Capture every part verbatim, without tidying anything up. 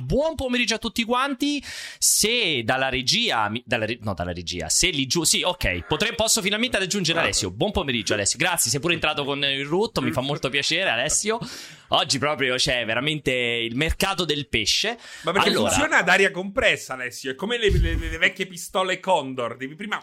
buon pomeriggio a tutti quanti. Se dalla regia, dalla re, no dalla regia, se lì giù, sì, ok, potrei, posso finalmente raggiungere Alessio. Buon pomeriggio Alessio, grazie, sei pure entrato con il rutto, mi fa molto piacere Alessio. Oggi proprio c'è veramente il mercato del pesce. Ma perché allora, funziona ad aria compressa, Alessio, è come le, le, le vecchie pistole Condor, devi prima...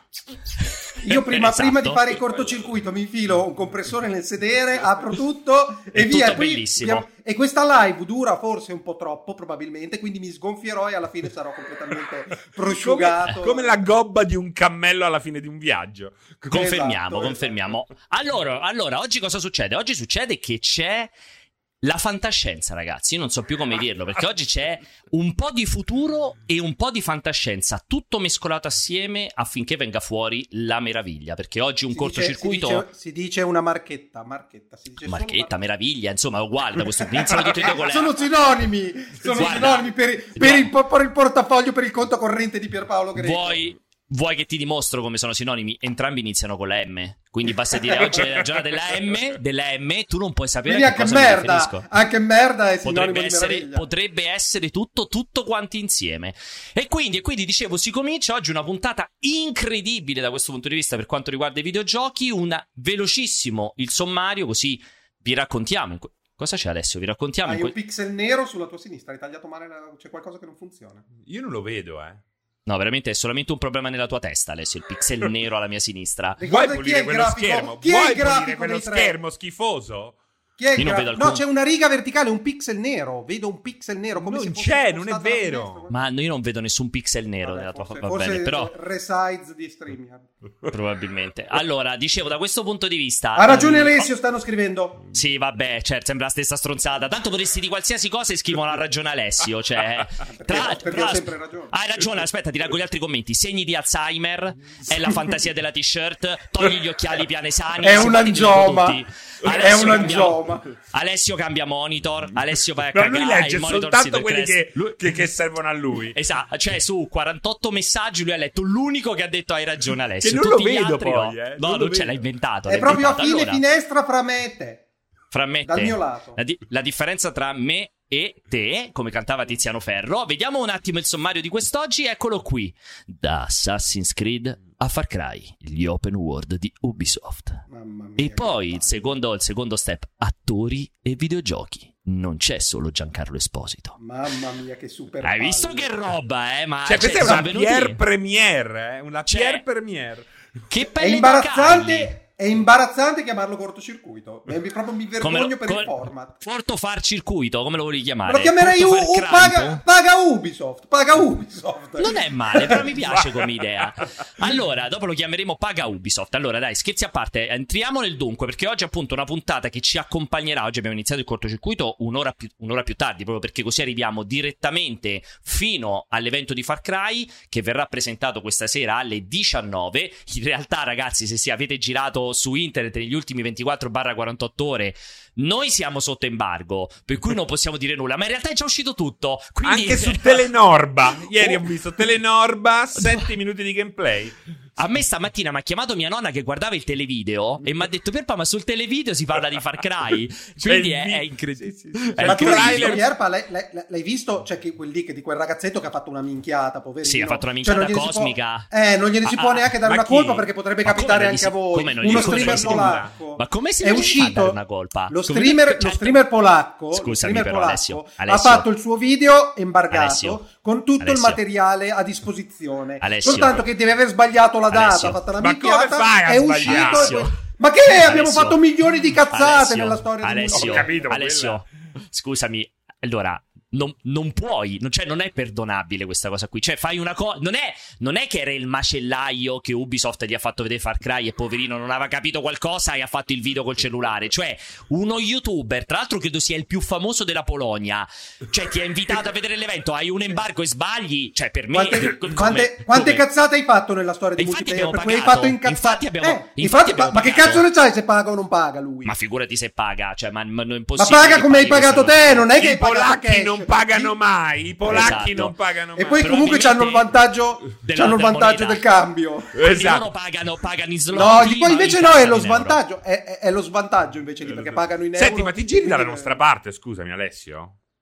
Io prima, esatto. prima di fare il cortocircuito mi infilo un compressore nel sedere, apro tutto e è via. tutto Poi, bellissimo. e questa live dura forse un po' troppo, probabilmente, quindi mi sgonfierò e alla fine sarò completamente prosciugato. Come, come la gobba di un cammello alla fine di un viaggio. Confermiamo, Esatto, confermiamo. Allora, allora, oggi cosa succede? Oggi succede che c'è la fantascienza, ragazzi. Io non so più come dirlo, perché oggi c'è un po' di futuro e un po' di fantascienza, tutto mescolato assieme affinché venga fuori la meraviglia. Perché oggi un Si cortocircuito Dice, si, dice, si dice una marchetta, marchetta, si dice marchetta, solo meraviglia, insomma, uguale da questo iniziano tutti e due con le... Sono sinonimi, sono Guarda, sinonimi per, per, il, per il portafoglio, per il conto corrente di Pierpaolo Greco. Vuoi, vuoi che ti dimostro come sono sinonimi? Entrambi iniziano con la M. Quindi basta dire oggi è la giornata della M, della M, tu non puoi sapere Quindi a che anche cosa mi merda, riferisco. anche merda è sinonimo Potrebbe di essere, meraviglia. potrebbe essere tutto, tutto quanti insieme. E quindi, e quindi dicevo, si comincia oggi una puntata incredibile da questo punto di vista per quanto riguarda i videogiochi. Una velocissimo il sommario, così vi raccontiamo. Cosa c'è Alessio? Vi raccontiamo. Hai in un que- pixel nero sulla tua sinistra, hai tagliato male, la... c'è qualcosa che non funziona. Io non lo vedo, eh. No, veramente è solamente un problema nella tua testa, Alessio. Il pixel nero alla mia sinistra. Ricorda Vuoi chi è pulire il quello grafico? schermo? Chi è Vuoi il grafico pulire quello dei tre? schermo schifoso? Chi è il Io non gra- vedo alcun- No, c'è una riga verticale, un pixel nero. Vedo un pixel nero. Come Non se fosse c'è, non è spostato alla vero. finestra. Ma io non vedo nessun pixel nero Vabbè, nella tua forse, fa- va forse bene, però resides di StreamYard. probabilmente. Allora, dicevo, da questo punto di vista Ha ragione ehm, Alessio, stanno scrivendo. Sì, vabbè, certo, sembra la stessa stronzata. Tanto potresti di qualsiasi cosa e scrivono ha ragione Alessio. Cioè, Perché- perché ho sempre ragione. Hai ragione, aspetta, ti leggo gli altri commenti. Segni di Alzheimer, è la fantasia della t-shirt, togli gli occhiali pianesani. È un simpatici angioma. tutti. È Alessio un cambia- angioma. Alessio cambia monitor, Alessio vai a Però cagare. lui legge il monitor soltanto si quelli decresce. che, che, che servono a lui. Esatto, cioè su quarantotto messaggi lui ha letto l'unico che ha detto hai ragione Alessio. Che non Tutti lo gli vedo altri poi, no. eh, No, non non lo ce vedo. l'ha inventato. È l'ha proprio a inventato. fine Allora, finestra fra me e te. fra me e Dal te. mio lato. La, di- la differenza tra me e te, come cantava Tiziano Ferro. Vediamo un attimo il sommario di quest'oggi. Eccolo qui. Da Assassin's Creed a Far Cry, gli open world di Ubisoft. Mamma mia, E poi che il secondo, il secondo step, attori e videogiochi. Non c'è solo Giancarlo Esposito. Mamma mia, che super. Hai visto palle. che roba, eh? Ma Cioè, questa è sono una venuti- Pierre Premiere, eh? Una Cioè, Pierre Premiere. Che È pelle da imbarazzante. Carli. È imbarazzante chiamarlo cortocircuito. Mi, proprio mi vergogno Come- per come- il format. Porto far circuito, come lo volevi chiamare? Lo chiamerei u, Porto u- far paga, crampo? paga Ubisoft. Paga Ubisoft. Non è male, però mi piace come idea. Allora, dopo lo chiameremo Paga Ubisoft. Allora, dai, scherzi a parte, entriamo nel dunque, perché oggi è appunto una puntata che ci accompagnerà. Oggi abbiamo iniziato il cortocircuito un'ora più, un'ora più tardi, proprio perché così arriviamo direttamente fino all'evento di Far Cry, che verrà presentato questa sera alle diciannove. In realtà, ragazzi, se si avete girato su internet negli ultimi ventiquattro quarantotto ore, noi siamo sotto embargo, per cui non possiamo dire nulla, ma in realtà è già uscito tutto. Quindi... Anche su Telenorba. Ieri ho visto Telenorba, sette minuti di gameplay. A me stamattina mi ha chiamato mia nonna che guardava il televideo e mi ha detto: Pierpa, ma sul televideo si parla di Far Cry. Quindi Cioè, è, vi- è incredibile. sì, sì, sì. È Ma tu l'hai incredibile. visto, Pierpa? L'hai, l'hai- l'hai visto? Cioè, che quel lì, che di quel ragazzetto che ha fatto una minchiata, poverino. Sì, ha fatto una Cioè, minchiata non gliene si può- cosmica. eh, non gliene si Ah, può neanche dare ma una chi? colpa perché potrebbe Ma capitare come anche non a gli si- voi. come non gli Uno si può streamer dare una- polacco. Ma come si è non gli si fa uscito dare una colpa? Lo Come- streamer, certo. lo streamer polacco, Scusami, lo streamer però, polacco Alessio, ha Alessio. fatto il suo video embargato Alessio. con tutto Alessio. il materiale a disposizione. Alessio. Soltanto che deve aver sbagliato la data, Alessio. ha fatto la Ma minchiata, come fai a è sbagliare? uscito e Alessio. poi- Ma che abbiamo Alessio. fatto milioni di cazzate Alessio. nella storia del Alessio, Ho capito, ma Alessio, scusami. Allora, non, non puoi, non, cioè non è perdonabile questa cosa qui. Cioè fai una cosa, non è, non è che era il macellaio che Ubisoft gli ha fatto vedere Far Cry e poverino non aveva capito qualcosa e ha fatto il video col cellulare. Cioè uno youtuber, tra l'altro credo sia il più famoso della Polonia, cioè ti ha invitato a vedere l'evento, hai un embargo e sbagli. Cioè per me Quante, come- quante, quante come- cazzate hai fatto nella storia di E infatti multiplayer? Per abbiamo cui hai pagato. fatto incazzate. Infatti abbiamo- Eh, infatti infatti, abbiamo ma, ma che pagato. cazzo ne sai se paga o non paga lui? Ma figurati se paga, cioè ma, ma non è Ma impossibile. paga che come hai paghi pagato questo- te, non è che hai I pagato polacchi cash. non pagano Sì. mai. I polacchi Esatto. non pagano mai. E poi comunque c'hanno il vantaggio, della- c'hanno il della vantaggio moneta. del cambio. Quindi Esatto. loro pagano, pagano in slot. No, poi invece no, è lo svantaggio, è, è- è lo svantaggio invece lì, perché pagano in euro. Senti, ma ti giri dalla Quindi- nostra parte, scusami Alessio?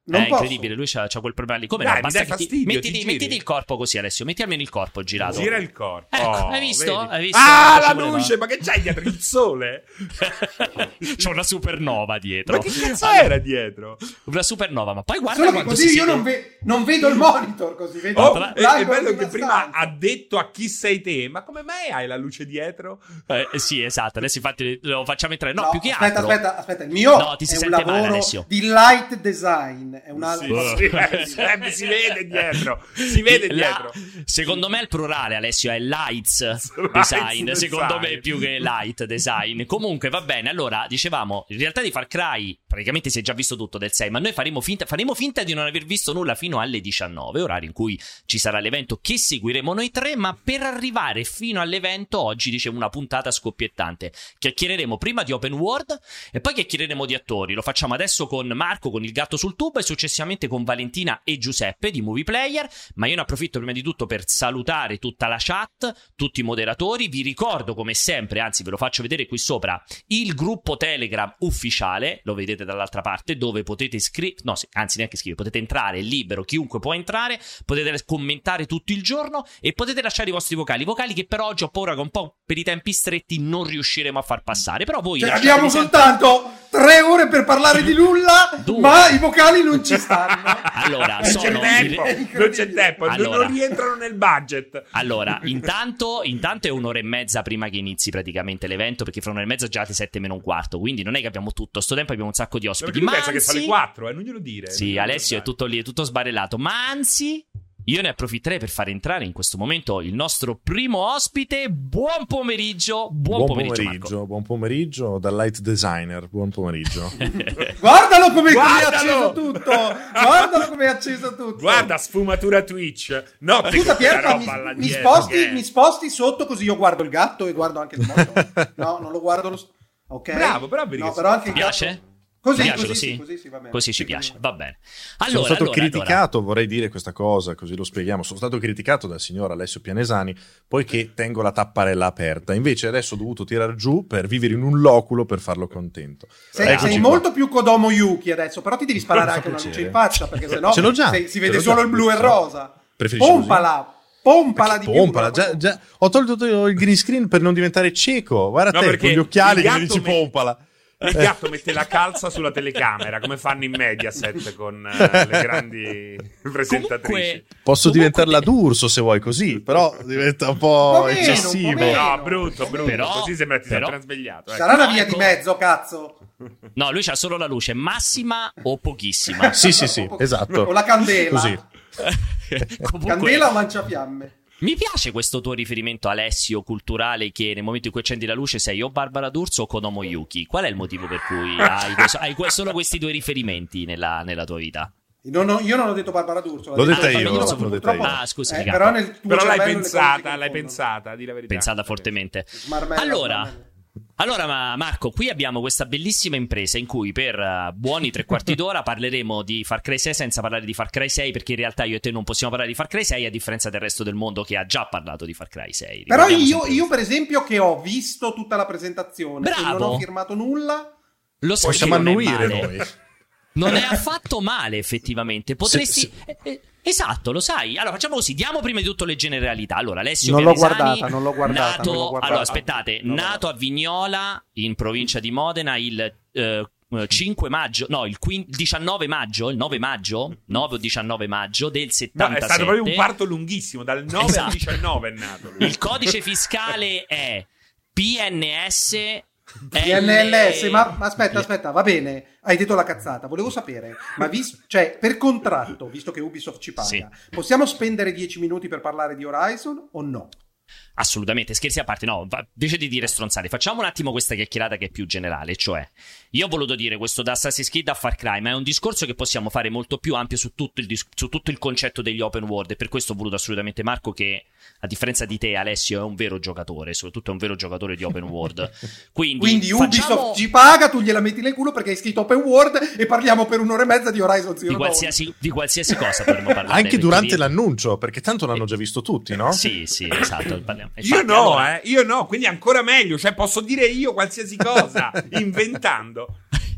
Non è posso. incredibile, lui c'ha, c'ha quel problema lì. Come Dai, no? mi Basta dai che ti, fastidio, mettiti, ti giri. mettiti il corpo così, Alessio. Metti almeno il corpo girato. Gira il corpo. Ecco, Oh, hai visto? vedi? Hai visto? Ah, Ci la voleva. luce, ma che c'hai dietro? Il sole? C'è una supernova dietro. Ma che cazzo Allora, era dietro? una supernova, ma poi guarda Solo che quanto così si io vede- non, ve- non vedo il monitor, così vedo Oh, tra- è, è l'angolo bello di che una prima stanza. ha detto a chi sei te, ma come mai hai la luce dietro? Eh, sì, esatto. Adesso infatti lo facciamo entrare. No, No, più che aspetta, altro. aspetta, aspetta, il mio No, ti si è un sente male, lavoro Alessio. di light design, è una Sì, sì, eh, sì, eh, si vede dietro, si vede La- dietro. secondo me il plurale, Alessio, è lights Lights design. design. Secondo me più che light design. Comunque va bene. Allora, dicevamo, in realtà di Far Cry praticamente si è già visto tutto del sei, ma noi faremo finta, faremo finta di non aver visto nulla fino alle diciannove, orario in cui ci sarà l'evento che seguiremo noi tre, ma per arrivare fino all'evento oggi dicevo una puntata scoppiettante. Chiacchiereremo prima di open world e poi chiacchiereremo di attori. Lo facciamo adesso con Marco, con il gatto sul tubo, e successivamente con Valentina e Giuseppe di Movie Player. Ma io ne approfitto prima di tutto per salutare tutta la chat, tutti i moderatori. Vi ricordo come sempre, anzi ve lo faccio vedere qui sopra, il gruppo Telegram ufficiale, lo vedete dall'altra parte, dove potete scrivere, no, sì, anzi neanche scrivere, potete entrare, è libero, chiunque può entrare, potete commentare tutto il giorno e potete lasciare i vostri vocali, vocali che però oggi ho paura che un po' per i tempi stretti non riusciremo a far passare, però voi Cioè, lasciateli abbiamo sempre- soltanto tre ore per parlare di nulla, Due. ma i vocali non ci stanno. Allora, Non c'è sono tempo, il- non c'è tempo, non- Allora. non rientrano nel budget. Allora, intanto, intanto è un'ora e mezza prima che inizi praticamente l'evento, perché fra un'ora e mezza già alle sette meno un quarto, quindi non è che abbiamo tutto sto tempo, abbiamo un sacco di ospiti. Perché lui Ma pensa che fa le anzi- quattro, eh, non glielo dire. Sì, Non Alessio è glielo tutto lì, è tutto sbarellato, ma anzi io ne approfitterei per fare entrare in questo momento il nostro primo ospite. Buon pomeriggio, buon, Buon pomeriggio, pomeriggio, buon pomeriggio dal light designer, buon pomeriggio. Guardalo come, come è Guardalo! acceso tutto. Guardalo come è acceso tutto. Guarda, sfumatura Twitch. Notte Scusa con quella Pierpa, mi, roba là mi dietro, sposti, che è? mi sposti sotto così io guardo il gatto e guardo anche il monitor. No, non lo guardo lo... Ok. Bravo, però vedi no, che però si- anche il Ti piace? gatto... Così, Ti piace così, così? sì, così, sì, va bene. Così ci Sì, piace, così. va bene. Sono Allora, stato allora, criticato, vorrei dire questa cosa, così lo spieghiamo. Sono stato criticato dal signor Alessio Pianesani poiché tengo la tapparella aperta. Invece adesso ho dovuto tirar giù per vivere in un loculo per farlo contento. Sei, Eccoci sei qua. molto più Kodomo Yuki adesso, però ti devi sparare Fa anche una piacere. luce in faccia, perché sennò Ce l'ho già, sei- si ce vede l'ho solo già. il blu e il rosa. Preferisci così? Pompala, pompala di più. Pompala, già, già, ho tolto il green screen per non diventare cieco. Guarda No, te, perché con gli occhiali il che mi gatto dici me- pompala. Il gatto mette la calza sulla telecamera, come fanno in Mediaset con eh, le grandi presentatrici. Comunque, Posso comunque diventarla te- d'urso se vuoi così, però diventa un po' Un po' meno, eccessivo. un po' meno. No, brutto, brutto. Però- Così sembra che ti però- sei trasvegliato. ecco. Sarà una No, via ecco. di mezzo, cazzo. No, lui c'ha solo la luce massima o pochissima. Sì, sì, sì, esatto. O la candela. Così. Comunque, Candela o lanciafiamme? mi piace questo tuo riferimento, Alessio, culturale, che nel momento in cui accendi la luce sei o Barbara D'Urso o Kodomo Yuki. Qual è il motivo per cui hai, questo- hai que- solo questi due riferimenti nella, nella tua vita? Non ho- io non ho detto Barbara D'Urso. L'ho detto detta Barbara io, D'Urso, l'ho detta purtroppo- io. Ah, scusami, Eh, gatto. però nel tuo Però l'hai cervello le cose si pensata, l'hai confondono. pensata, di la verità. Pensata fortemente. Smarmella, Allora, smarmella. allora ma Marco, qui abbiamo questa bellissima impresa in cui per uh, buoni tre quarti d'ora parleremo di Far Cry sei senza parlare di Far Cry sei, perché in realtà io e te non possiamo parlare di Far Cry sei, a differenza del resto del mondo che ha già parlato di Far Cry sei. Però Ricordiamo io, sempre io, per esempio, che ho visto tutta la presentazione e non Bravo. ho firmato nulla, Lo sai che Possiamo non è annuire male. noi. Non è affatto male, effettivamente. Potresti. Se- eh, eh, esatto, lo sai. Allora, facciamo così: diamo prima di tutto le generalità. Allora, Alessio Non l'ho Pianesani, guardata, non l'ho guardata, nato, non l'ho guardata. allora, aspettate, Non l'ho nato a Vignola, in provincia di Modena, il. eh, cinque maggio, no, il quin- diciannove maggio, il nove maggio, nove o diciannove maggio del No, settantasette. è stato proprio un parto lunghissimo, dal nove Esatto. al diciannove è nato. lui. Il codice fiscale è P N S P N L S, ma, ma aspetta, aspetta, va bene, hai detto la cazzata, volevo sapere, ma vis- cioè, per contratto, visto che Ubisoft ci paga, Sì. possiamo spendere dieci minuti per parlare di Horizon o no? Assolutamente, scherzi a parte, no, va- invece di dire stronzate, facciamo un attimo questa chiacchierata che è più generale, cioè, io ho voluto dire questo da Assassin's Creed a Far Cry, ma è un discorso che possiamo fare molto più ampio su tutto il, dis- su tutto il concetto degli open world, e per questo ho voluto assolutamente Marco, che a differenza di te, Alessio, è un vero giocatore, soprattutto è un vero giocatore di open world, quindi, Quindi Ubisoft facciamo ci paga, tu gliela metti nel culo perché hai scritto Open World e parliamo per un'ora e mezza di Horizon Zero di Dawn. qualsiasi, di qualsiasi cosa potremmo parlare. Anche perché durante di- l'annuncio, perché tanto l'hanno già visto tutti, no? Sì, sì, esatto. parliamo- Io infatti, no, allora- eh, io no, quindi ancora meglio, cioè posso dire io qualsiasi cosa, inventando.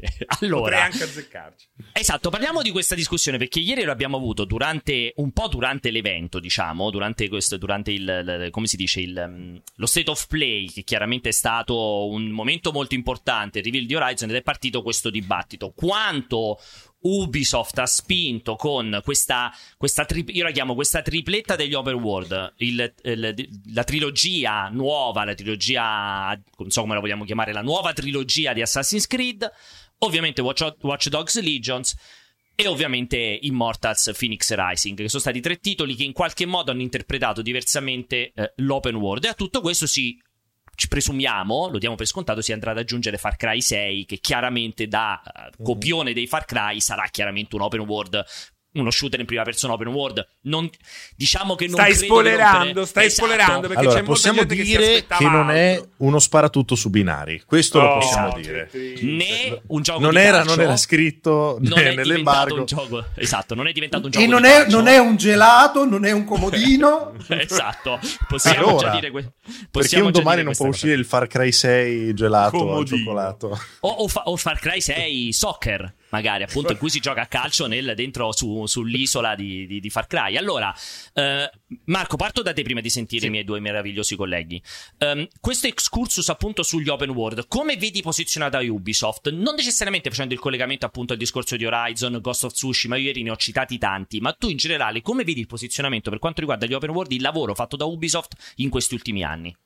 Allora, potrei anche azzeccarci. Esatto, parliamo di questa discussione perché ieri lo abbiamo avuto durante un po' durante l'evento, diciamo, durante questo, durante il, il come si dice, il, lo State of Play, che chiaramente è stato un momento molto importante, il reveal di Horizon, ed è partito questo dibattito. Quanto Ubisoft ha spinto con questa, questa tri- io la chiamo questa tripletta degli open world, il, il, la trilogia nuova, la trilogia, non so come la vogliamo chiamare, la nuova trilogia di Assassin's Creed, ovviamente Watch, Watch Dogs Legions e ovviamente Immortals Phoenix Rising, che sono stati tre titoli che in qualche modo hanno interpretato diversamente eh, l'open world, e a tutto questo si ci presumiamo, lo diamo per scontato, si andrà ad aggiungere Far Cry sei, che chiaramente da uh, copione dei Far Cry sarà chiaramente un open world, uno shooter in prima persona open world. Non, diciamo che non stai credo spoilerando, rompere... stai esatto. spoilerando, perché allora, c'è molta possiamo gente che si dire aspettava che non è altro. uno sparatutto su binari, questo lo Oh, possiamo esatto, dire. Né un gioco non di era, calcio, non era scritto non è nell'embargo. diventato un gioco, esatto, non è diventato un gioco E non di è, calcio. non è un gelato, non è un comodino. Esatto, possiamo Allora, già dire que- perché possiamo un già domani dire non può questa uscire il Far Cry sei gelato al Comodino. cioccolato. O, o, fa- o Far Cry sei Soccer, magari, appunto, in cui si gioca a calcio nel, dentro su, sull'isola di, di, di Far Cry. Allora, eh, Marco, parto da te prima di sentire sì. i miei due meravigliosi colleghi. Um, questo excursus appunto sugli open world, come vedi posizionata Ubisoft? Non necessariamente facendo il collegamento appunto al discorso di Horizon, Ghost of Tsushima, io ieri ne ho citati tanti, ma tu in generale come vedi il posizionamento per quanto riguarda gli open world, il lavoro fatto da Ubisoft in questi ultimi anni?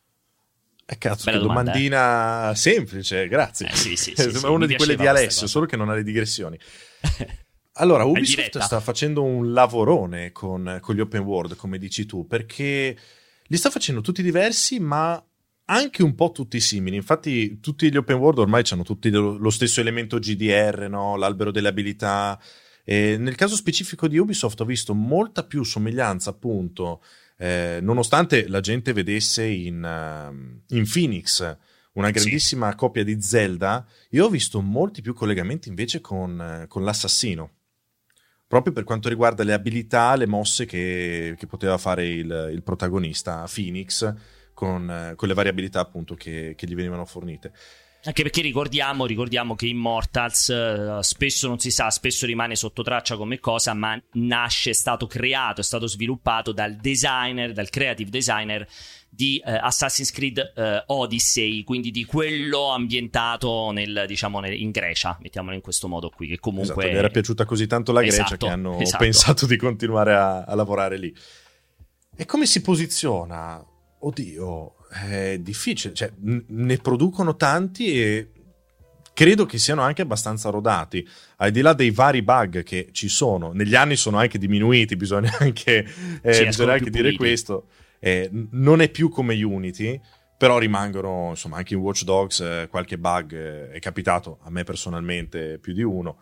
Eh cazzo, Bella che domanda, domandina eh. semplice, grazie. Eh, sì, sì, sì, Sembra sì, una mi di quelle di piaceva Alessio, questa solo che non ha le digressioni. Allora, Ubisoft diretta. sta facendo un lavorone con, con gli open world, come dici tu, perché li sta facendo tutti diversi, ma anche un po' tutti simili. Infatti tutti gli open world ormai hanno tutti lo, lo stesso elemento G D R, no? L'albero delle abilità. E nel caso specifico di Ubisoft ho visto molta più somiglianza, appunto, eh, nonostante la gente vedesse in, uh, in Phoenix una grandissima sì. copia di Zelda, io ho visto molti più collegamenti invece con, uh, con l'assassino, proprio per quanto riguarda le abilità, le mosse che, che poteva fare il, il protagonista Phoenix con, uh, con le varie abilità appunto che, che gli venivano fornite. Anche perché ricordiamo, ricordiamo che Immortals uh, spesso non si sa, spesso rimane sotto traccia come cosa, ma nasce, è stato creato, è stato sviluppato dal designer, dal creative designer di uh, Assassin's Creed uh, Odyssey, quindi di quello ambientato nel, diciamo, nel, in Grecia, mettiamolo in questo modo qui, che comunque... Esatto, gli era piaciuta così tanto la Grecia esatto, che hanno esatto. pensato di continuare a, a lavorare lì. E come si posiziona? Oddio... è difficile, cioè ne producono tanti e credo che siano anche abbastanza rodati, al di là dei vari bug che ci sono, negli anni sono anche diminuiti, bisogna anche, eh, sì, bisogna anche dire puliti. questo, eh, non è più come Unity, però rimangono, insomma, anche in Watch Dogs eh, qualche bug eh, è capitato, a me personalmente più di uno.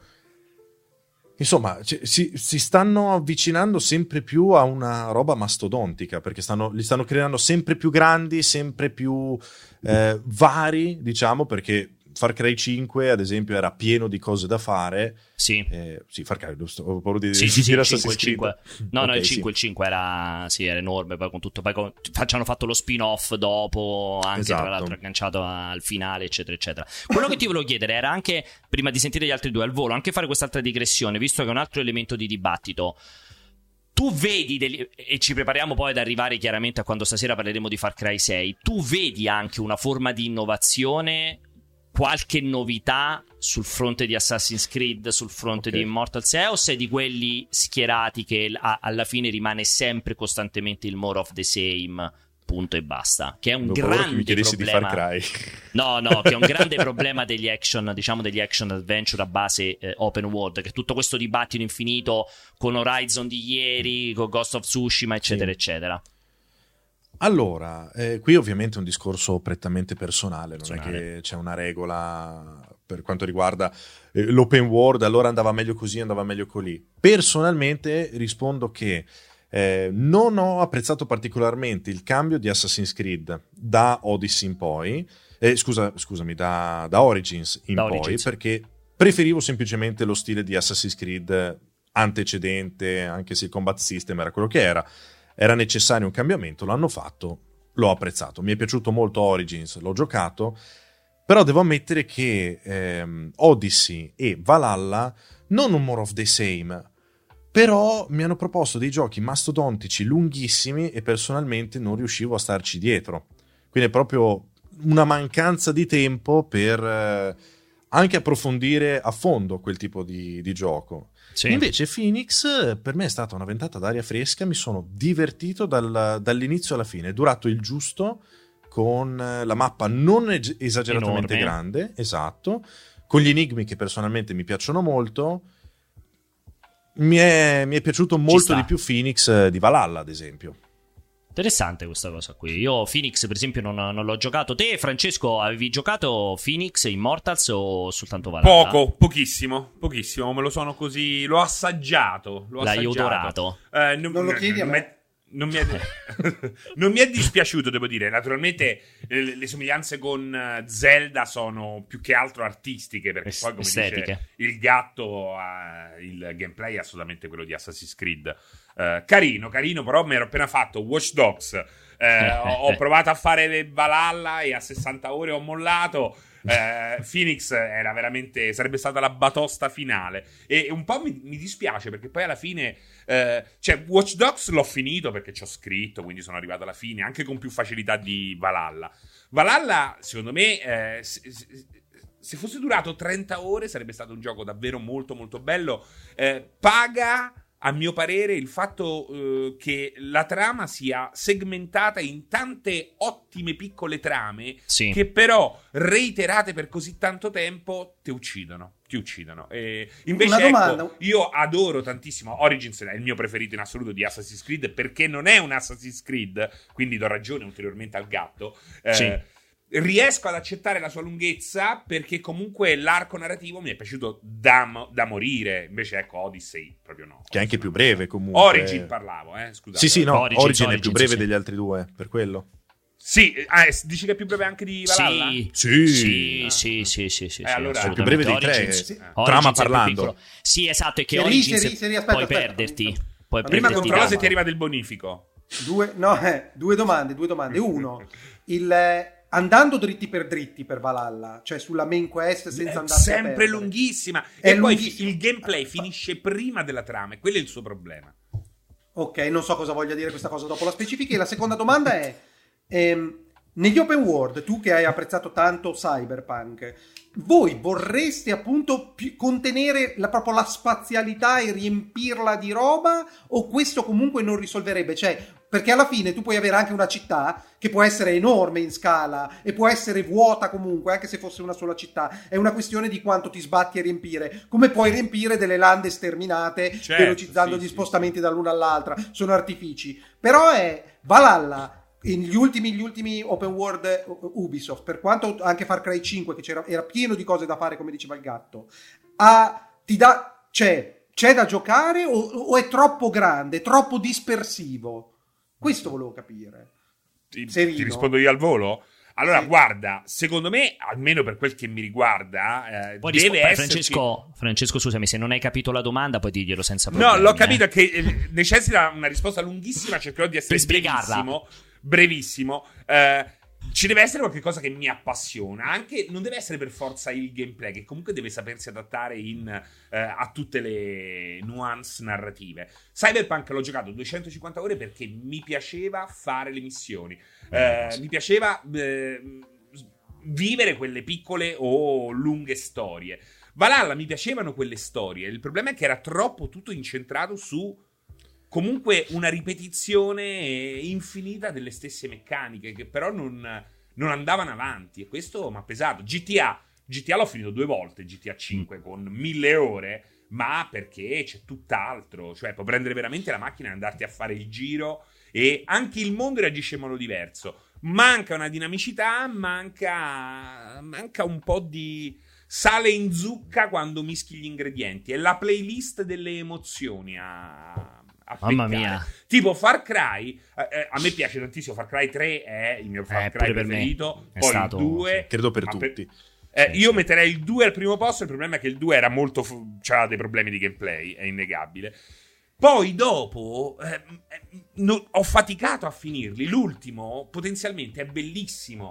Insomma, c- si, si stanno avvicinando sempre più a una roba mastodontica, perché stanno, li stanno creando sempre più grandi, sempre più eh, vari, diciamo, perché Far Cry cinque, ad esempio, era pieno di cose da fare. Sì, eh, sì Far Cry, giusto? Ho paura di sì, sì, sì, dire il cinque, il cinque. No, okay, no, il sì. cinque, il cinque era, sì, era enorme, poi con tutto, poi con, ci hanno fatto lo spin-off dopo, anche esatto. tra l'altro agganciato al finale, eccetera, eccetera. Quello che ti volevo chiedere era anche, prima di sentire gli altri due al volo, anche fare quest'altra digressione, visto che è un altro elemento di dibattito. Tu vedi, degli, e ci prepariamo poi ad arrivare chiaramente a quando stasera parleremo di Far Cry sei, tu vedi anche una forma di innovazione, qualche novità sul fronte di Assassin's Creed, sul fronte okay. di Immortals, o sei di quelli schierati che a, alla fine rimane sempre costantemente il more of the same, punto e basta, che è un Dopo grande che mi chiedessi problema di Far Cry. no no che è un grande problema degli action, diciamo degli action adventure a base eh, open world, che tutto questo dibattito infinito con Horizon di ieri, con Ghost of Tsushima, eccetera sì. eccetera. Allora, eh, qui ovviamente è un discorso prettamente personale, non personale. È che c'è una regola per quanto riguarda eh, l'open world, allora andava meglio così, andava meglio colì. Personalmente rispondo che eh, non ho apprezzato particolarmente il cambio di Assassin's Creed da Odyssey in poi, eh, scusa, scusami, da, da Origins in da poi, Origins. Perché preferivo semplicemente lo stile di Assassin's Creed antecedente, anche se il combat system era quello che era. Era necessario un cambiamento, l'hanno fatto, l'ho apprezzato. Mi è piaciuto molto Origins, l'ho giocato, Però devo ammettere che ehm, Odyssey e Valhalla, non un more of the same, però mi hanno proposto dei giochi mastodontici, lunghissimi, e personalmente non riuscivo a starci dietro. Quindi è proprio una mancanza di tempo per eh, anche approfondire a fondo quel tipo di, di gioco. Sì. Invece Phoenix per me è stata una ventata d'aria fresca, mi sono divertito dal, dall'inizio alla fine, è durato il giusto, con la mappa non es- esageratamente enorme, grande, esatto, con gli enigmi che personalmente mi piacciono molto. Mi è, mi è piaciuto molto di più Phoenix di Valhalla, ad esempio. Interessante questa cosa qui. Io Phoenix per esempio non, non l'ho giocato. Te Francesco avevi giocato Phoenix, Immortals o soltanto Valhalla? Poco, pochissimo, pochissimo. Me lo sono così, l'ho assaggiato, l'ho L'hai assaggiato. odorato. Eh, non, non lo chiedi a me? Non mi, è, non mi è dispiaciuto, devo dire. Naturalmente le, le somiglianze con Zelda sono più che altro artistiche, perché es- poi come estetiche. Dice il gatto, uh, il gameplay è assolutamente quello di Assassin's Creed. Uh, carino, carino, però mi ero appena fatto Watch Dogs, uh, ho, ho provato a fare Valhalla e a sessanta ore ho mollato. Uh, Phoenix era veramente, sarebbe stata la batosta finale, e un po' mi, mi dispiace perché poi alla fine uh, cioè Watch Dogs l'ho finito perché ci ho scritto, quindi sono arrivato alla fine anche con più facilità di Valhalla. Valhalla secondo me uh, se, se fosse durato trenta ore sarebbe stato un gioco davvero molto molto bello. Uh, paga a mio parere il fatto uh, che la trama sia segmentata in tante ottime piccole trame, sì, che però reiterate per così tanto tempo ti uccidono, ti uccidono. E invece ecco, io adoro tantissimo Origins, è il mio preferito in assoluto di Assassin's Creed, perché non è un Assassin's Creed, quindi do ragione ulteriormente al gatto. Eh, sì. Riesco ad accettare la sua lunghezza perché comunque l'arco narrativo mi è piaciuto da, da morire. Invece ecco Odyssey proprio no. Che è anche più breve comunque. Origin parlavo, eh, scusate. Sì, sì, no, Origins, Origin Origins, è più breve sì, degli altri due, per quello. Sì, ah, dici che è più breve anche di Valhalla? Sì, sì, sì, sì, sì, sì, sì, eh, allora, è più breve dei tre, Origins, sì. Origins Trama parlando. Sì, esatto, è che seri, Origins seri, seri, aspetta, puoi aspetta, perderti. aspetta. Puoi prima perderti controlla se da... ti arriva del bonifico. Due, no, eh, due domande, due domande. Uno, il... Eh, andando dritti per dritti per Valhalla, cioè sulla main quest senza andare sempre lunghissima, è e lunghissima. Poi il gameplay finisce prima della trama, e quello è il suo problema. Ok, non so cosa voglia dire questa cosa dopo la specifica. E la seconda domanda è ehm, negli open world, tu che hai apprezzato tanto Cyberpunk, voi vorreste appunto più contenere la, proprio la spazialità e riempirla di roba, o questo comunque non risolverebbe? Cioè, perché alla fine tu puoi avere anche una città che può essere enorme in scala e può essere vuota comunque, anche se fosse una sola città. È una questione di quanto ti sbatti a riempire. Come puoi riempire delle lande sterminate, certo, velocizzando sì, gli sì, spostamenti sì. dall'una all'altra. Sono artifici. Però è Valhalla... Gli ultimi, gli ultimi open world Ubisoft, per quanto anche Far Cry cinque, che c'era, era pieno di cose da fare, come diceva il gatto, ha, ti dà, c'è, c'è da giocare o, o è troppo grande, troppo dispersivo? Questo volevo capire. Ti, ti rispondo io al volo? Allora, sì. Guarda, secondo me, almeno per quel che mi riguarda, eh, deve rispo- esserci... Francesco, Francesco, scusami, se non hai capito la domanda, poi diglielo senza problemi. No, l'ho capito, eh. che eh, necessita una risposta lunghissima, cercherò di essere brevissimo. Brevissimo. Eh, ci deve essere qualcosa che mi appassiona. Anche non deve essere per forza il gameplay, che comunque deve sapersi adattare in, eh, a tutte le nuance narrative. Cyberpunk l'ho giocato duecentocinquanta ore perché mi piaceva fare le missioni. Eh, mi piaceva eh, vivere quelle piccole o lunghe storie. Valhalla mi piacevano quelle storie. Il problema è che era troppo tutto incentrato su comunque una ripetizione infinita delle stesse meccaniche, che però non, non andavano avanti, e questo mi ha pesato. G T A G T A l'ho finito due volte, G T A cinque con mille ore, ma perché c'è tutt'altro, cioè puoi prendere veramente la macchina e andarti a fare il giro, e anche il mondo reagisce in modo diverso. Manca una dinamicità, manca manca un po' di sale in zucca quando mischi gli ingredienti. È la playlist delle emozioni a Mamma mia. Tipo Far Cry, eh, a me piace tantissimo. Far Cry tre è il mio Far eh, Cry preferito. È poi stato, il due, sì, credo per tutti. Per, eh, sì, io sì. metterei il due al primo posto. Il problema è che il due era molto c'era dei problemi di gameplay, è innegabile. Poi dopo eh, no, ho faticato a finirli. L'ultimo potenzialmente è bellissimo,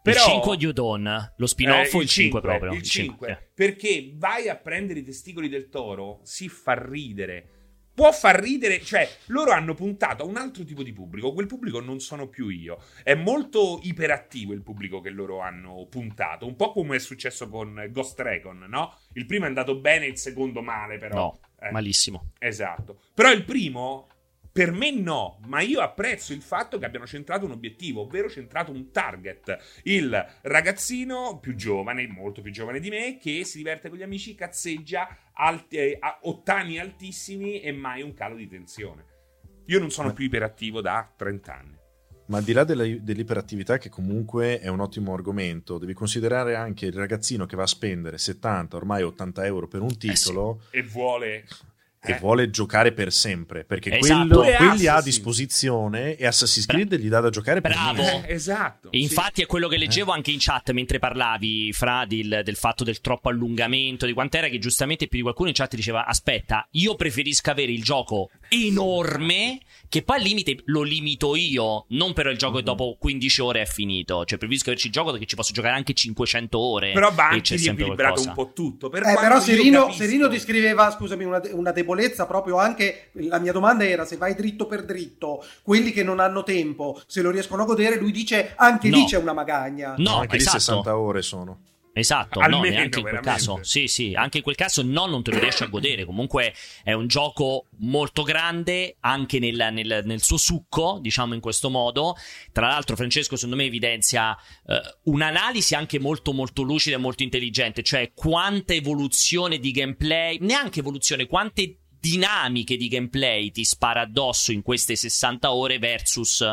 Però, il cinque New Dawn, lo spin-off eh, o il cinque, cinque proprio? Il cinque, perché vai a prendere i testicoli del toro, si fa ridere. Può far ridere, cioè loro hanno puntato a un altro tipo di pubblico, quel pubblico non sono più io, è molto iperattivo il pubblico che loro hanno puntato, un po' come è successo con Ghost Recon, no? Il primo è andato bene, il secondo male però. No, eh, malissimo. Esatto, però il primo... Per me no, ma io apprezzo il fatto che abbiano centrato un obiettivo, ovvero centrato un target. Il ragazzino più giovane, molto più giovane di me, che si diverte con gli amici, cazzeggia, alti, eh, a ottani altissimi e mai un calo di tensione. Io non sono più iperattivo da trenta anni. Ma al di là della, dell'iperattività, che comunque è un ottimo argomento, devi considerare anche il ragazzino che va a spendere settanta, ormai ottanta euro per un titolo eh sì. e vuole... e eh. vuole giocare per sempre, perché esatto. quello, quelli ha a Assassin. disposizione e Assassin's Creed gli dà da giocare per Bravo. sempre. Eh, esatto. E infatti sì. è quello che leggevo anche in chat mentre parlavi, Fra, del, del fatto del troppo allungamento, di quant'era, che giustamente più di qualcuno in chat diceva aspetta, io preferisco avere il gioco enorme, che poi al limite lo limito io, non però il gioco che dopo quindici ore è finito, cioè preferisco averci il gioco perché ci posso giocare anche cinquecento ore. Però va e anche c'è sempre riequilibrato qualcosa. un po' tutto. Per Eh, però Serino, capisco... Serino descriveva, scusami, una, una debolezza proprio anche, la mia domanda era se vai dritto per dritto, quelli che non hanno tempo, se lo riescono a godere, lui dice anche No. lì c'è una magagna. No, anche esatto. lì sessanta ore sono. Esatto, Almeno, no, neanche in quel veramente. caso. Sì, sì, anche in quel caso no, non te lo riesci a godere. Comunque è un gioco molto grande, anche nel, nel, nel suo succo, diciamo in questo modo. Tra l'altro Francesco secondo me evidenzia eh, un'analisi anche molto molto lucida e molto intelligente, cioè quanta evoluzione di gameplay, neanche evoluzione, quante dinamiche di gameplay ti spara addosso in queste sessanta ore versus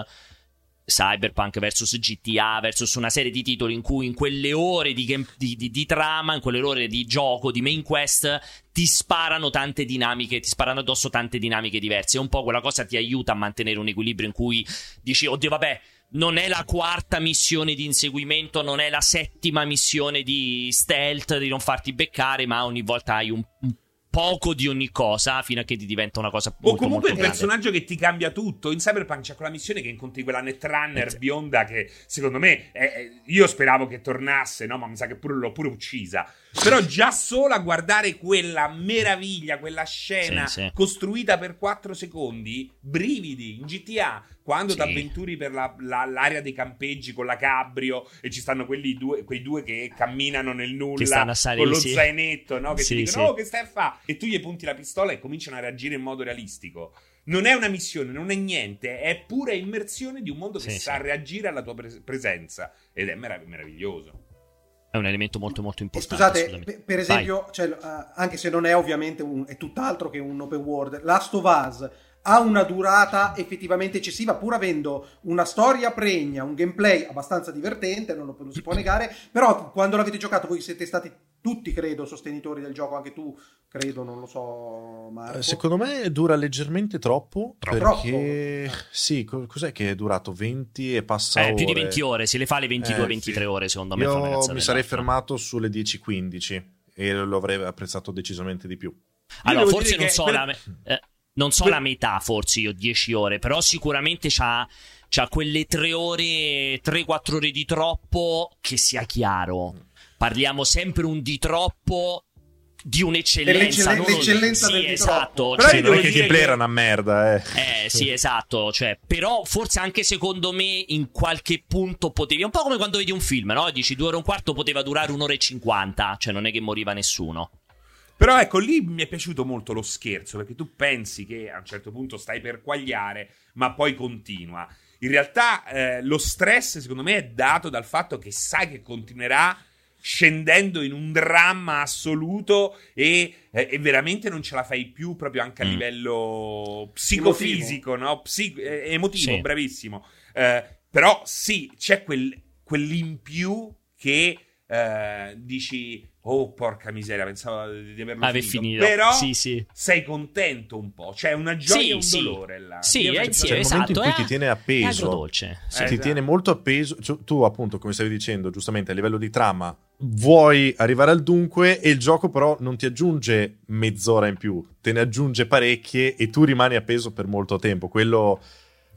Cyberpunk, versus G T A, versus una serie di titoli in cui in quelle ore di, game, di, di, di trama, in quelle ore di gioco, di main quest, ti sparano tante dinamiche, ti sparano addosso tante dinamiche diverse. E un po' quella cosa ti aiuta a mantenere un equilibrio in cui dici, oddio vabbè, non è la quarta missione di inseguimento, non è la settima missione di stealth, di non farti beccare, ma ogni volta hai un, un poco di ogni cosa fino a che ti diventa una cosa molto, o comunque molto il grande. personaggio che ti cambia tutto. In Cyberpunk c'è quella missione che incontri quella Netrunner Eh, bionda che secondo me è, è- io speravo che tornasse, no? Ma mi sa che pure l'ho pure uccisa. Però già solo a guardare quella meraviglia, quella scena Sì, sì. costruita per quattro secondi, brividi in G T A, quando Sì. ti avventuri per la- la- l'area dei campeggi con la cabrio e ci stanno quelli due, quei due che camminano nel Che nulla stanno a salire, con lo sì. zainetto, no? Che Sì, ti dicono, sì. oh, che stai a fa? E tu gli punti la pistola e cominciano a reagire in modo realistico. Non è una missione, non è niente, è pura immersione di un mondo che Sì, sa sì. reagire alla tua pres- presenza ed è merav- meraviglioso. È un elemento molto molto E importante. scusate, assolutamente. per, per esempio, cioè, eh, anche se non è ovviamente un, è tutt'altro che un open world, Last of Us ha una durata effettivamente eccessiva, pur avendo una storia pregna, un gameplay abbastanza divertente, non, lo, non si può negare, però quando l'avete giocato voi siete stati tutti, credo, sostenitori del gioco, anche tu, credo, non lo so, Marco. Eh, Secondo me dura leggermente troppo, Troppo. perché sì, co- cos'è che è durato venti e passa Eh, ore. più di venti ore, se le fa le ventidue ventitré sì. ore, secondo me. fa una Io cazzata mi sarei dell'altro. fermato sulle dieci quindici e lo avrei apprezzato decisamente di più. Allora, devo forse dire non che so, per- la, me- eh, non so per- la metà, forse io dieci ore, però sicuramente c'ha, c'ha quelle tre ore, tre quattro ore di troppo, che sia chiaro. Parliamo sempre un di troppo di un'eccellenza. Dell'eccellen- non un- l'eccellenza sì, del di esatto. troppo. Però cioè, io non è devo che il dire gameplay che- era una merda, eh. Eh sì, esatto, cioè, però forse anche secondo me in qualche punto potevi, è un po' come quando vedi un film, no? Dici due ore e un quarto poteva durare un'ora e cinquanta, cioè non è che moriva nessuno. Però ecco, lì mi è piaciuto molto lo scherzo, perché tu pensi che a un certo punto stai per quagliare, ma poi continua. In realtà eh, lo stress, secondo me, è dato dal fatto che sai che continuerà scendendo in un dramma assoluto e, eh, e veramente non ce la fai più proprio anche a Mm. livello psicofisico, no? Psico- eh, emotivo, Sì. bravissimo. Eh, però sì, c'è quel, quell'in più che eh, dici, oh porca miseria, pensavo di averlo Aver finito. finito. Però Sì, sì. sei contento un po', c'è una gioia Sì, e un sì. dolore là. Sì, Io è penso- insieme, C'è il momento in esatto, cui eh. ti tiene È appeso. agrodolce. Sì. Eh, ti esatto. tiene molto appeso. Cioè, tu, appunto, come stavi dicendo, giustamente a livello di trama, vuoi arrivare al dunque e il gioco però non ti aggiunge mezz'ora in più, te ne aggiunge parecchie e tu rimani appeso per molto tempo. Quello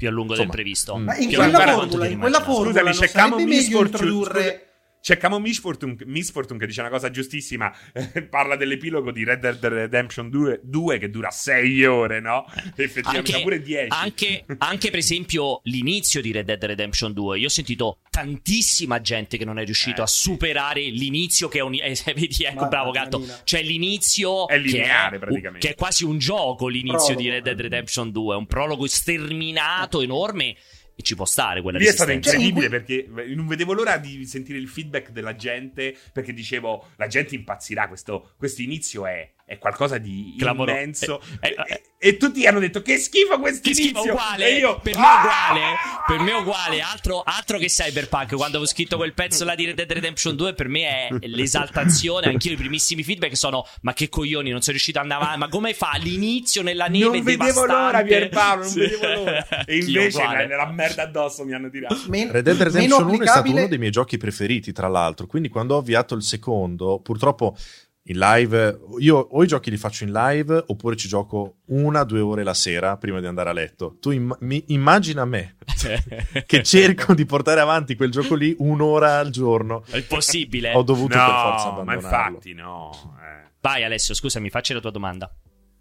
più a lungo Insomma, del previsto. Ma in Che quella guarda formula, quanto in quella ti immagini. formula Scusami, non c'è Camo sarebbe meglio Misfortune, introdurre... C'è Camo Misfortune, Misfortune che dice una cosa giustissima. Parla dell'epilogo di Red Dead Redemption due, due che dura sei ore, no? Effettivamente, anche, pure dieci. Anche, anche per esempio l'inizio di Red Dead Redemption due. Io ho sentito tantissima gente che non è riuscito eh, a superare l'inizio, che è un. Eh, vedi, ecco, Ma, bravo Gatto. Manina. Cioè l'inizio È lineare, che è, praticamente. che è quasi un gioco. L'inizio Prologo. di Red Dead Redemption due. È un prologo sterminato, enorme. E ci può stare quella Lì è stato resistenza. incredibile perché non vedevo l'ora di sentire il feedback della gente, perché dicevo la gente impazzirà, questo, questo inizio è, è qualcosa di Clamoro- immenso eh, eh, e, e tutti hanno detto che schifo questo Che schifo, inizio uguale, e io per me "Ah!" uguale, per me uguale, altro, altro che Cyberpunk. Quando avevo scritto quel pezzo là di Red Dead Redemption due, per me è l'esaltazione. Anch'io i primissimi feedback sono: ma che coglioni, non sono riuscito ad andare avanti, ma come fa l'inizio nella neve non vedevo devastante? l'ora, Pierpaolo, non Sì. vedevo l'ora e Anch'io invece uguale. la, la merda addosso mi hanno tirato. Men- Red Dead meno Redemption uno è stato applicabile- uno dei miei giochi preferiti, tra l'altro. Quindi quando ho avviato il secondo, purtroppo in live, io o i giochi li faccio in live oppure ci gioco una, due ore la sera prima di andare a letto. Tu im- mi immagina me che cerco di portare avanti quel gioco lì un'ora al giorno. È possibile. Ho dovuto per forza No, ma abbandonarlo. infatti no. eh. Vai Alessio, scusami, facci la tua domanda.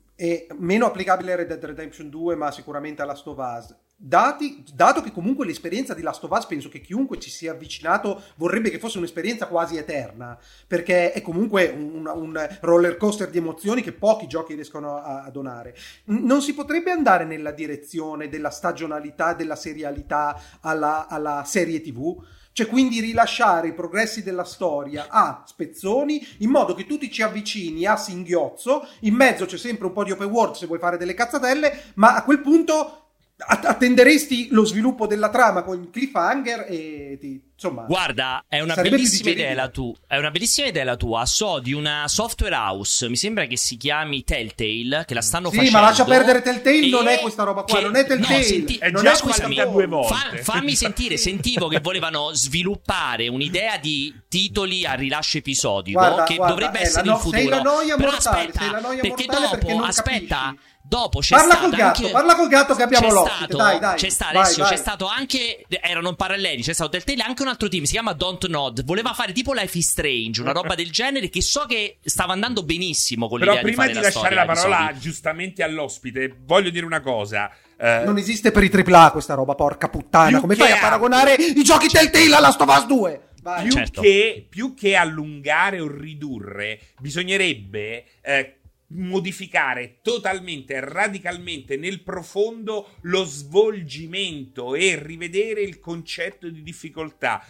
è meno applicabile a Red Dead Redemption due, ma sicuramente a Last of Us. Dati, dato che comunque l'esperienza di Last of Us, penso che chiunque ci sia avvicinato vorrebbe che fosse un'esperienza quasi eterna, perché è comunque un, un roller coaster di emozioni che pochi giochi riescono a, a donare. Non si potrebbe andare nella direzione della stagionalità, della serialità alla, alla serie tivù? Cioè, quindi rilasciare i progressi della storia a spezzoni, in modo che tu ti ci avvicini a singhiozzo, in mezzo c'è sempre un po' di open world se vuoi fare delle cazzatelle, ma a quel punto attenderesti lo sviluppo della trama con il cliffhanger e ti, insomma, guarda, è una sarebbe bellissima più idea la digeribile. tua. È una bellissima idea la tua. So di una software house, mi sembra che si chiami Telltale, che la stanno sì, facendo. ma lascia perdere Telltale, e non è questa roba qua, che- non è Telltale, no, senti- È non già è scusami, uscita due volte. fa- fammi sentire, sentivo che volevano sviluppare un'idea di titoli a rilascio episodico Guarda, che guarda, dovrebbe è essere la no- il futuro. sei la noia Però mortale, aspetta, sei la noia perché mortale dopo, perché non aspetta, capisci. dopo c'è Parla stato col gatto, anche- parla col gatto che abbiamo c'è l'ospite, stato- dai, dai. C'è stato, Vai, Alessio, vai. c'è stato anche, erano paralleli, c'è stato Telltale e anche un altro team, si chiama Don't Nod, voleva fare tipo Life is Strange, una roba del genere che so che stava andando benissimo con Però l'idea prima di di, fare la lasciare storia, la parola episodi. giustamente all'ospite, voglio dire una cosa. eh, Non esiste per i tripla A questa roba, porca puttana. Più Come che fai a altro- paragonare i giochi Telltale a Last of Us due? Vai. più, certo. che, più che allungare o ridurre, bisognerebbe eh, modificare totalmente, radicalmente nel profondo lo svolgimento e rivedere il concetto di difficoltà.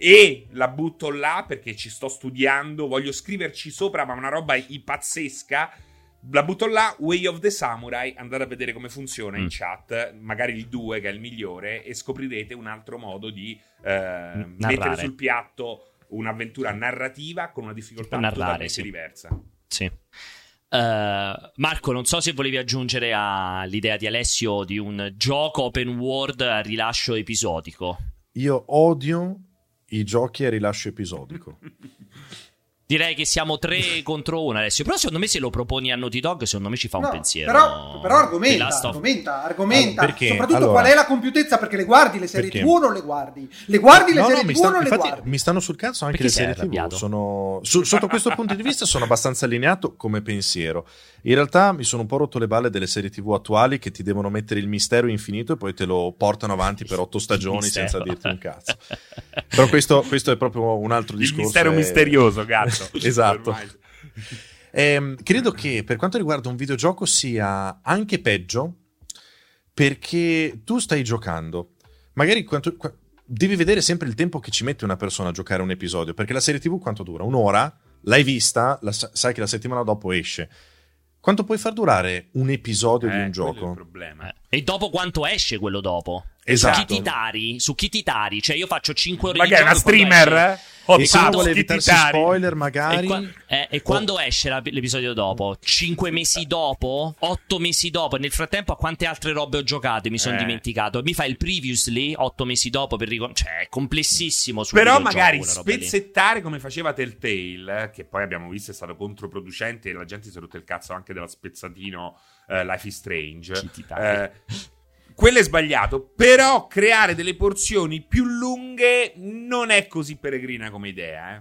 E la butto là perché ci sto studiando, voglio scriverci sopra, ma una roba i- pazzesca. La butto là, Way of the Samurai, andate a vedere come funziona in Mm. chat, magari il due che è il migliore, e scoprirete un altro modo di eh, mettere Narrare. sul piatto un'avventura narrativa con una difficoltà Narrare, totalmente sì. diversa. Sì. Uh, Marco, non so se volevi aggiungere all'idea di Alessio di un gioco open world a rilascio episodico. Io odio i giochi a rilascio episodico. Direi che siamo tre contro uno, Alessio. Però secondo me se lo proponi a Naughty Dog, secondo me ci fa un No, pensiero. Però, però The argomenta, Last of- argomenta, argomenta. Allora, perché? Soprattutto Allora- qual è la compiutezza, perché le guardi le serie Perché? tivù o non le guardi? Le guardi le No, serie no, mi, tivù o sta- non le infatti guardi? mi stanno sul cazzo anche Perché le sei serie tivù. arrabbiato? Sono, su- sotto questo punto di vista sono abbastanza allineato come pensiero. In realtà mi sono un po' rotto le balle delle serie tivù attuali che ti devono mettere il mistero infinito e poi te lo portano avanti per otto stagioni Mistero. senza dirti un cazzo. Però questo, questo è proprio un altro Il discorso. mistero è- misterioso, gatto. Esatto. Ormai. Ehm, credo che per quanto riguarda un videogioco sia anche peggio perché tu stai giocando. Magari quanto, qua- devi vedere sempre il tempo che ci mette una persona a giocare un episodio, perché la serie tivù quanto dura? Un'ora? L'hai vista? La sa- sai che la settimana dopo esce. Quanto puoi far durare un episodio di Eh, un quello è il gioco? problema. Eh, E dopo quanto esce quello dopo? Esatto. Su chi ti tari? Su chi ti tari? Cioè io faccio cinque ore Ma di che è gioco una e quando streamer? esce- Oh, E se uno quando- vuole chi ti evitarsi tari? spoiler magari... E, qua- eh, e quando esce la- l'episodio dopo? Cinque mesi dopo? Otto mesi dopo? Nel frattempo a quante altre robe ho giocato? Mi sono Eh. dimenticato. Mi fa il previously otto mesi dopo per ricordare. Cioè è complessissimo sul Però videogioco magari quella roba lì. spezzettare come faceva Telltale, che poi abbiamo visto è stato controproducente e la gente si è rotto il cazzo anche dello spezzatino eh, Life is Strange. Chi ti taglia? Eh, quello è sbagliato, però creare delle porzioni più lunghe non è così peregrina come idea,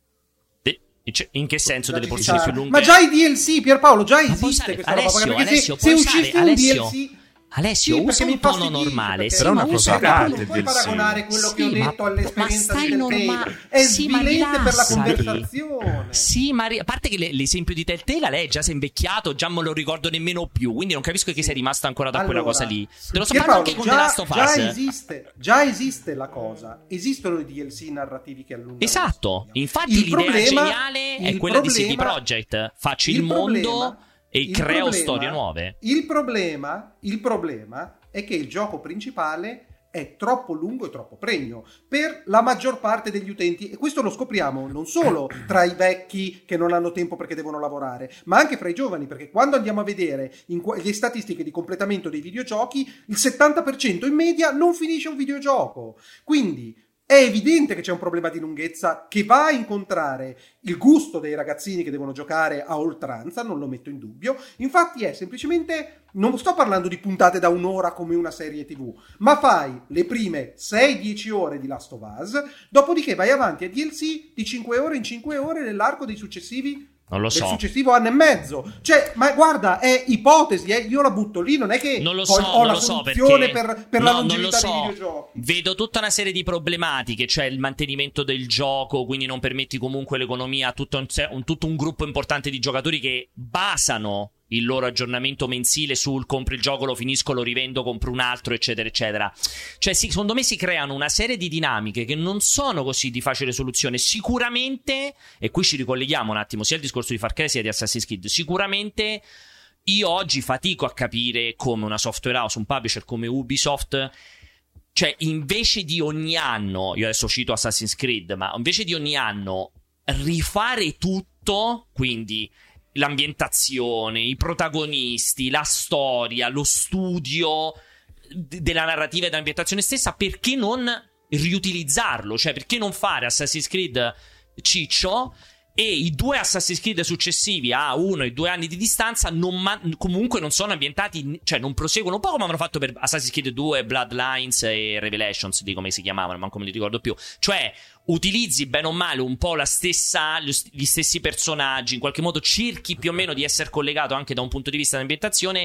eh. In che senso delle porzioni più lunghe? Ma già i D L C, Pierpaolo, già esiste usare, questa Alessio, roba. Alessio, se, se usare, uscisse un Alessio, D L C... Alessio, sì, usa un tono normale. Sì, però è una cosa a parte. Non puoi paragonare quello sì, che ho ma, detto all'esperienza di norma- Telltale. È sì, svilente per la rilassati. conversazione. Sì, ma a parte che le, l'esempio di Telltale, lei già si è invecchiato, già me lo ricordo nemmeno più, quindi non capisco che sei rimasto ancora da allora, quella cosa lì. Te lo so Pierpaolo, anche con già, The Last of Us. Già esiste, già esiste la cosa. Esistono i D L C narrativi che allungano. Esatto, infatti il l'idea problema, geniale è quella problema, di C D Projekt. Faccio il, il problema, mondo e il creo problema, storie nuove. Il problema, il problema è che il gioco principale è troppo lungo e troppo pregno per la maggior parte degli utenti, e questo lo scopriamo non solo tra i vecchi che non hanno tempo perché devono lavorare, ma anche fra i giovani, perché quando andiamo a vedere in qu- le statistiche di completamento dei videogiochi, il settanta per cento in media non finisce un videogioco. Quindi è evidente che c'è un problema di lunghezza che va a incontrare il gusto dei ragazzini che devono giocare a oltranza, non lo metto in dubbio. Infatti è semplicemente, non sto parlando di puntate da un'ora come una serie tivù, ma fai le prime sei dieci ore di Last of Us, dopodiché vai avanti a D L C di cinque ore in cinque ore nell'arco dei successivi Non lo so. del successivo anno e mezzo. Cioè, ma guarda, è ipotesi, eh? Io la butto lì, non è che non lo poi so, ho non la lo so soluzione perché per, per no, la non lo longevità so. dei videogiochi. Vedo tutta una serie di problematiche, cioè il mantenimento del gioco, quindi non permetti comunque l'economia a tutto un, un, tutto un gruppo importante di giocatori che basano il loro aggiornamento mensile sul compro il gioco, lo finisco, lo rivendo, compro un altro, eccetera, eccetera. Cioè, sì, secondo me si creano una serie di dinamiche che non sono così di facile soluzione. Sicuramente, e qui ci ricolleghiamo un attimo sia al discorso di Far Cry sia di Assassin's Creed, sicuramente io oggi fatico a capire come una software house, un publisher come Ubisoft, cioè invece di ogni anno, io adesso cito Assassin's Creed, ma invece di ogni anno rifare tutto, quindi l'ambientazione, i protagonisti, la storia, lo studio d- della narrativa e dell'ambientazione stessa, perché non riutilizzarlo? Cioè, perché non fare Assassin's Creed ciccio e i due Assassin's Creed successivi a uno e due anni di distanza non man- comunque non sono ambientati, cioè non proseguono, un po' come avevano fatto per Assassin's Creed due, Bloodlines e Revelations, di come si chiamavano, ma come li ricordo più. Cioè utilizzi bene o male un po' la stessa, gli stessi personaggi, in qualche modo cerchi più o meno di essere collegato anche da un punto di vista di ambientazione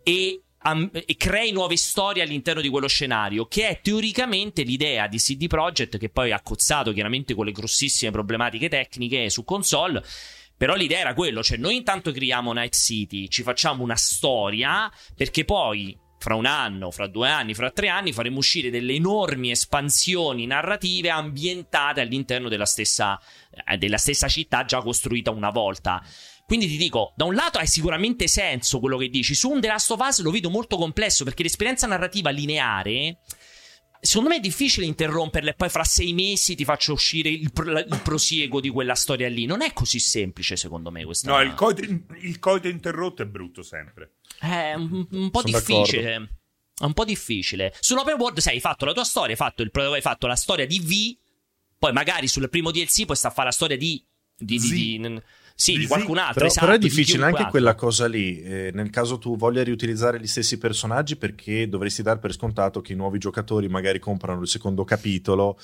e Um, e crei nuove storie all'interno di quello scenario, che è teoricamente l'idea di C D Projekt, che poi ha cozzato chiaramente con le grossissime problematiche tecniche su console. Però l'idea era quello, cioè noi intanto creiamo Night City, ci facciamo una storia, perché poi fra un anno, fra due anni, fra tre anni faremo uscire delle enormi espansioni narrative ambientate all'interno della stessa, eh, della stessa città già costruita una volta. Quindi ti dico, da un lato hai sicuramente senso quello che dici, su un The Last of Us lo vedo molto complesso, perché l'esperienza narrativa lineare, secondo me è difficile interromperla e poi fra sei mesi ti faccio uscire il, il prosieguo di quella storia lì. Non è così semplice, secondo me, questa. No, il coito, il coito interrotto è brutto sempre. È un, un po' Sono difficile. d'accordo. È un po' difficile. Sull'open world, sai, hai fatto la tua storia, hai fatto, il, hai fatto la storia di V, poi magari sul primo D L C puoi sta a fare la storia di... di, di, di, di Sì, di, di qualcun altro, però, esatto, però è difficile anche altro. quella cosa lì, eh, nel caso tu voglia riutilizzare gli stessi personaggi, perché dovresti dar per scontato che i nuovi giocatori magari comprano il secondo capitolo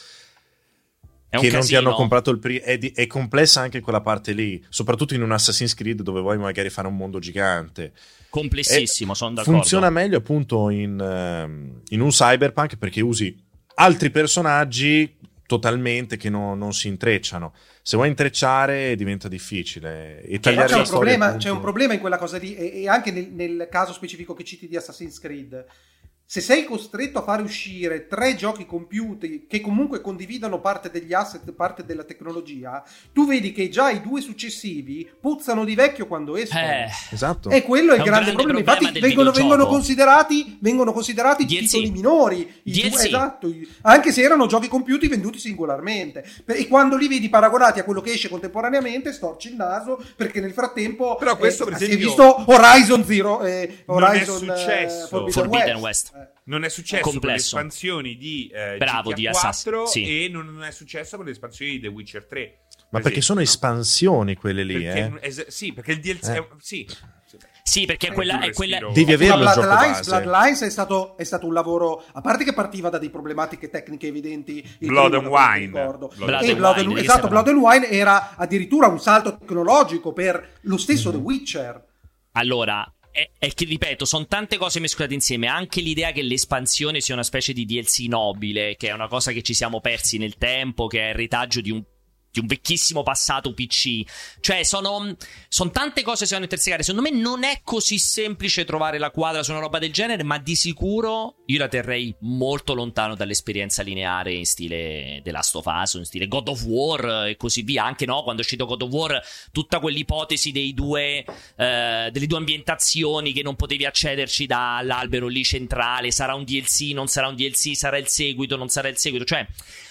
è che un non casino. ti hanno comprato il primo. È, di- è complessa anche quella parte lì, soprattutto in un Assassin's Creed dove vuoi magari fare un mondo gigante. Complessissimo, E sono d'accordo. funziona meglio appunto in, um, in un Cyberpunk, perché usi altri personaggi totalmente che no, non si intrecciano. Se vuoi intrecciare diventa difficile e tagliare c'è, la un storia, problema, appunto. c'è un problema in quella cosa lì, e, e anche nel, nel caso specifico che citi di Assassin's Creed. Se sei costretto a fare uscire tre giochi compiuti che comunque condividono parte degli asset, parte della tecnologia, tu vedi che già i due successivi puzzano di vecchio quando escono. Eh, Esatto. E quello è il È un grande, grande problema. problema Infatti del vengono, videogioco. vengono considerati vengono considerati D L C. titoli minori, i D L C. due, esatto, i- anche se erano giochi compiuti venduti singolarmente. E quando li vedi paragonati a quello che esce contemporaneamente, storci il naso, perché nel frattempo Però questo, per si è esempio, visto Horizon Zero eh, Horizon Non è successo. eh, Forbidden, Forbidden West. West. Eh. Non è successo Complesso. con le espansioni di eh, Bravo, G T A di quattro Assassin, sì. e non è successo con le espansioni di The Witcher tre. Ma perché sono no? espansioni quelle lì, Perché- eh? es- sì, perché il D L C Eh. è- sì. Sì, perché è quella, è quella... devi averlo il gioco Bloodlines, base. Bloodlines è stato, è stato un lavoro, a parte che partiva da delle problematiche tecniche evidenti, il Blood and primo, Wine. ricordo. Blood e and Blood Wine, and- di che esatto, stai Blood and Wine era addirittura un salto tecnologico per lo stesso Mm-hmm. The Witcher. Allora, è, è che ripeto, sono tante cose mescolate insieme. Anche l'idea che l'espansione sia una specie di D L C nobile, che è una cosa che ci siamo persi nel tempo, che è il retaggio di un, di un vecchissimo passato P C. Cioè, sono, sono tante cose che si vanno a intersecare. Secondo me non è così semplice trovare la quadra su una roba del genere, ma di sicuro io la terrei molto lontano dall'esperienza lineare in stile The Last of Us, in stile God of War e così via. Anche no, quando è uscito God of War, tutta quell'ipotesi dei due, eh, delle due ambientazioni che non potevi accederci dall'albero lì centrale, sarà un D L C, non sarà un D L C, sarà il seguito, non sarà il seguito, cioè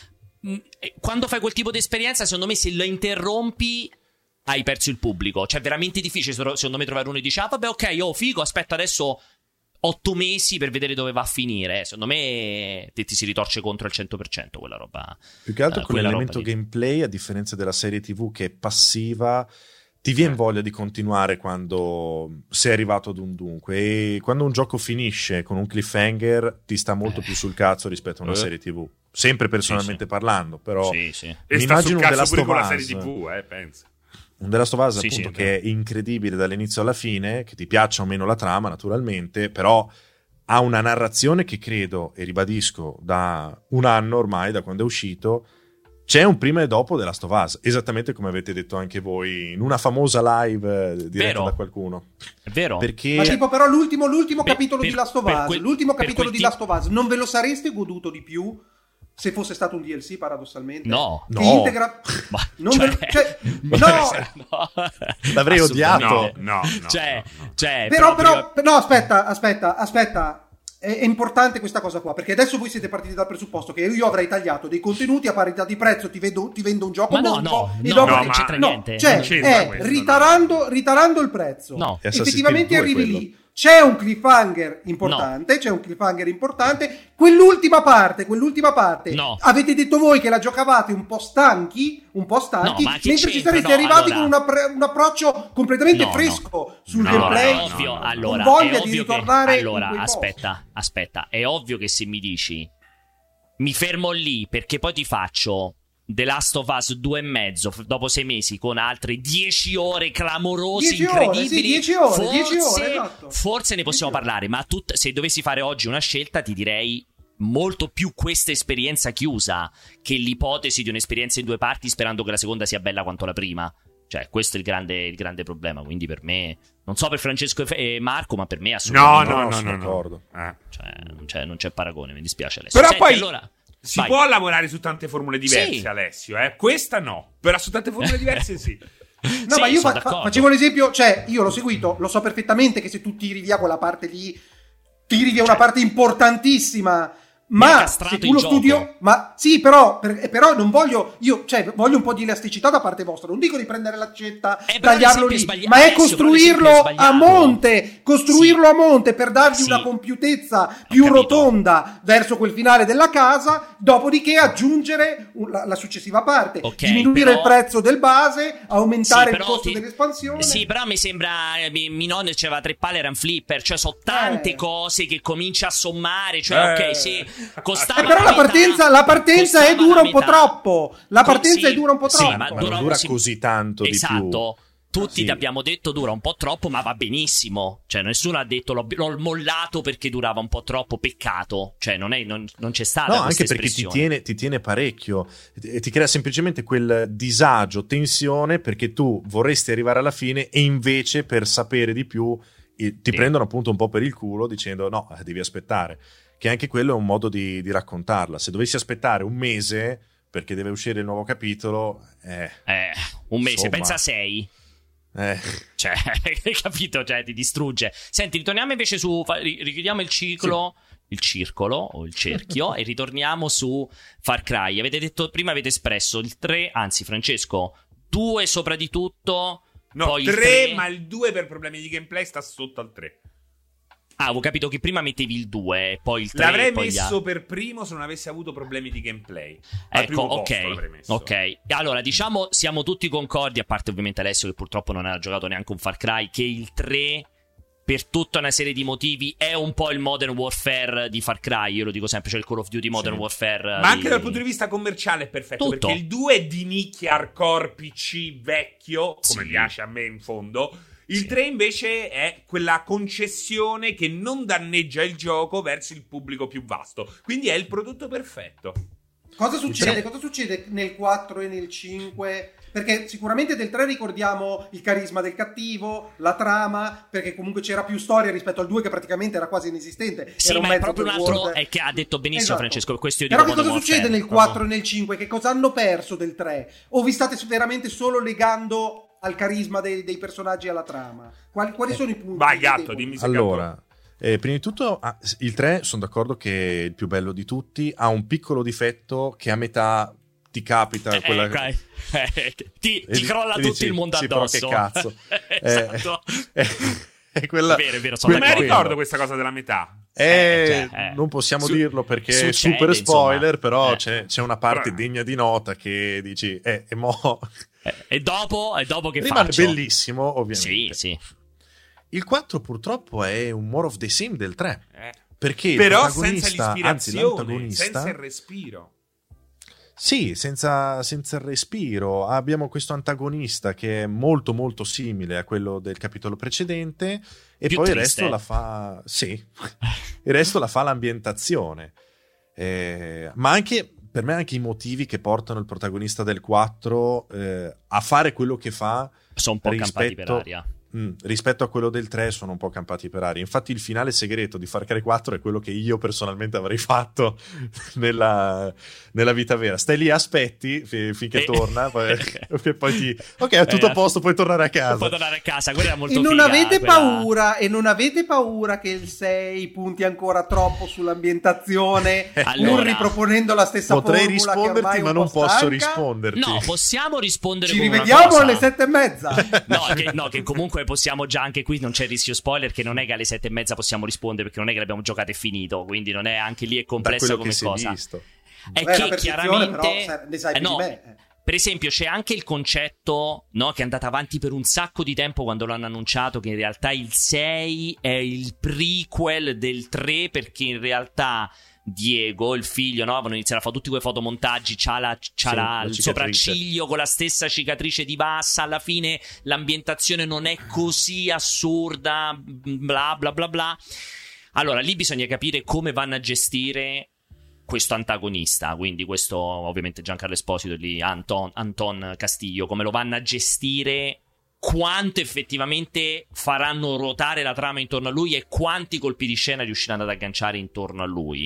quando fai quel tipo di esperienza, secondo me, se lo interrompi hai perso il pubblico. Cioè, è veramente difficile, secondo me, trovare uno che dice: ah, vabbè, ok, oh, figo, aspetta adesso otto mesi per vedere dove va a finire. Secondo me ti, ti si ritorce contro al cento per cento quella roba. Più che altro eh, con l'elemento gameplay, a differenza della serie tivù che è passiva, ti viene voglia di continuare quando sei arrivato ad un dunque. E quando un gioco finisce con un cliffhanger ti sta molto eh. più sul cazzo rispetto a una eh. serie tivù. Sempre personalmente sì, sì. parlando, però Sì, sì. E mi sta sul immagino un cazzo The Last pure of con la Us. serie tivù, eh, penso. Un The Last of Us, Sì, appunto, sì, che è incredibile dall'inizio alla fine, che ti piaccia o meno la trama, naturalmente, però ha una narrazione che credo, e ribadisco, da un anno ormai, da quando è uscito, c'è un prima e dopo The Last of Us, esattamente come avete detto anche voi in una famosa live eh, diretta Vero. da qualcuno. È vero? Perché Ma tipo però l'ultimo, l'ultimo Per- capitolo per- di Last of per Us, quel- l'ultimo per capitolo quel di ti- Last of Us, non ve lo sareste goduto di più se fosse stato un D L C, paradossalmente? No. Che No. integra... Ma, Non cioè, ve lo- cioè, ma- no! no. L'avrei odiato. No, no, no. Cioè, no, no. cioè Però, proprio- però, no, aspetta, aspetta, aspetta. È, è importante questa cosa qua, perché adesso voi siete partiti dal presupposto che io avrei tagliato dei contenuti a parità di prezzo, ti vendo, ti vendo un gioco Ma no, monco, no, e no, dopo no, ti- non c'entra no, niente, cioè, non c'entra è questo, ritarando, ritarando il prezzo. No. È Assassin's Effettivamente Creed due arrivi quello. lì. C'è un cliffhanger importante, c'è un cliffhanger importante. Quell'ultima parte, quell'ultima parte, No. avete detto voi che la giocavate un po' stanchi, un po' stanchi, No, ma che mentre ci c'entra? sareste No, arrivati allora- con un, appre- un approccio completamente No, no. fresco sul No, gameplay. è ovvio, no, no. allora, Con voglia è di ovvio ritornare che, in allora, quei aspetta, aspetta, è ovvio che se mi dici mi fermo lì perché poi ti faccio The Last of Us due e mezzo f- dopo sei mesi con altre dieci ore clamorose, dieci ore, incredibili, sì, dieci ore, forse, dieci ore, esatto. forse ne possiamo dieci ore. parlare, ma tut- se dovessi fare oggi una scelta ti direi molto più questa esperienza chiusa che l'ipotesi di un'esperienza in due parti sperando che la seconda sia bella quanto la prima. Cioè, questo è il grande, il grande problema. Quindi per me, non so per Francesco e Marco, ma per me No, assolutamente no, no, no, sono no, no. d'accordo. Eh. cioè, non, c'è, non c'è paragone, mi dispiace Alessio. Però Senti, poi allora, si vai. può lavorare su tante formule diverse, Sì. Alessio, eh? Questa no, però su tante formule diverse sì. No, Sì, ma io sono fa- fa- d'accordo. facevo l'esempio, cioè io l'ho seguito, lo so perfettamente che se tu tiri via quella parte lì, tiri via una parte importantissima. Mi ha Ma castrato se tu il lo gioco. studio, ma sì, però, per- però non voglio, io, cioè, voglio un po' di elasticità da parte vostra. Non dico di prendere l'accetta, Eh, però tagliarlo l'esempio è lì, sbagli- ma è Alessio, però l'esempio costruirlo è a sbagliato. monte, costruirlo Sì. a monte per dargli Sì. una compiutezza più capito. rotonda verso quel finale della casa, dopodiché aggiungere un- la, la successiva parte, Ok, diminuire però- il prezzo del base, aumentare Sì, il però costo ti- dell'espansione. Sì, però mi sembra. eh, Mi, mi nonno diceva tre palle erano flipper. Cioè, so tante Eh. cose che comincia a sommare. Cioè, Eh. ok, sì, Eh, costava. però la metà, partenza, la partenza è costava dura la un po' metà. troppo. La Co- partenza sì, è dura un po' sì, troppo. ma Ma dura- non dura sì. così tanto Esatto. di più. Tutti Sì. ti abbiamo detto dura un po' troppo, ma va benissimo. Cioè, nessuno ha detto l'ho, l'ho mollato perché durava un po' troppo. Peccato. Cioè, non, è, non, non c'è stata No, questa anche perché ti espressione. tiene, ti tiene parecchio e ti crea semplicemente quel disagio, tensione, perché tu vorresti arrivare alla fine e invece per sapere di più eh, ti Sì. prendono appunto un po' per il culo dicendo no, eh, devi aspettare. Che anche quello è un modo di, di raccontarla. Se dovessi aspettare un mese perché deve uscire il nuovo capitolo, eh, Eh, un mese, Insomma. pensa a sei. eh. Cioè, hai capito? Cioè, ti distrugge. Senti, ritorniamo invece su. fa- ri- Richiudiamo il ciclo. Il circolo o il cerchio. E ritorniamo su Far Cry. Avete detto prima, avete espresso il tre. Anzi, Francesco, due sopra di tutto. No, poi il tre, tre. ma il due per problemi di gameplay sta sotto al tre. Ah, avevo capito che prima mettevi il due, poi il tre. L'avrei poi gli messo altri. per primo se non avessi avuto problemi di gameplay. Al Ecco, primo posto ok, l'avrei messo. ok. Allora, diciamo, siamo tutti concordi, a parte ovviamente Alessio che purtroppo non ha giocato neanche un Far Cry, che il tre per tutta una serie di motivi è un po' il Modern Warfare di Far Cry, io lo dico sempre, c'è il Call of Duty Modern sì. Warfare. Ma anche di... dal punto di vista commerciale è perfetto, tutto. Perché il due è di nicchia hardcore P C vecchio, come sì. piace a me in fondo. Il sì. tre invece è quella concessione che non danneggia il gioco verso il pubblico più vasto. Quindi è il prodotto perfetto. Cosa succede? Cosa succede nel quattro e nel cinque? Perché sicuramente del tre ricordiamo il carisma del cattivo, la trama, perché comunque c'era più storia rispetto al due che praticamente era quasi inesistente. Sì, era un ma è proprio un altro, world. è che ha detto benissimo esatto. Francesco, questo io Però dico che cosa succede Warfare, nel quattro proprio. e nel cinque? Che cosa hanno perso del tre? O vi state veramente solo legando al carisma dei, dei personaggi e alla trama? Quali, quali sono i punti? Vai gatto, dimmi se allora eh, prima di tutto ah, il tre sono d'accordo che è il più bello di tutti, ha un piccolo difetto che a metà ti capita eh, quella... eh, eh, ti, ti e, crolla e tutto dici, il mondo sì, addosso. Però che cazzo. Esatto. eh, è quella... È vero, è vero, sono non me ricordo questa cosa della metà. Eh, Eh, cioè, eh. non possiamo Su- dirlo perché è succede, super spoiler, insomma. però Eh. c'è, c'è una parte Beh. degna di nota che dici, eh, e mo... Eh, e dopo, e dopo che rimane faccio? bellissimo, ovviamente. Sì, sì. Il quattro purtroppo è un more of the same del tre. Eh. Perché Però il senza protagonista, anzi l'ispirazione, l'antagonista, senza il respiro. sì, senza, senza il respiro. Abbiamo questo antagonista che è molto molto simile a quello del capitolo precedente e Più poi il triste. resto la fa, sì, il resto la fa l'ambientazione. Eh, ma anche per me anche i motivi che portano il protagonista del quattro eh, a fare quello che fa Sono un po' campati per rispetto, aria. mh, rispetto a quello del tre sono un po' campati per aria. Infatti il finale segreto di Far Cry quattro è quello che io personalmente avrei fatto nella, nella vita vera. Stai lì, aspetti fi- finché Eh. torna poi, e poi ti ok, è tutto Eh, a posto, puoi tornare a casa. Puoi tornare a casa, quella era molto E non figa, avete quella- paura e non avete paura che il sei punti ancora troppo sull'ambientazione, Allora, pur riproponendo la stessa Potrei formula che ormai risponderti, è ma un non po' posso stanca? risponderti. No, possiamo rispondere Ci con una rivediamo cosa. alle sette e mezza. No che, no, che comunque possiamo già, anche qui non c'è il rischio spoiler, che non è che alle sette e mezza possiamo rispondere, perché non è che l'abbiamo giocato e finito, quindi non è, anche lì è da complessa quello come che si è cosa. visto. È Beh, la che percezione, chiaramente però, sai- ne sai eh, più no, di me. eh. per esempio c'è anche il concetto, no, che è andato avanti per un sacco di tempo quando l'hanno annunciato, che in realtà il sei è il prequel del tre, perché in realtà Diego, il figlio, no, avevano iniziato a fare tutti quei fotomontaggi, c'ha, la, c'ha Sì, la- la il cicatrice. sopracciglio con la stessa cicatrice di Vassa, alla fine l'ambientazione non è così assurda, bla bla bla bla. Allora lì bisogna capire come vanno a gestire questo antagonista, quindi questo ovviamente Giancarlo Esposito lì, Anton, Anton Castillo, come lo vanno a gestire, quanto effettivamente faranno ruotare la trama intorno a lui e quanti colpi di scena riusciranno ad agganciare intorno a lui.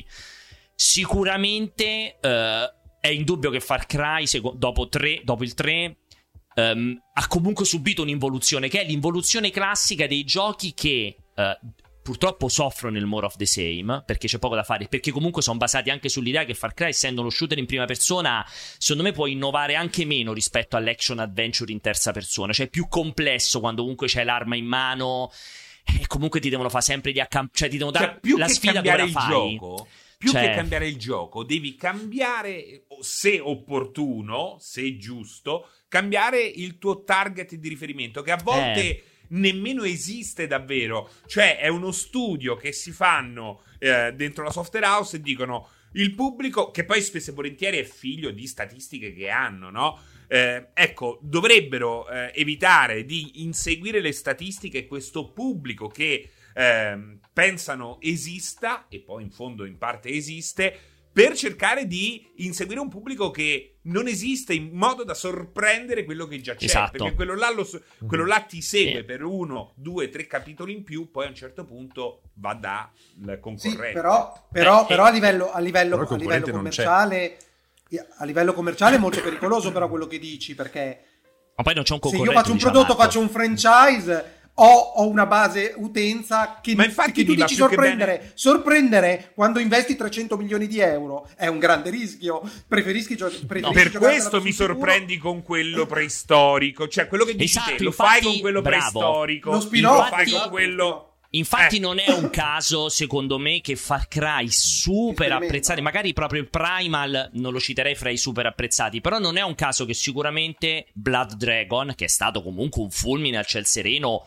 Sicuramente eh, è indubbio che Far Cry sec- dopo, tre, dopo il tre ehm, ha comunque subito un'involuzione, che è l'involuzione classica dei giochi che eh, purtroppo soffrono il more of the same, perché c'è poco da fare, perché comunque sono basati anche sull'idea che Far Cry, essendo uno shooter in prima persona, secondo me può innovare anche meno rispetto all'action adventure in terza persona, cioè è più complesso quando comunque c'hai l'arma in mano e comunque ti devono fare sempre di accamp- cioè ti devono dare Cioè, più la che sfida cambiare dove il la fai. gioco, più Cioè- che cambiare il gioco, devi cambiare, se opportuno, se giusto, cambiare il tuo target di riferimento, che a volte Eh. nemmeno esiste davvero. Cioè, è uno studio che si fanno eh, dentro la software house e dicono il pubblico, che poi spesso e volentieri è figlio di statistiche che hanno, no? Eh, ecco, dovrebbero eh, evitare di inseguire le statistiche, questo pubblico che eh, pensano esista, e poi in fondo in parte esiste, per cercare di inseguire un pubblico che non esiste, in modo da sorprendere quello che già c'è. Esatto. Perché quello là, lo so- quello là ti segue Sì. per uno, due, tre capitoli in più, poi a un certo punto va da il Sì, concorrente. però, però, Eh, però a livello, a livello, Però il a livello concorrente non c'è. commerciale a livello commerciale è molto pericoloso però quello che dici, perché Ma poi non c'è un se concorrente. io faccio un diciamo, prodotto, Marco. faccio un franchise, ho, ho una base utenza che, Ma infatti che tu mi va dici più che sorprendere. bene- Sorprendere quando investi trecento milioni di euro è un grande rischio. Preferisci, gio- preferisci Per giocartela questo sul mi sicuro. sorprendi con quello preistorico, cioè quello che dici Esatto, te, lo infatti, fai con quello bravo. preistorico, Lo spin-off, lo fai infatti- con quello. Infatti Eh. non è un caso, secondo me, che Far Cry super Esperimento. apprezzati, magari proprio il Primal non lo citerei fra i super apprezzati, però non è un caso che sicuramente Blood Dragon, che è stato comunque un fulmine al ciel sereno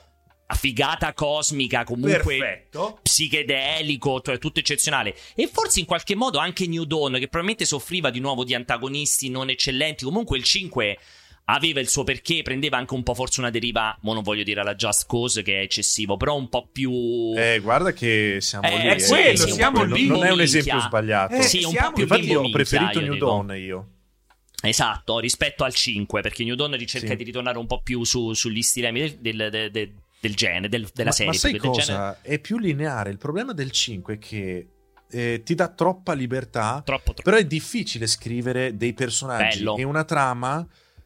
a figata cosmica, comunque perfetto, psichedelico, cioè tutto eccezionale. E forse in qualche modo anche New Dawn, che probabilmente soffriva di nuovo di antagonisti non eccellenti. Comunque il cinque aveva il suo perché, prendeva anche un po' forse una deriva, mo non voglio dire alla Just Cause che è eccessivo, però un po' più eh guarda che siamo eh, lì, è quello, sì, siamo non, lì. non è un minchia. esempio sbagliato, Eh, sì, un po' più infatti bimbo io ho preferito minchia, io New dico. Dawn io. Esatto, rispetto al cinque, perché New Dawn ricerca Sì. di ritornare un po' più su, sugli stilemi del, del, del, del, del genere, del, della ma, serie. ma sai del cosa? genere... È più lineare. Il problema del cinque è che eh, ti dà troppa libertà, Troppo, troppo. però è difficile scrivere dei personaggi Bello. e una trama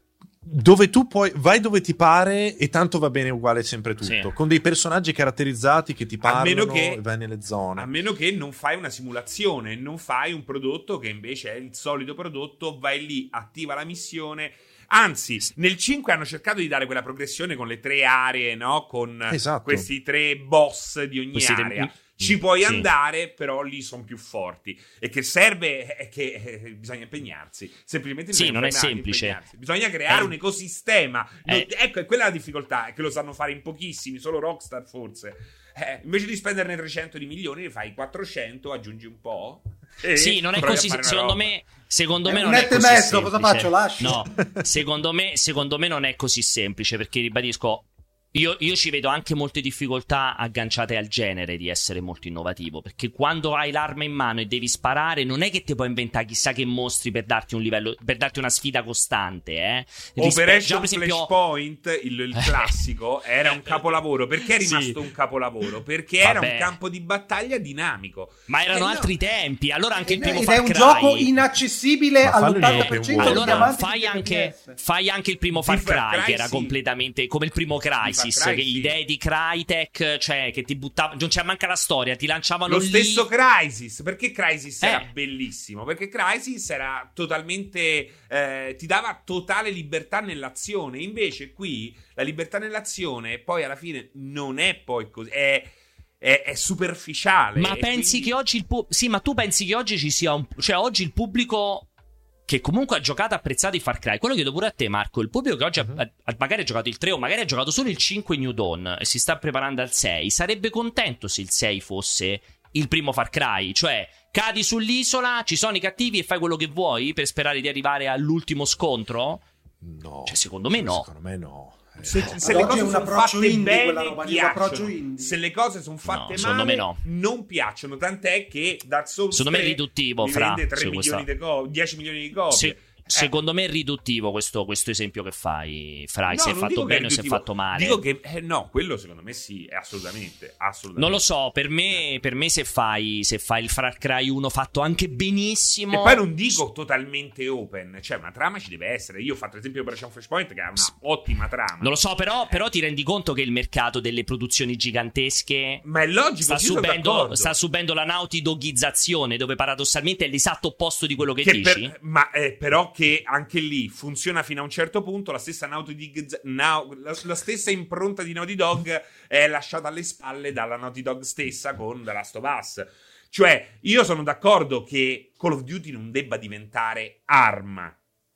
dove tu puoi vai dove ti pare e tanto va bene uguale sempre tutto, Sì. con dei personaggi caratterizzati che ti A meno parlano che- e vai nelle zone. A meno che non fai una simulazione, non fai un prodotto che invece è il solito prodotto, vai lì, attiva la missione. Anzi, nel cinque hanno cercato di dare quella progressione con le tre aree, no? Con Esatto. questi tre boss di ogni Questi tre- area. Ci puoi Sì. andare, però lì sono più forti. E che serve è che eh, bisogna impegnarsi. Semplicemente Sì, bisogna non è fermarsi, semplice. impegnarsi. Bisogna creare Eh. un ecosistema. Non- Eh. ecco, è quella la difficoltà, è che lo sanno fare in pochissimi, solo Rockstar forse. Eh, invece di spenderne trecento di milioni, ne fai quattrocento, aggiungi un po'. E Sì, non è provi a così. fare una Secondo roba. me, secondo È me un non è netto e così mezzo, cosa semplice. faccio? Lascio? No, secondo me, secondo me non è così semplice, perché ribadisco, io, io ci vedo anche molte difficoltà agganciate al genere di essere molto innovativo, perché quando hai l'arma in mano e devi sparare, non è che ti puoi inventare chissà che mostri per darti un livello, per darti una sfida costante, eh. Rispe- Operation già, per esempio- Flashpoint, il, il classico, era un capolavoro. Perché è rimasto Sì. un capolavoro? Perché era Vabbè. un campo di battaglia dinamico. Ma erano Eh, no. altri tempi. Allora anche il primo Ed Far è un Cry. gioco inaccessibile Ma fallo in all'ottanta per cento open degli world. Allora amanti fai di anche, F P S. fai anche il primo Far Di Far Cry, Cry, che era sì. completamente come il primo Crysis, Far Cry, che sì. idee di Crytek, cioè che ti buttavano, non c'è manca la storia, ti lanciavano Lo lì. stesso Crysis, perché Crysis Eh. era bellissimo? Perché Crysis era totalmente eh, ti dava totale libertà nell'azione. Invece qui la libertà nell'azione poi alla fine non è poi così, è, è, è superficiale. Ma e pensi quindi- che oggi il pu- sì, ma tu pensi che oggi ci sia un, cioè oggi il pubblico che comunque ha giocato e apprezzato i Far Cry, quello chiedo pure a te Marco, il pubblico che oggi Mhm. ha, ha- magari ha giocato il tre o magari ha giocato solo il cinque New Dawn e si sta preparando al sei, sarebbe contento se il sei fosse il primo Far Cry, cioè cadi sull'isola, ci sono i cattivi e fai quello che vuoi per sperare di arrivare all'ultimo scontro? No, Cioè, secondo me no. Secondo me no. Eh, Se, no. se Ad le oggi cose è un sono approccio fatte indie quella bene, roba lì, un piacciono. approccio indie. Se le cose sono fatte No, secondo male, me no. non piacciono. Tant'è che Dark Souls Secondo me è tre riduttivo, li Fra, vende tre su milioni questa- di copie, dieci milioni di copie. Se- Eh. Secondo me è riduttivo questo, questo esempio che fai, Fra, No, se è non fatto dico che è bene o se è riduttivo. fatto male. Dico che eh, no, quello secondo me sì, è assolutamente, assolutamente. Non lo so, per me, per me se, fai, se fai il Far Cry uno fatto anche benissimo. E poi non dico totalmente open, cioè una trama ci deve essere. Io ho fatto l'esempio di Operation Flashpoint che ha una ottima trama. Non lo so, però, però ti rendi conto che il mercato delle produzioni gigantesche Ma è logico, sta io sono subendo, d'accordo. sta subendo la Naughty Dogizzazione, dove paradossalmente è l'esatto opposto di quello che, Che dici. per- ma eh, però che anche lì funziona fino a un certo punto. La stessa Naughty Dog, Nau- la, la stessa impronta di Naughty Dog è lasciata alle spalle dalla Naughty Dog stessa con The Last of Us. Cioè, io sono d'accordo che Call of Duty non debba diventare arma,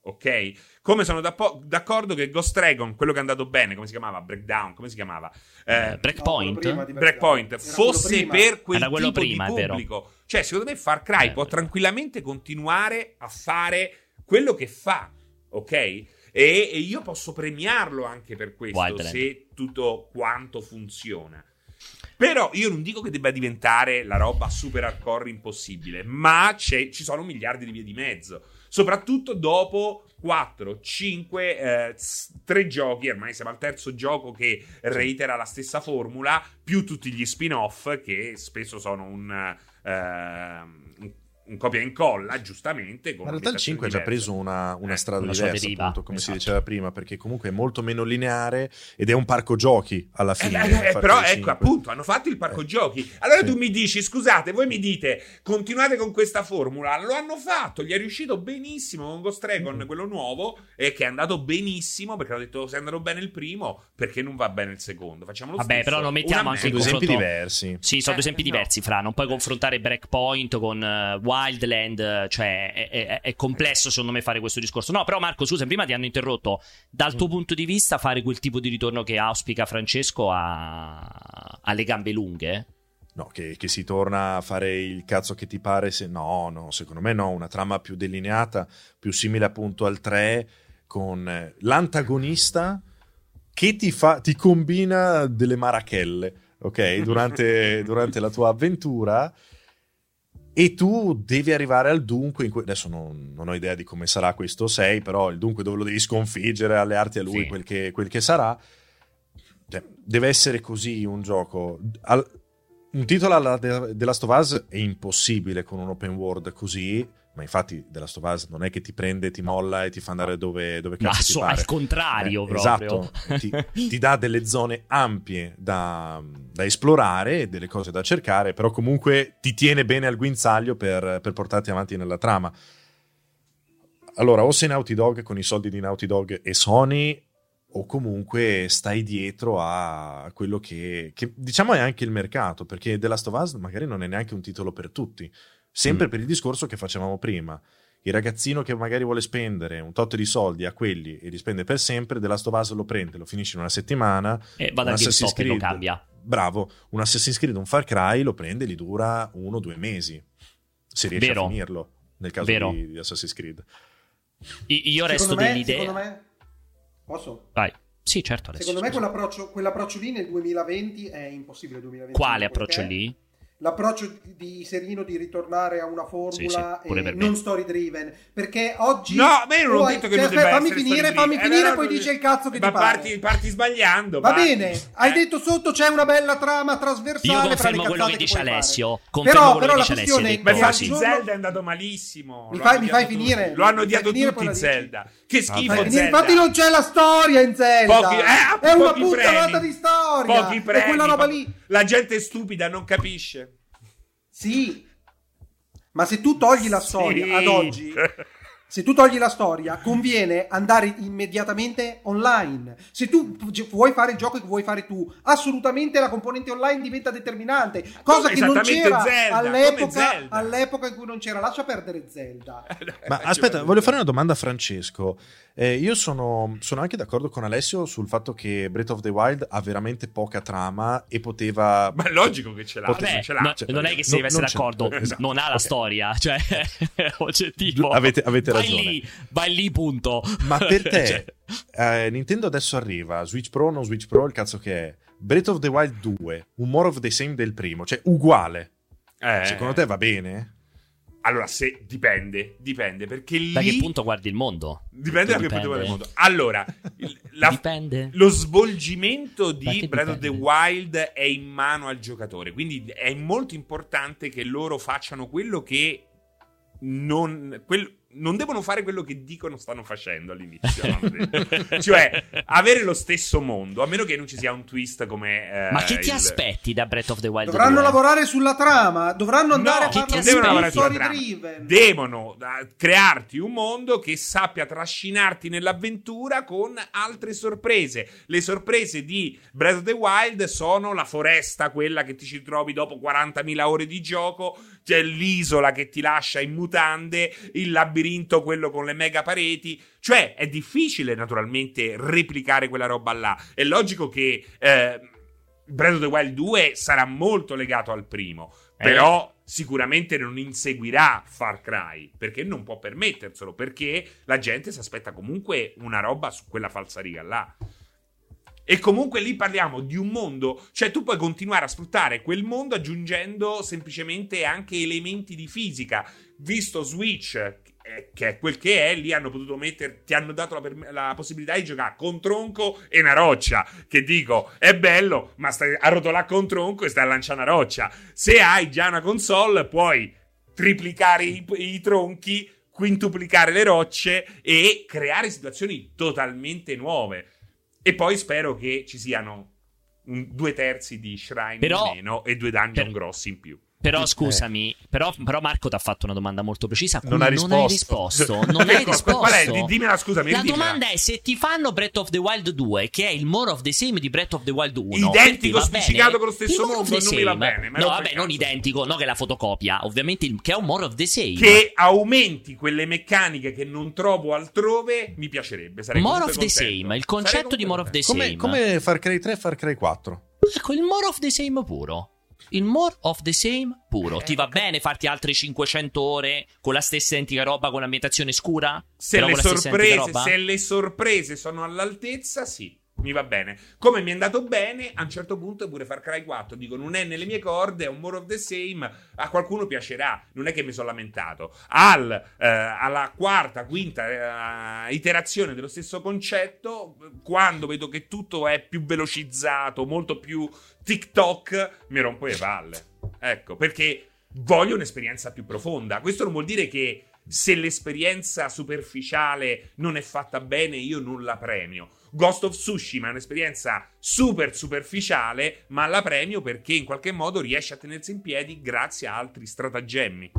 ok? Come sono d'appo- d'accordo che Ghost Recon, quello che è andato bene, come si chiamava? Breakdown, come si chiamava? Eh, Eh, Breakpoint. No, quello prima di Breakpoint Era quello fosse prima. per quel Era quello tipo prima, di è vero. pubblico. Cioè, secondo me Far Cry Eh, può vero. tranquillamente continuare a fare quello che fa, ok? E, e io posso premiarlo anche per questo, Wildland. se tutto quanto funziona. Però io non dico che debba diventare la roba super hardcore impossibile, ma c'è- ci sono miliardi di vie di mezzo. Soprattutto dopo quattro, cinque, tre giochi, ormai siamo al terzo gioco che reitera la stessa formula, più tutti gli spin-off che spesso sono un, eh, un, un copia e incolla, giustamente. Con Ma in realtà il cinque ha già diverse. preso una, una Eh, strada una sua diversa, deriva, appunto, come esatto. si diceva prima, perché comunque è molto meno lineare ed è un parco giochi alla Eh, fine. eh, eh, Far Cry però ecco cinque. appunto hanno fatto il parco Eh. giochi. Allora Sì. tu mi dici scusate, voi mi dite continuate con questa formula. Lo hanno fatto, gli è riuscito benissimo con Ghost Recon, Mm. quello nuovo, e che è andato benissimo perché hanno detto se è andato bene il primo perché non va bene il secondo, facciamo lo Vabbè, stesso. però non mettiamo Una anche Sono in due esempi confronto- diversi. Sì, sono Eh, due esempi no. diversi, Fra. Non puoi confrontare Breakpoint con uh, Wildland, cioè è, è, è complesso secondo me fare questo discorso. No, però Marco, scusa, prima ti hanno interrotto. Dal tuo punto di vista fare quel tipo di ritorno che auspica Francesco ha, ha le gambe lunghe? No, che, che si torna a fare il cazzo che ti pare, se no, no, secondo me no, una trama più delineata, più simile appunto al tre, con l'antagonista che ti fa, ti combina delle marachelle, ok? Durante, durante la tua avventura, e tu devi arrivare al dunque. In que- adesso non, non ho idea di come sarà questo sei, però il dunque dove lo devi sconfiggere, allearti a lui, sì. quel, che, quel che sarà. Cioè, deve essere così un gioco. Al- un titolo alla The Last of Us è impossibile con un open world così. Ma infatti The Last of Us non è che ti prende, ti molla e ti fa andare dove, dove cazzo ti pare. Al contrario, eh, proprio. Esatto, ti, ti dà delle zone ampie da, da esplorare, delle cose da cercare, però comunque ti tiene bene al guinzaglio per, per portarti avanti nella trama. Allora, o sei Naughty Dog con i soldi di Naughty Dog e Sony, o comunque stai dietro a quello che, che diciamo è anche il mercato, perché The Last of Us magari non è neanche un titolo per tutti. Sempre mm. per il discorso che facevamo prima, il ragazzino che magari vuole spendere un tot di soldi a quelli e li spende per sempre, The Last of Us lo prende, lo finisce in una settimana e va da GameStop e lo cambia. Bravo, un Assassin's Creed, un Far Cry lo prende e gli dura uno o due mesi, se riesce Vero. a finirlo, nel caso di, di Assassin's Creed. I, io resto secondo me, dell'idea secondo me... Posso? Vai. Sì, certo. Adesso, secondo me quell'approccio, quell'approccio lì nel duemilaventi è impossibile. duemilaventi Quale approccio lì? L'approccio di Serino di ritornare a una formula sì, sì, e non story driven, perché oggi no, ma io non ho detto che cioè, non debba fammi essere finire fammi eh, finire no, poi no, dice il cazzo che ma ti parti, pare parti sbagliando va parti. bene eh. Hai detto sotto c'è una bella trama trasversale io fra le confermo quello che dice che Alessio però, però la questione ma infatti giorno... Zelda è andato malissimo mi fai, mi fai finire lo hanno odiato tutti Zelda che schifo ah, Zelda infatti non c'è la storia in Zelda pochi, eh, è una puttanata di storia pochi premi, è quella roba lì la gente è stupida non capisce sì. Ma se tu togli la storia sì. ad oggi, se tu togli la storia, conviene andare immediatamente online. Se tu vuoi fare il gioco che vuoi fare tu, assolutamente la componente online diventa determinante. Cosa che non c'era Zelda, all'epoca, all'epoca in cui non c'era. Lascia perdere Zelda. Ma aspetta, voglio fare una domanda a Francesco. Eh, io sono, sono anche d'accordo con Alessio sul fatto che Breath of the Wild ha veramente poca trama e poteva... Ma è logico che ce l'ha, Pote... non ce l'ha. No, cioè, non è che si deve essere d'accordo, esatto. non ha la okay. storia, cioè oggettivo. Avete, avete vai ragione. Lì, vai lì, punto. Ma per te, cioè... eh, Nintendo adesso arriva, Switch Pro, non Switch Pro, il cazzo che è. Breath of the Wild due, un more of the same del primo, cioè uguale. Eh... Secondo te va bene? Allora, se dipende, dipende perché lì... Da che punto guardi il mondo? Dipende da che punto guardi il mondo. Allora, la, dipende. Lo svolgimento di Breath dipende. of the Wild è in mano al giocatore, quindi è molto importante che loro facciano quello che non... Quel, non devono fare quello che dicono stanno facendo all'inizio. Cioè, avere lo stesso mondo, a meno che non ci sia un twist come... Eh, Ma che ti il... aspetti da Breath of the Wild? Dovranno due? lavorare sulla trama, dovranno andare no, a farlo non devono lavorare sulla trama. Driven. Devono uh, crearti un mondo che sappia trascinarti nell'avventura con altre sorprese. Le sorprese di Breath of the Wild sono la foresta, quella che ti ci trovi dopo quarantamila ore di gioco, c'è l'isola che ti lascia in mutande, il labirinto, quello con le mega pareti. Cioè è difficile naturalmente replicare quella roba là. È logico che eh, Breath of the Wild due sarà molto legato al primo, eh. però sicuramente non inseguirà Far Cry, perché non può permetterselo, perché la gente si aspetta comunque una roba su quella falsariga là. E comunque lì parliamo di un mondo, cioè tu puoi continuare a sfruttare quel mondo aggiungendo semplicemente anche elementi di fisica. Visto Switch, che è quel che è, lì hanno potuto mettere, ti hanno dato la, la possibilità di giocare con tronco e una roccia, che dico, è bello, ma stai a rotolare con tronco e stai a lanciare una roccia. Se hai già una console, puoi triplicare i, i tronchi, quintuplicare le rocce e creare situazioni totalmente nuove. E poi spero che ci siano un, due terzi di shrine però, in meno e due dungeon per, grossi in più. Però scusami, eh. però, però Marco ti ha fatto una domanda molto precisa a cui non, non, risposto. non hai risposto. Non hai risposto. Qual è? Dimmela, scusami. La dimmela. domanda è se ti fanno Breath of the Wild due, che è il more of the same di Breath of the Wild uno. Identico, spiccicato con lo stesso mondo, non mi va bene. No, vabbè, non identico, no che è la fotocopia, ovviamente il, che è un more of the same. Che aumenti quelle meccaniche che non trovo altrove, mi piacerebbe. Sarei more of contento. the same, il concetto di more of the come, same. Come Far Cry tre e Far Cry quattro. Ecco, il more of the same puro. Il more of the same puro. Ti va bene farti altre cinquecento ore con la stessa identica roba, con l'ambientazione scura? Se le, sorprese, se le sorprese sono all'altezza, sì, mi va bene. Come mi è andato bene, a un certo punto pure Far Cry quattro, dico, non è nelle mie corde, è un more of the same, a qualcuno piacerà, non è che mi sono lamentato. Al, eh, alla quarta, quinta eh, iterazione dello stesso concetto, quando vedo che tutto è più velocizzato, molto più TikTok, mi rompo le palle. Ecco, perché voglio un'esperienza più profonda. Questo non vuol dire che se l'esperienza superficiale non è fatta bene, io non la premio. Ghost of Tsushima è un'esperienza super superficiale, ma la premio perché in qualche modo riesce a tenersi in piedi grazie a altri stratagemmi.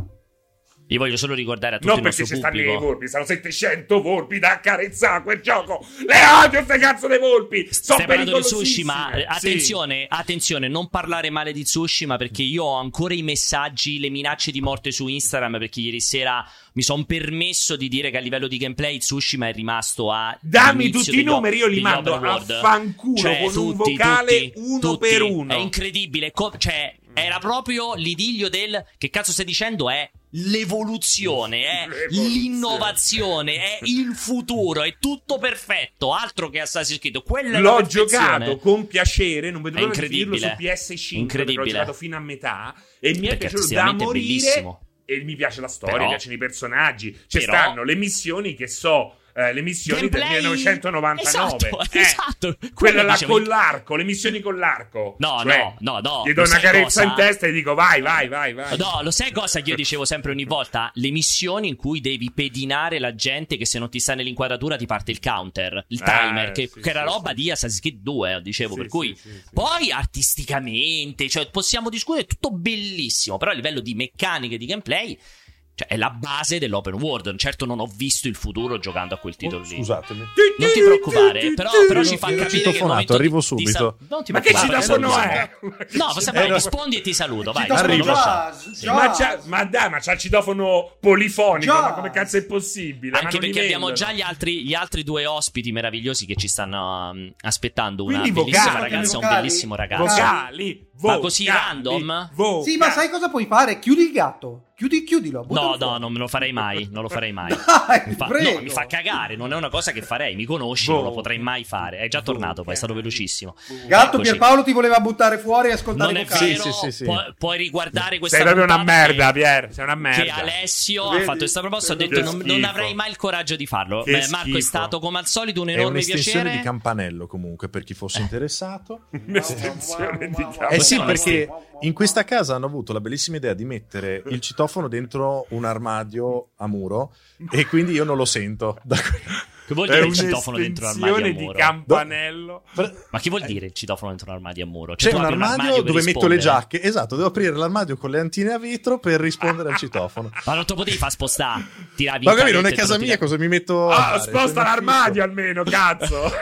Io voglio solo ricordare a tutti non il nostro perché ci pubblico. stanno le volpi, sono settecento volpi da accarezzare quel gioco. Le odio ste cazzo dei volpi. Sono Stai parlando di pericolosissime. Tsushima. Sì. Attenzione, attenzione, non parlare male di Tsushima, perché io ho ancora i messaggi, le minacce di morte su Instagram, perché ieri sera mi sono permesso di dire che a livello di gameplay Tsushima è rimasto a dammi tutti i numeri, io li mando a fanculo, cioè, con tutti, un vocale tutti, uno tutti. per uno. È incredibile, co- cioè era proprio l'idillio del che cazzo stai dicendo, è l'evoluzione, è L'evoluzione. l'innovazione, è il futuro, è tutto perfetto, altro che Assassin's Creed. Quella è L'ho la perfezione. giocato con piacere, non vedo È l'ora di finirlo su incredibile. P S cinque, Incredibile. perché l'ho giocato fino a metà e mi è Perché piaciuto da artisticamente è morire. bellissimo. E mi piace la storia, Però- mi piacciono i personaggi. Ci però- stanno le missioni che so. Eh, le missioni Gameplay- del millenovecentonovantanove, Esatto, eh, esatto. quella Quello là dicevo- con l'arco, le missioni con l'arco. No, Cioè, no, no, no. Gli do Lo una sai carezza cosa? in testa e dico vai, vai, vai, vai. No, lo sai cosa che io dicevo sempre ogni volta? Le missioni in cui devi pedinare la gente che se non ti sta nell'inquadratura ti parte il counter, il timer, Eh, che, sì, che era sì, roba sì. di Assassin's Creed due, dicevo, Sì, per cui sì, sì, sì. poi artisticamente, cioè possiamo discutere, è tutto bellissimo, però a livello di meccaniche di gameplay, cioè è la base dell'open world. Certo non ho visto il futuro giocando a quel titolo Oh, lì. scusatemi. Non ti preoccupare, però, però ci fa Io ho capire che il citofonato, momento arrivo di- subito. di sa- non ti Ma che preoccupare, citofono saluto. è? No, posso Eh, fare, no. rispondi e ti saluto. Vai, Citofono rispondi. Arrivo. jazz, Ma, jazz. c'ha, ma dai, ma c'ha il citofono polifonico, Già. ma come cazzo è possibile? Ma Anche non li perché abbiamo vendono. già gli altri, gli altri due ospiti meravigliosi che ci stanno um, aspettando. Una Quindi bellissima vocali, ragazza e un vocali, bellissimo ragazzo. Vocali, Ma così vocali, random? vocali. Sì, ma sai cosa puoi fare? Chiudi il gatto. Chiudi, chiudilo. No, buttalo no, fuori. non me lo farei mai. Non lo farei mai. Dai, Mi fa, prego. no, mi fa cagare. Non è una cosa che farei. Mi conosci, non lo potrei mai fare. È già tornato, poi è stato velocissimo. Gatto, Eccoci. Pierpaolo ti voleva buttare fuori e ascoltare Non i è vocali. vero. Sì, sì, sì, sì. Puoi, puoi riguardare questa Sei proprio una puntata merda, che- Pier. Sei una merda. Che Alessio Vedi? ha fatto questa proposta. Ho Che detto non, non schifo. avrei mai il coraggio di farlo. Che Beh, Marco, è schifo. stato come al solito un È enorme un'estensione piacere. di campanello comunque per chi fosse interessato. Un'estensione di campo. Eh sì, no, perché in questa casa hanno avuto la bellissima idea di mettere il citofono dentro un armadio a muro e quindi io non lo sento. Da que- Che vuol È dire il citofono dentro l'armadio a un'estensione di muro? campanello. Ma che vuol dire il citofono dentro l'armadio a muro? C'è tu un apri armadio per dove metto le rispondere. giacche. Esatto, devo aprire l'armadio con le antine a vetro per rispondere al citofono. Ma non te lo potevi far spostare. Tiravi Ma il capito, non è cavetto e te casa lo mia, tiravi. cosa mi metto a Ah, fare? sposta Sono l'armadio fisso. almeno, cazzo.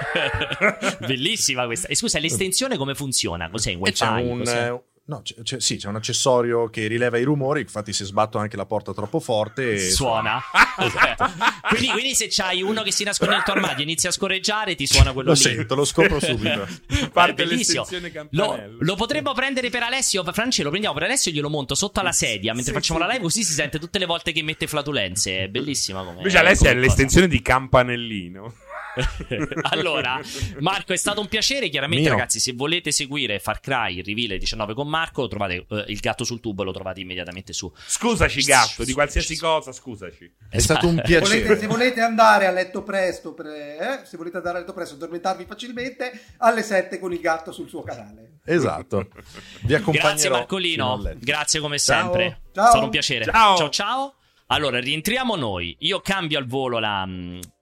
Bellissima questa. E scusa, l'estensione come funziona? Cos'è? Un E c'è wifi? un, Cos'è? eh, no, c'è, c'è- sì, c'è un accessorio che rileva i rumori. Infatti, se sbatto anche la porta troppo forte, e- Suona. Esatto. quindi, quindi se c'hai uno che si nasconde nel tuo armadio e inizia a scorreggiare, ti suona quello Lo lì. sento, lo scopro subito. Parte È bellissimo. l'estensione Lo, campanello. lo potremmo prendere per Alessio. France, lo prendiamo per Alessio e glielo monto sotto alla sedia mentre Sì, facciamo sì. la live, così si sente tutte le volte che mette flatulenze. È bellissima come. Invece Alessia è come cosa. l'estensione di campanellino. Allora, Marco, è stato un piacere. Chiaramente, Mio. ragazzi, se volete seguire Far Cry Reveal diciannove con Marco, lo trovate eh, il gatto sul tubo, lo trovate immediatamente su. Scusaci, gatto, di qualsiasi cosa, scusaci. È stato un Volete- piacere. se volete andare a letto presto, per, eh, se volete andare a letto presto e addormentarvi facilmente, alle sette con il gatto sul suo canale. Esatto. Vi accompagnerò. Grazie Marcolino, fino al letto. grazie come Ciao. sempre. Ciao. È stato un piacere. Ciao. ciao ciao. Allora, rientriamo noi. Io cambio al volo la, mh,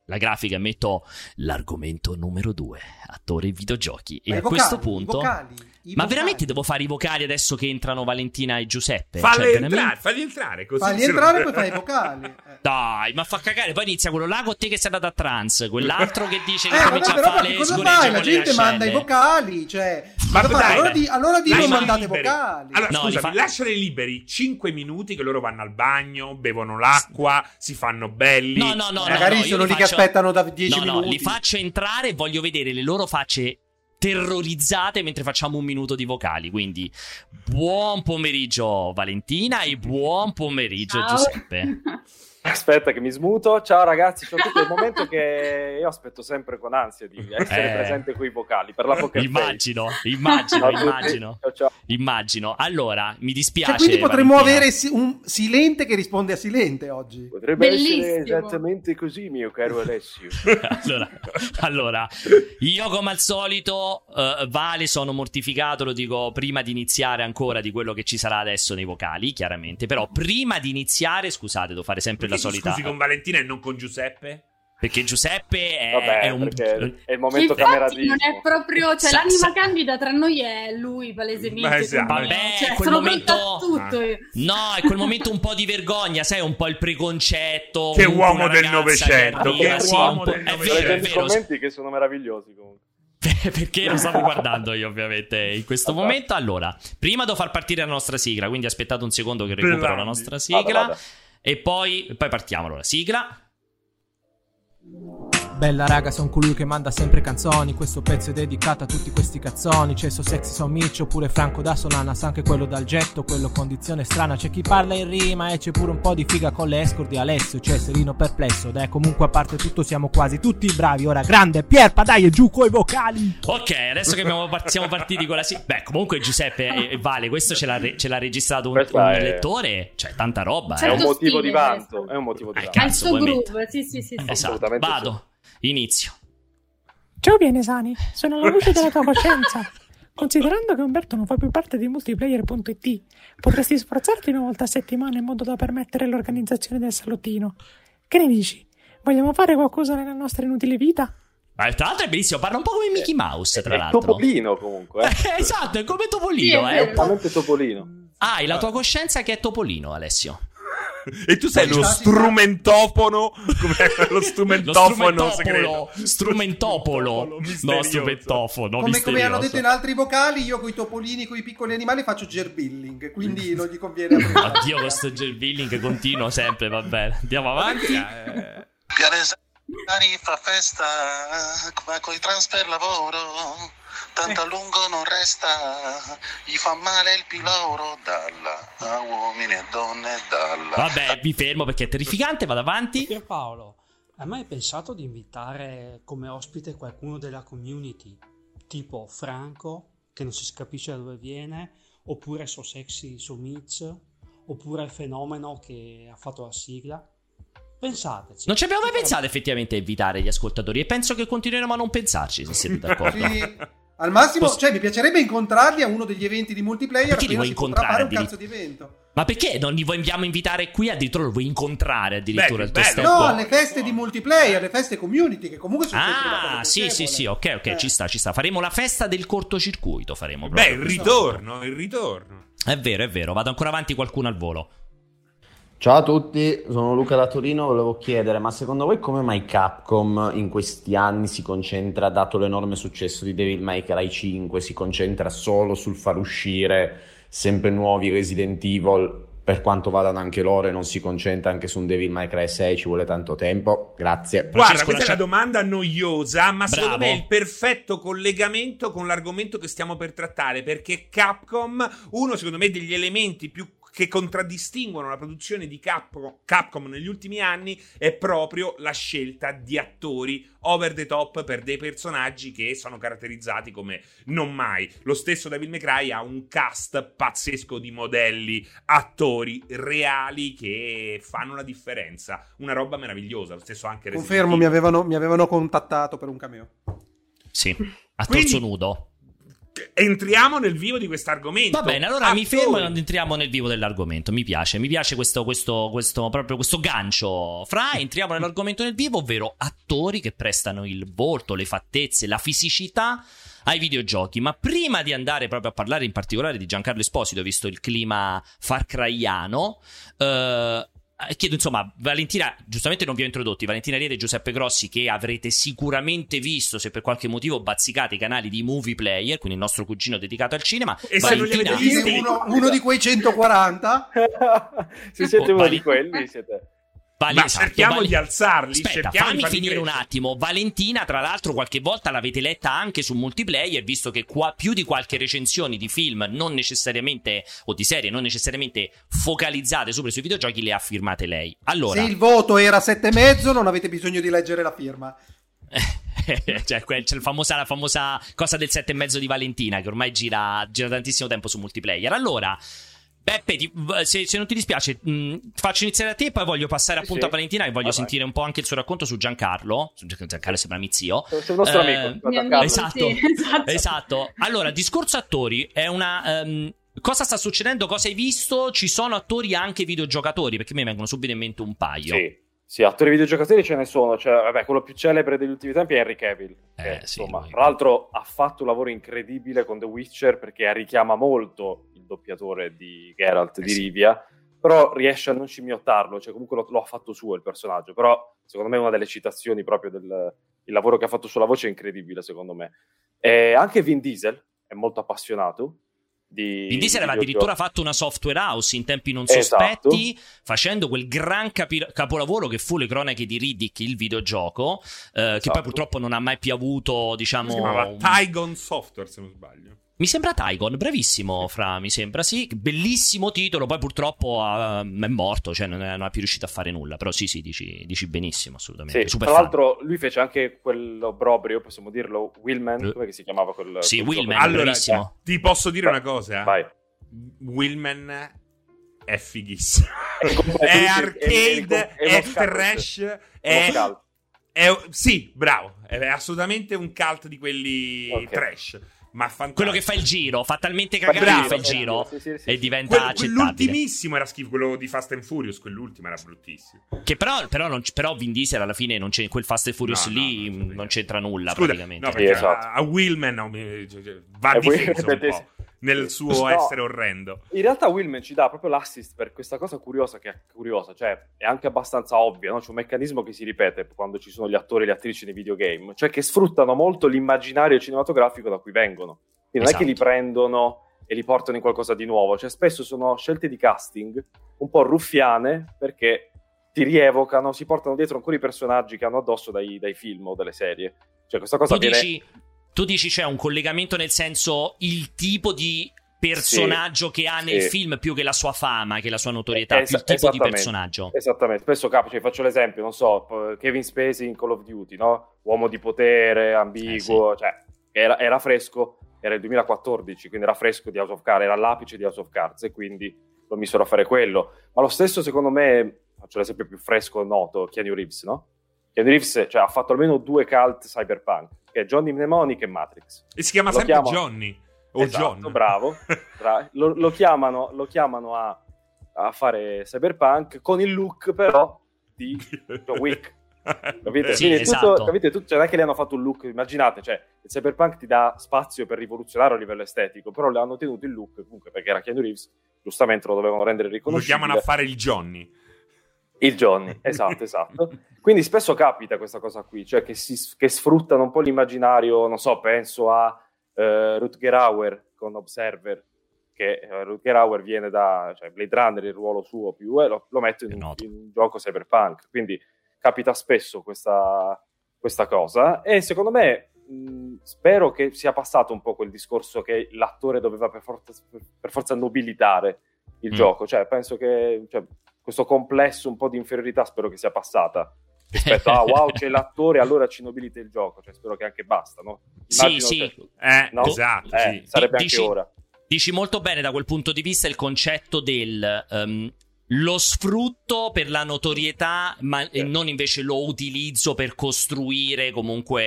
la grafica, metto l'argomento numero due, attore videogiochi. Ma e a vocali, questo punto... I vocali, i ma vocali. veramente devo fare i vocali adesso che entrano Valentina e Giuseppe? Falli Cioè, entrare, veramente... falli entrare. Così Falli se entrare e non- poi fai i vocali. Eh. Dai, ma fa cagare. Poi inizia quello là con te che sei andato a trance, quell'altro che dice che Eh, comincia vabbè, a però fare perché cosa scoregge fai? La con le gente manda i ascelle. vocali, cioè... Ma cosa dai, fai? Allora, dai. di, allora di non Lasciali mandate liberi. vocali. Allora, No, li scusami, fa- lasciali liberi cinque minuti che loro vanno al bagno, bevono l'acqua, si fanno belli. No, no, no, no, Magari no, io sono li lì che faccio- aspettano da dieci No, no, minuti. li faccio entrare e voglio vedere le loro facce terrorizzate mentre facciamo un minuto di vocali. Quindi buon pomeriggio Valentina e buon pomeriggio Ciao. Giuseppe. Aspetta che mi smuto. Ciao ragazzi, c'è tutto il momento che io aspetto sempre con ansia di essere Eh. presente qui vocali per la poker face. Immagino, immagino, Ciao a tutti. immagino. Ciao, ciao. Immagino. Allora, mi dispiace. Cioè, quindi potremmo Valentina. avere si- un Silente che risponde a Silente oggi. Potrebbe Bellissimo. essere esattamente così, mio caro Alessio. allora, allora, io come al solito, eh, Vale, sono mortificato, lo dico prima di iniziare ancora di quello che ci sarà adesso nei vocali, chiaramente. Però prima di iniziare, scusate, devo fare sempre Perché la ti solita... scusi con Valentina e non con Giuseppe? Perché Giuseppe è, Vabbè, è un... perché è il momento Infatti cameratismo. non è proprio, cioè Sa- l'anima sa- candida tra noi è lui Ma palesemente. esatto. quindi, Vabbè, cioè, quel sono momento- pronta a tutto io. No, è quel momento un po' di vergogna, sai, un po' il preconcetto. Che comunque uomo una del ragazza Novecento, che arriva, che sì, uomo un po'- del è Novecento. vero, è Leggendo i vero. commenti che sono meravigliosi comunque. Perché lo stavo guardando io ovviamente in questo Allora. momento. Allora, prima devo far partire la nostra sigla, quindi aspettate un secondo che recupero Grandi. la nostra sigla. Vada, vada. E poi, poi partiamo. Allora, sigla. Bella raga, son colui che manda sempre canzoni. Questo pezzo è dedicato a tutti questi cazzoni. C'è So Sexy, So Mitch, oppure Franco da Solanas. Anche quello dal getto, quello condizione strana. C'è chi parla in rima e c'è pure un po' di figa con le escort di Alessio. C'è Serino perplesso, dai, comunque a parte tutto siamo quasi tutti bravi. Ora grande Pierpa, dai, e giù coi vocali. Ok, adesso che abbiamo par- siamo partiti con la sigla. Beh, comunque Giuseppe e, e Vale, questo ce l'ha, re- ce l'ha registrato un, Questa un è- lettore. Cioè, tanta roba. È Certo un motivo stile, di vanto. adesso. È un motivo di Eh, vanto. Ha il cazzo, suo vuoi groove, sì sì sì, sì. Esatto, assolutamente vado. Inizio. Ciao Bienesani, sono la luce della tua coscienza. Considerando che Umberto non fa più parte di multiplayer punto it, potresti sforzarti una volta a settimana in modo da permettere l'organizzazione del salottino. Che ne dici? Vogliamo fare qualcosa nella nostra inutile vita? Ma tra l'altro è bellissimo, parla un po' come Mickey Mouse, tra È l'altro. Topolino comunque. Eh. Eh, esatto, è come Sì, Topolino, è eh. vero. Esattamente Topolino. Ah, hai la tua coscienza che è Topolino, Alessio. E tu sei Ci lo sta, ci sta. strumentofono, come lo strumentofono Lo segreto. strumentopolo, strumentopolo, misterioso. no, strumentofono, Come, come misterioso. hanno detto in altri vocali, io con i topolini, con i piccoli animali faccio gerbilling, quindi non gli conviene aprire. Oddio, questo gerbilling continuo sempre, va bene. Andiamo avanti. Eh, Pianesani fa festa, ma coi trans per lavoro, tanto a lungo non resta, gli fa male il piloro, dalla a uomini e donne, dalla. Vabbè, mi fermo perché è terrificante, vado avanti. Pierpaolo, hai mai pensato di invitare come ospite qualcuno della community, tipo Franco, che non si capisce da dove viene, oppure So Sexy, So Mitch, oppure il Fenomeno che ha fatto la sigla? Pensateci. Non ci abbiamo mai pensato effettivamente a invitare gli ascoltatori e penso che continueremo a non pensarci, se siete d'accordo. Sì. Al massimo, Posso- cioè, mi piacerebbe incontrarli a uno degli eventi di multiplayer. Perché li appena vuoi si potrà incontrare fare un addirittura? cazzo di evento. Ma perché non li vogliamo invitare qui? Addirittura lo vuoi incontrare addirittura Beh, il tuo bello. step? No, alle feste di multiplayer, alle feste community, che comunque sono sempre una cosa Ah, sì, sì, piacevole. sì, ok, ok, Eh. ci sta, ci sta. Faremo la festa del cortocircuito, faremo Beh, proprio. il ritorno, il ritorno. È vero, è vero, vado ancora avanti qualcuno al volo. Ciao a tutti, sono Luca da Torino, volevo chiedere, ma secondo voi come mai Capcom in questi anni si concentra, dato l'enorme successo di Devil May Cry cinque, si concentra solo sul far uscire sempre nuovi Resident Evil, per quanto vadano anche loro, e non si concentra anche su un Devil May Cry sei, ci vuole tanto tempo? Grazie. Guarda, Francesco, questa è lascia- una domanda noiosa, ma secondo Bravo. me è il perfetto collegamento con l'argomento che stiamo per trattare, perché Capcom, uno secondo me degli elementi più che contraddistinguono la produzione di Capcom, Capcom negli ultimi anni è proprio la scelta di attori over the top per dei personaggi che sono caratterizzati come non mai. Lo stesso Devil May Cry ha un cast pazzesco di modelli, attori reali che fanno la differenza. Una roba meravigliosa. Lo stesso anche Resident Confermo, Evil. mi avevano, mi avevano contattato per un cameo. Sì, a Quindi- torso nudo. entriamo nel vivo di questo argomento. Va bene, allora Attori. mi fermo e entriamo nel vivo dell'argomento. Mi piace, mi piace questo, questo, questo, proprio questo gancio. Fra, entriamo nell'argomento nel vivo, ovvero attori che prestano il volto, le fattezze, la fisicità ai videogiochi. Ma prima di andare proprio a parlare in particolare di Giancarlo Esposito, visto il clima far cryano, eh, chiedo insomma, Valentina, giustamente non vi ho introdotti, Valentina Riede e Giuseppe Grossi, che avrete sicuramente visto se per qualche motivo bazzicate i canali di Movie Player, quindi il nostro cugino dedicato al cinema. E Valentina, se non li avete visti, uno, uno di quei centoquaranta. Se siete uno Vali- di quelli, siete... Vale, ma esatto, cerchiamo vale- di alzarli. Aspetta, cerchiamo fammi di farli finire un crescere. attimo. Valentina, tra l'altro, qualche volta l'avete letta anche su Multiplayer, visto che qua più di qualche recensione di film, non necessariamente, o di serie, non necessariamente focalizzate sopra sui videogiochi, le ha firmate lei. Allora, Se il voto era sette e mezzo, non avete bisogno di leggere la firma. cioè, quel- c'è il famosa, la famosa cosa del sette e mezzo di Valentina, che ormai gira, gira tantissimo tempo su Multiplayer. Allora, Beppe, ti- se, se non ti dispiace, mh, faccio iniziare a te, poi voglio passare appunto sì. a Valentina e voglio Ah, sentire un po' anche il suo racconto su Giancarlo. Su Giancarlo sembra mio zio. Sei un nostro Eh, amico. Mio Giancarlo. amico, Esatto. sì, esatto. Esatto. Allora, discorso attori è una... ehm, cosa sta succedendo? Cosa hai visto? Ci sono attori anche videogiocatori? Perché mi vengono subito in mente un paio. Sì. Sì, attori videogiocatori ce ne sono, cioè, vabbè, quello più celebre degli ultimi tempi è Henry Cavill, che, Eh, sì, insomma, lui- tra l'altro ha fatto un lavoro incredibile con The Witcher perché richiama molto il doppiatore di Geralt Eh, di sì. Rivia, però riesce a non scimmiottarlo, cioè comunque lo, lo ha fatto suo il personaggio, però secondo me è una delle citazioni proprio del il lavoro che ha fatto sulla voce è incredibile, secondo me. E anche Vin Diesel è molto appassionato di Vin Diesel di aveva videogiochi. addirittura fatto una software house in tempi non Esatto. sospetti, facendo quel gran capi- capolavoro che fu Le cronache di Riddick, il videogioco, eh, che Esatto. poi purtroppo non ha mai più avuto, diciamo... Si chiamava un- Tygon Software, se non sbaglio. Mi sembra Tygon, bravissimo Fra, mi sembra, sì, bellissimo titolo, poi purtroppo ah, è morto, cioè non è, non è più riuscito a fare nulla, però sì sì, dici, dici benissimo, assolutamente, Sì, super tra fan. l'altro lui fece anche quell'obbrobrio, possiamo dirlo, Willman, Eh. come si chiamava quel... Sì, quel Willman, gioco? Allora, bravissimo. ti posso dire Vai. una cosa? Vai. Willman è fighissimo. È come- È è- arcade, è uno è cult. trash, È è... uno cult. è- Sì, bravo. È assolutamente un cult di quelli Ok. trash. Ma fantastico. Quello che fa il giro, fa talmente Fa cagare bravo, che fa il fa il giro giro, sì, sì, sì, e sì. diventa Quel- accettabile. quell'ultimissimo era schifo, quello di Fast and Furious, quell'ultimo era bruttissimo. Che però, però, non, però Vin Diesel alla fine non c'è, quel Fast and Furious No, no, lì no, no, non c'entra nulla Scusa, praticamente. no, perché Sì, esatto. a, a Willman no, mi- cioè, cioè, va E poi- difeso un po' nel suo No. essere orrendo. In realtà Willman ci dà proprio l'assist per questa cosa curiosa che è curiosa, cioè è anche abbastanza ovvia, no? C'è un meccanismo che si ripete quando ci sono gli attori e le attrici nei videogame, cioè che sfruttano molto l'immaginario cinematografico da cui vengono. Quindi non è che li Esatto. prendono e li portano in qualcosa di nuovo, cioè spesso sono scelte di casting un po' ruffiane perché ti rievocano, si portano dietro ancora i personaggi che hanno addosso dai, dai film o dalle serie. Cioè questa cosa Tu viene... dici, tu dici c'è un collegamento nel senso il tipo di personaggio Sì, che ha nel sì. film più che la sua fama, che la sua notorietà, Es- più il tipo di esattamente. personaggio. Esattamente, spesso capita, cioè, faccio l'esempio, non so, p- Kevin Spacey in Call of Duty, no? Uomo di potere, ambiguo, Eh, cioè era, era fresco, era il duemilaquattordici, quindi era fresco di House of Cards, era all'apice di House of Cards e quindi lo misero a fare quello. Ma lo stesso secondo me, faccio l'esempio più fresco noto, Keanu Reeves, no? Keanu Reeves cioè, ha fatto almeno due cult cyberpunk, che è Johnny Mnemonic e Matrix. E si chiama Lo sempre chiamo- Johnny o Esatto, John. bravo. Bra- lo, lo chiamano, lo chiamano a, a fare cyberpunk con il look però di John Wick. Capite? Sì, Quindi esatto. tutto, capite? Tutto, cioè, non è che le hanno fatto un look, immaginate, cioè, il cyberpunk ti dà spazio per rivoluzionare a livello estetico, però le hanno tenuto il look comunque perché era Keanu Reeves, giustamente lo dovevano rendere Lo riconoscibile. chiamano a fare il Johnny. Il Johnny, esatto, esatto. Quindi spesso capita questa cosa qui, cioè che, si, che sfruttano un po' l'immaginario, non so, penso a eh, Rutger Hauer con Observer, che eh, Rutger Hauer viene da cioè Blade Runner, il ruolo suo più, e lo, lo metto in un, in un gioco cyberpunk, quindi capita spesso questa, questa cosa, e secondo me mh, spero che sia passato un po' quel discorso che l'attore doveva per forza, per forza nobilitare il Mm. gioco, cioè penso che cioè, questo complesso un po' di inferiorità spero che sia passata rispetto a wow c'è l'attore allora ci nobilita il gioco, cioè spero che anche basta, no? Sì, Immagino, sì. cioè, Eh, no? esatto, Eh, sì. sarebbe Dici- anche ora. Dici molto bene da quel punto di vista il concetto del ehm, lo sfrutto per la notorietà, ma e non invece lo utilizzo per costruire comunque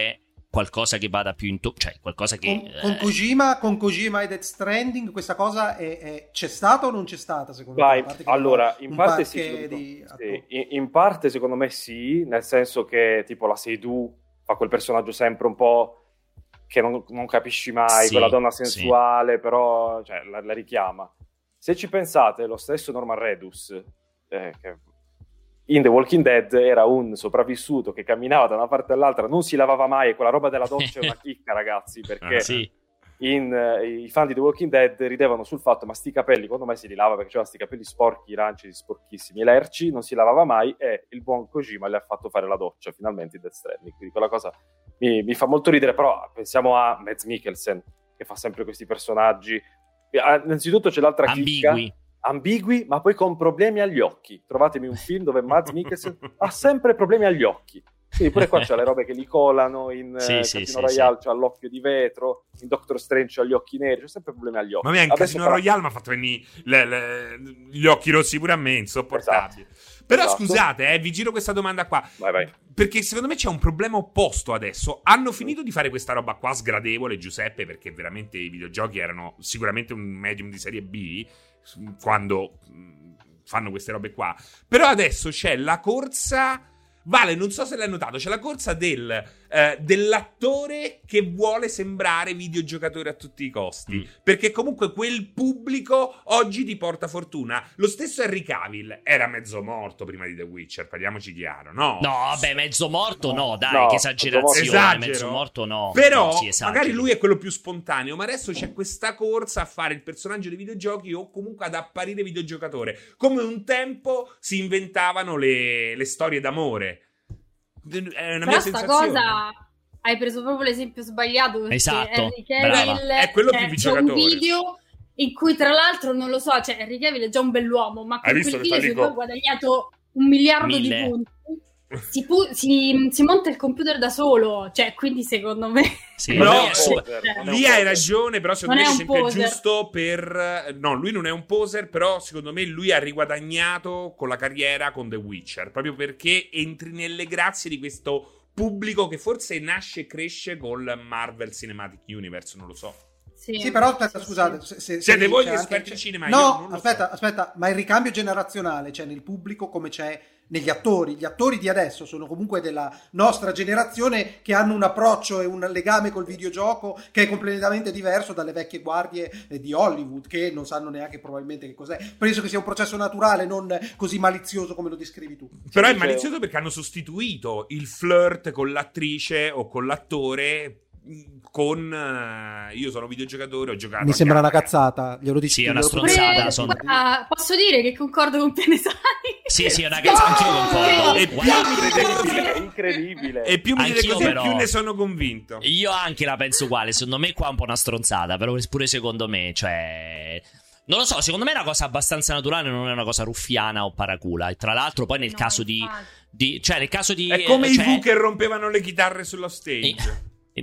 qualcosa che vada più in to- cioè qualcosa che con, eh... con Kojima con Kojima e Death Stranding questa cosa è, è, c'è stata o non c'è stata secondo Vai, te? Allora in parte sì, di... sì in, in parte secondo me sì, nel senso che tipo la Seydoux fa quel personaggio sempre un po' che non, non capisci mai, sì, quella donna sensuale sì. però cioè, la, la richiama. Se ci pensate, lo stesso Norman Reedus eh, che in The Walking Dead era un sopravvissuto che camminava da una parte all'altra, non si lavava mai, e quella roba della doccia è una chicca, ragazzi, perché ah, sì. in, uh, i fan di The Walking Dead ridevano sul fatto, ma sti capelli, quando mai si li lava? Perché c'erano sti capelli sporchi, rancidi, sporchissimi, lerci, non si lavava mai, e il buon Kojima le ha fatto fare la doccia, finalmente, in Death Stranding. Quindi quella cosa mi, mi fa molto ridere, però pensiamo a Mads Mikkelsen, che fa sempre questi personaggi. Innanzitutto c'è l'altra chicca. Ambigui. ambigui, ma poi con problemi agli occhi. Trovatemi un film dove Mads Mikkelsen ha sempre problemi agli occhi. Quindi pure qua c'è le robe che li colano, in sì, eh, sì, Casino sì, Royale sì. c'ha l'occhio di vetro, in Doctor Strange c'ha gli occhi neri, c'è sempre problemi agli occhi. Ma mia, in Adesso Casino però... Royale mi ha fatto venire le, le, gli occhi rossi pure a me, insopportabili. Esatto. Però esatto. scusate, eh, vi giro questa domanda qua. Vai, vai. Perché secondo me c'è un problema opposto adesso. Hanno finito di fare questa roba qua sgradevole, Giuseppe, perché veramente i videogiochi erano sicuramente un medium di serie B quando fanno queste robe qua. Però adesso c'è la corsa... Vale, non so se l'hai notato, c'è la corsa del, eh, dell'attore che vuole sembrare videogiocatore a tutti i costi. Mm. Perché comunque quel pubblico oggi ti porta fortuna. Lo stesso Henry Cavill era mezzo morto prima di The Witcher, parliamoci chiaro, no? No, vabbè, mezzo morto no, dai, no, che esagerazione, esagero. Mezzo morto no. Però no, sì, magari lui è quello più spontaneo, ma adesso c'è questa corsa a fare il personaggio dei videogiochi o comunque ad apparire videogiocatore. Come un tempo si inventavano le, le storie d'amore. È una Però mia sta sensazione. cosa hai preso proprio l'esempio sbagliato, perché esatto, Henry Cavill è quello cioè, più c'è un videogiocatore. video in cui tra l'altro non lo so, cioè Henry Cavill è già un bell'uomo, ma con quel video si ha guadagnato un miliardo Mille. di punti. Si, pu- si, si monta il computer da solo, cioè quindi secondo me sì, no, no, poser, lì hai ragione, però secondo non me è l'esempio un è poser. giusto per... No, lui non è un poser, però secondo me lui ha riguadagnato con la carriera con The Witcher, proprio perché entri nelle grazie di questo pubblico che forse nasce e cresce col Marvel Cinematic Universe, non lo so. Sì, sì, però aspetta, sì, scusate. sì. Se, se, Siete se voi gli anche- esperti di cinema? No, io non lo aspetta, so. aspetta, ma il ricambio generazionale c'è nel pubblico come c'è negli attori. Gli attori di adesso sono comunque della nostra generazione che hanno un approccio e un legame col videogioco che è completamente diverso dalle vecchie guardie eh, di Hollywood, che non sanno neanche probabilmente che cos'è. Penso che sia un processo naturale, non così malizioso come lo descrivi tu. Però è dice- malizioso perché hanno sostituito il flirt con l'attrice o con l'attore con uh, io sono videogiocatore, ho giocato Mi a sembra una Chiara. cazzata, glielo dico. Sì, è una glielo- stronzata, Pure- sono- ah, posso dire che concordo con Pianesani? Sì, sì, ragazzi, anch'io concordo. E Guarda, più mi dite così, Incredibile, incredibile. e più mi dite Anch'io così, però- più ne sono convinto. io anche la penso uguale. Secondo me qua è un po' una stronzata, però pure secondo me, cioè... Non lo so, secondo me è una cosa abbastanza naturale, non è una cosa ruffiana o paracula. E tra l'altro poi nel No, caso di, infatti. di... Cioè, nel caso di... È come eh, i cioè- V che rompevano le chitarre sullo stage. Eh,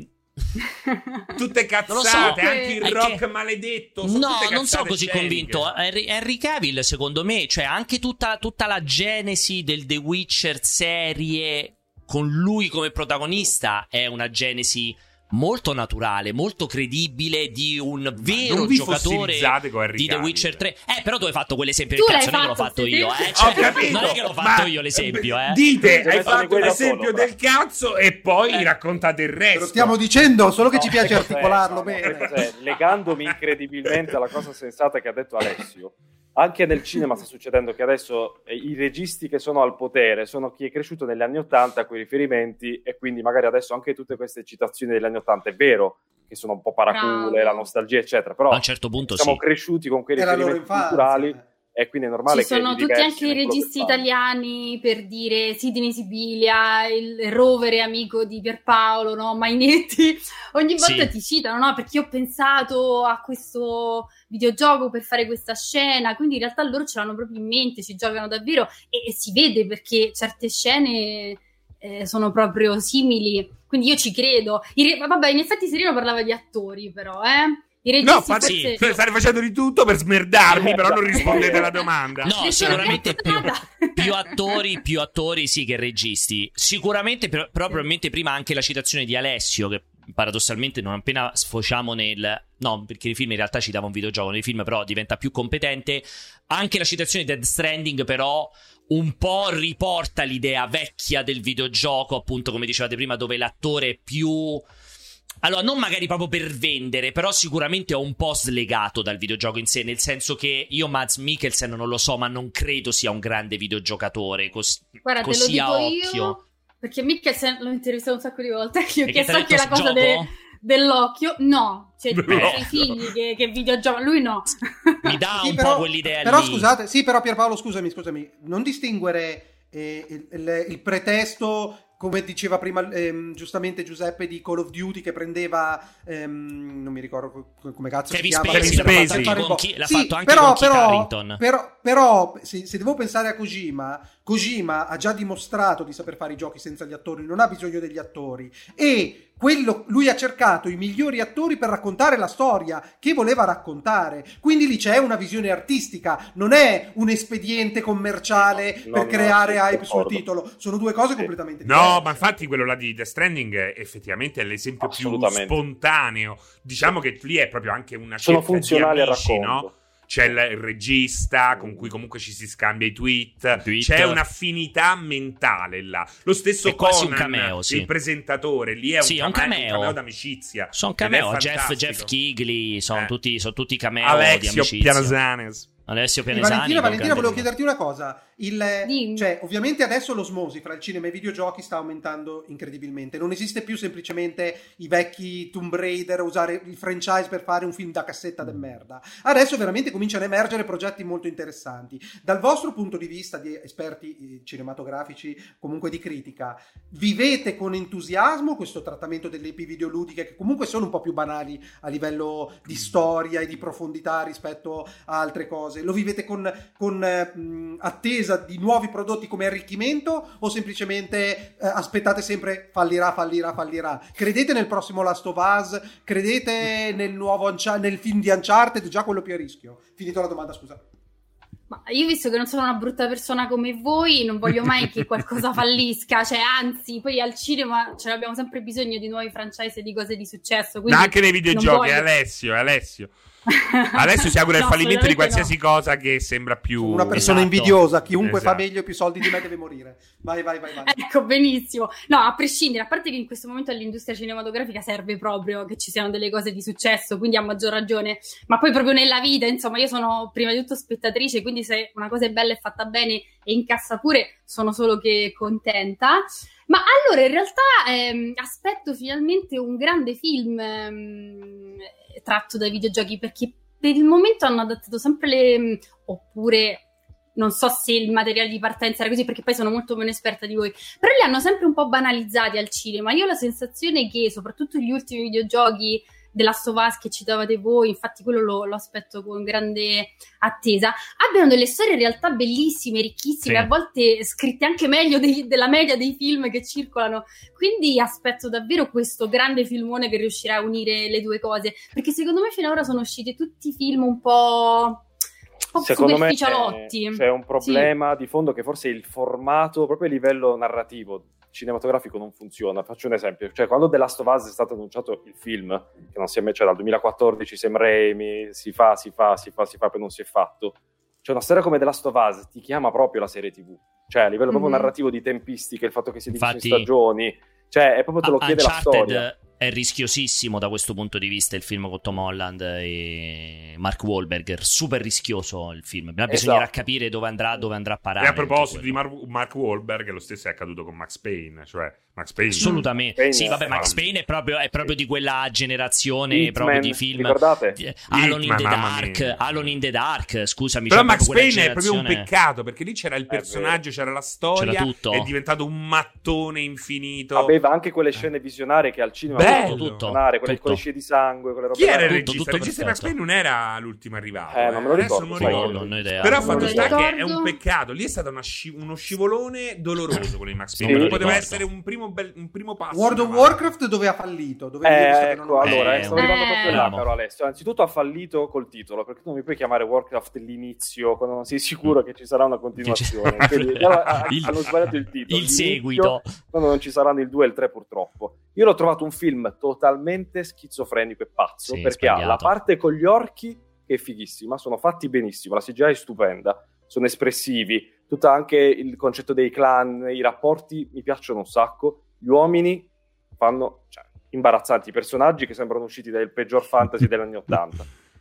Tutte Non lo so, cazzate, anche il è rock che- maledetto. sono No, tutte non sono cazzate così sceniche. convinto. Henry, Henry Cavill, secondo me, cioè anche tutta, tutta la genesi del The Witcher serie con lui come protagonista è una genesi molto naturale, molto credibile di un vero non vi giocatore fossilizzate con Henry di The Cavill. Witcher tre. Eh, però tu hai fatto quell'esempio Tu del cazzo, l'hai non è che l'ho fatto, fatto sì, io, sì. eh. Ho Cioè, capito, non è che l'ho ma- fatto io l'esempio, eh. Dite, Deve hai fare fatto quello l'esempio sopra. del cazzo e poi raccontate il Te resto. lo stiamo dicendo, solo che No, ci piace sai cos'è? articolarlo No, no, bene. sai cos'è? Legandomi incredibilmente alla cosa sensata che ha detto Alessio, anche nel cinema sta succedendo che adesso eh, i registi che sono al potere sono chi è cresciuto negli anni Ottanta a quei riferimenti, e quindi magari adesso anche tutte queste citazioni degli anni Ottanta è vero che sono un po' paracule, Bravo. la nostalgia eccetera, però A un certo punto siamo sì. cresciuti con quei È la loro riferimenti infanzia. culturali e quindi è normale Ci che sono li tutti diversi anche i nel quello che registi fanno. italiani, per dire Sidney Sibilia, il rovere amico di Pierpaolo, no? Mainetti, ogni volta Sì. ti citano, no? Perché io ho pensato a questo videogioco per fare questa scena, quindi in realtà loro ce l'hanno proprio in mente, ci giocano davvero e, e si vede perché certe scene eh, sono proprio simili, quindi io ci credo. I re- vabbè, in effetti Serino parlava di attori però, eh? I registi no, fate, forse... sì. State facendo di tutto per smerdarmi, però non rispondete alla domanda. No, sicuramente più, più attori, più attori sì che registi. Sicuramente, però, però probabilmente prima anche la citazione di Alessio, che paradossalmente non appena sfociamo nel... No, perché nei film in realtà citava un videogioco, nei film però diventa più competente. Anche la citazione di Death Stranding però un po' riporta l'idea vecchia del videogioco, appunto come dicevate prima, dove l'attore è più... Allora, non magari proprio per vendere, però sicuramente è un po' slegato dal videogioco in sé, nel senso che io Mads Mikkelsen non lo so, ma non credo sia un grande videogiocatore, cos- Guarda, così te lo a dico occhio. Io, perché Mikkelsen l'ho intervistato un sacco di volte, io ho E chiesto che anche la cosa de- dell'occhio. No, cioè No. i figli che, che videogioco, lui no. Mi dà Sì, un però- po' quell'idea Però lì. scusate, sì, però Pierpaolo, scusami, scusami, non distinguere eh, il, il- il pretesto, come diceva prima ehm, giustamente Giuseppe, di Call of Duty, che prendeva ehm, non mi ricordo co- come cazzo Kevin si chiama, Spacey, l'ha per fatto fare con il bo- chi- l'ha Sì, fatto anche però, con Kit però, Harington. però, però se, se devo pensare a Kojima, Kojima ha già dimostrato di saper fare i giochi senza gli attori, non ha bisogno degli attori, e quello, lui ha cercato i migliori attori per raccontare la storia che voleva raccontare, quindi lì c'è una visione artistica, non è un espediente commerciale No, per no, creare sì, hype d'accordo. sul titolo, sono due cose completamente diverse. No, ma infatti quello là di Death Stranding è effettivamente è l'esempio più Assolutamente. spontaneo. Diciamo che lì è proprio anche una Sono cerca di funzionali al amici, racconto. no? C'è il il regista con cui comunque ci si scambia i tweet, Tweet. c'è un'affinità mentale là. Lo stesso È quasi un Conan, cameo, sì. il presentatore, lì è un, Sì, è un cameo, un cameo. cameo d'amicizia. Sono Ed è cameo, Jeff, fantastico. Jeff Kigley, sono, Eh. tutti, sono tutti cameo di Alessio amicizia. Pianazanes. Alessio Sì, Pianesani. Valentina, col Valentina, volevo grande- chiederti una cosa. Il, Dimmi. cioè, ovviamente adesso l'osmosi fra il cinema e i videogiochi sta aumentando incredibilmente. Non esiste più semplicemente i vecchi Tomb Raider, usare il franchise per fare un film da cassetta de merda. Adesso veramente cominciano a emergere progetti molto interessanti. Dal vostro punto di vista di esperti eh, cinematografici, comunque di critica, vivete con entusiasmo questo trattamento delle I P videoludiche, che comunque sono un po' più banali a livello di storia e di profondità rispetto a altre cose? Lo vivete con, con eh, mh, attesa di nuovi prodotti come arricchimento, o semplicemente eh, aspettate sempre fallirà, fallirà, fallirà? Credete nel prossimo Last of Us? Credete nel nuovo Uncha- nel film di Uncharted, già quello più a rischio? Finito la domanda, scusa. Ma io, visto che non sono una brutta persona come voi, non voglio mai che qualcosa fallisca, cioè anzi, poi al cinema ce l'abbiamo sempre bisogno di nuovi franchise e di cose di successo. Quindi Anche nei videogiochi, non voglio- Alessio, Alessio. Adesso si augura No, il fallimento di assolutamente qualsiasi cosa che sembra più... Sono una persona Esatto. invidiosa, chiunque Esatto. fa meglio e più soldi di me deve morire. Vai, vai, vai, vai. Ecco, benissimo. No, a prescindere, a parte che in questo momento all'industria cinematografica serve proprio che ci siano delle cose di successo, quindi a maggior ragione, ma poi proprio nella vita, insomma, io sono prima di tutto spettatrice, quindi se una cosa è bella e fatta bene e incassa pure, sono solo che contenta. Ma allora, in realtà, ehm, aspetto finalmente un grande film ehm, tratto dai videogiochi, perché per il momento hanno adattato sempre le... oppure... non so se il materiale di partenza era così, perché poi sono molto meno esperta di voi, però li hanno sempre un po' banalizzati al cinema. Io ho la sensazione che soprattutto gli ultimi videogiochi della Last of Us che citavate voi, infatti quello lo, lo aspetto con grande attesa, abbiano delle storie in realtà bellissime, ricchissime, Sì. a volte scritte anche meglio dei- della media dei film che circolano, quindi aspetto davvero questo grande filmone che riuscirà a unire le due cose, perché secondo me fino ad ora sono usciti tutti film un po'... un po' Secondo me superficialotti. c'è un problema di fondo, che forse il formato, proprio a livello narrativo, cinematografico, non funziona. Faccio un esempio, cioè quando The Last of Us è stato annunciato il film, che non si è mai, cioè dal duemilaquattordici Sam Raimi, si fa, si fa, si fa, si fa, poi non si è fatto. Cioè una storia come The Last of Us ti chiama proprio la serie tivù, cioè a livello proprio Mhm. narrativo, di tempistiche, il fatto che sia diviso in Infatti- stagioni, cioè è proprio te lo chiede la storia. Uncharted è rischiosissimo da questo punto di vista, il film con Tom Holland e Mark Wahlberg, super rischioso il film. Esatto. Bisognerà capire dove andrà, dove andrà a parare. E a proposito tutto di quello. Mar- Mark Wahlberg, lo stesso è accaduto con Max Payne, cioè Max Payne. Assolutamente. Payne Sì, vabbè, è- Max Payne è proprio, è proprio di quella generazione Hitman, proprio di film. ricordate? Di- Alone in Hitman, the mamma Dark, mia. Alone in the Dark, scusami. Però c'è Max proprio quella Payne è proprio un generazione- peccato, perché lì c'era il personaggio, c'era la storia, C'era tutto. è diventato un mattone infinito. Aveva anche quelle scene visionarie che al cinema bello. tutto, tutto. Con le, tutto. con le scie di sangue, con le robe. Chi era il tutto, regista? tutto Il regista di Max Payne non era l'ultimo arrivato. Eh, non me lo Adesso ricordo, non sai, ricordo. non ho idea. Però Non fatto lo sta che ricordo. è un peccato. Lì è stato una sci- uno scivolone doloroso quello di Max Sì, Payne. me lo Poteva ricordo. essere un primo, bel- un primo passo. World of in avanti. Warcraft dove ha fallito? Dove Eh, hai visto che non ecco, ha- allora, Eh, stavo arrivando eh. proprio là, Bravo. caro Alessio. Anzitutto ha fallito col titolo, perché tu non mi puoi chiamare Warcraft l'inizio quando non sei sicuro che ci sarà una continuazione. Quindi, allora, ha- Il- hanno sbagliato il titolo. il L'inizio, seguito. quando non ci saranno il due e il tre, purtroppo. Io l'ho trovato un film totalmente schizofrenico e pazzo, Sì, perché ha sbagliato. la parte con gli orchi che è fighissima, sono fatti benissimo, la C G I è stupenda, sono espressivi, tutto anche il concetto dei clan, i rapporti mi piacciono un sacco, gli uomini fanno, cioè, imbarazzanti, i personaggi che sembrano usciti dal peggior fantasy degli anni Ottanta.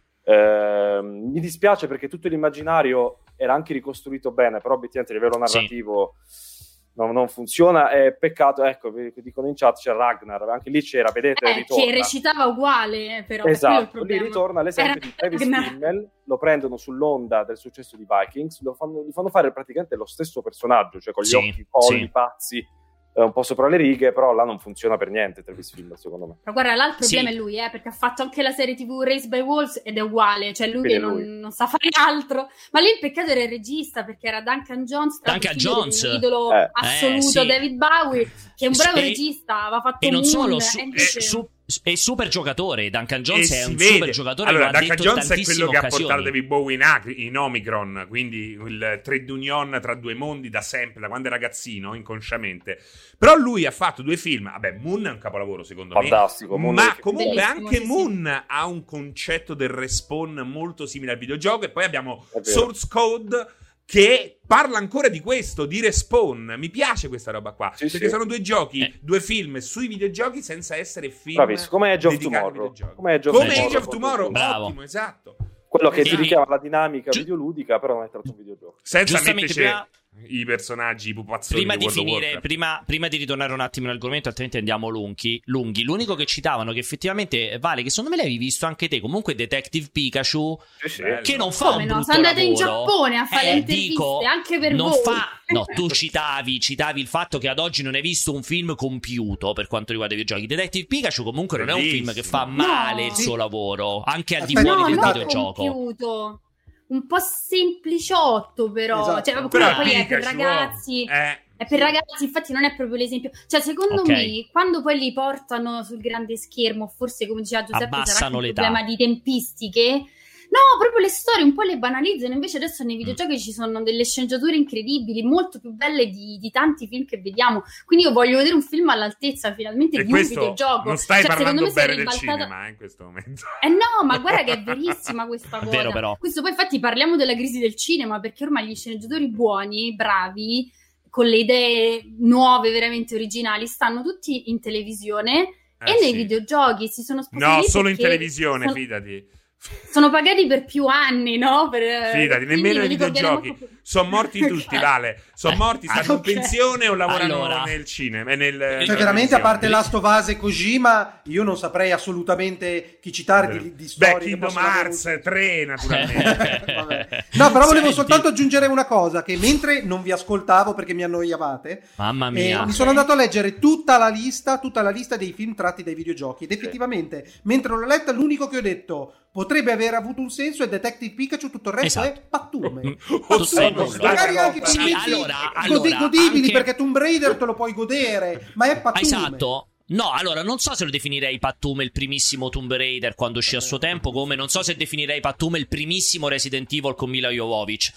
Eh, mi dispiace perché tutto l'immaginario era anche ricostruito bene, però obiettivamente a livello narrativo non, non funziona. È peccato, ecco, vi dicono in chat c'è Ragnar, anche lì c'era, vedete, Eh, ritorna. che recitava uguale, però. quello è il Esatto, lì problema. ritorna l'esempio Era di Travis Ragnar. Fimmel, lo prendono sull'onda del successo di Vikings, lo fanno, gli fanno fare praticamente lo stesso personaggio, cioè con gli Sì, occhi polli, sì. pazzi, eh, un po' sopra le righe, però là non funziona per niente Travis Fimmel, secondo me. Ma guarda, là il problema Sì. è lui, eh, perché ha fatto anche la serie tivù Race by Wolves ed è uguale, cioè lui Quindi che è non, lui. non sa fare altro. Ma lì il peccato era il regista, perché era Duncan Jones, tra Duncan l'altro figlio di Jones. un idolo Eh. assoluto, Eh, sì. David Bowie, che è un bravo E- regista, aveva fatto E non Moon, solo, su- e è, invece- su- è super giocatore. Duncan Jones E è si un vede. super giocatore. Allora, lo ha Duncan detto Jones è tantissime quello che ha portato occasioni. David Bowie in, Ac- in Omicron, quindi il trade union tra due mondi da sempre, da quando è ragazzino, inconsciamente. Però lui ha fatto due film. Vabbè, Moon è un capolavoro, secondo Fantastico, me. Moon Ma è comunque bellissimo, anche sì, sì. Moon ha un concetto del respawn molto simile al videogioco. E poi abbiamo È vero. Source Code, che parla ancora di questo, di respawn. Mi piace questa roba qua, Sì, perché sì. sono due giochi, Eh. due film sui videogiochi senza essere film Bravissimo, come Age of dedicati ai Tomorrow. videogiochi. Come Age of Come Tomorrow, Age of Tomorrow, Bravo. ottimo, esatto. Quello che E- ti richiama la dinamica Gi- videoludica, però non è tratto un videogioco. Senza Giustamente, metterci prima- i personaggi, i pupazzoni Prima di di World of finire, Warcraft. prima, prima di ritornare un attimo all'argomento, altrimenti andiamo lunghi, lunghi. L'unico che citavano, che effettivamente vale, che secondo me l'avevi visto anche te, comunque è Detective Pikachu, Sì, sì. Bello. che non fa Come un no? brutto Sono andate in lavoro. Giappone a fare Eh, le interviste, dico, anche per non voi. fa. No, tu citavi, citavi il fatto che ad oggi non hai visto un film compiuto per quanto riguarda i videogiochi. Detective Pikachu comunque non è un film che fa Bellissimo. male No. il suo lavoro, anche al di Aspetta, fuori No, del non videogioco. compiuto. Un po' sempliciotto, però. Esatto. Cioè, Però poi è per Pikachu, ragazzi. eh, È per ragazzi, infatti non è proprio l'esempio. Cioè, secondo Ok. me, quando poi li portano sul grande schermo, forse come diceva Giuseppe, sarà Abbassano anche un l'età. problema di tempistiche. No, proprio le storie un po' le banalizzano. Invece adesso nei videogiochi ci sono delle sceneggiature incredibili, molto più belle di, di tanti film che vediamo. Quindi io voglio vedere un film all'altezza finalmente E di un questo videogioco. non stai Cioè, secondo parlando me si è bene del ribaltata- cinema eh, in questo momento. Eh no, ma guarda che è verissima questa cosa. Vero, però. Questo poi infatti parliamo della crisi del cinema, perché ormai gli sceneggiatori buoni, bravi, con le idee nuove, veramente originali, stanno tutti in televisione Eh, e nei sì. videogiochi si sono spostati No, lì solo in perché televisione, sono, fidati. sono pagati per più anni, no? Per, Fidati, quindi nemmeno non i li conviene videogiochi. manco più. Sono morti tutti, Ok. Vale. Sono morti, stanno Ok. in pensione o lavorano Allora. nel cinema. e Nel, Cioè, in veramente, a parte televisione. Last of Us e Kojima, io non saprei assolutamente chi citare di, di storie Beh, che Kingdom possono avere un- Hearts tre, naturalmente. Vabbè. No, però volevo Senti. soltanto aggiungere una cosa, che mentre non vi ascoltavo perché mi annoiavate, Mamma eh, mia. mi sono andato a leggere tutta la lista, tutta la lista dei film tratti dai videogiochi ed effettivamente, mentre l'ho letta, l'unico che ho detto potrebbe aver avuto un senso è Detective Pikachu, tutto il resto Esatto. è pattume. Mm, Oh, tutto sono e nulla. Magari anche Sì, filmetti allora, gode- allora, godibili anche- perché Tomb Raider te lo puoi godere, ma è pattume. Esatto. No, allora non so se lo definirei pattume il primissimo Tomb Raider quando uscì a suo tempo, come non so se definirei pattume il primissimo Resident Evil con Mila Jovovich.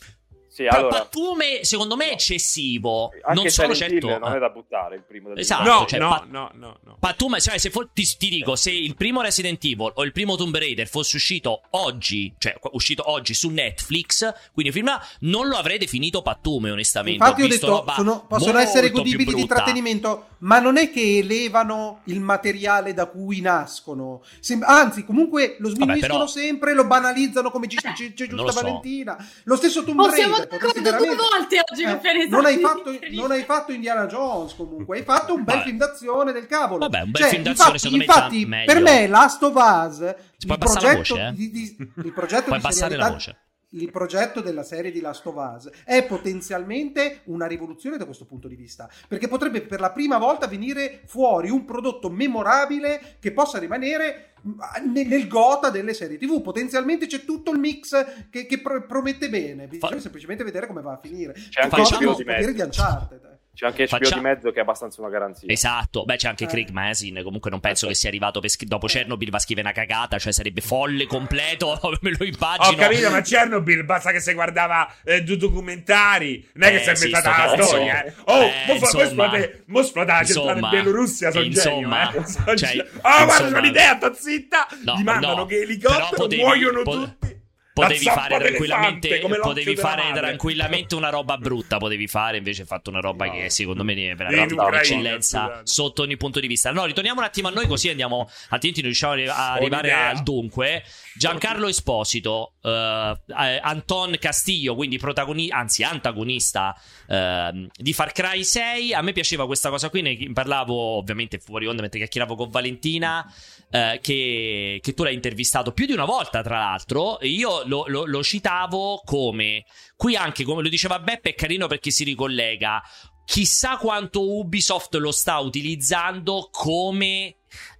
Sì, Però allora, pattume secondo me è eccessivo. anche Non sono Silent Hill certo. non è da buttare il primo del Esatto. No, cioè, no, pa- no, no, no. Pattume, cioè, se fo- ti, ti dico, se il primo Resident Evil o il primo Tomb Raider fosse uscito oggi, cioè uscito oggi su Netflix, quindi film là, non lo avrei definito pattume, onestamente. Infatti ho visto detto, roba sono- possono molto essere più godibili di brutta. intrattenimento, ma non è che elevano il materiale da cui nascono. Sem- anzi, comunque lo sminuiscono però- sempre, lo banalizzano come dice c'è, c'è non giusta lo so. Valentina. Lo stesso Tomb Oh, siamo Raider. potresti d'accordo due veramente- volte oggi con Eh, Pianesani. non, hai fatto, non hai fatto Indiana Jones comunque, hai fatto un bel Vabbè. film d'azione del cavolo. Vabbè, un bel Cioè, film d'azione, infatti, secondo me, già infatti meglio. per me Last of Us, Si può il abbassare la progetto, voce, eh? di, di- il progetto Puoi di abbassare la serialità- voce. il progetto della serie di Last of Us è potenzialmente una rivoluzione da questo punto di vista, perché potrebbe per la prima volta venire fuori un prodotto memorabile che possa rimanere nel gota delle serie tivù. Potenzialmente c'è tutto il mix che, che pro- promette bene, bisogna Fa- semplicemente vedere come va a finire. C'è anche cosa H B O di mezzo. di Uncharted. C'è anche H B O Faccia... di mezzo che è abbastanza una garanzia. Esatto, beh c'è anche Eh. Craig Mazin, comunque non penso Eh. che sia arrivato per sch- dopo Chernobyl va a scrivere una cagata, cioè sarebbe folle completo, me lo Ho immagino. capito, ma Chernobyl basta che si guardava eh, due documentari, non è che Eh, si è sì, inventata sto la cazzo. storia. Eh. Oh, Eh, mo fa- mo insomma, esplode, mo esplode la centrale in insomma, Bielorussia, sono insomma, genio. Eh. Sono cioè, genio. Oh, guarda, insomma, c'ho un'idea, sto zitta. No, Gli mandano no, che però elicottero, potevi- muoiono po- tutti. Potevi La fare zappa tranquillamente, d'elefante, come l'occhio potevi della fare madre. tranquillamente una roba brutta, potevi fare, invece hai fatto una roba No. che secondo me è In veramente Ucraina, un'eccellenza scusate. sotto ogni punto di vista. No, ritorniamo un attimo a noi così andiamo, altrimenti non riusciamo a arrivare un'idea. al dunque. Giancarlo Esposito, eh, eh, Anton Castillo, quindi protagonista, anzi antagonista eh, di Far Cry sei. A me piaceva questa cosa qui, ne parlavo ovviamente fuori onda mentre chiacchieravo con Valentina, eh, che, che tu l'hai intervistato più di una volta tra l'altro, e io lo, lo, lo citavo come, qui anche come lo diceva Beppe, è carino perché si ricollega, chissà quanto Ubisoft lo sta utilizzando come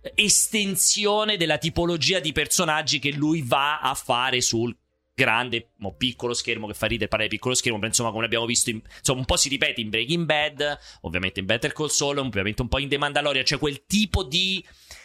estensione della tipologia di personaggi che lui va a fare sul grande o piccolo schermo, che fa ridere parlare di piccolo schermo, però insomma come abbiamo visto in, insomma un po' si ripete in Breaking Bad, ovviamente in Better Call Saul, ovviamente un po' in The Mandalorian, cioè quel tipo di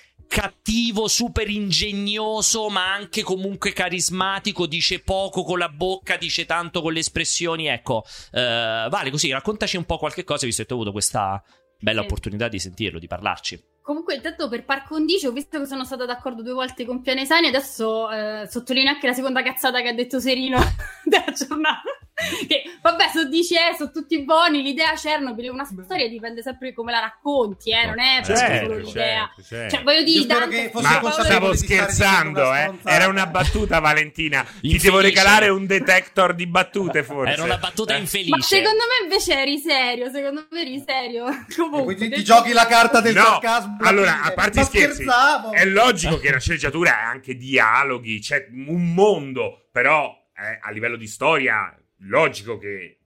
cattivo super ingegnoso ma anche comunque carismatico, dice poco con la bocca, dice tanto con le espressioni, ecco. eh, Vale, così raccontaci un po' qualche cosa, visto che tu hai avuto questa bella Sì. opportunità di sentirlo, di parlarci. Comunque, intanto per par condicio, visto che sono stata d'accordo due volte con Pianesani, adesso eh, sottolineo anche la seconda cazzata che ha detto Serino della giornata. Che vabbè, sono dici, eh, sono tutti buoni. L'idea Chernobyl è una storia, dipende sempre di come la racconti, eh, non è proprio Certo, solo l'idea. certo, certo. Cioè, voglio Io dire, spero Dante che fosse Ma consapevole stavo di stare scherzando, dicendo una eh. stronzata. Era una battuta, Valentina. Ti Infelice. devo regalare un detector di battute, forse. Era una battuta Eh. infelice. ma secondo me invece eri serio, secondo me eri serio. Comunque, Quindi ti detto- giochi la carta del No, sarcasmo. allora, alla a parte fine. i scherzi, Ma scherzavo. è logico che la sceneggiatura è anche dialoghi, c'è un mondo, però eh, a livello di storia, logico che...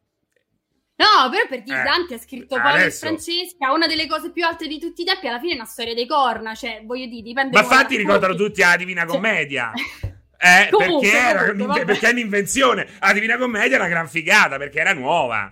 No, però per dire Eh, Dante ha scritto Paolo e adesso- Francesca, una delle cose più alte di tutti i tempi, alla fine è una storia dei corna, cioè, voglio dire, dipende Ma come la infatti ricordano racconti. tutti la Divina Cioè- Commedia. Eh, Comunque, perché, era comunque, un'inve- vabbè. perché è un'invenzione. La Divina Commedia è una gran figata, perché era nuova.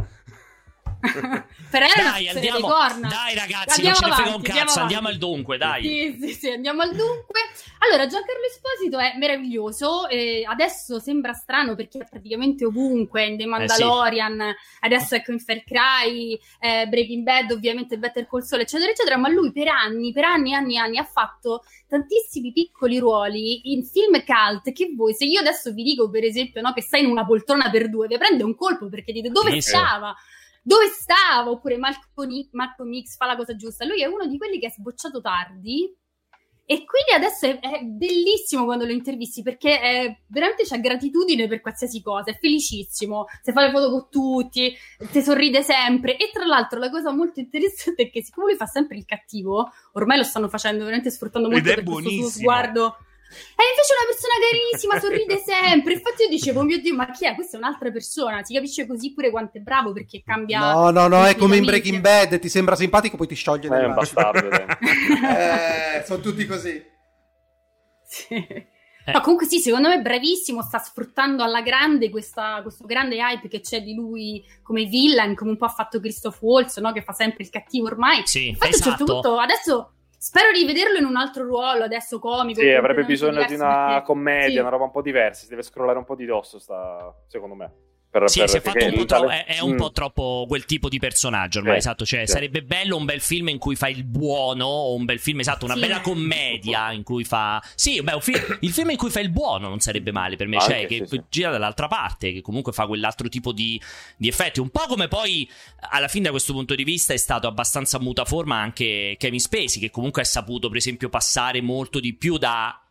Però era una Dai, storia andiamo. dei corna. Dai, ragazzi, Andiamo non ce ne frega un avanti, cazzo. andiamo Andiamo al avanti. dunque, dai. Sì, sì, sì, andiamo al dunque. Allora, Giancarlo Esposito è meraviglioso. eh, adesso sembra strano perché è praticamente ovunque, in The Mandalorian, adesso ecco in Far Cry, eh, Breaking Bad, ovviamente Better Call Saul, eccetera, eccetera. Ma lui per anni, per anni, anni, anni ha fatto tantissimi piccoli ruoli in film cult che voi, se io adesso vi dico per esempio, no, che stai in una poltrona per due, vi prende un colpo perché dite dove Sì, sì. stava? Dove stava? Oppure Malcolm, Malcolm X fa la cosa giusta. Lui è uno di quelli che è sbocciato tardi e quindi adesso è, è bellissimo quando lo intervisti perché è, veramente c'ha gratitudine per qualsiasi cosa, è felicissimo, se fa le foto con tutti, ti sorride sempre. E tra l'altro la cosa molto interessante è che siccome lui fa sempre il cattivo, ormai lo stanno facendo veramente sfruttando molto Ed è per questo suo buonissimo. sguardo. È invece una persona carinissima, sorride sempre. Infatti io dicevo, mio Dio, ma chi è? Questa è un'altra persona. Si capisce così pure quanto è bravo perché cambia. No, no, no, è come in completamente. Breaking Bad, ti sembra simpatico poi ti scioglie Ma è nel un mare. bastardo. dai. Eh, sono tutti così. Sì. No, comunque sì, secondo me è bravissimo, sta sfruttando alla grande questa, questo grande hype che c'è di lui come villain, come un po' ha fatto Christoph Waltz, no? Che fa sempre il cattivo ormai. Sì, Infatti a un certo esatto. punto, adesso spero di vederlo in un altro ruolo, adesso comico. Sì, avrebbe completamente bisogno di diverso, una perché- commedia, sì. una roba un po' diversa. Si deve scrollare un po' di dosso, sta, secondo me. Per, Sì, per- si è fatto perché un po' il troppo, tale- è, è un Mm. po' troppo quel tipo di personaggio ormai, Sì, esatto, cioè sì. sarebbe bello un bel film in cui fa il buono, o un bel film, esatto, una Sì. bella commedia in cui fa... Sì, beh, un film- il film in cui fa il buono non sarebbe male per me, Anche, cioè che sì, sì. gira dall'altra parte, che comunque fa quell'altro tipo di, di effetti, un po' come poi alla fine da questo punto di vista è stato abbastanza mutaforma anche Kevin Spacey, che comunque ha saputo per esempio passare molto di più da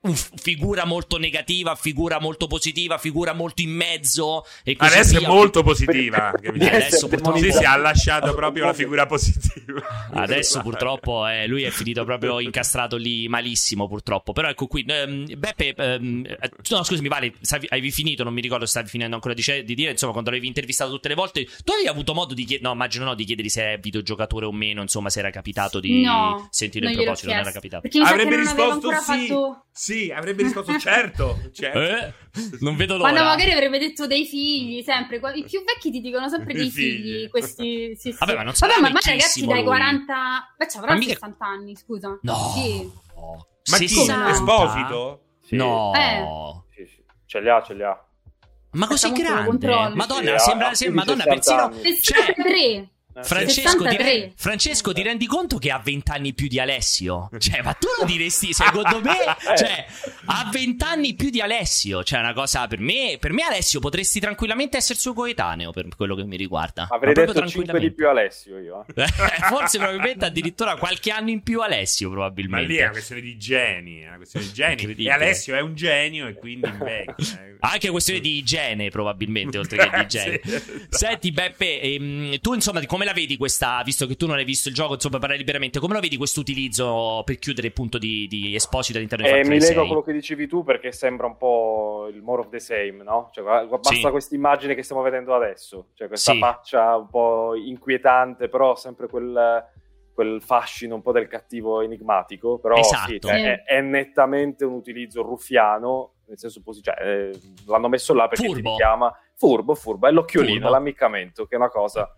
figura molto negativa, figura molto positiva, figura molto in mezzo e così adesso via. è molto positiva. Eh, adesso purtroppo sì, sì, ha lasciato proprio la figura positiva. Adesso purtroppo eh, lui è finito proprio incastrato lì malissimo, purtroppo. Però ecco qui, ehm, Beppe, ehm, no scusami Vale, stavi, avevi finito, non mi ricordo se stavi finendo ancora di, di dire, insomma, quando l'avevi intervistato tutte le volte, tu avevi avuto modo di chiedere, no immagino no, di chiedere se è videogiocatore o meno, insomma, se era capitato di no, sentire il proposito, non era capitato. Perché mi avrebbe sa che non risposto sì, fatto... sì, avrebbe risposto certo, certo. Eh? Non vedo l'ora. Quando magari avrebbe detto dei figli, sempre, i più vecchi ti dicono sempre dei figli, figli. questi, sì, sì. Vabbè, ma non sarà Vabbè, ma ragazzi dai lui. quaranta, beh, c'avrà mica... sessanta anni, scusa. No. Sì. no. Ma chi? sessanta? Esposito? Sì. No. Eh. Sì, sì. Ce li ha, ce li ha. Ma così grande? Controllo. Madonna, Sì, sembra, ha- sembra ha Madonna, sessanta persino anni. cioè, sessantatré. Francesco, ti, sessantatré. Francesco, ti rendi conto che ha vent'anni più di Alessio? Cioè, ma tu lo diresti, secondo me, cioè, ha vent'anni più di Alessio. Cioè, una cosa, per me, per me Alessio potresti tranquillamente essere suo coetaneo, per quello che mi riguarda. Avrei Ma proprio detto cinque di più Alessio io. Eh. Forse probabilmente addirittura qualche anno in più Alessio, Ma probabilmente. lì è una questione di geni, è una questione di geni. Incredibile. E Alessio è un genio e quindi invecchia. Anche questione di igiene, probabilmente, oltre che di igiene. Sì, esatto. Senti, Beppe, ehm, tu insomma, come la vedi questa, visto che tu non hai visto il gioco, insomma, parlare liberamente, come lo vedi questo utilizzo per chiudere il punto di, di Esposito all'interno di Eh, Far Cry mi lego sei? a quello che dicevi tu perché sembra un po' il more of the same, no? Cioè, basta Sì. questa immagine che stiamo vedendo adesso, cioè questa Sì. faccia un po' inquietante, però sempre quel, quel fascino un po' del cattivo enigmatico, però Esatto. sì, cioè, Sì. È, è nettamente un utilizzo ruffiano, nel senso positivo, cioè, eh, l'hanno messo là perché Furbo. ti richiama furbo, furbo, è l'occhiolino, Furbo. l'ammiccamento, che è una cosa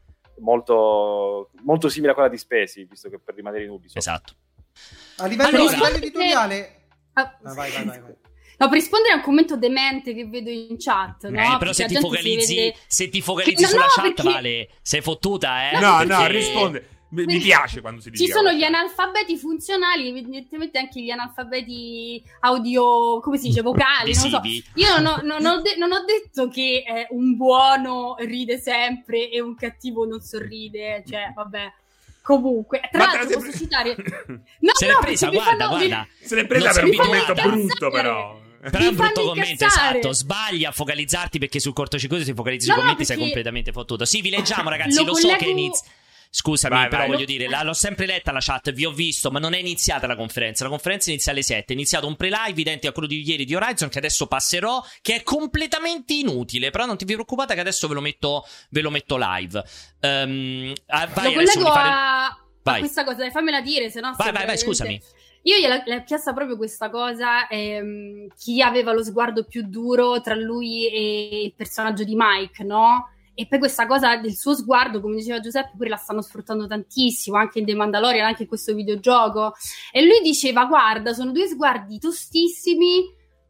molto, molto simile a quella di Spesi, visto che per rimanere in Ubisoft. Esatto. A livello, Allora- a livello editoriale... Ah, Ah, vai, vai, vai, vai. No, per rispondere a un commento demente che vedo in chat, no? Eh, però Perché se la ti, gente focalizzi, si vede- se ti focalizzi Che- no, sulla no, chat, perché- Vale, sei fottuta, eh? No, Perché- no, risponde. Mi, mi piace quando si dice. Ci sono gli analfabeti funzionali, evidentemente anche gli analfabeti audio, come si dice, vocali, non so. Visivi. Io non ho, non ho de- non ho detto che eh, un buono ride sempre e un cattivo non sorride, cioè, vabbè. Comunque, tra Ma te l'altro la sei posso pre- citare... No, Se l'è no, presa, perché mi guarda, fanno- mi- guarda. Se l'è presa Non per si un mi fa commento incazzare. brutto, però. Però è un Mi fanno brutto commento, incazzare. esatto. Sbagli a focalizzarti perché sul cortocircuito se focalizzi No, sui no, commenti sei perché- completamente fottuto. Sì, vi leggiamo, ragazzi. Lo, Lo so collego- che inizia. Scusami, Vai, però vai. voglio dire, la- l'ho sempre letta la chat, vi ho visto, ma non è iniziata la conferenza. La conferenza inizia alle sette. È iniziato un pre-live idente a quello di ieri di Horizon, che adesso passerò, che è completamente inutile. Però non ti vi preoccupate che adesso ve lo metto, ve lo metto live. Um, ah, vai, Lo adesso collego vuoi fare- a... a Vai. questa cosa, dai, fammela dire, se no... Vai, sembra vai, vai, veramente- scusami. Io gliela- le ho chiesto proprio questa cosa, ehm, chi aveva lo sguardo più duro tra lui e il personaggio di Mike, no? E poi questa cosa del suo sguardo, come diceva Giuseppe, pure la stanno sfruttando tantissimo, anche in The Mandalorian, anche in questo videogioco. E lui diceva, guarda, sono due sguardi tostissimi,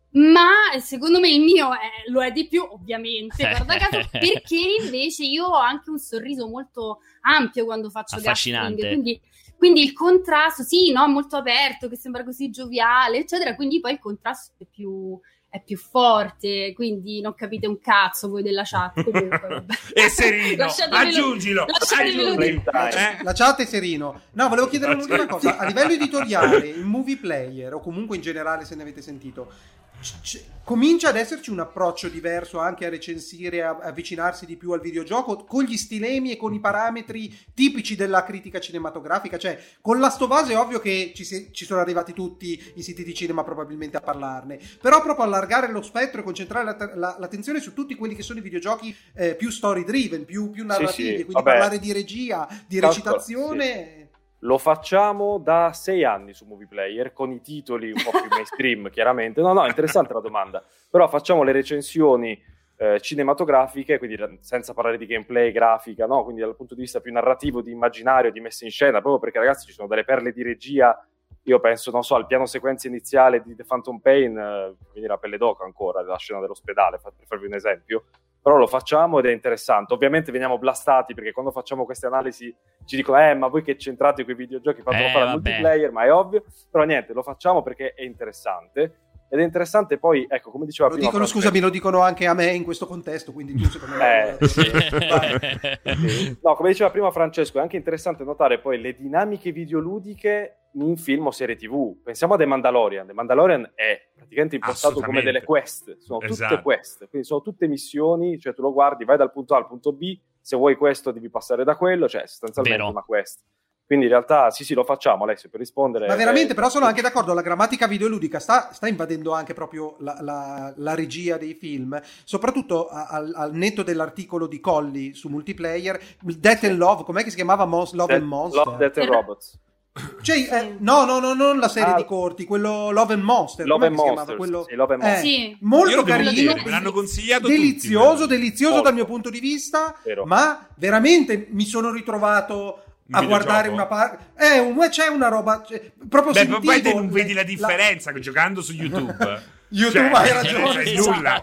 ma secondo me il mio è- lo è di più, ovviamente, guarda caso, perché invece io ho anche un sorriso molto ampio quando faccio Affascinante. gaffing, quindi... Quindi il contrasto, sì, no, molto aperto, che sembra così gioviale, eccetera. Quindi poi il contrasto è più, è più forte, quindi non capite un cazzo voi della chat. Comunque, vabbè. E Serino, Lasciatemelo- aggiungilo, lasciatemelo aggiungilo. dire. Eh? La chat è Serino. No, volevo chiedere un'ultima cosa. A livello editoriale, in movie player, o comunque in generale se ne avete sentito, c- c- comincia ad esserci un approccio diverso anche a recensire, a a avvicinarsi di più al videogioco, con gli stilemi e con i parametri tipici della critica cinematografica. Cioè, con Last of Us è ovvio che ci, si- ci sono arrivati tutti i siti di cinema probabilmente a parlarne, però proprio allargare lo spettro e concentrare la- la- l'attenzione su tutti quelli che sono i videogiochi eh, più story driven, più, più narrativi, sì, quindi vabbè. parlare di regia, di Calcola, recitazione... Lo facciamo da sei anni su Movie Player, con i titoli un po' più mainstream, chiaramente. No, no, è interessante la domanda. Però facciamo le recensioni eh, cinematografiche, quindi senza parlare di gameplay, grafica, no? Quindi dal punto di vista più narrativo, di immaginario, di messa in scena, proprio perché, ragazzi, ci sono delle perle di regia. Io penso, non so, al piano sequenza iniziale di The Phantom Pain, eh, quindi la pelle d'oca ancora, della scena dell'ospedale, per farvi un esempio. Però lo facciamo ed è interessante. Ovviamente veniamo blastati perché quando facciamo queste analisi ci dicono eh ma voi che c'entrate con i videogiochi fate Eh, fare al vabbè. multiplayer, ma è ovvio. Però niente, lo facciamo perché è interessante. Ed è interessante poi, ecco, come diceva Lo prima dicono, Francesco- scusami, lo dicono anche a me in questo contesto, quindi tu secondo me... Eh, sì. Vai. Sì. No, come diceva prima Francesco, è anche interessante notare poi le dinamiche videoludiche in film o serie tivù. Pensiamo a The Mandalorian. The Mandalorian è praticamente impostato come delle quest, sono tutte esatto. quest, quindi sono tutte missioni, cioè tu lo guardi, vai dal punto A al punto B, se vuoi questo devi passare da quello, cioè sostanzialmente Vero. una quest. Quindi in realtà sì sì lo facciamo, Alessio, per rispondere. Ma veramente, eh, però sono anche d'accordo, la grammatica videoludica sta, sta invadendo anche proprio la, la, la regia dei film, soprattutto a, al, al netto dell'articolo di Colli su Multiplayer, Death and Love, com'è che si chiamava? Mos- Love Death, and Monster? Love, Death and Robots. Cioè, eh, no, no, no, non la serie Ah, di corti, quello Love and Monster. Love com'è and che si chiamava? Monsters, Quello, sì, Love and eh, Monsters. Sì. molto Io lo devo carino, dire, me l'hanno consigliato delizioso, tutti, delizioso Molto. dal mio punto di vista, Vero. ma veramente mi sono ritrovato a Un guardare videogioco? una parte, eh, un- c'è una roba, cioè, proprio Beh, sentivo poi te non le- vedi la differenza giocando su YouTube. YouTube, Cioè, hai ragione. c'è nulla.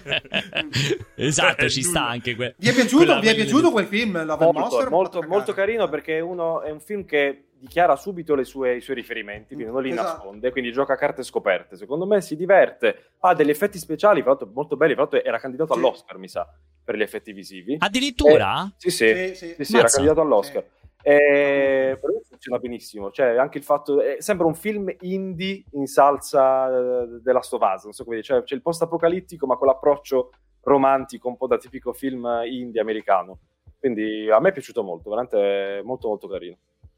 Esatto, Cioè, ci nulla. sta anche que- Vi è piaciuto, quella vi è bella- piaciuto quel film, Love and Molto, Monster? molto, Fatto molto cagare. carino perché uno, è un film che dichiara subito le sue, i suoi riferimenti, quindi non li Esatto. nasconde, quindi gioca a carte scoperte. Secondo me si diverte, ha degli effetti speciali, fra l'altro molto belli, fra l'altro era candidato Sì. all'Oscar, mi sa, per gli effetti visivi. Addirittura? Eh, sì, sì, Sì, sì. sì, sì, era Mazza. candidato all'Oscar. Eh, però funziona benissimo, cioè anche il fatto eh, sembra un film indie in salsa eh, della Last of Us, non so come dire, cioè c'è il post apocalittico ma con l'approccio romantico un po' da tipico film indie americano, quindi a me è piaciuto molto, veramente molto molto carino.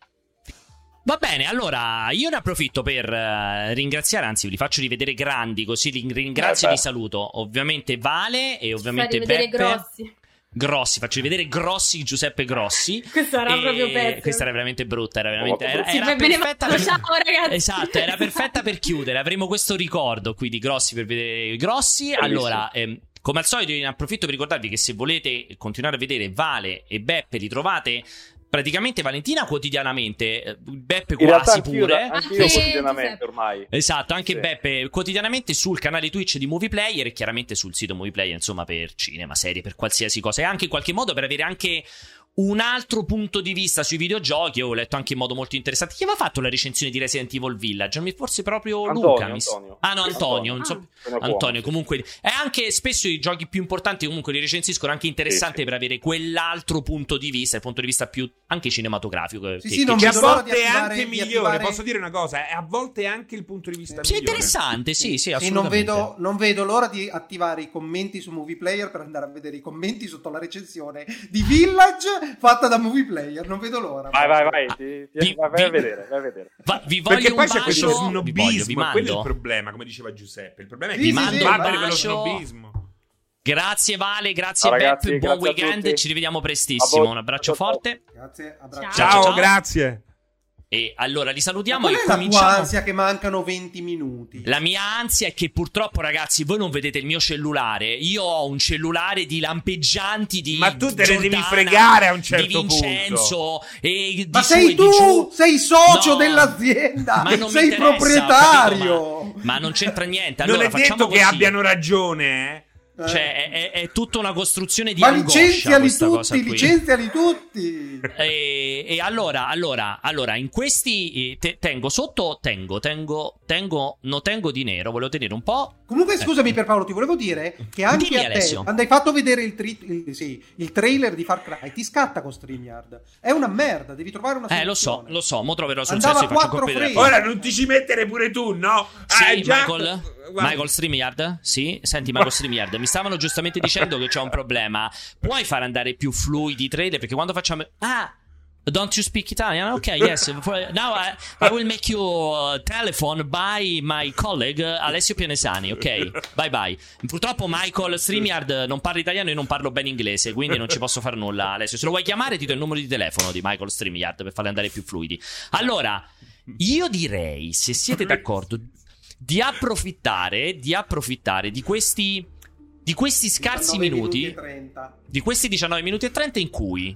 Va bene, allora io ne approfitto per eh, ringraziare, anzi vi faccio rivedere grandi, così li ringrazio Eh, e beh. li saluto. Ovviamente Vale e ovviamente Fa rivedere Beppe. Grossi. Grossi, faccio rivedere Grossi, Giuseppe Grossi. Questa era E proprio pessima. Questa era veramente brutta, era veramente Molto era, Sì, era poi me ne perfetta vado, per... ciao ragazzi. Esatto, era perfetta per chiudere. Avremo questo ricordo qui di Grossi per vedere Grossi. Bellissimo. Allora, ehm, come al solito, io ne approfitto per ricordarvi che se volete continuare a vedere Vale e Beppe, li trovate praticamente Valentina quotidianamente, eh, Beppe In realtà quasi anch'io, pure. da- anch'io Anche quotidianamente Giuseppe. ormai. Esatto, anche Sì. Beppe quotidianamente sul canale Twitch di Movie Player e chiaramente sul sito Movie Player, insomma, per cinema, serie, per qualsiasi cosa e anche in qualche modo per avere anche un altro punto di vista sui videogiochi. Io ho letto anche in modo molto interessante. Chi aveva fatto la recensione di Resident Evil Village? Mi- Forse proprio Antonio, Luca. mi s- Antonio. Ah no, Antonio, Antonio. non so- Antonio Cuomo, Antonio, sì. comunque è anche spesso i giochi più importanti comunque li recensiscono, anche interessante Sì, sì. per avere quell'altro punto di vista, il punto di vista più anche cinematografico. Sì, che- sì, che non Che ci a vedo l'ora volte di è attivare- anche di migliore, attivare- posso dire una cosa, è a volte è anche il punto di vista Sì, è migliore. interessante, sì, sì, Sì, non assolutamente. vedo, non vedo l'ora di attivare i commenti su Movie Player per andare a vedere i commenti sotto la recensione di Village fatta da Movie Player. Non vedo l'ora. Vai, vai, vai, ti, ti- Vi- vai, vai a vi- vedere, vai a vedere. Va- vi voglio Perché poi un c'è questo bacio, vi voglio, snobismo, vi e quello è il mando. problema, come diceva Giuseppe. Il problema è Sì, che sì, si sì, combattere un quello bacio. snobismo. Grazie Vale, grazie Ciao, ragazzi, Beppe, buon grazie a weekend, tutti. ci rivediamo A prestissimo. voi. Un abbraccio Ciao, ciao. forte. Grazie, abbraccio. Ciao. Ciao, Ciao, ciao. grazie. E allora li Ma salutiamo qual e è la tua cominciamo. ansia che mancano venti minuti? La mia ansia è che purtroppo, ragazzi, voi non vedete il mio cellulare. Io ho un cellulare di lampeggianti di Ma tu te ne devi Giordana, fregare a un certo di Vincenzo e di Ma su sei e di tu, giù. sei socio No, dell'azienda, ma non mi sei interessa, proprietario. ho capito, Ma, ma non c'entra niente. Allora, non è facciamo detto che così. abbiano ragione, eh. Cioè, è, è- è tutta una costruzione di Ma angoscia licenziali questa cosa tutti, qui. licenziali tutti. E, e allora, allora, allora, in questi eh, te- tengo sotto, tengo, tengo, tengo, no tengo di nero, volevo tenere un po'. Comunque, scusami per Paolo, ti volevo dire che anche Dimmi, a te, Alessio. quando hai fatto vedere il, tri- il- sì, il trailer di Far Cry, ti scatta con StreamYard. È una merda, devi trovare una Eh, lo soluzione. so, lo so, mo troverò sul Andava senso e faccio quattro colpi della- frame. Ora non ti ci mettere pure tu, no? Sì, Ah, già- Michael? Guarda. Michael StreamYard? Sì? Senti, Michael StreamYard, mi stavano giustamente dicendo che c'è un problema. Puoi far andare più fluidi i trailer? Perché quando facciamo... Ah! Don't you speak Italian? Ok, yes. Now I, I will make you uh, telephone by my colleague Alessio Pianesani. Ok, bye bye. Purtroppo Michael StreamYard non parla italiano e non parlo bene inglese, quindi non ci posso fare nulla. Alessio, se lo vuoi chiamare ti do il numero di telefono di Michael StreamYard per farli andare più fluidi. Allora, io direi, se siete d'accordo, di approfittare, di approfittare di questi, di questi scarsi diciannove minuti, e trenta. di questi diciannove minuti e trenta in cui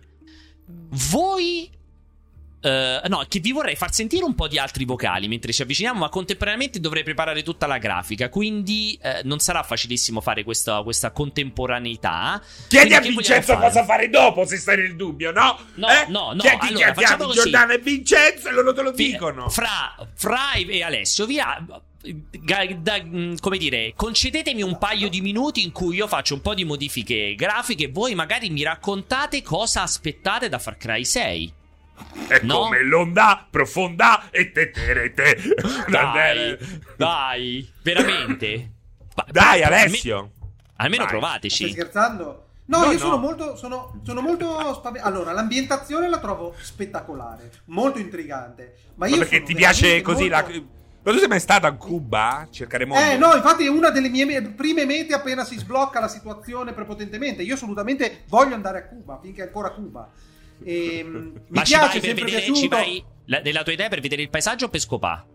voi eh, no, che vi vorrei far sentire un po' di altri vocali mentre ci avviciniamo, ma contemporaneamente dovrei preparare tutta la grafica, quindi eh, non sarà facilissimo fare questa, questa contemporaneità. Chiedi Quindi a che Vincenzo vogliamo cosa fare dopo, se stai nel dubbio, no? No, Eh? no, no, Chiedi, allora, chiedi facciamo a così. Giordano e Vincenzo e loro te lo Vi- dicono. Fra, fra e Alessio, via. ga- da- mh, come dire, concedetemi un paio di minuti in cui io faccio un po' di modifiche grafiche e voi magari mi raccontate cosa aspettate da Far Cry sei. È no? come l'onda profonda e te te te te. Dai, dai, veramente? Dai, Alessio. Almeno Vai. provateci. Stai scherzando? No, No, io no. sono molto, sono, sono molto spaventato. Allora, l'ambientazione la trovo spettacolare, molto intrigante. Ma io Ma perché sono ti piace veramente così molto... la... Ma tu sei mai stato a Cuba? Cercare mondo? Eh no, infatti è una delle mie me- prime mete appena si sblocca la situazione prepotentemente. Io assolutamente voglio andare a Cuba, finché è ancora Cuba. E, mi Ma ci piace vai per sempre vedere, piaciuto... ci vai, la, nella tua idea, per vedere il paesaggio o per scopà?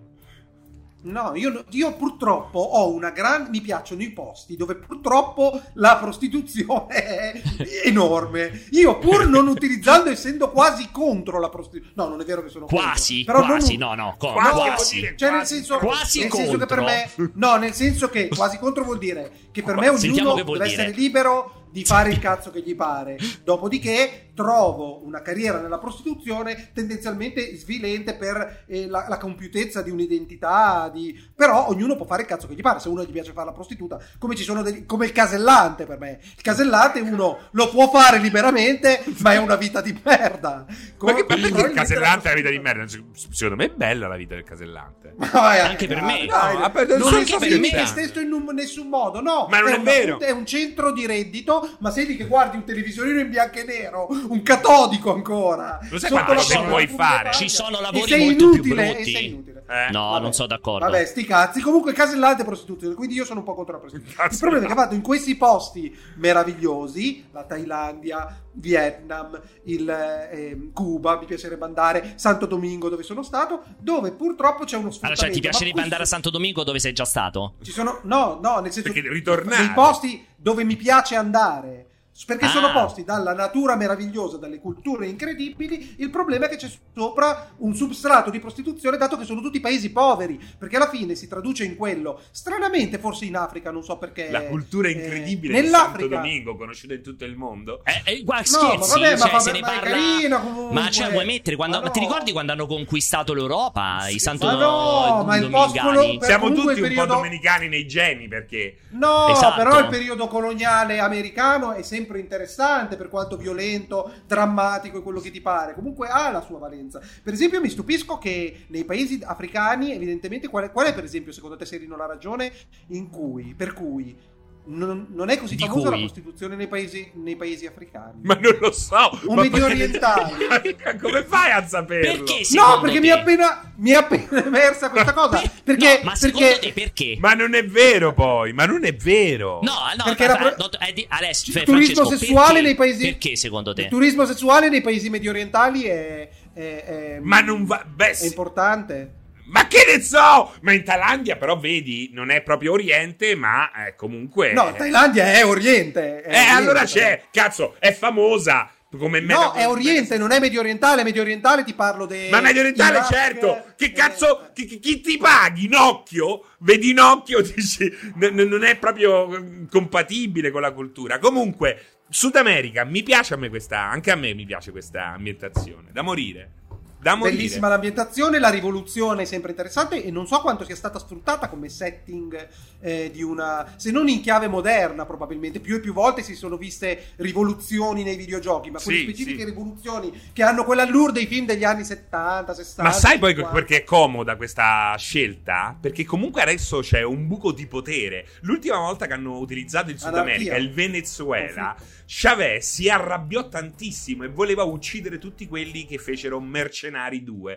No, io, io purtroppo ho una grande... Mi piacciono i posti dove purtroppo la prostituzione è enorme. Io pur non utilizzando, essendo quasi contro la prostituzione... No, non è vero che sono Quasi, contro. Però quasi, non... no, no, co- Quasi, quasi. vuol dire Cioè nel quasi. senso, Quasi nel senso che per contro. me... No, nel senso che quasi contro vuol dire che per me Sentiamo ognuno che vuol deve dire. essere libero di fare il cazzo che gli pare. Dopodiché trovo una carriera nella prostituzione tendenzialmente svilente per eh, la, la compiutezza di un'identità, di... però ognuno può fare il cazzo che gli pare. Se uno gli piace fare la prostituta, come ci sono degli... come il casellante per me. Il casellante uno lo può fare liberamente, ma è una vita di merda. Ma, che, ma perché il probabilmente casellante è la la vita di merda? Secondo me è bella la vita del casellante. Ma vai a Anche per cagare, me. dai. No, vabbè, non non so è se che per me. stesso in un- nessun modo, no. Ma non è una vero. punta- è un centro di reddito, ma sei lì che guardi un televisorino in bianco e nero, un catodico ancora. Lo sai sotto quante la cose porta, puoi punto fare? e Ci basta. sono E lavori sei molto più inutile, e brutti. sei inutile. Eh. No, Vabbè. non sono d'accordo. Vabbè, sti cazzi. Comunque casellante e prostituzione, quindi io sono un po' contro la prostituzione. Il problema è che vado in questi posti meravigliosi, la Thailandia, Vietnam, il eh, Cuba, mi piacerebbe andare, Santo Domingo dove sono stato, dove purtroppo c'è uno Allora, sfruttamento. cioè, ti ma piacerebbe questo- andare a Santo Domingo dove sei già stato? Ci sono, no, no, nel senso Perché ritornare. nei posti dove mi piace andare. Perché Ah. sono posti dalla natura meravigliosa, dalle culture incredibili. Il problema è che c'è sopra un substrato di prostituzione, dato che sono tutti paesi poveri. Perché alla fine si traduce in quello. Stranamente, forse in Africa, non so perché. La cultura eh, incredibile di nell'Africa. Santo Domingo, conosciuta in tutto il mondo. Eh, eh, guarda, No, scherzi, ma vabbè, ma cioè, vabbè, se ne ma è parla. carina comunque. Ma cioè, vuoi mettere quando... Ma no. Ti ricordi quando hanno conquistato l'Europa? I Santo ma no, ma il posto- Dominicani? per- Siamo comunque tutti il un po' periodo- domenicani nei geni, perché No, Esatto. però il periodo coloniale americano è sempre interessante, per quanto violento, drammatico e quello che ti pare. Comunque ha la sua valenza. Per esempio mi stupisco che nei paesi africani, evidentemente, qual è, qual è per esempio secondo te, Serino, la ragione in cui, per cui non, non è così Di famosa cui? la prostituzione nei paesi, nei paesi africani? ma non lo so. O ma medio perché- orientali. Come fai a saperlo? Perché No, secondo perché te? mi è appena mi è appena emersa questa cosa. Per- Perché, no, ma secondo perché te perché? Ma non è vero, poi, ma non è vero. No, no, Perché ma- la pro- ma- dott- eh, di- Alessio, il F- turismo Francesco, sessuale perché? nei paesi Perché secondo te? il turismo sessuale nei paesi medio orientali è, è- è- Ma non va. Beh, è sì. importante. Ma che ne so! Ma in Thailandia, però, vedi, non è proprio Oriente, ma eh, comunque. No, Thailandia è Oriente. è Eh, Oriente, allora però. c'è, cazzo, è famosa come No, meta- è Oriente, non è medio orientale. Medio orientale ti parlo de Ma medio orientale, Iraq, certo! Che eh, cazzo, chi, chi- chi ti paghi? In occhio? Vedi in occhio, dici, n- n- non è proprio eh, compatibile con la cultura. Comunque, Sud America, mi piace a me questa, anche a me mi piace questa ambientazione, da morire. Da morire. Bellissima l'ambientazione, la rivoluzione è sempre interessante e non so quanto sia stata sfruttata come setting eh, di una, se non in chiave moderna probabilmente, più e più volte si sono viste rivoluzioni nei videogiochi, ma quelle Sì, specifiche sì. rivoluzioni che hanno quell'allure dei film degli anni settanta, sessanta. Ma sai poi cinquanta. perché è comoda questa scelta? Perché comunque adesso c'è un buco di potere. L'ultima volta che hanno utilizzato il Sud Anarchia. America, il Venezuela, Chavez si arrabbiò tantissimo e voleva uccidere tutti quelli che fecero Mercenari due.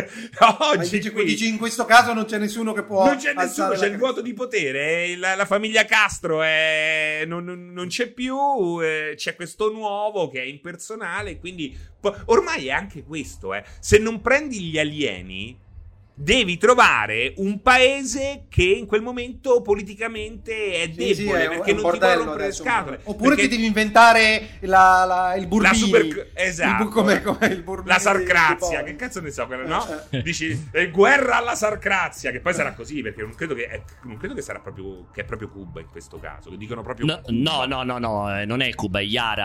Ma Oggi dici, qui dici in questo caso non c'è nessuno che può non c'è nessuno, alzare c'è la il cresta. vuoto di potere. La, la famiglia Castro è, non, non- non c'è più. eh, c'è questo nuovo che è impersonale. Quindi po- ormai è anche questo. Eh. Se non prendi gli alieni, devi trovare un paese che in quel momento politicamente è Sì, debole, sì, è un- perché è un non ti può bordello rompere le adesso. scatole. Oppure Perché ti devi inventare la, la- il Burbini. la super esatto. Il, bu- come, come il Burbini la di- Sarcrazia, di che poi. cazzo ne so, quella, no? Eh, eh. Dici eh, guerra alla Sarcrazia, che poi sarà così, perché non credo che è, non credo che sarà proprio che è proprio Cuba in questo caso, che dicono proprio No, Cuba. no, no, no, no, eh, non è Cuba, è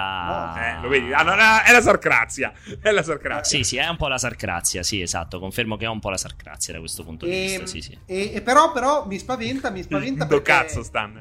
Yara. Eh, lo vedi? Ah, no, no, è la Sarcrazia. È la Sarcrazia. Sì, sì, è un po' la sarcrazia, sì, esatto, confermo che è un po' la sarcrazia da questo punto di E, vista, sì, sì. e- e però, però mi spaventa, mi spaventa Do perché cazzo Stan.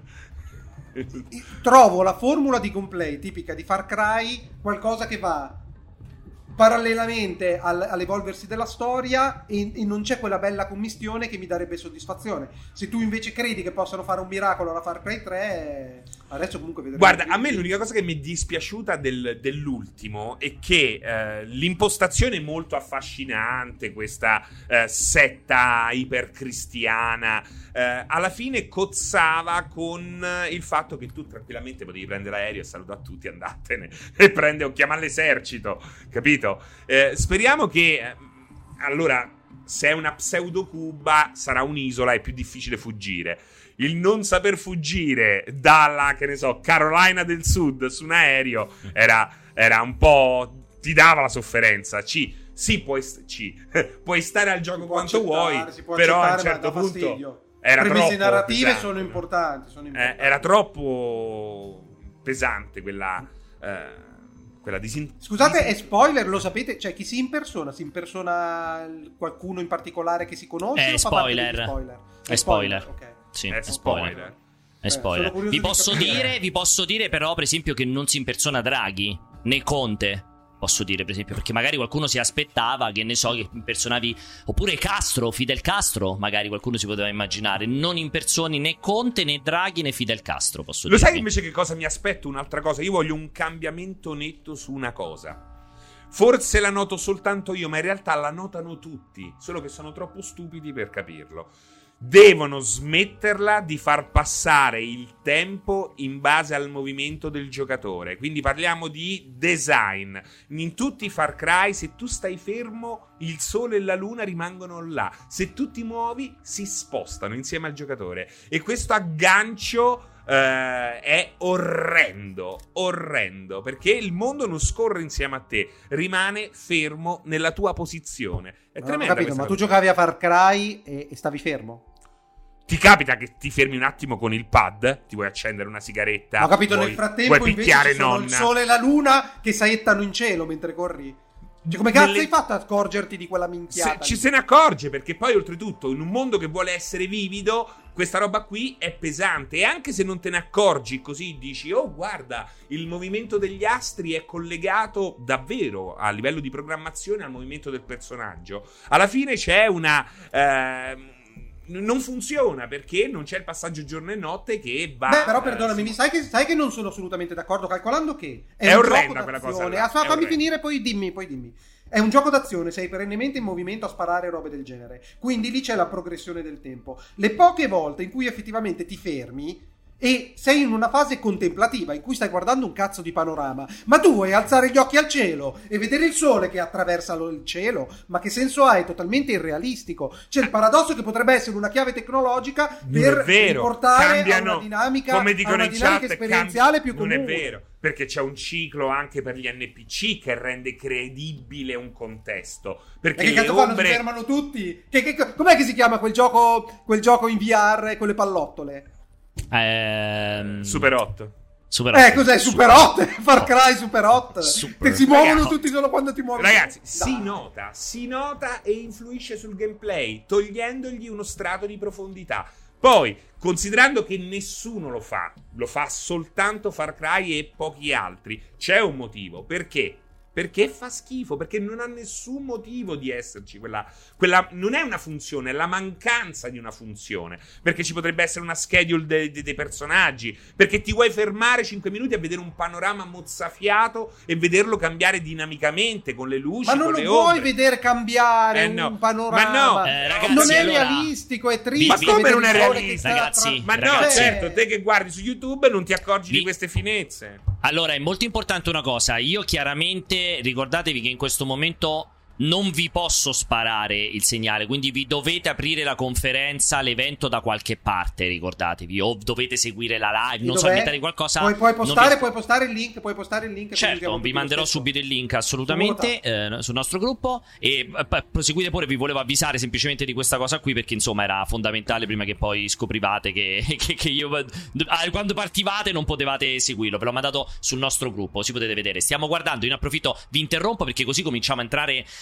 trovo la formula di gameplay tipica di Far Cry qualcosa che va parallelamente al, all'evolversi della storia e, e non c'è quella bella commistione che mi darebbe soddisfazione. Se tu invece credi che possano fare un miracolo alla Far Cry tre, adesso comunque vedremo. Guarda, a me l'unica cosa che mi è dispiaciuta del, dell'ultimo è che eh, l'impostazione è molto affascinante, questa eh, setta ipercristiana, eh, alla fine cozzava con il fatto che tu tranquillamente potevi prendere l'aereo e salutare a tutti, andatene, e prende o chiamare l'esercito, capito? Eh, speriamo che eh, allora, se è una pseudo Cuba sarà un'isola, è più difficile fuggire. Il non saper fuggire dalla, che ne so, Carolina del Sud su un aereo era, era un po', ti dava la sofferenza. C, sì, puoi, st- C, puoi stare al gioco quanto vuoi, però a un certo punto era premesse troppo narrative pesante, sono importanti, sono importanti. Eh, era troppo pesante quella eh, quella disin- Scusate, disin- è spoiler, lo sapete? Cioè, chi si impersona? Si impersona qualcuno in particolare che si conosce? È o fa parte spoiler. degli spoiler? È spoiler. Ok. Sì, è è spoiler. spoiler. È spoiler. sono curioso Vi di posso capire. dire, vi posso dire però, per esempio, che non si impersona Draghi né Conte. Posso dire, per esempio, perché magari qualcuno si aspettava, che ne so, che impersonavi, oppure Castro, Fidel Castro, magari qualcuno si poteva immaginare. Non impersoni né Conte né Draghi né Fidel Castro, posso Lo dire. sai invece che cosa mi aspetto? Un'altra cosa. Io voglio un cambiamento netto su una cosa. Forse la noto soltanto io, ma in realtà la notano tutti, solo che sono troppo stupidi per capirlo. Devono smetterla di far passare il tempo in base al movimento del giocatore. Quindi parliamo di design. In tutti i Far Cry, se tu stai fermo, il sole e la luna rimangono là. Se tu ti muovi, si spostano insieme al giocatore. E questo aggancio Uh, è orrendo, orrendo, perché il mondo non scorre insieme a te, rimane fermo nella tua posizione. È Non ho tremenda capito, questa ma tu cosa. giocavi a Far Cry e, e stavi fermo? Ti capita che ti fermi un attimo con il pad, ti vuoi accendere una sigaretta, Ho capito, vuoi, nel frattempo vuoi invece picchiare ci sono nonna. il sole e la luna che saettano in cielo mentre corri. Cioè, come cazzo Nelle- hai fatto a accorgerti di quella Se- minchiata? ci se ne accorge, perché poi oltretutto in un mondo che vuole essere vivido questa roba qui è pesante, e anche se non te ne accorgi così dici oh guarda, il movimento degli astri è collegato davvero a livello di programmazione al movimento del personaggio, alla fine c'è una ehm, non funziona perché non c'è il passaggio giorno e notte che va. Beh, però eh, perdonami, sì. sai che, sai che non sono assolutamente d'accordo, calcolando che è, È un orrenda gioco quella cosa d'azione. là, Ah, fa- è fammi orrenda. finire, poi dimmi, poi dimmi. È un gioco d'azione, sei perennemente in movimento a sparare robe del genere. Quindi lì c'è la progressione del tempo. Le poche volte in cui effettivamente ti fermi e sei in una fase contemplativa in cui stai guardando un cazzo di panorama, ma tu vuoi alzare gli occhi al cielo e vedere il sole che attraversa lo- il cielo, ma che senso ha? È totalmente irrealistico. C'è il paradosso che potrebbe essere una chiave tecnologica Non per è vero, riportare cambiano, a una dinamica, come a dicono una in dinamica chat, esperienziale cambi- più non comune. è vero, perché c'è un ciclo anche per gli N P C che rende credibile un contesto, perché E che le cazzo fanno? ombre Si fermano tutti? Che, che, com'è che si chiama quel gioco, quel gioco in V R con le pallottole? Ehm... Super otto. Super Eh, otto. cos'è? Super hot? Far Cry Super hot? Super. Che si muovono Ragazzi, tutti solo quando ti muovi. Ragazzi, Dai. si nota, si nota e influisce sul gameplay, togliendogli uno strato di profondità. Poi, considerando che nessuno lo fa, lo fa soltanto Far Cry e pochi altri, c'è un motivo. Perché? Perché fa schifo, perché non ha nessun motivo di esserci quella, quella non è una funzione, è la mancanza di una funzione, perché ci potrebbe essere una schedule de, de, dei personaggi, perché ti vuoi fermare cinque minuti a vedere un panorama mozzafiato e vederlo cambiare dinamicamente con le luci, Ma non con lo le vuoi ombre. vedere cambiare Eh, no. un panorama? Ma no, Eh, ragazzi, non è allora- realistico, è triste. Ma come vedere non è il sole che realistico? sta Ragazzi, tra- Ma no, Ragazzi. certo, te che guardi su YouTube non ti accorgi Vi- di queste finezze. Allora, è molto importante una cosa. Io chiaramente, ricordatevi che in questo momento non vi posso sparare il segnale, quindi vi dovete aprire la conferenza, l'evento da qualche parte, ricordatevi, o dovete seguire la live, Di non so, dov'è? inventare qualcosa. Puoi, puoi non postare, vi- puoi postare il link, puoi postare il link. così usiamo Certo, tutti vi lo manderò stesso. subito il link assolutamente eh, sul nostro gruppo e eh, p- proseguite pure, vi volevo avvisare semplicemente di questa cosa qui perché insomma era fondamentale prima che poi scoprivate che, che, che io ah, quando partivate non potevate seguirlo, ve l'ho mandato sul nostro gruppo, si potete vedere. Stiamo guardando, in approfitto vi interrompo perché così cominciamo a entrare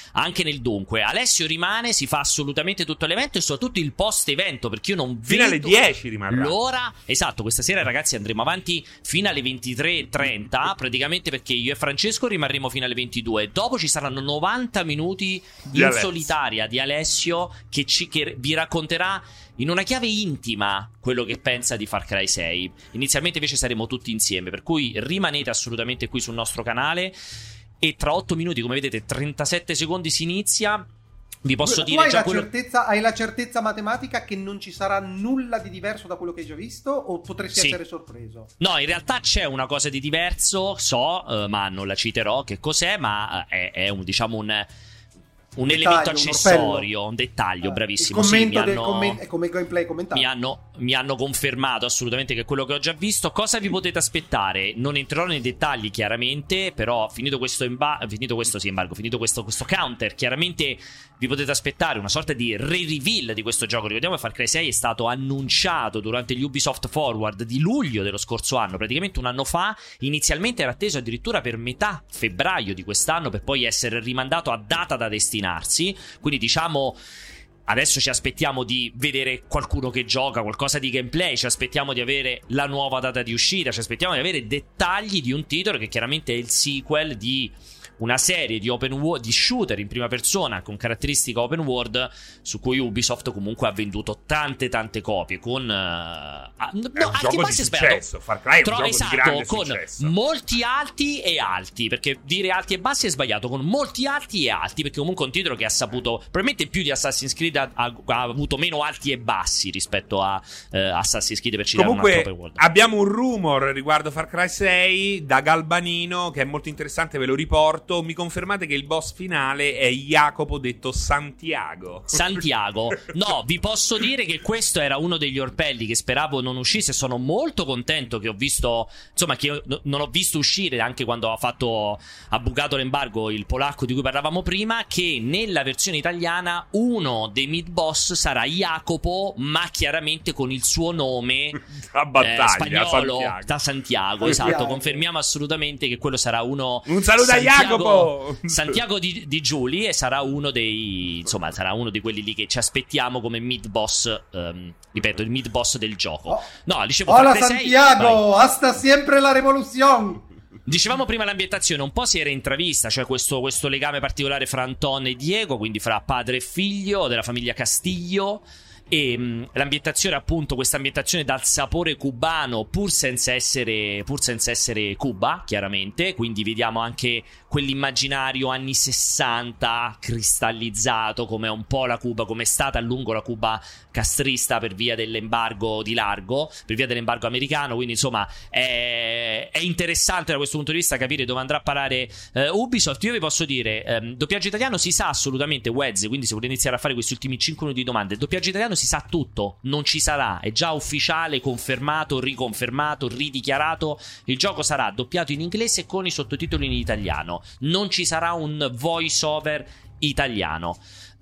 anche nel dunque. Alessio rimane, si fa assolutamente tutto l'evento e soprattutto il post-evento, perché io non fino vedo alle dieci rimarrà l'ora. Esatto, questa sera ragazzi andremo avanti fino alle ventitré e trenta, praticamente, perché io e Francesco rimarremo fino alle ventidue. Dopo ci saranno novanta minuti di in Alessio. solitaria di Alessio che, ci, che vi racconterà in una chiave intima quello che pensa di Far Cry sei. Inizialmente invece saremo tutti insieme, per cui rimanete assolutamente qui sul nostro canale. E tra otto minuti, come vedete, trentasette secondi si inizia. Vi posso tu dire hai già la quello... certezza, hai la certezza matematica che non ci sarà nulla di diverso da quello che hai già visto, o potresti Sì. essere sorpreso? No, in realtà c'è una cosa di diverso, so, eh, ma non la citerò che cos'è, ma è, è un, diciamo un... un Dettaglio, elemento un accessorio, un dettaglio, Eh, bravissimo. Il Sì, commento mi del hanno- comment- è come il gameplay commentato. Mi hanno, mi hanno confermato assolutamente che è quello che ho già visto. Cosa vi potete aspettare? Non entrerò nei dettagli chiaramente, però finito questo emba- finito questo sì, embargo, finito questo, questo counter, chiaramente vi potete aspettare una sorta di re-reveal di questo gioco. Ricordiamo che Far Cry sei è stato annunciato durante gli Ubisoft Forward di luglio dello scorso anno, praticamente un anno fa. Inizialmente era atteso addirittura per metà febbraio di quest'anno, per poi essere rimandato a data da destinarsi. Quindi diciamo... Adesso ci aspettiamo di vedere qualcuno che gioca, qualcosa di gameplay, ci aspettiamo di avere la nuova data di uscita, ci aspettiamo di avere dettagli di un titolo che chiaramente è il sequel di una serie di open world, di shooter in prima persona con caratteristica open world, su cui Ubisoft comunque ha venduto tante tante copie con uh, ah, no, è un alti gioco e bassi di sperato. successo. Far Cry è un Tro- gioco esatto, di grande con successo. molti alti e alti, perché dire alti e bassi è sbagliato, con molti alti e alti, perché comunque è un titolo che ha saputo, probabilmente più di Assassin's Creed ha, ha, ha avuto meno alti e bassi rispetto a eh, Assassin's Creed, per citare un altro Comunque open world. abbiamo un rumor riguardo Far Cry sei da Galbanino che è molto interessante, ve lo riporto. Mi confermate che il boss finale è Jacopo detto Santiago? Santiago. No, vi posso dire che questo era uno degli orpelli che speravo non uscisse. Sono molto contento che ho visto, insomma, che io n- non ho visto uscire anche quando ha fatto, ha bucato l'embargo, il polacco di cui parlavamo prima, che nella versione italiana uno dei mid boss sarà Jacopo, ma chiaramente con il suo nome a battaglia, eh, spagnolo Santiago. da Santiago. Santiago. Esatto, confermiamo assolutamente che quello sarà uno. Un saluto a Jacopo! Santiago di, di Giuli, e sarà uno dei, insomma, sarà uno di quelli lì che ci aspettiamo come mid boss, ehm, ripeto, il mid boss del gioco. Oh. No, dicevo Hola Far Cry sei, Santiago, vai. hasta siempre la revolución. Dicevamo prima l'ambientazione, un po' si era intravista, cioè questo, questo legame particolare fra Anton e Diego, quindi fra padre e figlio della famiglia Castillo. E mh, l'ambientazione, appunto, questa ambientazione dal sapore cubano, pur senza essere pur senza essere Cuba, chiaramente. Quindi vediamo anche quell'immaginario anni sessanta cristallizzato, come è un po' la Cuba, come è stata a lungo la Cuba castrista per via dell'embargo di largo, per via dell'embargo americano. Quindi insomma è, è interessante da questo punto di vista capire dove andrà a parare eh, Ubisoft. Io vi posso dire, ehm, doppiaggio italiano si sa assolutamente, Wez, quindi se volete iniziare a fare questi ultimi cinque minuti di domande, il doppiaggio italiano si sa tutto, non ci sarà, è già ufficiale, confermato, riconfermato, ridichiarato. Il gioco sarà doppiato in inglese con i sottotitoli in italiano, non ci sarà un voice over italiano.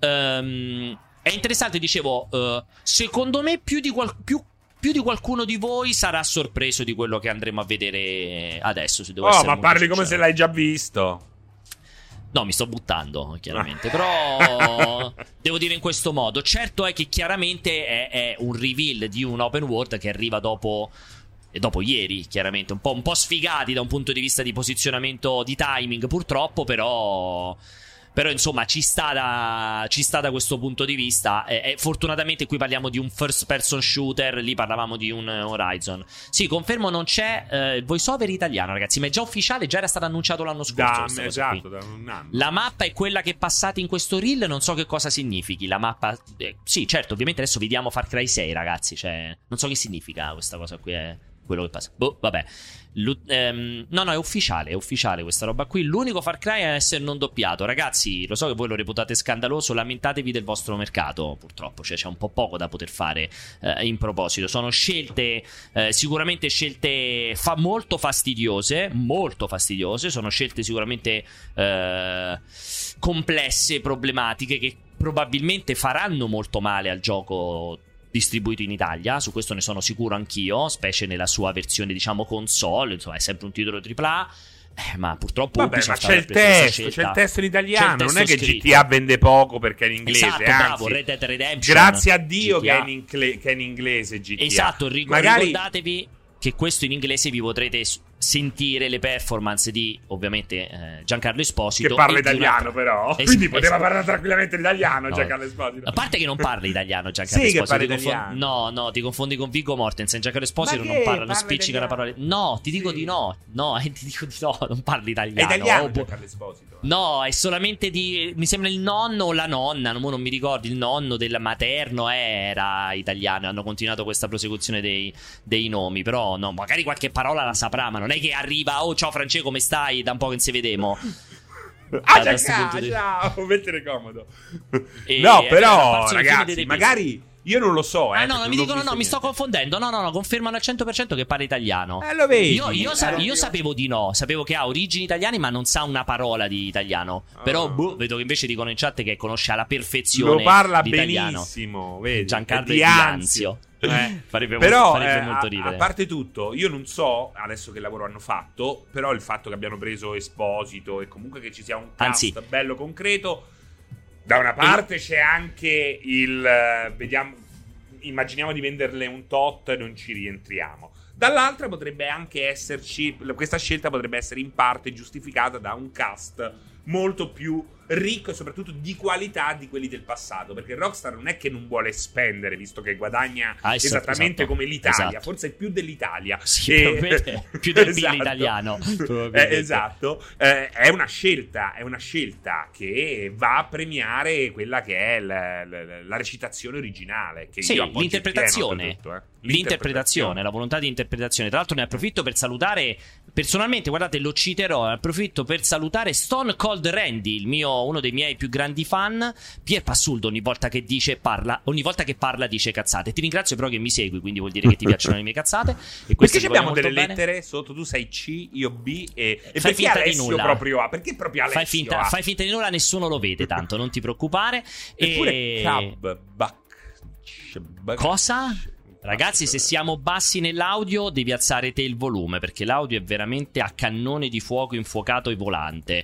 Um, è interessante, dicevo, uh, secondo me più di, qual- più, più di qualcuno di voi sarà sorpreso di quello che andremo a vedere adesso, se devo Oh, essere ma molto parli come se sincero. l'hai già visto. No, mi sto buttando, chiaramente. Però devo dire in questo modo. Certo è che chiaramente è, è un reveal di un open world che arriva dopo, dopo ieri, chiaramente. Un po', un po' sfigati da un punto di vista di posizionamento, di timing, purtroppo, però... Però insomma ci sta da, ci sta da questo punto di vista. E, e fortunatamente qui parliamo di un first person shooter, lì parlavamo di un Horizon. Sì, confermo, non c'è eh, il voiceover italiano, ragazzi, ma è già ufficiale, già era stato annunciato l'anno scorso. Da, questa cosa esatto, qui. da un anno. La mappa è quella che passate in questo reel, non so che cosa significhi. La mappa, eh, sì, certo, ovviamente adesso vediamo Far Cry sei, ragazzi, cioè non so che significa questa cosa qui, è quello che passa. Boh, vabbè. Lu- ehm, no, no, è ufficiale, è ufficiale questa roba qui. L'unico Far Cry a essere non doppiato. Ragazzi, lo so che voi lo reputate scandaloso, lamentatevi del vostro mercato, purtroppo, cioè c'è un po' poco da poter fare eh, in proposito. Sono scelte, eh, sicuramente scelte fa- molto fastidiose, molto fastidiose. Sono scelte sicuramente eh, complesse, problematiche, che probabilmente faranno molto male al gioco distribuito in Italia. Su questo ne sono sicuro anch'io, specie nella sua versione, diciamo, console. Insomma, è sempre un titolo tripla A. Eh, ma purtroppo Vabbè, ma c'è il testo, c'è il testo in italiano, non è che scritto. G T A vende poco perché è in inglese, esatto, anzi, bravo, Red Dead Redemption, grazie a Dio che è, in ingle- che è in inglese G T A. Esatto, ric- Magari... ricordatevi che questo in inglese vi potrete sentire le performance di, ovviamente, eh, Giancarlo Esposito, che parla e italiano una... però es- quindi es- poteva es- parlare tranquillamente l'italiano, no, Giancarlo Esposito, a parte che non parla italiano Giancarlo sì, Esposito, che ti parla confon- no no ti confondi con Viggo Mortensen. Giancarlo Esposito non parla, non spiccica la parola, no ti dico sì. di no no eh, ti dico di no, non parla italiano, è italiano oh, Giancarlo Esposito, no, è solamente di, mi sembra il nonno o la nonna, non, non mi ricordo, il nonno del materno era italiano, hanno continuato questa prosecuzione dei, dei nomi, però no, magari qualche parola la saprà, ma non è che arriva, oh ciao Francesco come stai, da un po' che non si vedemo. Ah, già, ciao, mettere comodo. E no, però ragazzi, magari io non lo so, eh. Ah, no, no, mi dicono no, mi sto confondendo. No, no, no, confermano al cento per cento che parla italiano. Eh, lo vedi. Io, io, sa- io sapevo di no, sapevo che ha origini italiane, ma non sa una parola di italiano. Oh. Però, boh, vedo che invece dicono in chat che conosce alla perfezione lo parla l'italiano. Benissimo, vedi. Giancarlo Di Anzio. Eh. farebbe però molto, farebbe eh, molto a, ridere. a parte tutto, io non so adesso che lavoro hanno fatto, però il fatto che abbiano preso Esposito e comunque che ci sia un cast Anzi, bello concreto, da una parte e... c'è anche il uh, vediamo, immaginiamo di venderle un tot e non ci rientriamo, dall'altra potrebbe anche esserci, questa scelta potrebbe essere in parte giustificata da un cast molto più ricco e soprattutto di qualità di quelli del passato, perché Rockstar non è che non vuole spendere, visto che guadagna ah, esatto, esattamente esatto, come l'Italia, esatto. forse più dell'Italia, sì, e... più del esatto. P I L italiano, eh, esatto, eh, è una scelta, è una scelta che va a premiare quella che è la, la, la recitazione originale, che sì, io l'interpretazione, tutto, eh. l'interpretazione, la volontà di interpretazione. Tra l'altro ne approfitto per salutare personalmente, guardate, lo citerò, approfitto per salutare Stone Cold Randy, il mio uno dei miei più grandi fan. Pier Passuldo ogni volta che dice parla, ogni volta che parla dice cazzate. Ti ringrazio però che mi segui, quindi vuol dire che ti piacciono le mie cazzate. E perché abbiamo delle bene. lettere sotto, tu sei C, io B e, e fai perché finta Alessio di nulla. proprio A? Perché proprio Alessio fai finta, A? fai finta di nulla, nessuno lo vede tanto, non ti preoccupare. Eppure e Cab, Buck, cosa? Ragazzi, se siamo bassi nell'audio devi alzare te il volume, perché l'audio è veramente a cannone di fuoco infuocato e volante.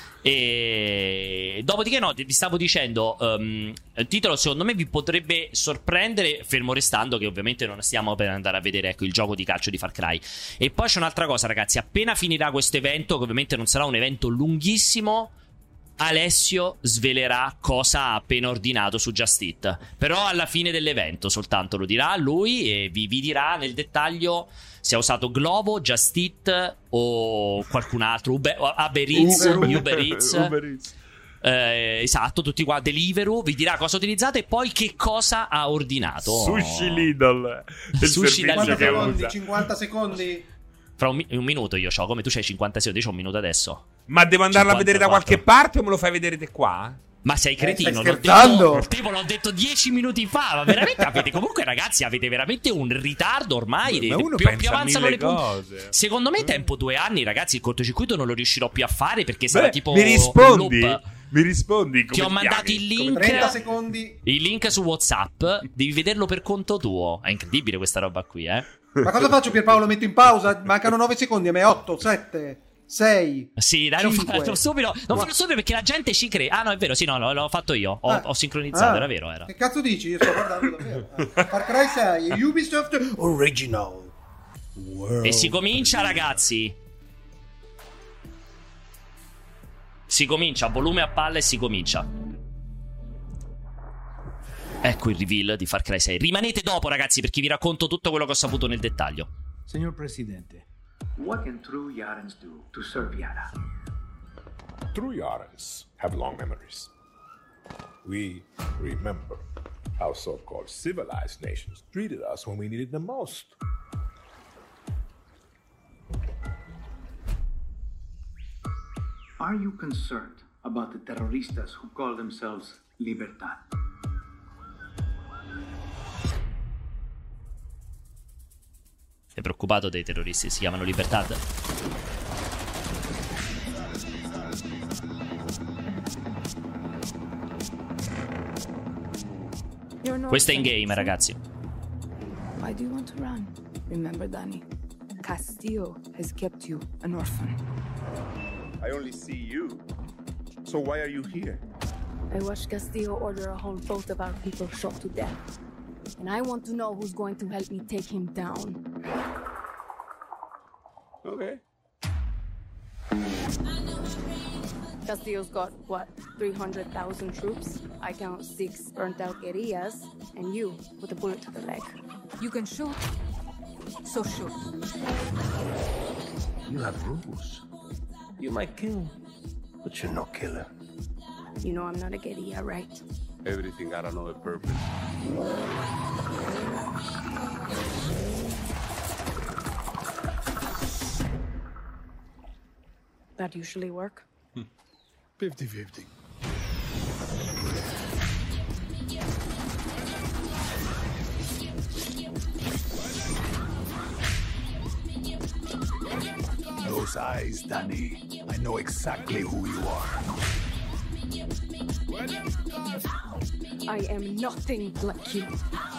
E dopodiché no, vi stavo dicendo, um, il titolo secondo me vi potrebbe sorprendere, fermo restando che ovviamente non stiamo per andare a vedere, ecco, il gioco di calcio di Far Cry. E poi c'è un'altra cosa, ragazzi, appena finirà questo evento, che ovviamente non sarà un evento lunghissimo, Alessio svelerà cosa ha appena ordinato su Just Eat. Però alla fine dell'evento soltanto lo dirà lui e vi, vi dirà nel dettaglio se ha usato Glovo, Just Eat o qualcun altro, Uber, Uber Eats, Uber, Uber Eats, Uber Eats. Eh, esatto, tutti qua, Deliveroo, vi dirà cosa utilizzate e poi che cosa ha ordinato. Sushi Lidl, Sushi cinquanta secondi, cinquanta secondi. Fra un, un minuto io c'ho, come tu c'hai cinquanta secondi, io c'ho un minuto adesso. Ma devo andarla cinquantaquattro a vedere da qualche parte o me lo fai vedere te qua? Ma sei cretino, eh, stai l'ho detto, tipo l'ho detto dieci minuti fa. Ma veramente avete, comunque ragazzi, avete veramente un ritardo ormai. Ma uno più, pensa più avanzano le cose. Secondo me tempo due anni, ragazzi, il cortocircuito non lo riuscirò più a fare perché sarà Beh, tipo mi rispondi? un loop. Mi rispondi? Come ti ho mandato il link, trenta secondi. Il link su WhatsApp, devi vederlo per conto tuo. È incredibile questa roba qui, eh. Ma cosa faccio, Pierpaolo? Metto in pausa? Mancano nove secondi, a me otto, sette, sei. Sì, dai, non farlo subito. Non farlo subito perché la gente ci crede. Ah, no, è vero, sì, no, no l'ho fatto io. Ho, ah. ho sincronizzato, ah. era vero, era. Che cazzo dici? Io sto guardando davvero. Ah. Far Cry sei, Ubisoft Original World. E si comincia, ragazzi. Si comincia, volume a palla e si comincia. Ecco il reveal di Far Cry sei. Rimanete dopo, ragazzi, perché vi racconto tutto quello che ho saputo nel dettaglio. Signor Presidente, what can true Yarans do to serve Yara? True Yarans have long memories. We remember how so-called civilized nations treated us when we needed them most. Are you concerned about the terroristas who call themselves Libertad? Sei preoccupato dei terroristi? Si chiamano Libertad? Questo è in game, ragazzi. Why do you want to run? Remember, Danny, Castillo has kept you an orphan. I only see you. So why are you here? I watched Castillo order a whole boat of our people shot to death. And I want to know who's going to help me take him down. Okay. Castillo's got, what, three hundred thousand troops? I count six burnt-out guerrillas, and you with a bullet to the leg. You can shoot, so shoot. You have rules. You might kill, but you're no killer. You know I'm not a guerrilla, right? Everything got another purpose. That usually work? fifty-fifty. Those eyes, Danny. I know exactly who you are. I am nothing like you.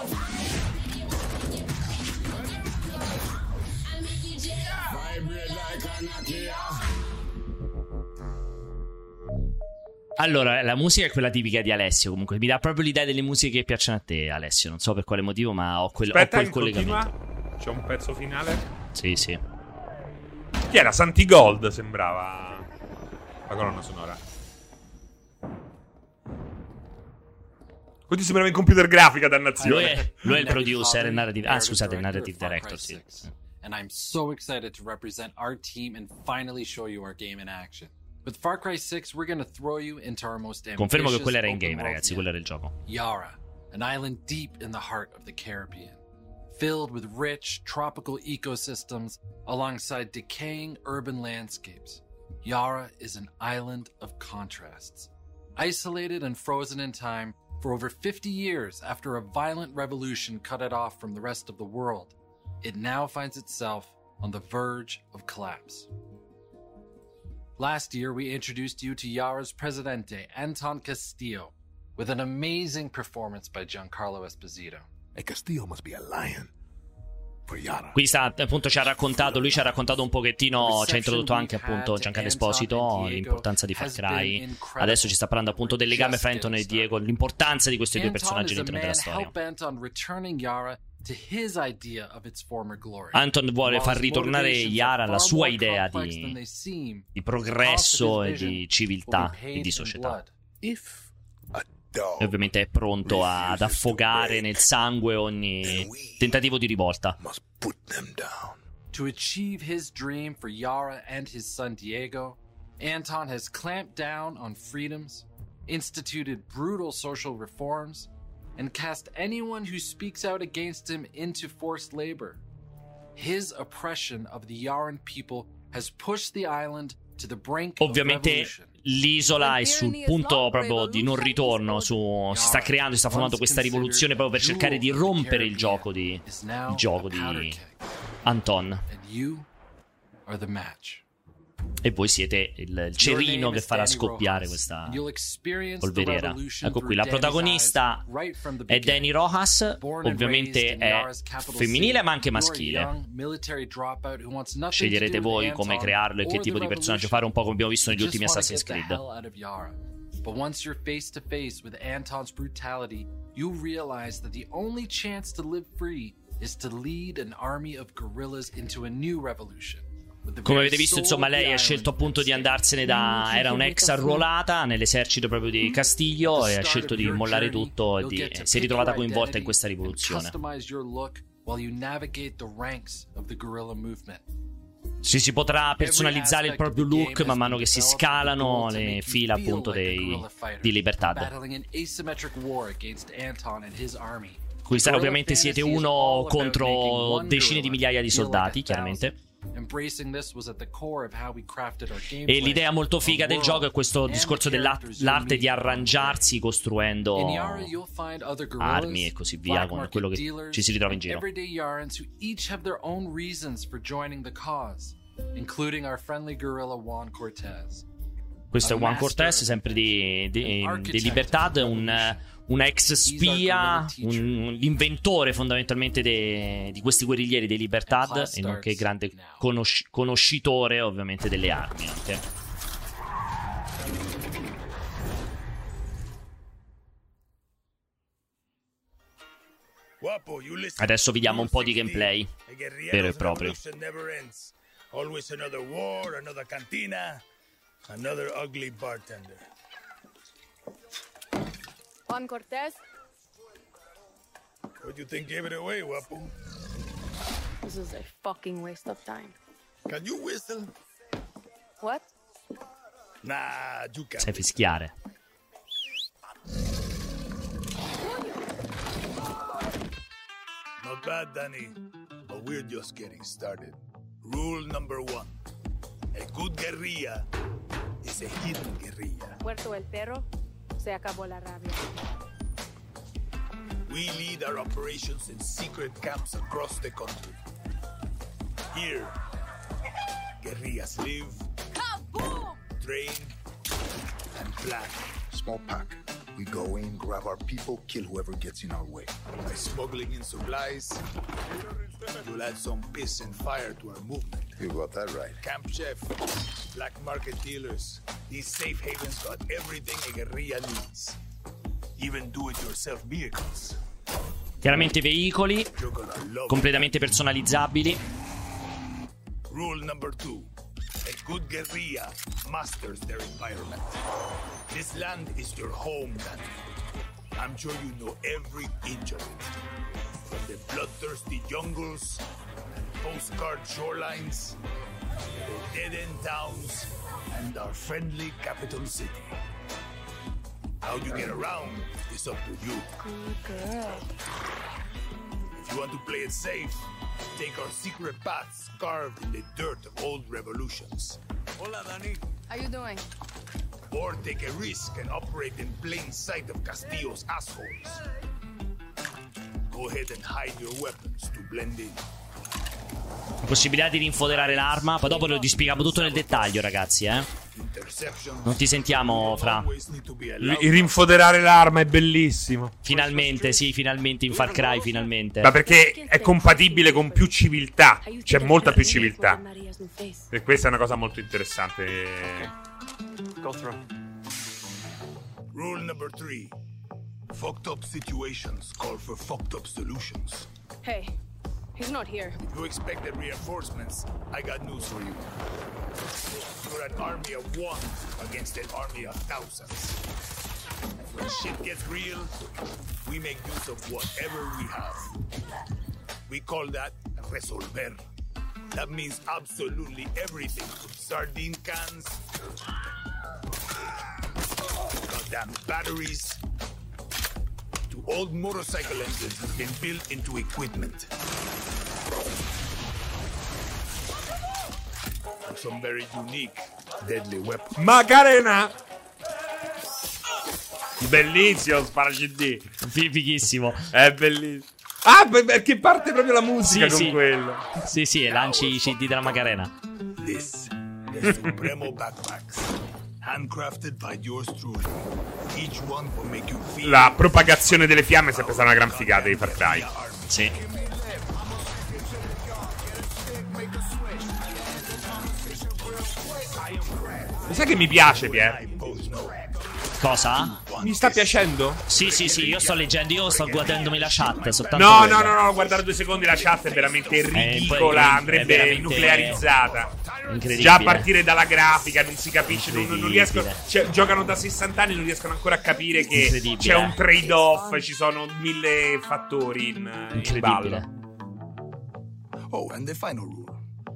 Allora, la musica è quella tipica di Alessio. Comunque, mi dà proprio l'idea delle musiche che piacciono a te, Alessio. Non so per quale motivo, ma ho quel, Aspetta, ho quel collegamento. Continua. C'è un pezzo finale? Sì, sì. Chi era? Santigold sembrava la colonna sonora. Quindi sembrava in computer grafica, dannazione. Lui è, lui è il producer, il narrative. Ah, scusate, il narrative director, sì. And I'm so excited to represent our team and finally show you our game in action. With Far Cry six, we're gonna throw you into our most ambitious Confermo che quello era in game, open world ragazzi, quello era il gioco. Yara, an island deep in the heart of the Caribbean, filled with rich tropical ecosystems alongside decaying urban landscapes. Yara is an island of contrasts. Isolated and frozen in time for over fifty years after a violent revolution cut it off from the rest of the world, it now finds itself on the verge of collapse. Last year, we introduced you to Yara's presidente, Anton Castillo, with an amazing performance by Giancarlo Esposito. E Castillo must be a lion. For Yara. Qui sta, appunto, ci ha raccontato, lui ci ha raccontato un pochettino, ci ha introdotto anche appunto Giancarlo Esposito, l'importanza di Far Cry. Adesso ci sta parlando appunto del legame fra Anton e Diego, l'importanza di questi due personaggi all'interno della storia. Anton vuole far ritornare Yara alla sua idea di, di progresso e di civiltà e di società. E ovviamente è pronto ad affogare nel sangue ogni tentativo di rivolta. To achieve his dream for Yara and his son Diego, Anton has clamped down on freedoms, instituted brutal social reforms, and cast anyone who speaks out against him into forced labor. His oppression of the Yaran people has pushed the island to the brink Ovviamente of revolution. L'isola è sul punto proprio di non ritorno, su, si sta creando, si sta formando questa rivoluzione proprio per cercare di rompere il gioco di, il gioco di Anton. E voi siete il, il cerino che farà scoppiare questa polveriera. Ecco qui, la protagonista è Dani Rojas, ovviamente è femminile ma anche maschile. Sceglierete voi come crearlo e che tipo di personaggio fare, un po' come abbiamo visto negli ultimi Assassin's Creed. But once you're face to face with Anton's brutality, you realize that the only chance to live free is to lead an army of guerrillas into a new revolution. Come avete visto, insomma, lei ha scelto appunto di andarsene da... era un'ex arruolata nell'esercito proprio di Castillo e ha scelto di mollare tutto e, di... e si è ritrovata coinvolta in questa rivoluzione. Ci si potrà personalizzare il proprio look man mano che si scalano le fila appunto dei... di Libertad. Qui ovviamente siete uno contro decine di migliaia di soldati, chiaramente. E l'idea molto figa del gioco è questo discorso dell'arte di arrangiarsi costruendo armi e così via con quello che ci si ritrova in giro. Questo è Juan Cortez, sempre di, di, di Libertad, un, una ex spia, un, l'inventore fondamentalmente de, di questi guerriglieri dei Libertad e nonché grande conosci- conoscitore ovviamente delle armi anche. Adesso vediamo un po' di gameplay vero e proprio. Always another war, another cantina, another ugly bartender. Juan Cortez? What do you think gave it away, Wapo? This is a fucking waste of time. Can you whistle? What? Nah, you can't. Sai fischiare. Not bad, Danny, but we're just getting started. Rule number one. A good guerrilla is a hidden guerrilla. Puerto el Perro, se acabó la rabia. We lead our operations in secret camps across the country. Here, guerrillas live, Kaboom! train, and plan. Small pack. We go in, grab our people, kill whoever gets in our way. By smuggling in supplies, we'll add some piss and fire to our movement. You got that right. Camp chef, black market dealers. These safe havens got everything a guerrilla needs. Even do-it-yourself vehicles. Chiaramente veicoli completamente personalizzabili. Rule number two. A good guerrilla masters their environment. This land is your home, Danny. I'm sure you know every inch of it. From the bloodthirsty jungles and postcard shorelines, the dead-end towns, and our friendly capital city. How you get around is up to you. Good girl. If you want to play it safe, take our secret paths carved in the dirt of old revolutions. Hola, Danny. How you doing? Or take a risk and operate in plain sight of Castillo's assholes. Go ahead and hide your weapons to blend in. Possibilità di rinfoderare l'arma. Poi dopo lo spieghiamo tutto nel dettaglio, ragazzi, eh. Non ti sentiamo, Fra. Il rinfoderare l'arma è bellissimo. Finalmente, sì, finalmente in Far Cry, finalmente. Ma perché è compatibile con più civiltà. C'è molta più civiltà. E questa è una cosa molto interessante. Go through. Rule number three. Fucked up situations call for fucked up solutions. Hey, he's not here. If you expected reinforcements, I got news for you. You're an army of one against an army of thousands. When shit gets real, we make use of whatever we have. We call that resolver. That means absolutely everything from sardine cans, goddamn batteries, to old motorcycle engines has been built into equipment. For some very unique, deadly weapons. Macarena! Bellissimo, spara C D. Fighissimo. È bellissimo. Ah, perché parte proprio la musica sì, con sì. quello. Sì, sì, e lanci i C D della Macarena. This, the Supremo backpacks. Handcrafted by yours truly. Each one will make you feel. La propagazione delle fiamme è sempre stata una gran figata di Far Cry. Sì. Sai che mi piace, Pier? Cosa? Mi sta piacendo? Sì, sì, sì, io sto leggendo, io sto guardandomi la chat soltanto. No, quello. no, no, no, guardare due secondi la chat è veramente ridicola, Eh, poi- andrebbe è veramente nuclearizzata. Incredibile. Già a partire dalla grafica non si capisce, non, non riescono, cioè, giocano da sessanta anni e non riescono ancora a capire che Incredibile. c'è un trade-off, ci sono mille fattori in, in Incredibile. ballo. Oh, and the final rule.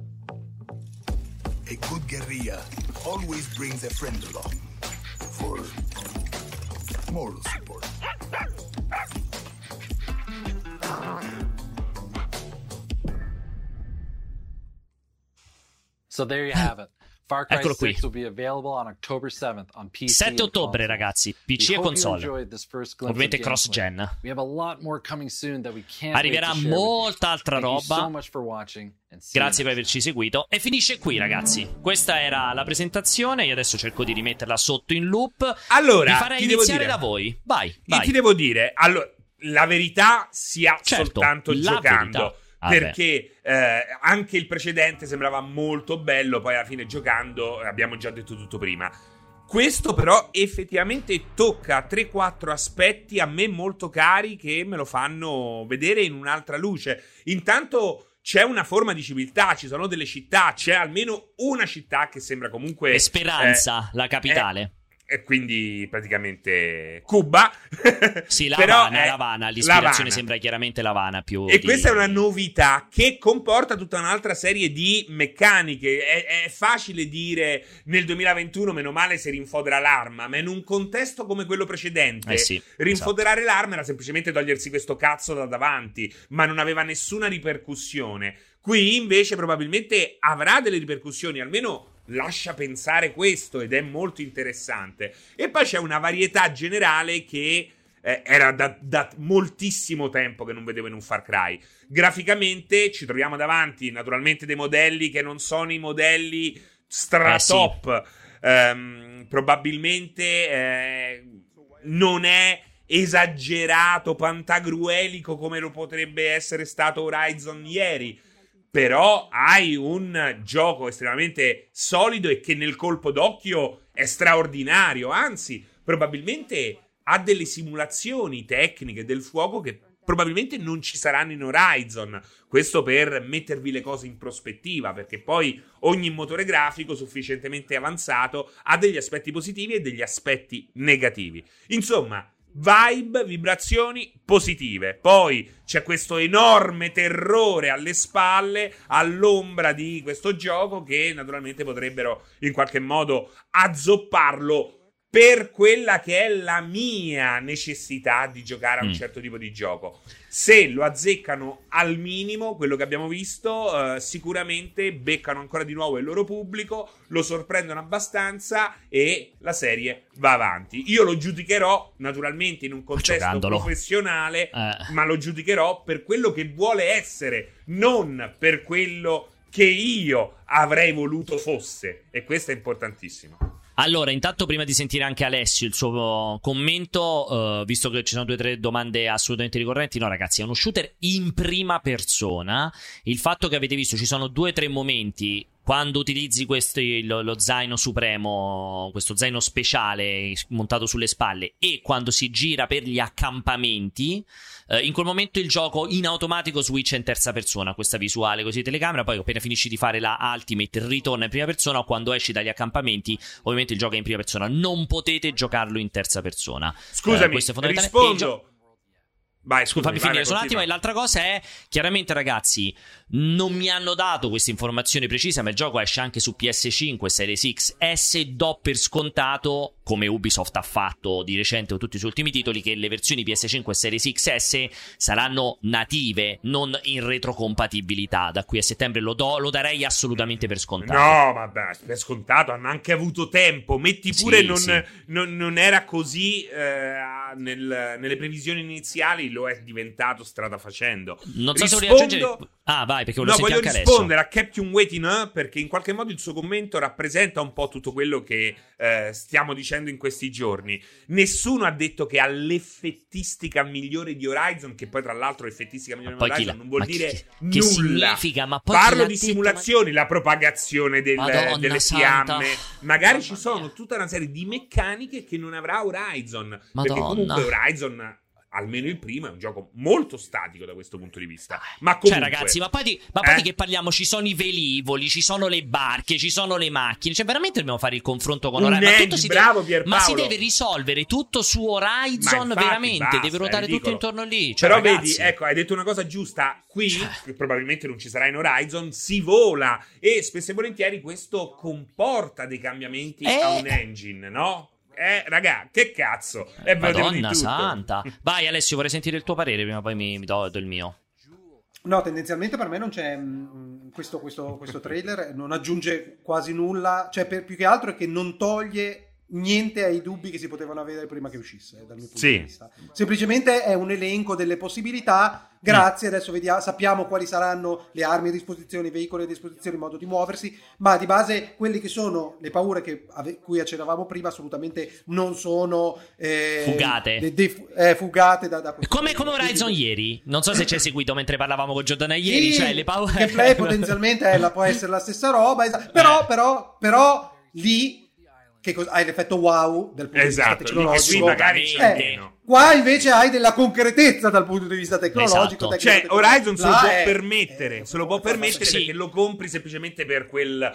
A good guerrilla always brings a friend along for moral support. So there you have it. Far Cry Eccolo qui. six will be available on October seventh on P C sette ottobre, ragazzi, P C e console. Ovviamente cross gen. We have a lot more coming soon that we can't Arriverà wait to share molta altra with you. Thank you roba. so much for watching and see Grazie you per averci seguito. E finisce qui, ragazzi. Questa era la presentazione. Io adesso cerco di rimetterla sotto in loop. Allora, vi farei ti devo iniziare dire, da voi. Vai, Io vai. ti devo dire, allora, la verità si ha Certo, soltanto la giocando. verità. Ah, perché eh, anche il precedente sembrava molto bello, poi alla fine giocando abbiamo già detto tutto prima. Questo però effettivamente tocca tre quattro aspetti a me molto cari che me lo fanno vedere in un'altra luce. Intanto c'è una forma di civiltà, ci sono delle città, c'è almeno una città che sembra comunque Esperanza, eh, la capitale. E quindi praticamente Cuba. Sì, La Però Havana, è La Havana. L'ispirazione L'Havana. sembra chiaramente La Havana più E di... questa è una novità che comporta tutta un'altra serie di meccaniche. È, è facile dire nel duemilaventuno meno male si rinfodera l'arma, ma in un contesto come quello precedente Eh sì, rinfoderare l'arma era semplicemente togliersi questo cazzo da davanti, ma non aveva nessuna ripercussione. Qui invece probabilmente avrà delle ripercussioni, almeno lascia pensare questo, ed è molto interessante. E poi c'è una varietà generale che eh, era da, da moltissimo tempo che non vedevo in un Far Cry. Graficamente ci troviamo davanti naturalmente dei modelli che non sono i modelli stratop. Eh sì. ehm, probabilmente eh, non è esagerato, pantagruelico come lo potrebbe essere stato Horizon ieri. Però hai un gioco estremamente solido e che nel colpo d'occhio è straordinario. Anzi, probabilmente ha delle simulazioni tecniche del fuoco che probabilmente non ci saranno in Horizon. Questo per mettervi le cose in prospettiva, perché poi ogni motore grafico sufficientemente avanzato ha degli aspetti positivi e degli aspetti negativi. Insomma, vibe, vibrazioni positive. Poi c'è questo enorme terrore alle spalle, all'ombra di questo gioco, che naturalmente potrebbero in qualche modo azzopparlo per quella che è la mia necessità di giocare a un Mm. certo tipo di gioco. Se lo azzeccano al minimo, quello che abbiamo visto, eh, sicuramente beccano ancora di nuovo il loro pubblico, lo sorprendono abbastanza e la serie va avanti. Io lo giudicherò naturalmente in un contesto Giocandolo. professionale, Eh. ma lo giudicherò per quello che vuole essere, non per quello che io avrei voluto fosse. E questo è importantissimo. Allora, intanto prima di sentire anche Alessio il suo commento, eh, visto che ci sono due o tre domande assolutamente ricorrenti, no ragazzi, è uno shooter in prima persona. Il fatto che avete visto, ci sono due o tre momenti quando utilizzi questi, lo, lo zaino supremo, questo zaino speciale montato sulle spalle, e quando si gira per gli accampamenti, eh, in quel momento il gioco in automatico switcha in terza persona, questa visuale così telecamera. Poi appena finisci di fare la Ultimate ritorna in prima persona, o quando esci dagli accampamenti ovviamente il gioco è in prima persona. Non potete giocarlo in terza persona. Scusami, eh, questo è fondamentale. rispondo. E il gio- Vai, Scusa, scusami, fammi finire vai, solo un attimo. continua. E l'altra cosa è, chiaramente ragazzi, non mi hanno dato questa informazione precisa, ma il gioco esce anche su P S cinque, Series X S. Do per scontato, come Ubisoft ha fatto di recente con tutti i suoi ultimi titoli, che le versioni P S cinque e Series X S saranno native, non in retrocompatibilità. Da qui a settembre lo, do, lo darei assolutamente per scontato. No, ma beh, per scontato, hanno anche avuto tempo. Metti pure Sì, non, sì. non, non era così eh, nel- nelle previsioni iniziali, lo è diventato strada facendo. Non so se volevi Rispondo- aggiungere. Ah, vai, perché No, volevo voglio sentire anche Alessio. rispondere a Captain Waiting, eh, perché in qualche modo il suo commento rappresenta un po' tutto quello che eh, stiamo dicendo in questi giorni. Nessuno ha detto che ha l'effettistica migliore di Horizon, che poi tra l'altro effettistica migliore di poi chi Horizon la- non vuol ma dire che- nulla. che significa? Ma poi chi Parlo l'ha di detto? simulazioni, la propagazione del- Madonna delle santa. fiamme. Magari ci sono tutta una serie di meccaniche che non avrà Horizon. Perché Madonna. comunque Horizon, almeno il primo, è un gioco molto statico da questo punto di vista. Ma comunque, Cioè, ragazzi, ma poi, di, ma poi Eh? di che parliamo? Ci sono i velivoli, ci sono le barche, ci sono le macchine. Cioè, veramente dobbiamo fare il confronto con Un Horizon. Ma, edge, tutto si bravo deve, ma Pierpaolo. si deve risolvere tutto su Horizon, Ma infatti, veramente. basta, deve ruotare è tutto ridicolo. intorno lì. Cioè, Però ragazzi, vedi, ecco, hai detto una cosa giusta. Qui, che probabilmente non ci sarà in Horizon, si vola. E spesso e volentieri questo comporta dei cambiamenti Eh. a un engine, no? Eh, raga, che cazzo? Eh, ve lo devo dire Madonna tutto. santa. Vai, Alessio, vorrei sentire il tuo parere. Prima poi mi, mi do, do il mio. No, tendenzialmente per me non c'è mh, questo, questo, questo trailer non aggiunge quasi nulla, cioè per, più che altro è che non toglie niente ai dubbi che si potevano avere prima che uscisse, dal mio punto sì. di vista. Semplicemente è un elenco delle possibilità. Grazie, mm. adesso vediamo, sappiamo quali saranno le armi a disposizione, i veicoli a disposizione, il modo di muoversi, ma di base quelle che sono le paure che ave- cui accennavamo prima assolutamente non sono eh, fugate, de- de- eh, fugate da, da come, come Horizon ieri. Non so se ci hai seguito mentre parlavamo con Giordana ieri, sì, cioè le paure. Che play potenzialmente è la, può essere la stessa roba, esatto. però, però, però lì che cosa, hai l'effetto wow dal punto esatto, di vista tecnologico, magari eh, qua invece hai della concretezza dal punto di vista tecnologico, esatto. Cioè Horizon se lo può è, permettere, è, se lo può permettere sì. perché lo compri semplicemente per quel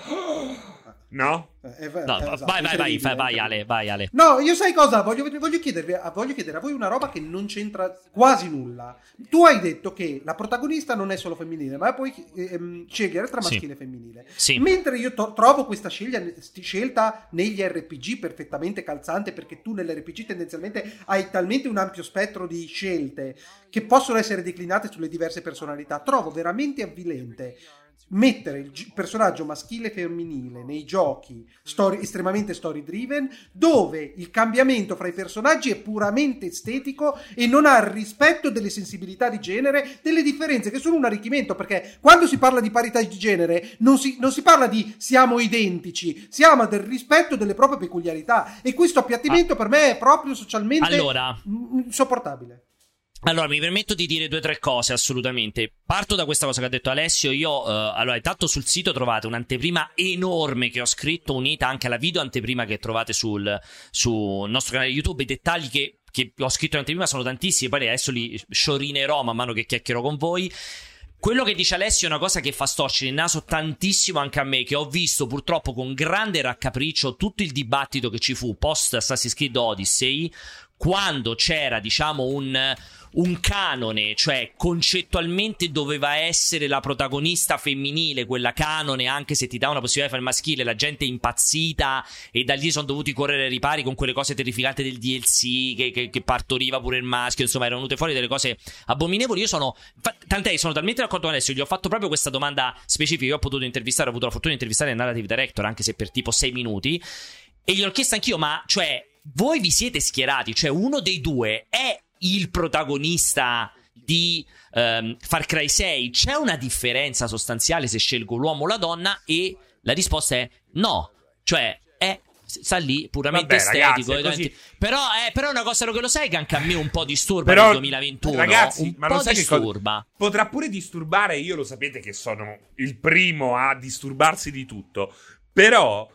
no? Eh, eh, no esatto, vai vai vai, vai, vai Ale, vai Ale. No, io sai cosa voglio, voglio chiedervi voglio chiedere a voi una roba che non c'entra quasi nulla. Tu hai detto che la protagonista non è solo femminile, ma puoi ehm, scegliere tra maschile sì. e femminile. Sì. Mentre io to- trovo questa scelta, scelta negli R P G perfettamente calzante, perché tu nell'R P G tendenzialmente hai talmente un ampio spettro di scelte che possono essere declinate sulle diverse personalità. Trovo veramente avvilente mettere il g- personaggio maschile e femminile nei giochi story, estremamente story driven, dove il cambiamento fra i personaggi è puramente estetico e non ha il rispetto delle sensibilità di genere, delle differenze che sono un arricchimento, perché quando si parla di parità di genere non si, non si parla di siamo identici, si ama del rispetto delle proprie peculiarità, e questo appiattimento ah. per me è proprio socialmente allora, insopportabile. Allora, mi permetto di dire due o tre cose, assolutamente. Parto da questa cosa che ha detto Alessio. Io, eh, allora, intanto sul sito trovate un'anteprima enorme che ho scritto, unita anche alla video anteprima che trovate sul, sul nostro canale YouTube. I dettagli che, che ho scritto in anteprima sono tantissimi, poi adesso li sciorinerò man mano che chiacchierò con voi. Quello che dice Alessio è una cosa che fa storcere il naso tantissimo anche a me, che ho visto purtroppo con grande raccapriccio tutto il dibattito che ci fu post Assassin's Creed Odyssey, quando c'era, diciamo, un... un canone, cioè concettualmente doveva essere la protagonista femminile, quella canone, anche se ti dà una possibilità di fare maschile, la gente è impazzita e da lì sono dovuti correre ai ripari con quelle cose terrificanti del D L C che, che, che partoriva pure il maschio, insomma erano venute fuori delle cose abominevoli. Io sono, tant'è, sono talmente d'accordo con Alessio, gli ho fatto proprio questa domanda specifica, io ho potuto intervistare, ho avuto la fortuna di intervistare il narrative director, anche se per tipo sei minuti, e gli ho chiesto anch'io, ma cioè voi vi siete schierati, cioè uno dei due è il protagonista di um, Far Cry sei? C'è una differenza sostanziale se scelgo l'uomo o la donna? E la risposta è no, cioè è sta lì puramente Vabbè, estetico, ragazzi, è però, è, però è una cosa che lo sai che anche a me un po' disturba però, nel duemilaventuno, ragazzi, un ma po' lo sai disturba. Che cosa, potrà pure disturbare, io lo sapete che sono il primo a disturbarsi di tutto, però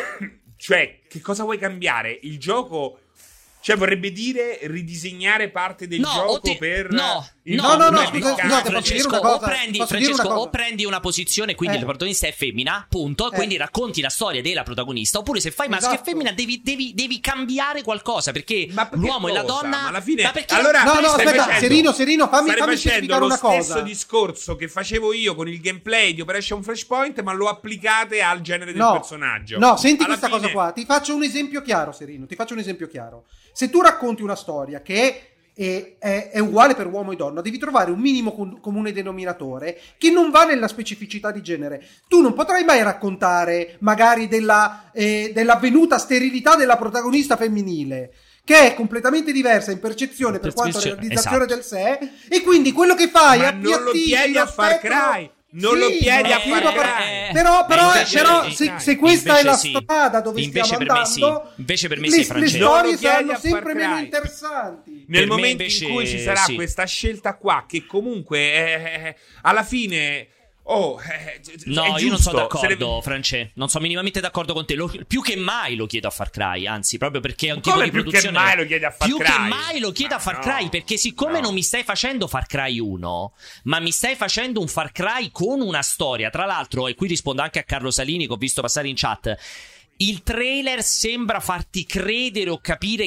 cioè che cosa vuoi cambiare? Il gioco, cioè vorrebbe dire ridisegnare parte del no, gioco te, per no, il no, no, no, scusa, no, Francesco, o prendi, Francesco una o prendi una posizione, quindi eh. la protagonista è femmina, punto, eh. quindi racconti la storia della protagonista, oppure se fai maschio esatto. e femmina devi, devi, devi cambiare qualcosa, perché, perché l'uomo cosa? e la donna, ma alla fine ma perché allora no, no, aspetta, facendo, Serino, Serino, fammi, fammi specificare una cosa. Lo stesso discorso che facevo io con il gameplay di Operation Flashpoint, ma lo applicate al genere del no, personaggio. No, senti alla questa fine... cosa qua, ti faccio un esempio chiaro, Serino, ti faccio un esempio chiaro. Se tu racconti una storia che è, è, è uguale per uomo e donna, devi trovare un minimo com- comune denominatore che non va nella specificità di genere. Tu non potrai mai raccontare magari della, eh, dell'avvenuta sterilità della protagonista femminile, che è completamente diversa in percezione per quanto alla realizzazione esatto. del sé, e quindi quello che fai ma è non lo chiedi a Far Cry. Non sì, lo chiedi a Far Cry. Però, però, invece, però eh, se, se questa è la sì. strada dove invece stiamo per andando, me sì. invece per me le, sì, le Francesco. storie saranno sempre meno interessanti. Nel per momento invece, in cui ci sarà sì. questa scelta qua, che comunque eh, alla fine... Oh, eh, no, è io non sono d'accordo, sarebbe... France. Non sono minimamente d'accordo con te. Lo, più che mai lo chiedo a Far Cry. Anzi, proprio perché è un Come tipo di più produzione. Che mai lo chiedi a Far più Cry? che mai lo chiedo ma a Far no, Cry. Perché, siccome no. non mi stai facendo Far Cry uno, ma mi stai facendo un Far Cry con una storia. Tra l'altro, e qui rispondo anche a Carlo Salini, che ho visto passare in chat. Il trailer sembra farti credere o capire che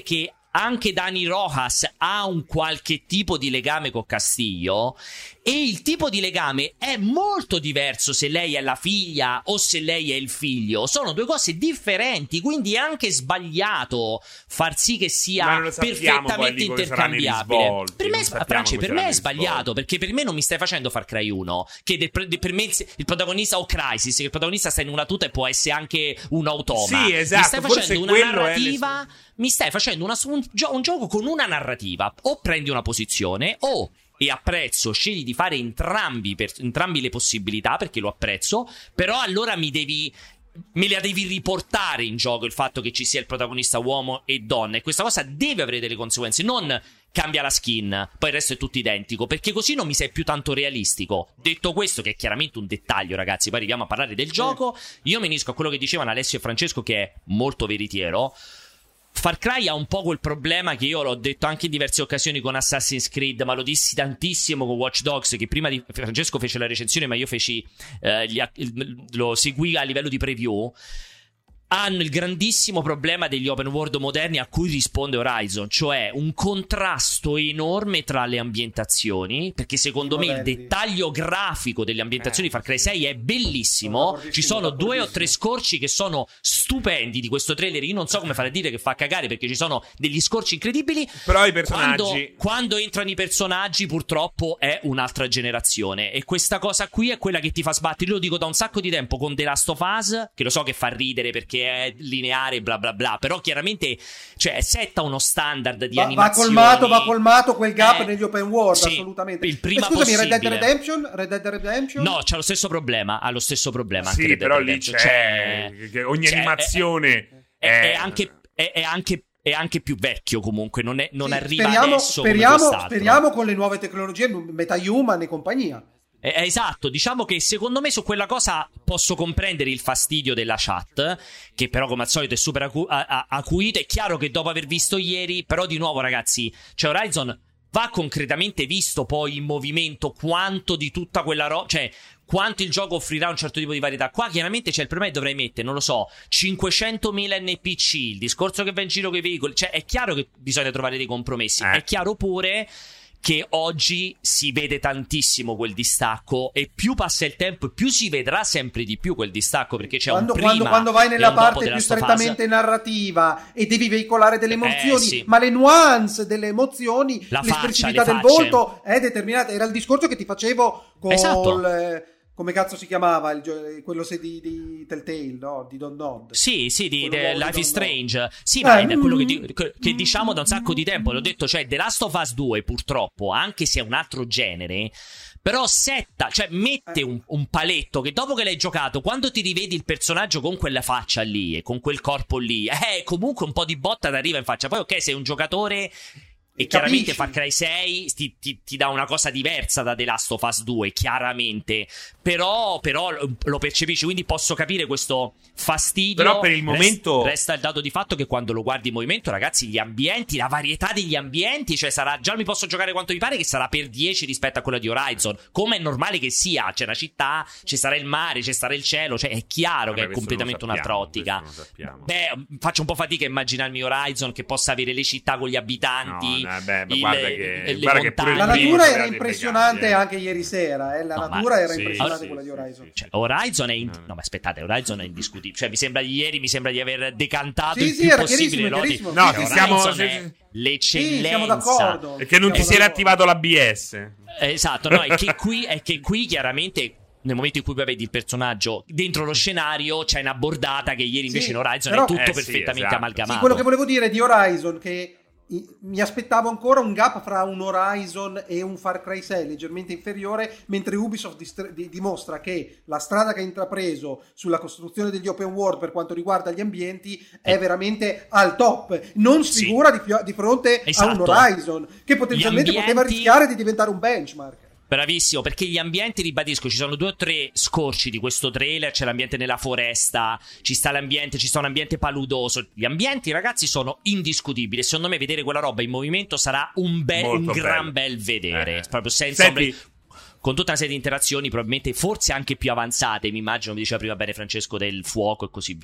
anche Dani Rojas ha un qualche tipo di legame con Castillo, e il tipo di legame è molto diverso se lei è la figlia o se lei è il figlio. Sono due cose differenti, quindi è anche sbagliato far sì che sia perfettamente intercambiabile. Per me, Franci, per me è sbagliato, perché per me non mi stai facendo Far Cry uno, che del, de, per me il, il protagonista, o Crysis, che il protagonista sta in una tuta e può essere anche un automa. Sì, esatto. Mi stai facendo una narrativa, mi stai facendo una, un, gio- un gioco con una narrativa. O prendi una posizione, o, e apprezzo, scegli di fare entrambi, per, entrambi le possibilità, perché lo apprezzo, però allora mi devi... me la devi riportare in gioco il fatto che ci sia il protagonista uomo e donna, e questa cosa deve avere delle conseguenze. Non cambia la skin, poi il resto è tutto identico, perché così non mi sei più tanto realistico. Detto questo, che è chiaramente un dettaglio, ragazzi, poi arriviamo a parlare del gioco. Io mi unisco a quello che dicevano Alessio e Francesco, che è molto veritiero. Far Cry ha un po' quel problema che io l'ho detto anche in diverse occasioni con Assassin's Creed, ma lo dissi tantissimo con Watch Dogs, che prima di Francesco fece la recensione, ma io feci eh, gli, lo seguì a livello di preview. Hanno il grandissimo problema degli open world moderni a cui risponde Horizon, cioè un contrasto enorme tra le ambientazioni, perché secondo me il dettaglio grafico delle ambientazioni di Far Cry sei è bellissimo. Ci sono due o tre scorci che sono stupendi di questo trailer. Io non so come fare a dire che fa cagare, perché ci sono degli scorci incredibili. Però i personaggi, quando, quando entrano i personaggi, purtroppo è un'altra generazione, e questa cosa qui è quella che ti fa sbattere. Io lo dico da un sacco di tempo con The Last of Us, che lo so che fa ridere perché è lineare, bla bla bla, però chiaramente, cioè, setta uno standard di va, animazioni. Va colmato, va colmato quel gap eh, negli open world, sì, assolutamente. Il prima eh, scusami, possibile. Red Dead Redemption? Red Dead Redemption? No, c'ha lo stesso problema, ha lo stesso problema. Sì, anche però Red Dead lì c'è, c'è, che ogni c'è, animazione è, è, è, è anche è, è anche è anche più vecchio, comunque non, è, non sì, arriva speriamo, adesso speriamo, come quest'altro. Speriamo con le nuove tecnologie, MetaHuman e compagnia. Eh, esatto, diciamo che secondo me su quella cosa posso comprendere il fastidio della chat, che però come al solito è super acu- a- a- acuito. È chiaro che dopo aver visto ieri, però di nuovo ragazzi, cioè Horizon va concretamente visto poi in movimento quanto di tutta quella roba, cioè quanto il gioco offrirà un certo tipo di varietà. Qua chiaramente c'è il problema che dovrei mettere, non lo so, cinquecentomila N P C, il discorso che va in giro con i veicoli, cioè è chiaro che bisogna trovare dei compromessi, eh. È chiaro pure che oggi si vede tantissimo quel distacco, e più passa il tempo e più si vedrà sempre di più quel distacco, perché c'è quando, un prima quando, quando vai nella parte più strettamente fase narrativa e devi veicolare delle emozioni, eh, sì. ma le nuance delle emozioni, la l'espressività faccia, del volto è determinata. Era il discorso che ti facevo con esatto. il, come cazzo si chiamava il, quello se di, di Telltale, no? Di Don't Nod. Sì, sì, di, di Life is Strange. Nod. Sì, eh, ma è quello che, di, che diciamo da un sacco di tempo. L'ho detto, cioè The Last of Us due purtroppo, anche se è un altro genere, però setta, cioè mette un, un paletto che dopo che l'hai giocato, quando ti rivedi il personaggio con quella faccia lì e con quel corpo lì, eh, comunque un po' di botta ti arriva in faccia. Poi ok, sei un giocatore... E chiaramente Far Cry sei ti, ti, ti dà una cosa diversa da The Last of Us due, chiaramente. Però, però lo percepisci, quindi posso capire questo fastidio. Però per il momento resta, resta il dato di fatto che quando lo guardi in movimento, ragazzi, gli ambienti, la varietà degli ambienti, cioè sarà, già mi posso giocare quanto mi pare, che sarà per dieci rispetto a quella di Horizon, come è normale che sia. C'è una città, ci sarà il mare, ci sarà il cielo, cioè è chiaro Vabbè, che è completamente sappiamo, un'altra ottica. Beh, faccio un po' fatica a immaginarmi Horizon che possa avere le città con gli abitanti. No, no, beh, il, guarda che, le guarda che pure la natura era impressionante becati, eh. anche ieri sera, eh. La no, natura era sì, impressionante sì, quella di Horizon. Cioè, Horizon è in... no, ma aspettate, Horizon è indiscutibile. Cioè, mi sembra di ieri, mi sembra di aver decantato sì, il sì, più era possibile lodi. No, no, cioè, siamo è l'eccellenza. Sì, siamo d'accordo. E che non siamo ti si era d'accordo. attivato l'A B S. Esatto, no, è che qui è che qui chiaramente nel momento in cui poi vedi il personaggio dentro lo scenario c'è una bordata che ieri invece sì, in Horizon però, è tutto eh, perfettamente sì, esatto. amalgamato. Sì, quello che volevo dire di Horizon, che mi aspettavo ancora un gap fra un Horizon e un Far Cry sei leggermente inferiore, mentre Ubisoft dist- di- dimostra che la strada che ha intrapreso sulla costruzione degli open world per quanto riguarda gli ambienti è veramente al top, non sfigura sì. di, fi- di fronte esatto. a un Horizon che potenzialmente ambienti... poteva rischiare di diventare un benchmark. Bravissimo, perché gli ambienti, ribadisco, ci sono due o tre scorci di questo trailer. C'è l'ambiente nella foresta, ci sta l'ambiente, ci sta un ambiente paludoso. Gli ambienti, ragazzi, sono indiscutibili. Secondo me vedere quella roba in movimento sarà un, be- un gran bel vedere, eh. proprio senza Senti, con tutta una serie di interazioni, probabilmente forse anche più avanzate, mi immagino, mi diceva prima bene Francesco, del fuoco e così via.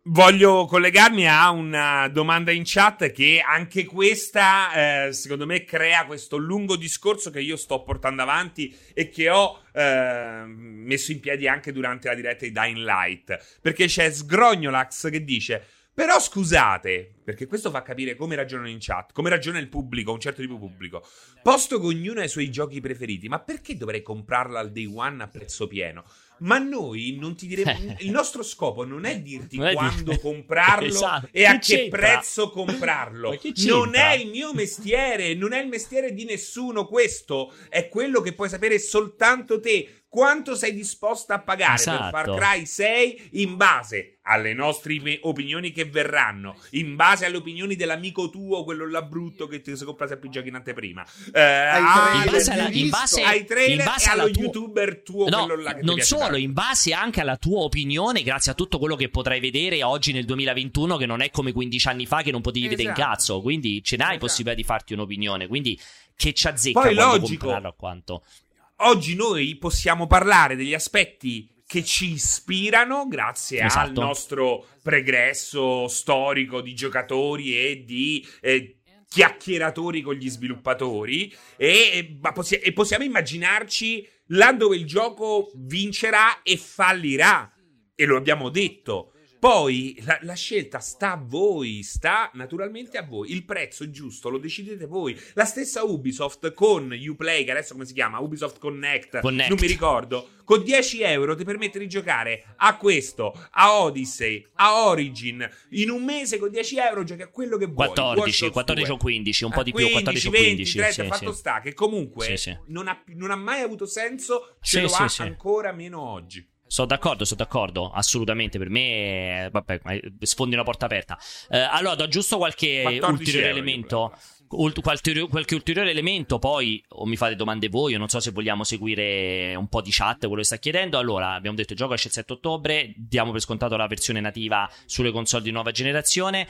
Voglio collegarmi a una domanda in chat che anche questa, eh, secondo me, crea questo lungo discorso che io sto portando avanti e che ho eh, messo in piedi anche durante la diretta di Dying Light. Perché c'è Sgrognolax che dice: però scusate, perché questo fa capire come ragionano in chat, come ragiona il pubblico, un certo tipo di pubblico. Posto che ognuno ha i suoi giochi preferiti, ma perché dovrei comprarla al day one a prezzo pieno? Ma noi non ti diremo. Il nostro scopo non è dirti non è quando di... comprarlo esatto. e a che, che prezzo comprarlo. Non è il mio mestiere, non è il mestiere di nessuno. Questo è quello che puoi sapere soltanto te. Quanto sei disposta a pagare esatto. per Far Cry sei in base alle nostre opinioni che verranno, in base alle opinioni dell'amico tuo, quello là brutto che ti si compra sempre i giochi in anteprima, eh, in base alla, in base, ai trailer in base e allo tuo... youtuber tuo, no, quello là che non ti solo, tanto. In base anche alla tua opinione, grazie a tutto quello che potrai vedere oggi nel duemilaventuno, che non è come quindici anni fa che non potevi esatto. vedere in cazzo, quindi ce n'hai esatto. possibilità di farti un'opinione, quindi che ci azzecca poi quando logico, comprarlo a quanto. Oggi noi possiamo parlare degli aspetti che ci ispirano grazie esatto. al nostro pregresso storico di giocatori e di eh, chiacchieratori con gli sviluppatori e, e, possi- e possiamo immaginarci là dove il gioco vincerà e fallirà, e lo abbiamo detto. Poi la, la scelta sta a voi, sta naturalmente a voi. Il prezzo giusto lo decidete voi. La stessa Ubisoft con Uplay, che adesso come si chiama? Ubisoft Connect, Connect. non mi ricordo. Con dieci euro ti permette di giocare a questo, a Odyssey, a Origin. In un mese con dieci euro giochi a quello che vuoi. quattordici, quattordici o quindici, un po' di più, quattordici o quindici. venti, trenta, sì, fatto sì. sta che comunque sì, sì. Non, ha, non ha mai avuto senso, ce sì, lo sì, ha sì. ancora meno oggi. Sono d'accordo, sono d'accordo, assolutamente. Per me, vabbè, sfondi una porta aperta. Eh, allora, do giusto qualche ulteriore elemento. Ult- qualche, qualche ulteriore elemento, poi o mi fate domande voi, o non so se vogliamo seguire un po' di chat, quello che sta chiedendo. Allora, abbiamo detto il gioco esce il sette ottobre, diamo per scontato la versione nativa sulle console di nuova generazione.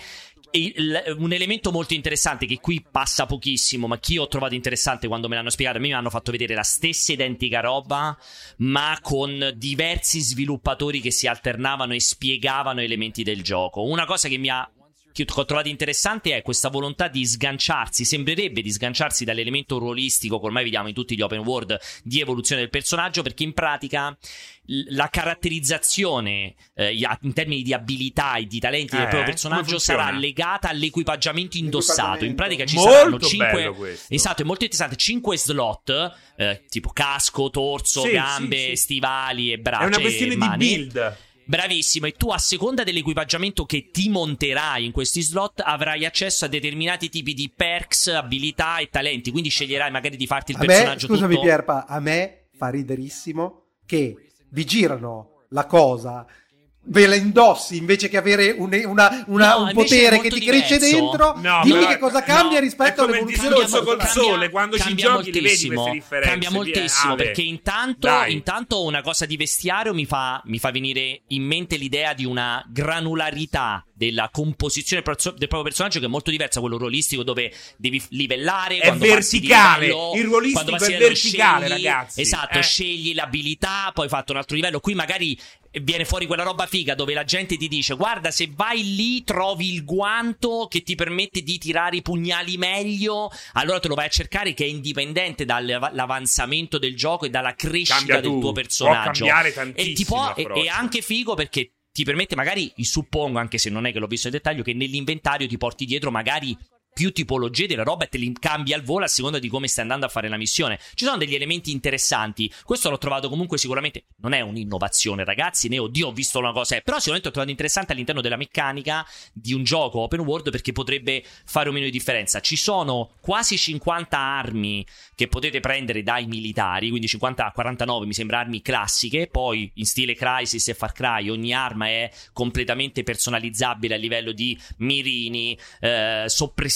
Il, un elemento molto interessante che qui passa pochissimo, ma che io ho trovato interessante quando me l'hanno spiegato, a me mi hanno fatto vedere la stessa identica roba, ma con diversi sviluppatori che si alternavano e spiegavano elementi del gioco. Una cosa che mi ha che ho trovato interessante è questa volontà di sganciarsi, sembrerebbe di sganciarsi dall'elemento ruolistico che ormai vediamo in tutti gli open world di evoluzione del personaggio, perché in pratica la caratterizzazione eh, in termini di abilità e di talenti eh, del proprio personaggio sarà legata all'equipaggiamento indossato. In pratica ci molto saranno cinque esatto, è molto interessante, cinque slot eh, tipo casco, torso, sì, gambe, sì, sì. stivali e braccia. È una questione e mani. di build. Bravissimo, e tu a seconda dell'equipaggiamento che ti monterai in questi slot avrai accesso a determinati tipi di perks, abilità e talenti, quindi sceglierai magari di farti il a personaggio me, scusami tutto... Pierpa, a me fa riderissimo che vi girano la cosa, ve la indossi invece che avere un, una, una, no, un potere che ti diverso. cresce dentro. No, dimmi però, che cosa cambia no, rispetto all'evoluzione del discorso col sole, quando ci giochi li vedi queste differenze. Cambia moltissimo, ah, perché intanto, intanto una cosa di vestiario mi fa, mi fa venire in mente l'idea di una granularità della composizione del proprio personaggio che è molto diversa da quello ruolistico, dove devi livellare, è verticale, livello, il ruolistico è verticale, scegli, ragazzi. Esatto, eh. scegli l'abilità, poi fatto un altro livello. Qui magari viene fuori quella roba figa dove la gente ti dice: guarda, se vai lì trovi il guanto che ti permette di tirare i pugnali meglio, allora te lo vai a cercare, che è indipendente dall'avanzamento del gioco e dalla crescita Cambia del tu. tuo personaggio. Può cambiare tantissimo e ti può, è, è anche figo perché ti permette magari, suppongo, anche se non è che l'ho visto in dettaglio, che nell'inventario ti porti dietro magari più tipologie della roba e te li cambi al volo a seconda di come stai andando a fare la missione. Ci sono degli elementi interessanti. Questo l'ho trovato comunque sicuramente, non è un'innovazione ragazzi, né oddio ho visto una cosa, eh, però sicuramente ho trovato interessante all'interno della meccanica di un gioco open world, perché potrebbe fare un meno di differenza. Ci sono quasi cinquanta armi che potete prendere dai militari, quindi cinquanta a quarantanove mi sembra armi classiche. Poi in stile Crysis e Far Cry ogni arma è completamente personalizzabile a livello di mirini, eh, soppressori,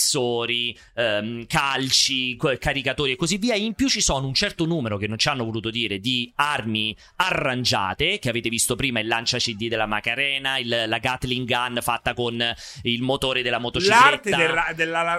ehm, calci, caricatori e così via. In più ci sono un certo numero, che non ci hanno voluto dire, di armi arrangiate, che avete visto prima, il lancia C D della Macarena, il, la Gatling Gun fatta con il motore della motocicletta. L'arte della, della,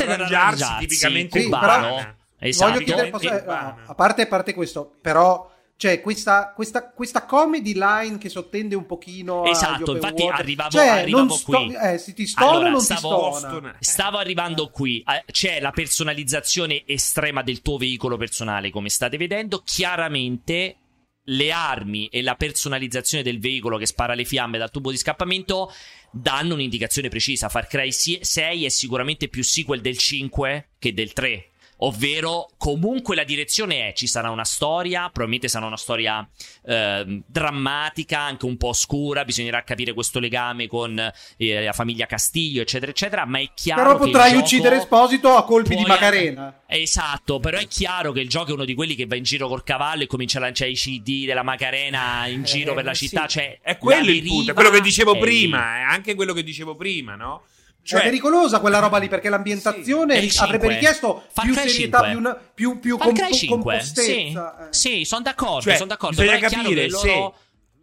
dell'arrangiarsi tipicamente sì, cubano. Esatto. Voglio chiedere, posso, eh, a, parte, a parte questo, però C'è questa, questa, questa comedy line che sottende un pochino. Esatto, infatti world. arrivavo, cioè, arrivavo non sto, qui. Eh, se ti stona allora, non stavo, ti stona. Stavo arrivando qui. C'è la personalizzazione estrema del tuo veicolo personale, come state vedendo. Chiaramente le armi e la personalizzazione del veicolo che spara le fiamme dal tubo di scappamento danno un'indicazione precisa. Far Cry sei è sicuramente più sequel del cinque che del tre. Ovvero, comunque la direzione è: ci sarà una storia, probabilmente sarà una storia eh, drammatica, anche un po' oscura, bisognerà capire questo legame con eh, la famiglia Castiglio, eccetera, eccetera, ma è chiaro però che potrai il gioco uccidere Esposito a colpi di puoi- Macarena. Esatto, però è chiaro che il gioco è uno di quelli che va in giro col cavallo e comincia a lanciare i C D della Macarena in giro Eh, per la sì. città, cioè È quello la il punto, è deriva quello che dicevo è prima, è anche quello che dicevo prima, no? Cioè, è pericolosa quella roba lì, perché l'ambientazione Sì. avrebbe cinque. richiesto Far più Cry serietà, cinque. più, una- più, più Far comp- Cry cinque, compostezza. sì, sì, sono d'accordo, Cioè, sono d'accordo, bisogna però è chiaro capire che loro...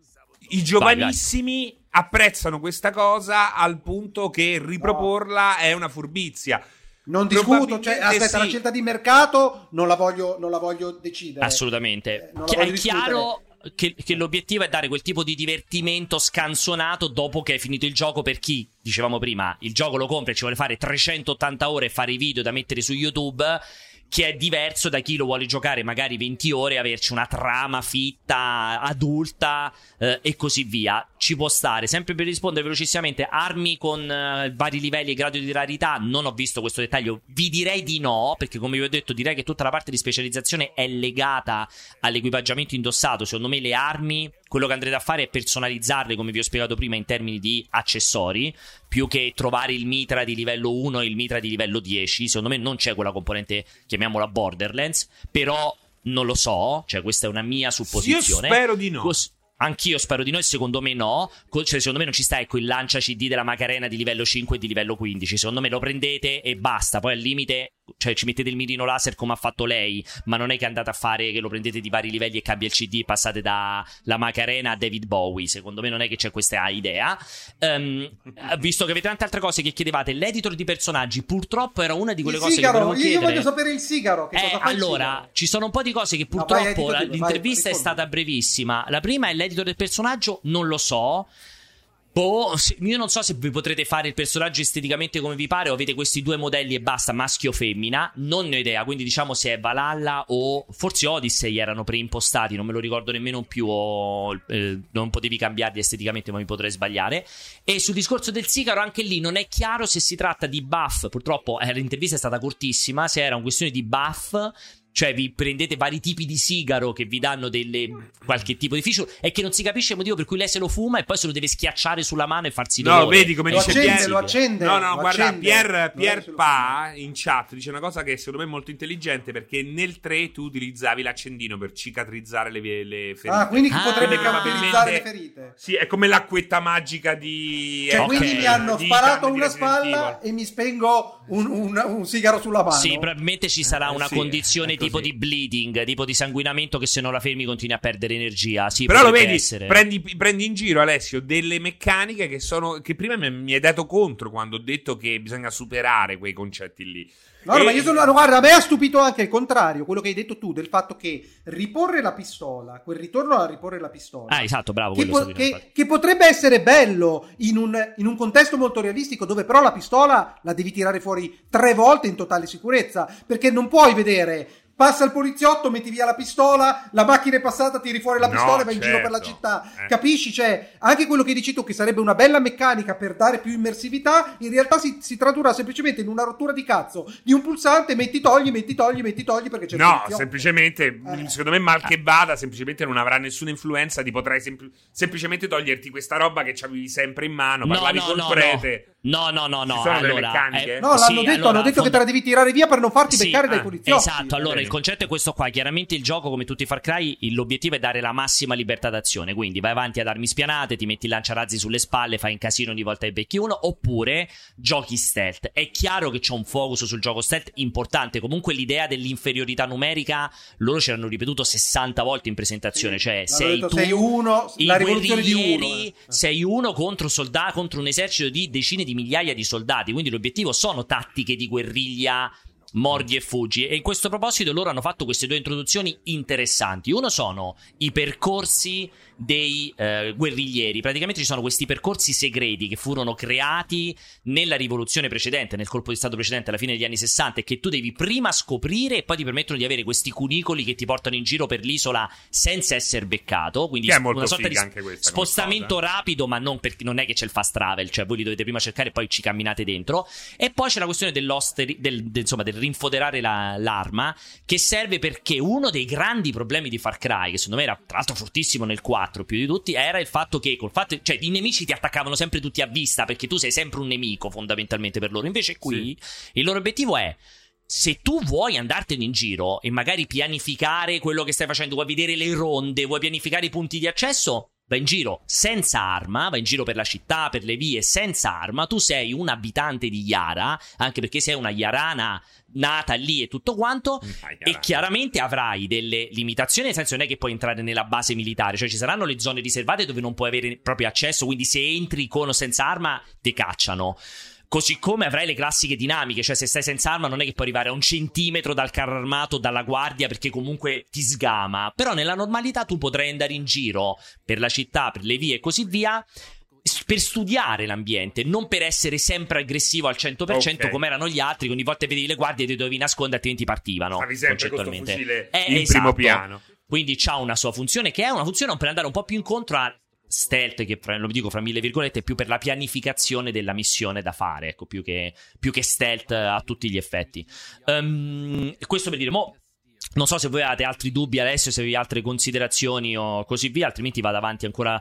se i giovanissimi apprezzano questa cosa al punto che riproporla è una furbizia. Non discuto, cioè, Probabilmente aspetta, sì. la scelta di mercato non la voglio, non la voglio decidere. Assolutamente. non la Chi- voglio è discutere. chiaro che, che l'obiettivo è dare quel tipo di divertimento scansonato dopo che hai finito il gioco. Per chi, dicevamo prima, il gioco lo compra e ci vuole fare trecentottanta ore e fare i video da mettere su YouTube, che è diverso da chi lo vuole giocare magari venti ore e averci una trama fitta, adulta eh, e così via. Ci può stare. Sempre per rispondere velocissimamente, armi con eh, vari livelli e grado di rarità, non ho visto questo dettaglio, vi direi di no, perché come vi ho detto direi che tutta la parte di specializzazione è legata all'equipaggiamento indossato. Secondo me le armi, quello che andrete a fare è personalizzarle, come vi ho spiegato prima, in termini di accessori, più che trovare il mitra di livello uno e il mitra di livello dieci. Secondo me non c'è quella componente, chiamiamola Borderlands, però non lo so, cioè questa è una mia supposizione. Io spero di no. Cos- Anch'io spero di no, e secondo me no. Co- cioè, secondo me non ci sta, ecco, il lancia C D della Macarena di livello cinque e di livello quindici. Secondo me lo prendete e basta. Poi al limite, cioè, ci mettete il mirino laser come ha fatto lei, ma non è che andate a fare che lo prendete di vari livelli e cambia il C D e passate da la Macarena a David Bowie. Secondo me non è che c'è questa idea. Um, visto che avete tante altre cose che chiedevate, l'editor di personaggi purtroppo era una di quelle Il cose sigaro, che volevo io, io chiedere. voglio sapere il sigaro. Che Eh, cosa fa il allora, sigaro? ci sono un po' di cose che No, vai, purtroppo vai, la- vai, l'intervista vai, è stata brevissima. La prima è l'editor del personaggio, non lo so. Boh, se- io non so se vi potrete fare il personaggio esteticamente come vi pare o avete questi due modelli e basta, maschio o femmina, non ne ho idea, quindi diciamo se è Valhalla o forse Odyssey erano preimpostati, non me lo ricordo nemmeno più, o, eh, non potevi cambiarli esteticamente, ma mi potrei sbagliare. E sul discorso del sigaro, anche lì non è chiaro se si tratta di buff, purtroppo eh, l'intervista è stata cortissima, se era una questione di buff, cioè vi prendete vari tipi di sigaro che vi danno delle, qualche tipo di feature, e che non si capisce il motivo per cui lei se lo fuma e poi se lo deve schiacciare sulla mano e farsi dolore. No, vedi come Lo dice accende, Pier. lo accende, No, no, lo guarda, accende. Pier, Non Pier è se lo Pa in chat dice una cosa che secondo me è molto intelligente, perché nel tre tu utilizzavi l'accendino per cicatrizzare le, le ferite. Ah, quindi chi Ah, potrebbe quindi caratterizzare le probabilmente- ferite? Sì, è come l'acquetta magica di... Cioè, eh, quindi ok, mi hanno di sparato Ethan di una Resident spalla Evil. e mi spengo un, un- un sigaro sulla mano. Sì, probabilmente ci sarà Eh, una sì, condizione è così. tipo di bleeding, tipo di sanguinamento, che se non la fermi continui a perdere energia. Sì, Però lo potrebbe vedi, essere. prendi, prendi in giro, Alessio, delle meccaniche che sono che prima mi, mi hai dato contro quando ho detto che bisogna superare quei concetti lì. No, no, E- ma io sono, guarda, a me ha stupito anche il contrario, quello che hai detto tu, del fatto che riporre la pistola, quel ritorno a riporre la pistola, Ah, esatto, bravo, che, quello po- stavo dicendo, che- che potrebbe essere bello in un, in un contesto molto realistico, dove però la pistola la devi tirare fuori tre volte in totale sicurezza, perché non puoi vedere... Passa il poliziotto, metti via la pistola, la macchina è passata, tiri fuori la No, pistola e vai in giro per la certo. città. Eh. Capisci? Cioè, anche quello che dici tu, che sarebbe una bella meccanica per dare più immersività, in realtà si, si tradurrà semplicemente in una rottura di cazzo di un pulsante, metti togli, metti togli, metti togli, perché c'è il No, poliziotto. semplicemente, Eh. secondo me mal che vada, semplicemente non avrà nessuna influenza, ti potrai sempl- semplicemente toglierti questa roba che avevi sempre in mano, No, parlavi no, col no, prete. No, no, no, no. Ci sono delle allora, meccaniche? eh, No, l'hanno sì, detto, allora, hanno detto che fond- te la devi tirare via per non farti Sì, beccare dai ah, poliziotti. Esatto, allora Bene. il concetto è questo qua. Chiaramente il gioco, come tutti i Far Cry, il- l'obiettivo è dare la massima libertà d'azione. Quindi vai avanti ad armi spianate, ti metti il lanciarazzi sulle spalle, fai un casino ogni volta che becchi uno, oppure giochi stealth. È chiaro che c'è un focus sul gioco stealth importante. Comunque l'idea dell'inferiorità numerica loro ce l'hanno ripetuto sessanta volte in presentazione. Cioè L'hanno sei detto, tu, sei uno, i la rivoluzione di uno. guerrieri, sei uno contro soldati, contro un esercito di decine di migliaia di soldati. Quindi l'obiettivo sono tattiche di guerriglia mordi e fuggi. E in questo proposito loro hanno fatto queste due introduzioni interessanti. Uno sono i percorsi dei eh, guerriglieri. Praticamente ci sono questi percorsi segreti che furono creati nella rivoluzione precedente, nel colpo di stato precedente alla fine degli anni sessanta, e che tu devi prima scoprire e poi ti permettono di avere questi cunicoli che ti portano in giro per l'isola senza essere beccato. Quindi che è molto una sorta figa di anche questa spostamento rapido, ma non, perché non è che c'è il fast travel, cioè voi li dovete prima cercare e poi ci camminate dentro. E poi c'è la questione dell'osteri, del, del, insomma, del rinfoderare la, l'arma, che serve perché uno dei grandi problemi di Far Cry, che secondo me era tra l'altro fortissimo nel quattro più di tutti, era il fatto che col fatto, cioè i nemici ti attaccavano sempre tutti a vista, perché tu sei sempre un nemico fondamentalmente per loro. Invece qui sì. il loro obiettivo è: se tu vuoi andartene in giro e magari pianificare quello che stai facendo, vuoi vedere le ronde, vuoi pianificare i punti di accesso, vai in giro senza arma, vai in giro per la città, per le vie senza arma. Tu sei un abitante di Yara, anche perché sei una Yarana nata lì e tutto quanto, e chiaramente avrai delle limitazioni, nel senso non è che puoi entrare nella base militare, cioè ci saranno le zone riservate dove non puoi avere proprio accesso, quindi se entri con o senza arma ti cacciano. Così come avrai le classiche dinamiche, cioè se stai senza arma non è che puoi arrivare a un centimetro dal carro armato, dalla guardia, perché comunque ti sgama. Però nella normalità tu potrai andare in giro per la città, per le vie e così via, per studiare l'ambiente, non per essere sempre aggressivo al cento per cento okay. come erano gli altri, che ogni volta vedevi le guardie e ti dovevi nascondere, altrimenti partivano. Stavi sempre con questo fucile eh, in esatto. primo piano. Quindi c'ha una sua funzione, che è una funzione per andare un po' più incontro a stealth, che lo dico fra mille virgolette, è più per la pianificazione della missione da fare, ecco, più che, più che stealth a tutti gli effetti. Um, questo per dire, mo non so se voi avete altri dubbi, Alessio, se avete altre considerazioni o così via, altrimenti vado avanti ancora.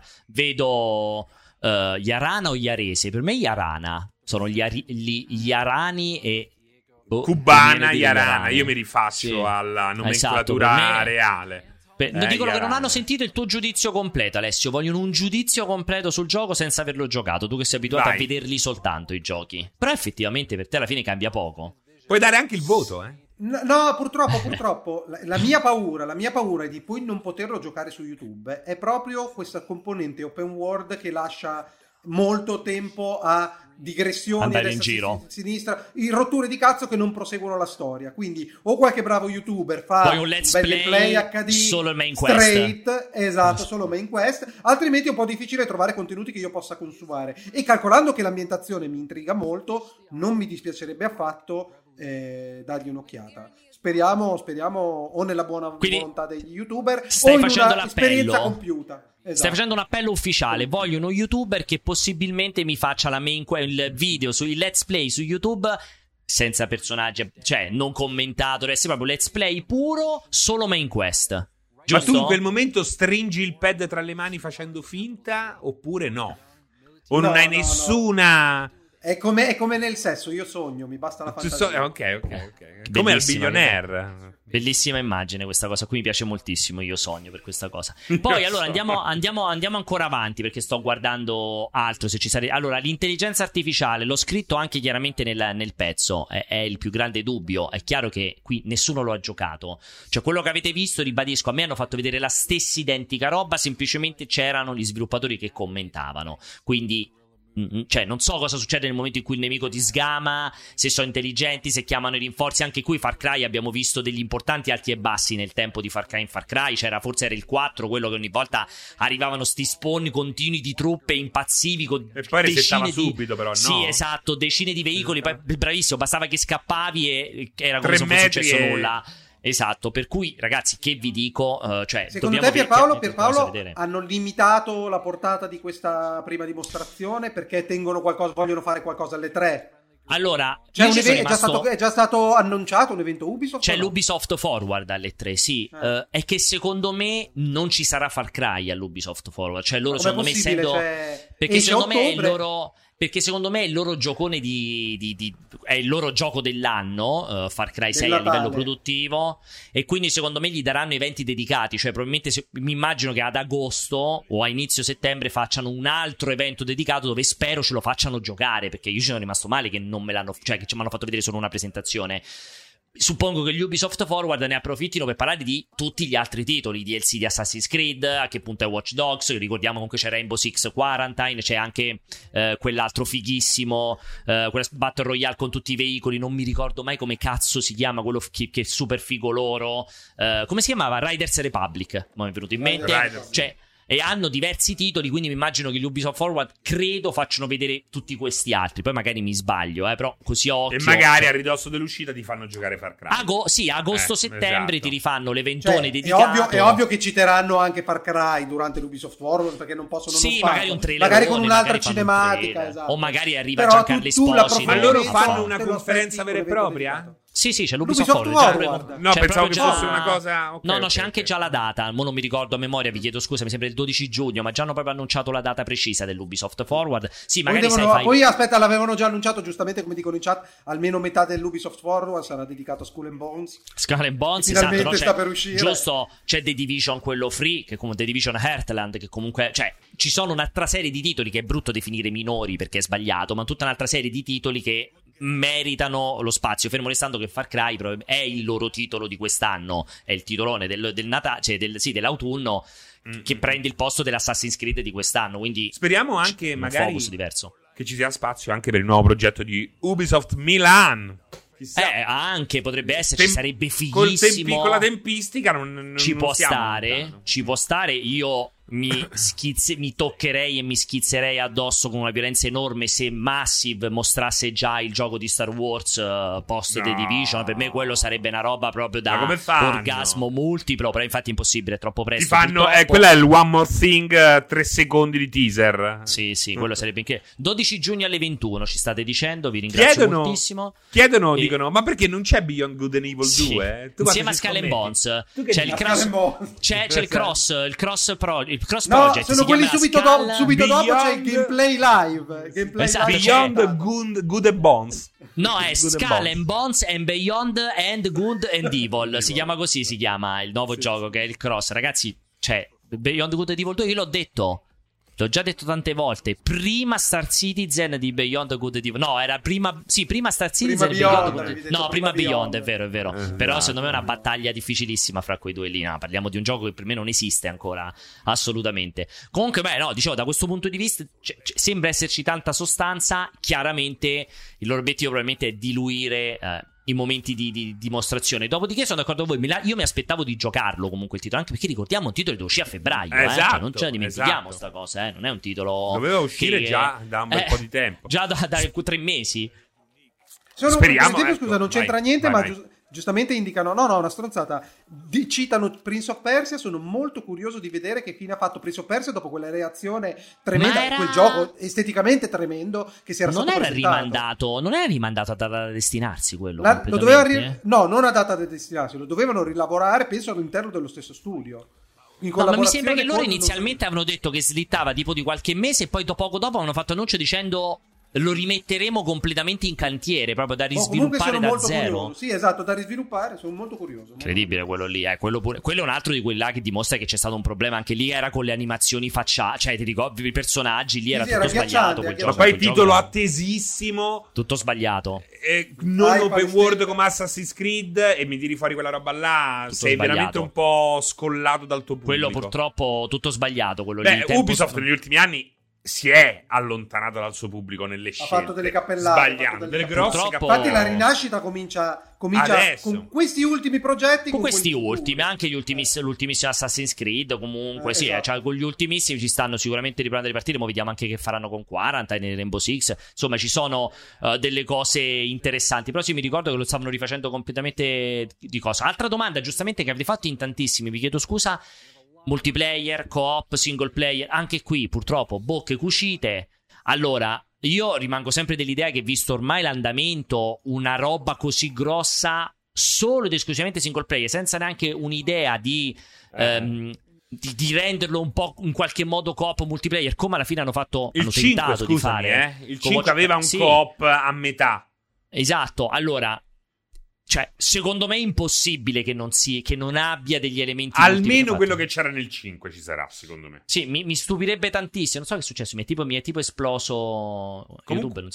Vedo uh, Yarana o Yarese? Per me Yarana sono gli, Ari- gli Yarani e oh, Cubana, Yarana. Io mi rifaccio sì. alla nomenclatura esatto, reale. Beh, eh, dicono Yarana. che non hanno sentito il tuo giudizio completo, Alessio. Vogliono un giudizio completo sul gioco senza averlo giocato. Tu che sei abituato Vai. a vederli soltanto i giochi. Però effettivamente per te alla fine cambia poco. Puoi dare anche il voto, eh? No, no, purtroppo, purtroppo la, la mia paura, la mia paura di poi non poterlo giocare su YouTube è proprio questa componente open world che lascia molto tempo a digressioni andare a in destra, giro, sinistra, in rotture di cazzo che non proseguono la storia. Quindi o qualche bravo YouTuber fa poi un let's un play, play acca di solo il main quest, straight, esatto, solo main quest, altrimenti è un po' difficile trovare contenuti che io possa consumare. E calcolando che l'ambientazione mi intriga molto, non mi dispiacerebbe affatto eh, dargli un'occhiata. Speriamo, speriamo o nella buona Quindi volontà degli YouTuber stai o in facendo una esperienza compiuta. Esatto. Stai facendo un appello ufficiale. Voglio uno YouTuber che possibilmente mi faccia la main que- il video sui let's play su YouTube senza personaggi, cioè non commentato, deve essere proprio let's play puro, solo main quest. Giusto? Ma tu in quel momento stringi il pad tra le mani facendo finta oppure no? O No, non hai no, nessuna... no. È come, è come nel sesso, io sogno, mi basta la fantasia. So- ok, ok, ok. Come al Billionaire. Bellissima immagine questa cosa qui, mi piace moltissimo, io sogno per questa cosa. Poi allora andiamo, andiamo, andiamo ancora avanti, perché sto guardando altro, se ci sare... Allora, l'intelligenza artificiale, l'ho scritto anche chiaramente nel, nel pezzo, è, è il più grande dubbio. È chiaro che qui nessuno lo ha giocato, cioè quello che avete visto, ribadisco, a me hanno fatto vedere la stessa identica roba, semplicemente c'erano gli sviluppatori che commentavano, quindi cioè non so cosa succede nel momento in cui il nemico ti sgama, se sono intelligenti, se chiamano i rinforzi. Anche qui Far Cry abbiamo visto degli importanti alti e bassi nel tempo di Far Cry in Far Cry. C'era, forse era il quattro, quello che ogni volta arrivavano sti spawn continui di truppe, impazzivi con e poi resettava di... subito, però no. Sì, esatto, decine di veicoli, poi, bravissimo, bastava che scappavi e era come Tre se non fosse successo e... nulla. Esatto, per cui ragazzi, che vi dico, uh, cioè, secondo te Pierpaolo, Pierpaolo hanno limitato la portata di questa prima dimostrazione perché tengono qualcosa, vogliono fare qualcosa alle tre? Allora, cioè, un eve- rimasto... è, già stato, è già stato annunciato un evento Ubisoft? C'è no? l'Ubisoft Forward alle tre, sì. Eh. Uh, è che secondo me non ci sarà Far Cry all'Ubisoft Forward. Cioè loro, secondo me, essendo... Cioè... Perché secondo me è il loro... Perché secondo me è il loro giocone di, di, di è il loro gioco dell'anno, uh, Far Cry sei a livello produttivo, e quindi secondo me gli daranno eventi dedicati, cioè probabilmente se, mi immagino che ad agosto o a inizio settembre facciano un altro evento dedicato dove spero ce lo facciano giocare, perché io ci sono rimasto male che non me l'hanno, cioè che ci mi hanno fatto vedere solo una presentazione. suppongo che gli Ubisoft Forward ne approfittino per parlare di tutti gli altri titoli, D L C di Assassin's Creed, a che punto è Watch Dogs, ricordiamo comunque c'è Rainbow Six Quarantine, c'è anche eh, quell'altro fighissimo, eh, quella Battle Royale con tutti i veicoli, non mi ricordo mai come cazzo si chiama, quello che, che è super figo loro, eh, come si chiamava? Riders Republic, mi è venuto in mente, Riders. Cioè e hanno diversi titoli, quindi mi immagino che gli Ubisoft Forward credo facciano vedere tutti questi altri, poi magari mi sbaglio, eh, però così a occhio. E magari a ridosso dell'uscita ti fanno giocare Far Cry. Ago- sì, agosto-settembre eh, esatto. ti rifanno l'eventone cioè, dedicato. È ovvio, è ovvio che citeranno anche Far Cry durante l'Ubisoft Forward, perché non possono sì, non magari un trailer, magari con un'altra cinematica, un esatto. O magari arriva però Giancarlo Esposito. Ma loro fanno una conferenza vera e propria? Sì, sì, c'è l'Ubisoft Forward. Forward. No, c'è pensavo che già... fosse una cosa. Okay, no, no, okay, c'è okay. anche già la data. Mo non mi ricordo a memoria, vi chiedo scusa, mi sembra il dodici giugno, ma già hanno proprio annunciato la data precisa dell'Ubisoft Forward. Sì, magari poi, devono, sai, fai... poi aspetta, l'avevano già annunciato, giustamente come dicono in chat, almeno metà dell'Ubisoft Forward sarà dedicato a Skull and Bones. Skull and Bones, finalmente esatto, no? sta c'è, per uscire. Giusto, c'è The Division, quello free, che comunque The Division Heartland, che comunque, cioè, ci sono un'altra serie di titoli che è brutto definire minori perché è sbagliato, ma tutta un'altra serie di titoli che meritano lo spazio, fermo restando che Far Cry è il loro titolo di quest'anno, è il titolone del, del Natale, cioè del, sì, dell'autunno, mm-hmm. che prende il posto dell'Assassin's Creed di quest'anno, quindi speriamo anche un magari focus diverso, che ci sia spazio anche per il nuovo progetto di Ubisoft Milan. Eh, anche potrebbe essere, Tem- ci sarebbe fighissimo. Col tempi- con la tempistica non, non ci non può stare, lontano. Ci può stare. Io mi, schizze- mi toccherei e mi schizzerei addosso con una violenza enorme se Massive mostrasse già il gioco di Star Wars uh, post The No. Division. Per me quello sarebbe una roba proprio Ma da come fanno? orgasmo multiplo, però infatti è impossibile, è troppo Ti presto. fanno, purtroppo. eh, quella è il One More Thing, uh, tre secondi di teaser. Sì, sì, quello sarebbe anche dodici giugno alle ventuno, ci state dicendo, vi ringrazio Chiedono, moltissimo. chiedono E- dicono, ma perché non c'è Beyond Good and Evil Sì. due? Tu Insieme a quanto ci Skull and scommetti? Bones Tu che c'è dici? il cross, Skull and Bones. c'è, c'è il cross il cross pro, il cross No, project, sono si quelli chiama subito, Skull- do- subito dopo c'è il Beyond- gameplay live. Gameplay Esatto, live. c'è- Beyond Good, Good and Bones. No, è Good and Skull Bones. and Bones and Beyond and Good and Evil. Si chiama così, si chiama il nuovo gioco che è il cross. Ragazzi, cioè, Beyond Good and Evil due, io l'ho detto. L'ho già detto tante volte. Prima Star Citizen di Beyond Good and Evil. No, era prima. Sì, prima Star Citizen Prima e Beyond Beyond, Good avevi and detto No, prima prima Beyond, Beyond. è vero, è vero. Esatto. Però secondo me è una battaglia difficilissima fra quei due lì. No, parliamo di un gioco che per me non esiste ancora. Assolutamente. Comunque, beh, no, dicevo, da questo punto di vista c- c- sembra esserci tanta sostanza. Chiaramente il loro obiettivo probabilmente è diluire. Eh, i momenti di, di dimostrazione. Dopodiché sono d'accordo con voi. Mi la- io mi aspettavo di giocarlo comunque il titolo, anche perché ricordiamo un titolo che uscì a febbraio. Eh, Esatto, cioè, non ce la dimentichiamo esatto. sta cosa, eh. Non è un titolo. Doveva uscire che- già da un bel eh, po' di tempo. Già da, da tre mesi. Sono, Speriamo, per esempio, ecco, scusa, non c'entra vai, niente, vai, ma vai. gius- giustamente indicano, no, no, una stronzata. Di- citano Prince of Persia. Sono molto curioso di vedere che fine ha fatto Prince of Persia dopo quella reazione tremenda. Ma era- Quel gioco esteticamente tremendo che si era Non stato era presentato. rimandato, non era rimandato a data da destinarsi quello. La- lo doveva completamente, ri- eh. no, non a data di destinazione, lo dovevano rilavorare, penso, all'interno dello stesso studio. In No, ma mi sembra collaborazione che loro con- inizialmente avevano detto che slittava tipo di qualche mese e poi dopo poco dopo hanno fatto annuncio dicendo lo rimetteremo completamente in cantiere, proprio da Oh, comunque risviluppare sono da molto zero. curioso. Sì, esatto, da risviluppare, sono molto curioso. Incredibile quello lì, eh. quello, pure- quello è un altro di quelli là che dimostra che c'è stato un problema anche lì, era con le animazioni facciali, cioè ti ricordi i personaggi, lì era sì, tutto era sbagliato agghiacciante, quel agghiacciante. gioco. Ma poi il quel titolo gioco- attesissimo, tutto sbagliato. eh, non Hype open alle world stelle. come Assassin's Creed, e mi tiri fuori quella roba là, Tutto sei sbagliato. veramente un po' scollato dal tuo pubblico. Quello purtroppo tutto sbagliato, quello lì. Beh, il tempo- Ubisoft negli ultimi anni si è allontanato dal suo pubblico nelle Ha scelte, fatto delle cappellate, ha fatto sbagliando, delle delle grosse Purtroppo- cappellate. Infatti la rinascita comincia, comincia Adesso. con questi ultimi progetti. Con questi quelli- ultimi, anche gli ultimiss- l'ultimissimo Assassin's Creed, comunque Eh, sì, esatto. eh, cioè, con gli ultimissimi ci stanno sicuramente riprovando a ripartire, ma vediamo anche che faranno con Quarantine e Rainbow Six, insomma ci sono eh, delle cose interessanti, però sì, mi ricordo che lo stavano rifacendo completamente di cosa. Altra domanda, giustamente, che avete fatto in tantissimi, vi chiedo scusa, multiplayer, co-op, single player, anche qui purtroppo bocche cucite. Allora, io rimango sempre dell'idea che, visto ormai l'andamento, una roba così grossa solo ed esclusivamente single player, senza neanche un'idea di, ehm, di, di renderlo un po' in qualche modo co-op multiplayer, come alla fine hanno fatto, Il hanno cinque, tentato scusami, di fare. eh, il Con cinque Watch- aveva un sì, co-op a metà. esatto. Allora, cioè, secondo me è impossibile che non, si, che non abbia degli elementi Almeno multiplayer. quello che c'era nel cinque ci sarà, secondo me. Sì, mi, mi stupirebbe tantissimo. Non so che è successo, mi è tipo, mi è tipo esploso YouTube, non si sa.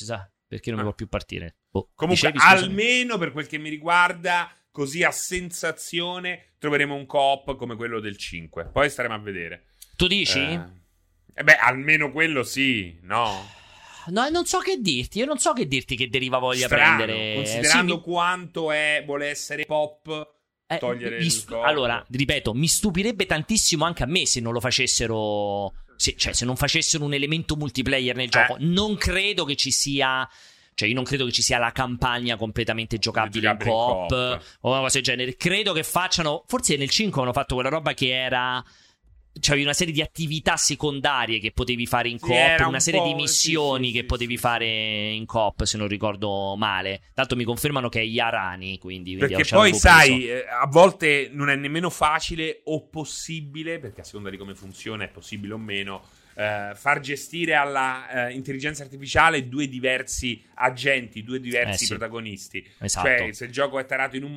Perché non ah. mi può più partire. Oh, Comunque, dicevi, almeno per quel che mi riguarda, così a sensazione, troveremo un co-op come quello del cinque. Poi staremo a vedere. Tu dici? Eh, eh beh, almeno quello sì, no? No, non so che dirti. Io non so che dirti che deriva voglia Strano, prendere. Considerando sì, mi... quanto è, vuole essere pop, eh, togliere mi, il co-op. Allora, ripeto, mi stupirebbe tantissimo anche a me se non lo facessero... Se, cioè, se non facessero un elemento multiplayer nel gioco. Eh. Non credo che ci sia... Cioè, io non credo che ci sia la campagna completamente giocabile in co-op, co-op o una cosa del genere. Credo che facciano... Forse nel cinque hanno fatto quella roba che era... C'avevi una serie di attività secondarie che potevi fare in coop, sì, una un serie di po', missioni sì, sì, che sì, potevi sì, fare in coop, se non ricordo male. Tanto mi confermano che è Yarani, quindi, quindi perché poi sai, eh, a volte non è nemmeno facile o possibile, perché a seconda di come funziona è possibile o meno, eh, far gestire alla eh, intelligenza artificiale due diversi agenti, due diversi eh, sì. protagonisti. Esatto. Cioè, se il gioco è tarato in un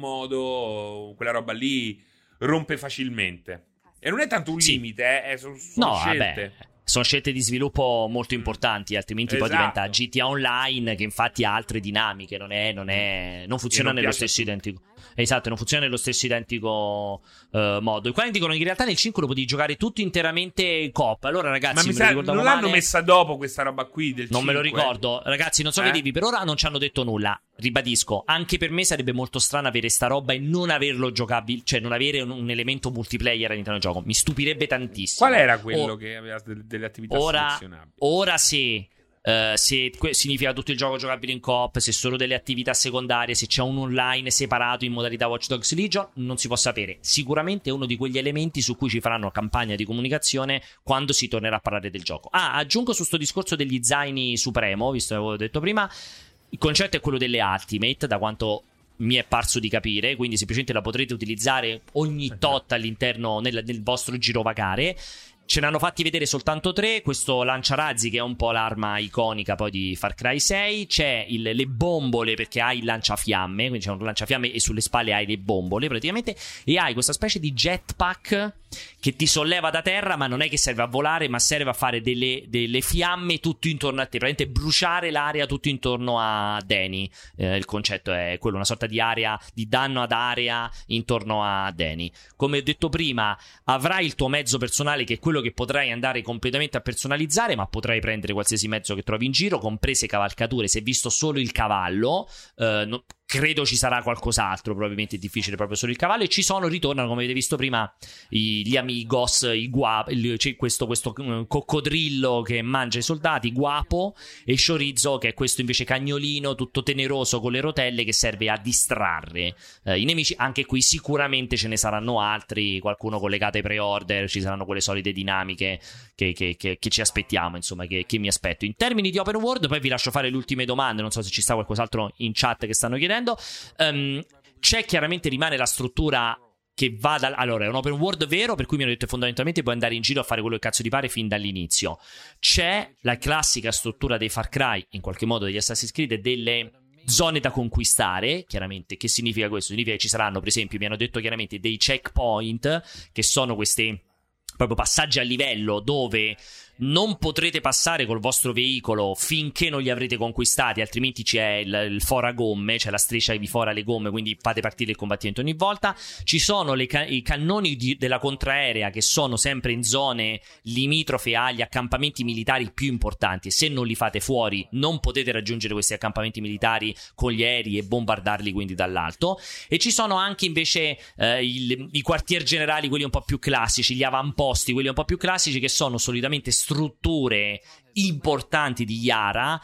modo, quella roba lì rompe facilmente. E non è tanto un sì. limite, eh, sono, sono no, scelte. Vabbè. Sono scelte di sviluppo molto importanti, altrimenti esatto. poi diventa G T A Online, che infatti ha altre dinamiche, non è, non è, non funziona non nello stesso identico. Esatto, non funziona nello stesso identico uh, modo. I quali dicono che in realtà nel cinque lo potevi giocare tutto interamente coop. Allora, ragazzi, ma mi me sa, lo non male. l'hanno messa dopo questa roba qui del non cinque? Me lo ricordo, ragazzi, non so eh? che dirvi. Per ora non ci hanno detto nulla. Ribadisco, anche per me sarebbe molto strano avere sta roba e non averlo giocabile, cioè non avere un, un elemento multiplayer all'interno del gioco. Mi stupirebbe tantissimo. Qual era quello o, che aveva delle, delle attività ora, selezionabili? Ora sì. Uh, se que- significa tutto il gioco giocabile in coop, se solo delle attività secondarie, se c'è un online separato in modalità Watch Dogs Legion, non si può sapere. Sicuramente è uno di quegli elementi su cui ci faranno campagna di comunicazione quando si tornerà a parlare del gioco. Ah, aggiungo su sto discorso degli zaini Supremo, visto che avevo detto prima, il concetto è quello delle Ultimate, da quanto mi è parso di capire, quindi semplicemente la potrete utilizzare ogni tot all'interno nel, nel vostro girovagare. Ce ne hanno fatti vedere soltanto tre. Questo lanciarazzi, che è un po' l'arma iconica poi di Far Cry sei. C'è il, le bombole, perché hai il lanciafiamme, quindi c'è un lanciafiamme e sulle spalle hai le bombole praticamente. E hai questa specie di jetpack che ti solleva da terra, ma non è che serve a volare, ma serve a fare delle, delle fiamme tutto intorno a te, praticamente bruciare l'area tutto intorno a Danny. Eh, il concetto è quello, una sorta di area, di danno ad area intorno a Danny. Come ho detto prima, avrai il tuo mezzo personale, che è quello che potrai andare completamente a personalizzare, ma potrai prendere qualsiasi mezzo che trovi in giro, comprese cavalcature. Se visto solo il cavallo, eh, no, credo ci sarà qualcos'altro, probabilmente è difficile proprio solo il cavallo. E ci sono, ritornano, come avete visto prima, i, gli amigos, i guap, il, c'è questo, questo um, coccodrillo che mangia i soldati, Guapo, e Chorizo, che è questo invece cagnolino tutto teneroso con le rotelle che serve a distrarre eh, i nemici. Anche qui sicuramente ce ne saranno altri, qualcuno collegato ai pre-order, ci saranno quelle solite dinamiche che, che, che, che ci aspettiamo, insomma, che, che mi aspetto. In termini di open world, poi vi lascio fare le ultime domande, non so se ci sta qualcos'altro in chat che stanno chiedendo. Um, c'è chiaramente, rimane la struttura che va dal... Allora, è un open world vero, per cui mi hanno detto fondamentalmente puoi andare in giro a fare quello che cazzo ti pare fin dall'inizio. C'è la classica struttura dei Far Cry, in qualche modo degli Assassin's Creed, delle zone da conquistare. Chiaramente, che significa questo? Significa che ci saranno, per esempio, mi hanno detto chiaramente dei checkpoint, che sono questi proprio passaggi a livello dove non potrete passare col vostro veicolo finché non li avrete conquistati, altrimenti c'è il, il fora gomme, c'è la striscia che vi fora le gomme, quindi fate partire il combattimento ogni volta. Ci sono le ca- i cannoni di, della contraerea, che sono sempre in zone limitrofe agli accampamenti militari più importanti, e se non li fate fuori non potete raggiungere questi accampamenti militari con gli aerei e bombardarli quindi dall'alto. E ci sono anche invece eh, il, i quartier generali, quelli un po' più classici, gli avamposti, quelli un po' più classici, che sono solitamente strutture importanti di Yara,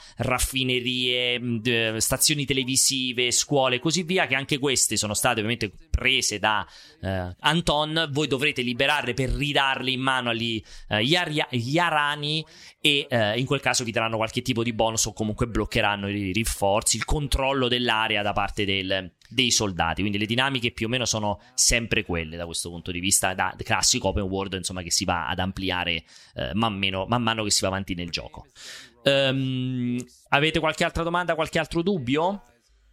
raffinerie, stazioni televisive, scuole e così via, che anche queste sono state ovviamente prese da eh, Anton. Voi dovrete liberarle per ridarle in mano agli eh, Yar- Yarani, e eh, in quel caso vi daranno qualche tipo di bonus o comunque bloccheranno i rinforzi, il controllo dell'area da parte del, dei soldati. Quindi le dinamiche più o meno sono sempre quelle da questo punto di vista, da classico open world, insomma, che si va ad ampliare eh, man, meno, man mano che si va avanti nel gioco. Um, avete qualche altra domanda, qualche altro dubbio?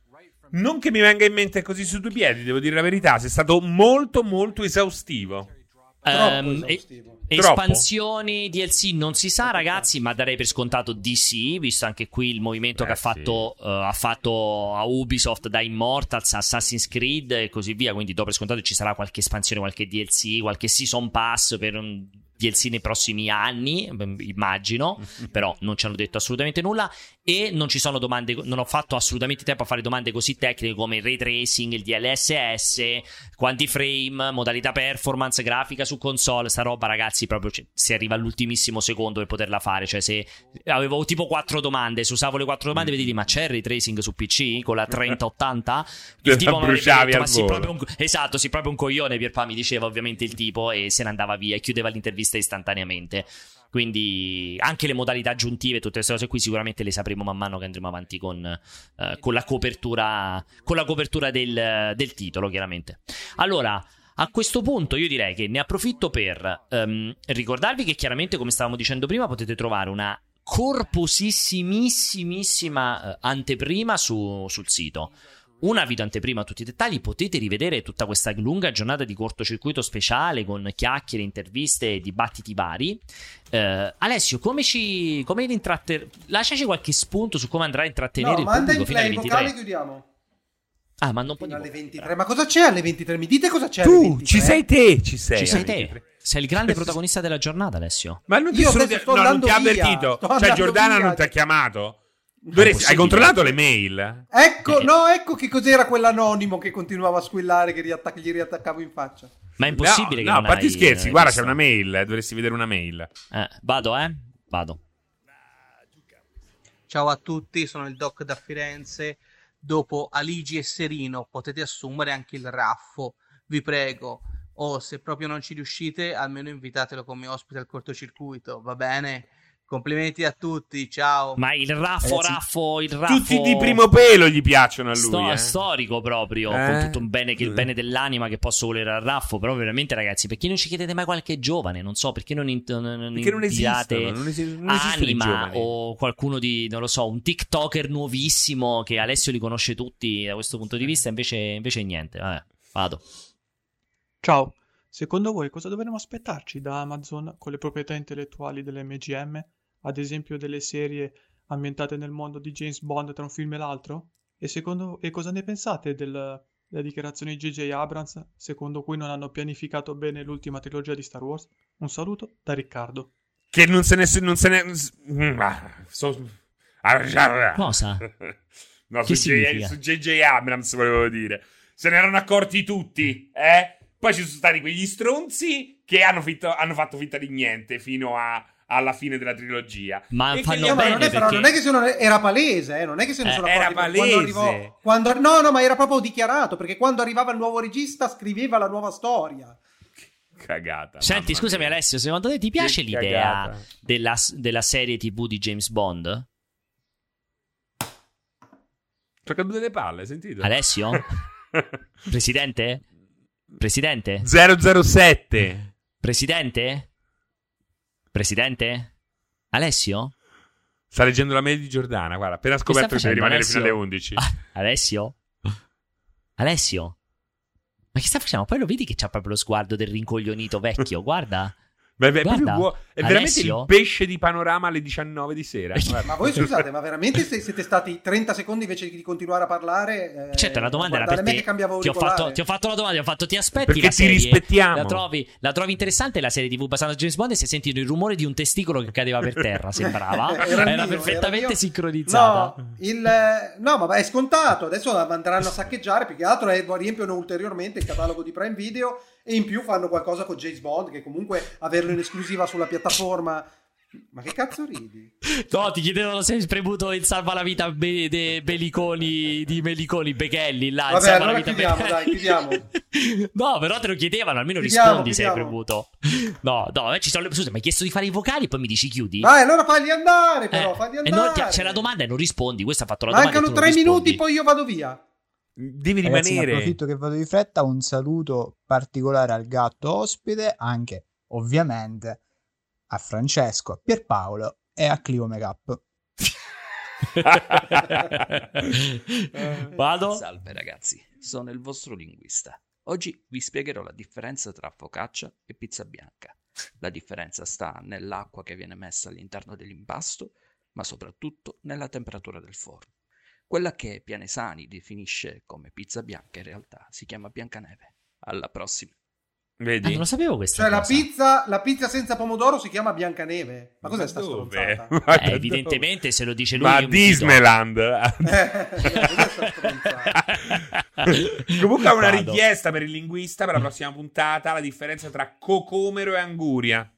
Non che mi venga in mente così su due piedi, devo dire la verità, sei stato molto molto esaustivo. Um, e- espansioni D L C non si sa, ragazzi, ma darei per scontato D C, visto anche qui il movimento Beh, che ha fatto, sì. uh, ha fatto a Ubisoft da Immortals, Assassin's Creed e così via. Quindi do per scontato ci sarà qualche espansione, qualche D L C, qualche season pass per un D L C nei prossimi anni, immagino, però non ci hanno detto assolutamente nulla. E non ci sono domande, non ho fatto assolutamente tempo a fare domande così tecniche come il ray tracing, il D L S S, quanti frame, modalità performance, grafica su console. Sta roba, ragazzi, proprio cioè, si arriva all'ultimissimo secondo per poterla fare. Cioè, se avevo tipo quattro domande, se usavo le quattro domande, vedi, ma c'è il ray tracing su P C con la trenta ottanta? Il tipo mi aveva detto, ma sì, proprio un, esatto, sì, proprio un coglione. Pierpa mi diceva ovviamente il tipo e se ne andava via e chiudeva l'intervista istantaneamente. Quindi anche le modalità aggiuntive, tutte queste cose qui sicuramente le sapremo man mano che andremo avanti con, uh, con la copertura, con la copertura del, del titolo, chiaramente. Allora, a questo punto io direi che ne approfitto per um, ricordarvi che chiaramente, come stavamo dicendo prima, potete trovare una corposissimissima uh, anteprima su, sul sito. Una video anteprima a tutti i dettagli, potete rivedere tutta questa lunga giornata di cortocircuito speciale con chiacchiere, interviste e dibattiti vari. Uh, Alessio, come ci come intratter... lasciaci qualche spunto su come andrà a intrattenere no, il pubblico fino alle ventitré. Vocali, chiudiamo. Ah, manda un po' fino di alle ventitré. Ma cosa c'è alle ventitré? Mi dite cosa c'è tu, alle ventitré? Ci sei te, ci sei. Ci sei te. Sei il grande protagonista della giornata, Alessio. Ma non ti, Io sono... sto no, non ti ha via. avvertito? Sto Cioè Giordana via. non ti ha chiamato? Dovresti... Hai controllato le mail? Ecco, no, ecco che cos'era quell'anonimo che continuava a squillare che riattac- gli riattaccavo in faccia. Ma è impossibile no, che no, non a parte hai, scherzi, eh, guarda, visto. c'è una mail, dovresti vedere una mail. Eh, vado, eh? Vado. Ciao a tutti, sono il Doc da Firenze. Dopo Aligi e Serino potete assumere anche il Raffo, vi prego. O se proprio non ci riuscite, almeno invitatelo come ospite al cortocircuito, va bene? Complimenti a tutti, ciao. Ma il raffo, Ragazzi, raffo, il raffo Tutti di primo pelo gli piacciono a lui. sto- eh. Storico proprio, Eh? con tutto un bene che il bene dell'anima che posso volere al raffo. Però veramente, ragazzi, perché non ci chiedete mai qualche giovane? Non so, perché non, in- non Perché non inviate esistono, non, esi- non esistono i Anima giovani. o qualcuno di, non lo so, un TikToker nuovissimo che Alessio li conosce tutti da questo punto di vista. Invece, invece niente, vabbè, vado. Ciao, secondo voi cosa dovremmo aspettarci da Amazon con le proprietà intellettuali dell'M G M? Ad esempio delle serie ambientate nel mondo di James Bond tra un film e l'altro? E, secondo, e cosa ne pensate del, della dichiarazione di J J Abrams, secondo cui non hanno pianificato bene l'ultima trilogia di Star Wars? Un saluto da Riccardo. Che non se ne... Non se ne mm, ah, so- ah, Cosa? No, Che su, J, significa? su J J Abrams volevo dire. Se ne erano accorti tutti, eh? Poi ci sono stati quegli stronzi che hanno, finto- hanno fatto finta di niente fino a... alla fine della trilogia. Ma E fanno che- No, ma bene non è, però, perché- non è che se non era palese, eh, non è che se ne Eh, sono era accorti quando palese. arrivò, quando, no, no, ma era proprio dichiarato, perché quando arrivava il nuovo regista scriveva la nuova storia. Cagata. Senti, mamma scusami mia. Alessio, secondo te ti piace Che l'idea cagata. della, della serie tivù di James Bond? Ci ho caduto le palle, hai sentito? Alessio? Presidente? Presidente? zero zero sette. Presidente? Presidente? Alessio? Sta leggendo la mail di Giordana, guarda, appena Che scoperto sta che deve facendo, rimanere fino Alessio? alle undici. Ah, Alessio? Alessio? Ma che sta facendo? Poi lo vedi che c'ha proprio lo sguardo del rincoglionito vecchio, guarda. Beh, beh, è, Guarda, proprio buo- è veramente Alessio? il pesce di Panorama alle diciannove di sera. Guarda. Ma voi scusate, ma veramente se- siete stati trenta secondi invece di continuare a parlare? Eh, Certo, la domanda era guardare per me te. che cambiavo Ti ho, auricolare. fatto, ti ho fatto la domanda, ti ho fatto ti aspetti Perché la ti serie? rispettiamo. La trovi, la trovi interessante la serie tivù basata su James Bond e si è sentito il rumore di un testicolo che cadeva per terra, sembrava. Era Era, il mio, perfettamente era il mio. sincronizzata. No, il, eh, no, ma è scontato. Adesso andranno a saccheggiare. Più che altro eh, riempiono ulteriormente il catalogo di Prime Video. E in più fanno qualcosa con James Bond. Che comunque averlo in esclusiva sulla piattaforma. Ma che cazzo ridi? No, ti chiedevano se hai spremuto il salva la vita be- de- Beliconi di Meliconi Bechelli là. il Vabbè, salva allora la vita chiudiamo, Be- dai, chiudiamo. No, però te lo chiedevano, almeno Chiudiamo, rispondi se hai chiudiamo. premuto. No, no, eh, ci sono le... Scusa, mi hai chiesto di fare i vocali, poi mi dici chiudi? Vai, allora fagli andare, però. Eh, fagli e no, andare. ti- c'è la domanda e non rispondi. Questa ha fatto la Mancano domanda. e tu tre non rispondi. minuti, poi io vado via. Devi Ragazzi, ne rimanere. approfitto che vado di fretta. Un saluto particolare al gatto ospite, anche ovviamente a Francesco, a Pierpaolo e a Clio Makeup. Vado? Salve ragazzi, sono il vostro linguista. Oggi vi spiegherò la differenza tra focaccia e pizza bianca. La differenza sta nell'acqua che viene messa all'interno dell'impasto, ma soprattutto nella temperatura del forno. Quella che Pianesani definisce come pizza bianca in realtà si chiama Biancaneve. Alla prossima. Vedi? Ah, non lo sapevo questa cioè cosa. la pizza, la pizza senza pomodoro si chiama Biancaneve. Ma cos'è Ma sta dove? stronzata? Eh, evidentemente se lo dice lui Ma io mi Disneyland. Comunque ho una Vado. richiesta per il linguista per la prossima puntata: la differenza tra cocomero e anguria.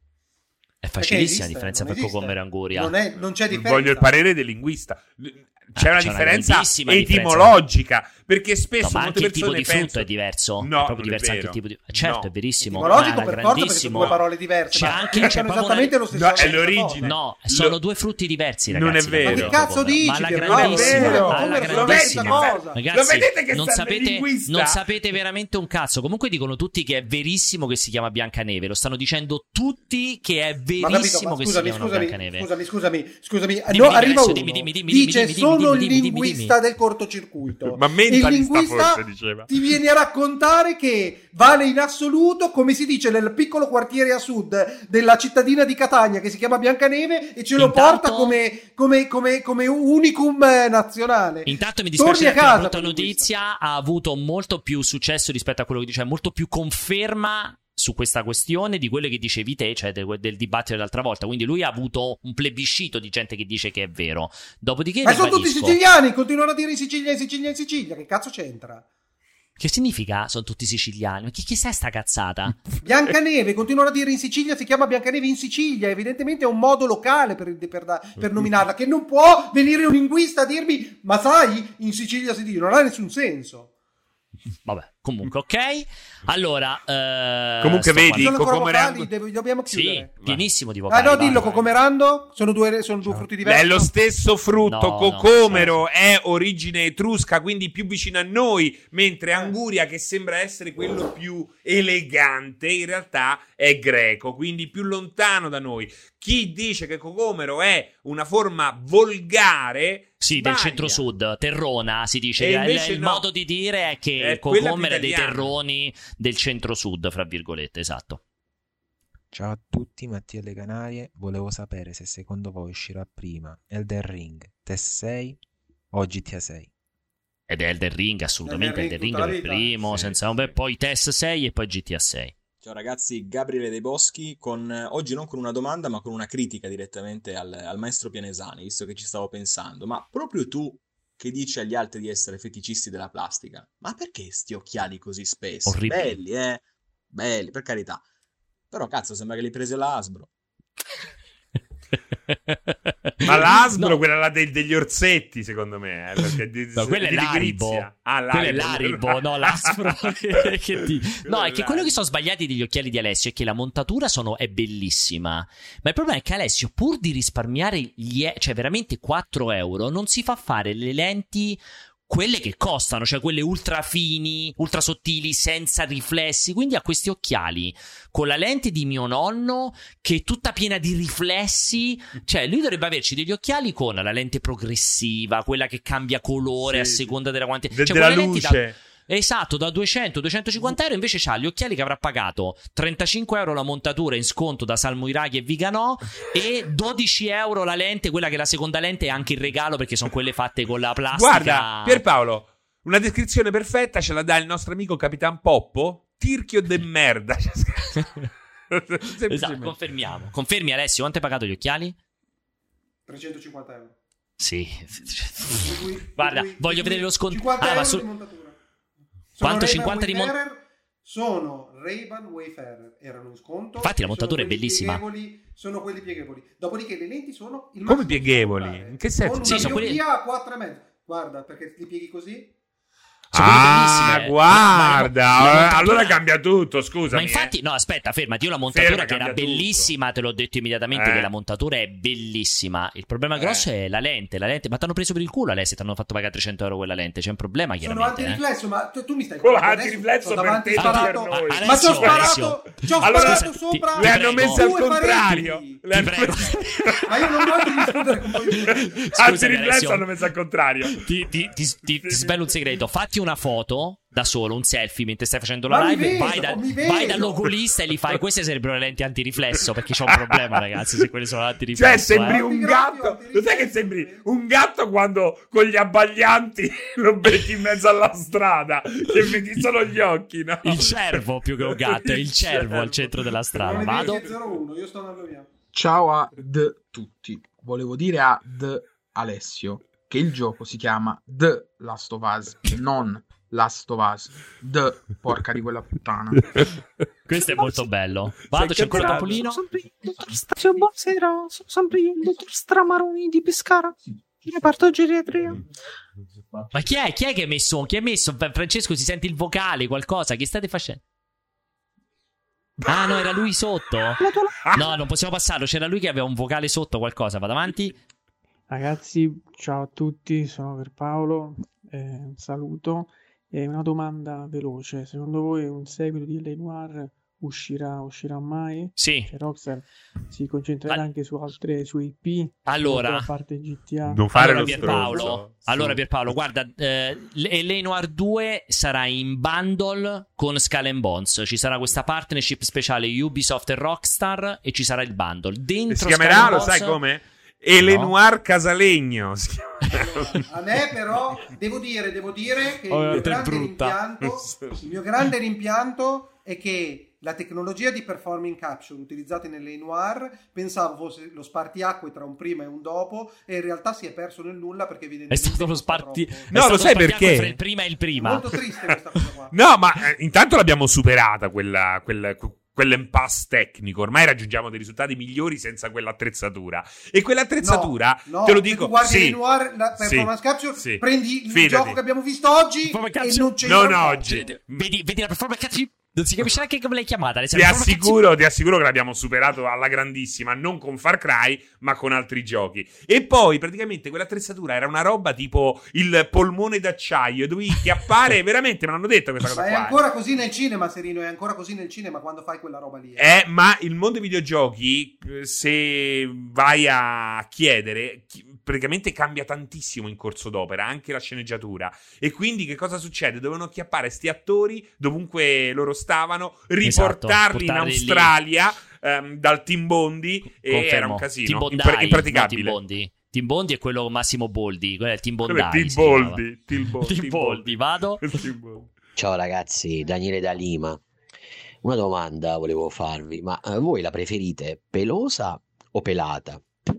È facilissima la esiste, differenza non tra esiste. cocomero e anguria. Non, è, non c'è differenza. Voglio il parere del linguista. C'è Ah, una c'è una differenza grandissima etimologica, perché spesso No, ma molte anche il tipo persone di frutto pensano... è diverso. No, è proprio non diverso è anche il vero. tipo di... Certo, No. è verissimo. Etimologico Ma per era forza perché sono grandissimo. due parole diverse. C'è ma anche dicono c'è proprio esattamente una- lo stesso. No, è stessa l'origine. cosa. No, sono due frutti diversi, Non ragazzi. è vero. Ma che cazzo dici? Ma alla Pier- grandissima, non è vero. alla Come lo grandissima. vedi, cosa? Ragazzi, Lo vedete che non sta nel sapete, linguista? non sapete veramente un cazzo. Comunque dicono tutti che è verissimo che si chiama Biancaneve. Lo stanno dicendo tutti che è Ma capito, ma verissimo che si scusami, chiama scusami, Biancaneve. scusami, scusami, scusami. Dimmi, No, dimmi, arriva adesso uno, dimmi, dimmi, dimmi, dice dimmi, dimmi, sono dimmi, il dimmi, dimmi, linguista dimmi. del cortocircuito. Ma E il mentalista linguista forse diceva. ti viene a raccontare che vale in assoluto, come si dice nel piccolo quartiere a sud della cittadina di Catania che si chiama Biancaneve, e ce lo Intanto- porta come, come, come, come unicum eh, nazionale. Intanto mi Torni dispiace a che la casa brutta con il notizia ha avuto molto più successo rispetto a quello che diceva, molto più conferma su questa questione di quello che dicevi te, cioè del, del dibattito dell'altra volta. Quindi lui ha avuto un plebiscito di gente che dice che è vero. Dopodiché Ma sono tutti ribadisco- siciliani, continuano a dire in Sicilia, in Sicilia, in Sicilia. Che cazzo c'entra? Che significa sono tutti siciliani? Ma chi, chi sa sta cazzata? Biancaneve, continuano a dire in Sicilia, si chiama Biancaneve in Sicilia, evidentemente è un modo locale per, per, da- per nominarla, che non può venire un linguista a dirmi, ma sai, in Sicilia si dice, non ha nessun senso. Vabbè, comunque, ok. Allora, eh, Comunque sto vedi, Sono ancora Cocomerando- vocali, devo- dobbiamo Sì, chiudere. pienissimo di Ah vocali. no, vai, dillo, vai. Cocomerando, sono due, sono due frutti diversi. È lo stesso frutto. No, no, Cocomero è origine etrusca, quindi più vicino a noi, mentre Anguria, che sembra essere quello più elegante, in realtà è greco, quindi più lontano da noi. Chi dice che Cocomero è una forma volgare Sì, del sbaglia. centro-sud, terrona si dice. E Il, invece il no. modo di dire è che È il quella cocomero è più dei italiana. terroni del centro-sud, fra virgolette, esatto. Ciao a tutti, Mattia Le Canarie. Volevo sapere se secondo voi uscirà prima Elden Ring, T E S sei o G T A sei. Ed è Elden Ring, assolutamente Elden Elden Ring Ring tutta per la vita. primo, Sì, senza sì. beh, poi T E S sei e poi G T A sei. Ciao ragazzi, Gabriele dei Boschi, con, eh, oggi non con una domanda ma con una critica direttamente al, al maestro Pianesani, visto che ci stavo pensando. Ma proprio tu che dici agli altri di essere feticisti della plastica, ma perché sti occhiali così spesso? Orribili. Belli, eh? Belli, per carità. Però cazzo, sembra che li hai presi all'Asbro. Ma l'Asbro, No. quella là dei- degli orsetti, secondo me. Eh, perché di, No, quello è di l'Aribo. Ligrizia. Ah, Quello è l'Aribo, no, l'Aspro. che, che di- No, è che quello che sono sbagliati degli occhiali di Alessio è che la montatura sono, è bellissima. Ma il problema è che Alessio, pur di risparmiare gli, e- cioè veramente quattro euro, non si fa fare le lenti, quelle che costano, cioè quelle ultra fini, ultra sottili, senza riflessi. Quindi ha questi occhiali con la lente di mio nonno che è tutta piena di riflessi. Cioè lui dovrebbe averci degli occhiali con la lente progressiva, quella che cambia colore Sì, a seconda della quantità, de- cioè della quelle lenti da- luce. Esatto, da duecento duecentocinquanta euro. Invece c'ha gli occhiali che avrà pagato trentacinque euro la montatura in sconto da Salmo Iraghi e Viganò e dodici euro la lente, quella che è la seconda lente è anche in regalo perché sono quelle fatte con la plastica. Guarda, Pierpaolo, una descrizione perfetta ce la dà il nostro amico Capitan Poppo. Tirchio de merda. Esatto, confermiamo. Confermi Alessio, quanto hai pagato gli occhiali? trecentocinquanta euro. Sì. Di cui- Guarda, di cui- voglio di cui vedere lo sconto. cinquanta Ah, ma euro su- di montatura. Sono Quanto? Ray-Ban cinquanta di mon- Wayfarer, sono Ray-Ban Wayfarer, erano in sconto. Infatti la e montatura è sono quelli bellissima. pieghevoli- Sono quelli pieghevoli. Dopodiché le lenti sono il Come massimo che pieghevoli? si può In che fare. senso? Con Sì, una sono quelli- miopia a quattro e mezzo. Guarda, perché li pieghi così. Sono quelle Ah, bellissime. guarda. Ma- ma la montatura- Allora cambia tutto, scusami. Ma infatti, eh. no, aspetta, fermati. Io la montatura Ferma, che era cambia tutto. bellissima, te l'ho detto immediatamente Eh. che la montatura è bellissima. Il problema Eh. grosso è la lente, la lente. Ma ti hanno preso per il culo, Alessio, ti hanno fatto pagare trecento euro quella lente. C'è un problema, Sono chiaramente. eh. antiriflesso, ma tu, tu mi stai Con guardando l'antiriflesso adesso, per davanti te, sparato- per noi. Alessio, Ma ci ho sparato, Alessio. ci ho Allora, sparato ti- sopra. ti Le hanno prego. messe al Due contrario. pareti. Le hanno Ti prego. messe- Ma io non voglio discutere con voi. Scusami, Antiriflesso Alessio. hanno messo al contrario. Ti, ti, ti, ti, ti svelo un segreto. Fatti una foto da solo, un selfie mentre stai facendo la Ma live, vedo, vai, da, mi vai vedo. dall'oculista e li fai. Queste sarebbero le lenti antiriflesso, perché c'ho un problema, ragazzi, se quelle sono Cioè, antiriflesso. sembri eh. un gatto. Lo sai che sembri un gatto quando con gli abbaglianti lo becchi in mezzo alla strada, che vedi solo gli occhi, no? Il cervo più che un gatto, è il cervo al centro della strada. Vado. zero uno, io sto andando via. Ciao a d tutti. Volevo dire a d Alessio che il gioco si chiama The Last of Us, non Last of Us. The porca di quella puttana. Questo è molto bello. Vado, c'è ancora Topolino. Sono sempre il dottor Stazio, buonasera. Sono sempre il dottor Stramaroni di Pescara. Il reparto geriatria. Ma chi è? Chi è che ha messo? Chi ha messo? Francesco, si sente il vocale, qualcosa? Che state facendo? Ah, no, era lui sotto? No, non possiamo passarlo. C'era lui che aveva un vocale sotto, qualcosa. Vado avanti. Ragazzi, ciao a tutti, sono Pierpaolo, eh, un saluto e una domanda veloce. Secondo voi un seguito di L A. Noire uscirà, uscirà mai? Sì. Cioè, Rockstar si concentrerà All- anche su altre su I P? Allora, a parte G T A? Non fare allora, lo Pierpaolo, stronzo. allora Sì. Pierpaolo, guarda, eh, L A. Noire due sarà in bundle con Skull and Bones. Ci sarà questa partnership speciale Ubisoft e Rockstar e ci sarà il bundle. Dentro E si Skull chiamerà, and lo Bones- sai come? Elenoir Casalegno. Si chiama. A me però devo dire, devo dire che Oh, il, mio è grande brutta. rimpianto, il mio grande rimpianto è che la tecnologia di performing capture utilizzata nelle Noir pensavo fosse lo spartiacque tra un prima e un dopo, e in realtà si è perso nel nulla perché È evidentemente stato lo sparti. troppo. è No, stato lo sai spartiacque perché? Fra il prima e il prima. Molto triste questa cosa qua. No, ma eh, intanto l'abbiamo superata quella, quella, quell'impasse tecnico. Ormai raggiungiamo dei risultati migliori senza quell'attrezzatura. E quell'attrezzatura, No, no, te lo se dico, tu guardi sì, le Noir, la sì, performance capture, sì. prendi il Fidati. gioco che abbiamo visto oggi e non c'è Non niente. oggi. Vedi, vedi la performance capture? Non si capisce neanche come l'hai chiamata. le- Ti la performance assicuro, ti assicuro che l'abbiamo superato alla grandissima, non con Far Cry, ma con altri giochi. E poi, praticamente, quell'attrezzatura era una roba tipo il polmone d'acciaio. Dovevi chiappare, veramente, me l'hanno detto questa cosa Ma è qua. ancora così nel cinema, Serino, è ancora così nel cinema quando fai quella roba lì. Eh, ma il mondo dei videogiochi, eh, se vai a chiedere, chi- praticamente cambia tantissimo in corso d'opera, anche la sceneggiatura. E quindi che cosa succede? Dovevano acchiappare sti attori dovunque loro stavano, riportarli in portarli lì. Australia ehm, dal Team Bondi, e Confermo. era un casino Team Bondi, impra- no, impraticabile. Team Bondi. Team Bondi è quello con Massimo Boldi. Quello è il Team Bondi. Quello è Team si chiamava. Boldi, Team Bo- Team Team Boldi, vado. Team Bondi. Ciao ragazzi, Daniele da Lima. Una domanda volevo farvi, ma eh, voi la preferite pelosa o pelata?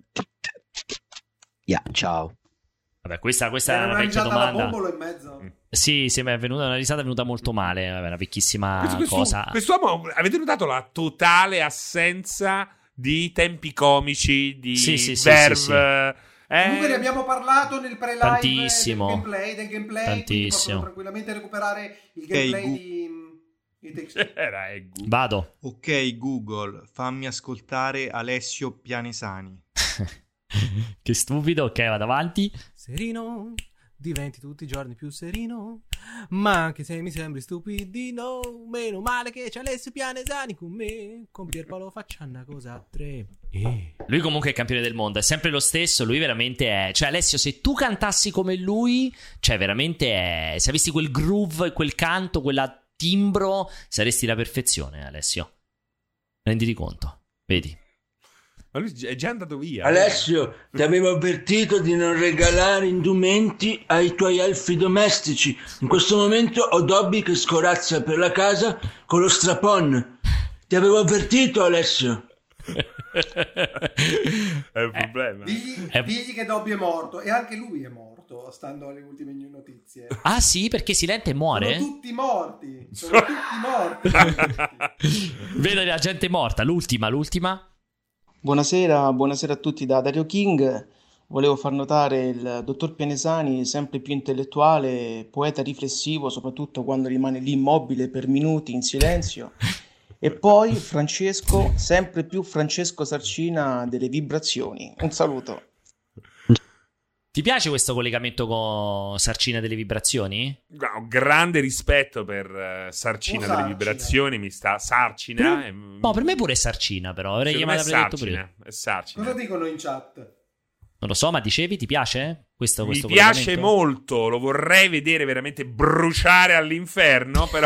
Ya, ciao. Vabbè, questa, questa è Era una una vecchia risata alla domanda. bombolo in mezzo. Sì, sì, mi è venuta una risata, è venuta molto male. Vabbè, una vecchissima Questo- questo- cosa. Quest'uomo, avete notato la totale assenza di tempi comici, di Sì, sì, sì, verve? sì, sì. Eh, Comunque ne abbiamo parlato nel pre-live Tantissimo. del gameplay, del gameplay Tantissimo. quindi possono tranquillamente recuperare il Ok, gameplay Gu- di It Takes Two. Era Egu. Vado. Ok Google, fammi ascoltare Alessio Pianesani. Che stupido. Ok, vado avanti. Serino, diventi tutti i giorni più serino. Ma anche se mi sembri stupidino, meno male che c'è Alessio Pianesani con me. Con Pierpaolo faccia una cosa a tre. Eh. Lui comunque è il campione del mondo, è sempre lo stesso. Lui veramente è. Cioè, Alessio, se tu cantassi come lui, cioè, veramente è. Se avessi quel groove, quel canto, quella timbro, saresti la perfezione, Alessio. Renditi conto. Vedi. Ma lui è già andato via. Alessio, ti avevo avvertito di non regalare indumenti ai tuoi elfi domestici. In questo momento ho Dobby che scorazza per la casa con lo strapon. Ti avevo avvertito, Alessio. È un problema. Digli, Eh. digli che Dobby è morto, e anche lui è morto, stando alle ultime notizie. Ah, sì, perché Silente muore? Sono tutti morti. Sono tutti morti. Vedo la gente morta. L'ultima, l'ultima. Buonasera, buonasera a tutti da Dario King. Volevo far notare il dottor Pianesani sempre più intellettuale, poeta riflessivo, soprattutto quando rimane lì immobile per minuti in silenzio. E poi Francesco, sempre più Francesco Sarcina delle vibrazioni. Un saluto. Ti piace questo collegamento con Sarcina delle vibrazioni? Ho grande rispetto per uh, Sarcina Oh, delle Sarcina. vibrazioni. Mi sta Sarcina. Per- e- No, per me pure è Sarcina, però. Avrei Secondo me chiamato è avrei detto prima. Sarcina. È Sarcina. Cosa dicono in chat? Non lo so, ma dicevi, ti piace? Questo, questo Mi piace molto, lo vorrei vedere veramente bruciare all'inferno, però...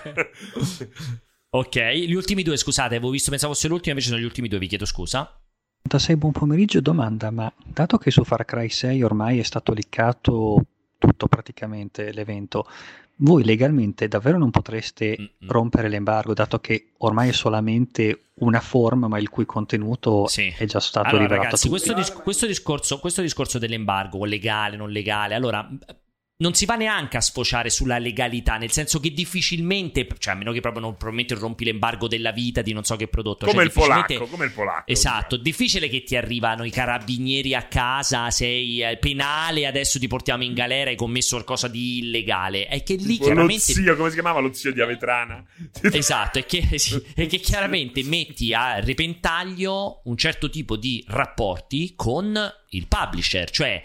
Ok, gli ultimi due, scusate, avevo visto, pensavo fosse l'ultimo, invece sono gli ultimi due, vi chiedo scusa. sei buon pomeriggio, domanda, ma dato che su Far Cry sei ormai è stato liccato tutto praticamente l'evento, voi legalmente davvero non potreste Mm-mm. rompere l'embargo, dato che ormai è solamente una forma ma il cui contenuto sì. è già stato allora, rivelato ragazzi, a tutti? Questo, dis- questo, discorso, questo discorso dell'embargo, legale, non legale, allora... non si va neanche a sfociare sulla legalità, nel senso che difficilmente, cioè a meno che proprio non probabilmente rompi l'embargo della vita di non so che prodotto, come cioè, il polacco, come il polacco. Esatto, difficile che ti arrivano i carabinieri a casa, sei penale, adesso ti portiamo in galera, hai commesso qualcosa di illegale. È che lì tipo chiaramente lo zio, come si chiamava lo zio di Avetrana? Esatto, è che, sì, è che chiaramente metti a repentaglio un certo tipo di rapporti con il publisher, cioè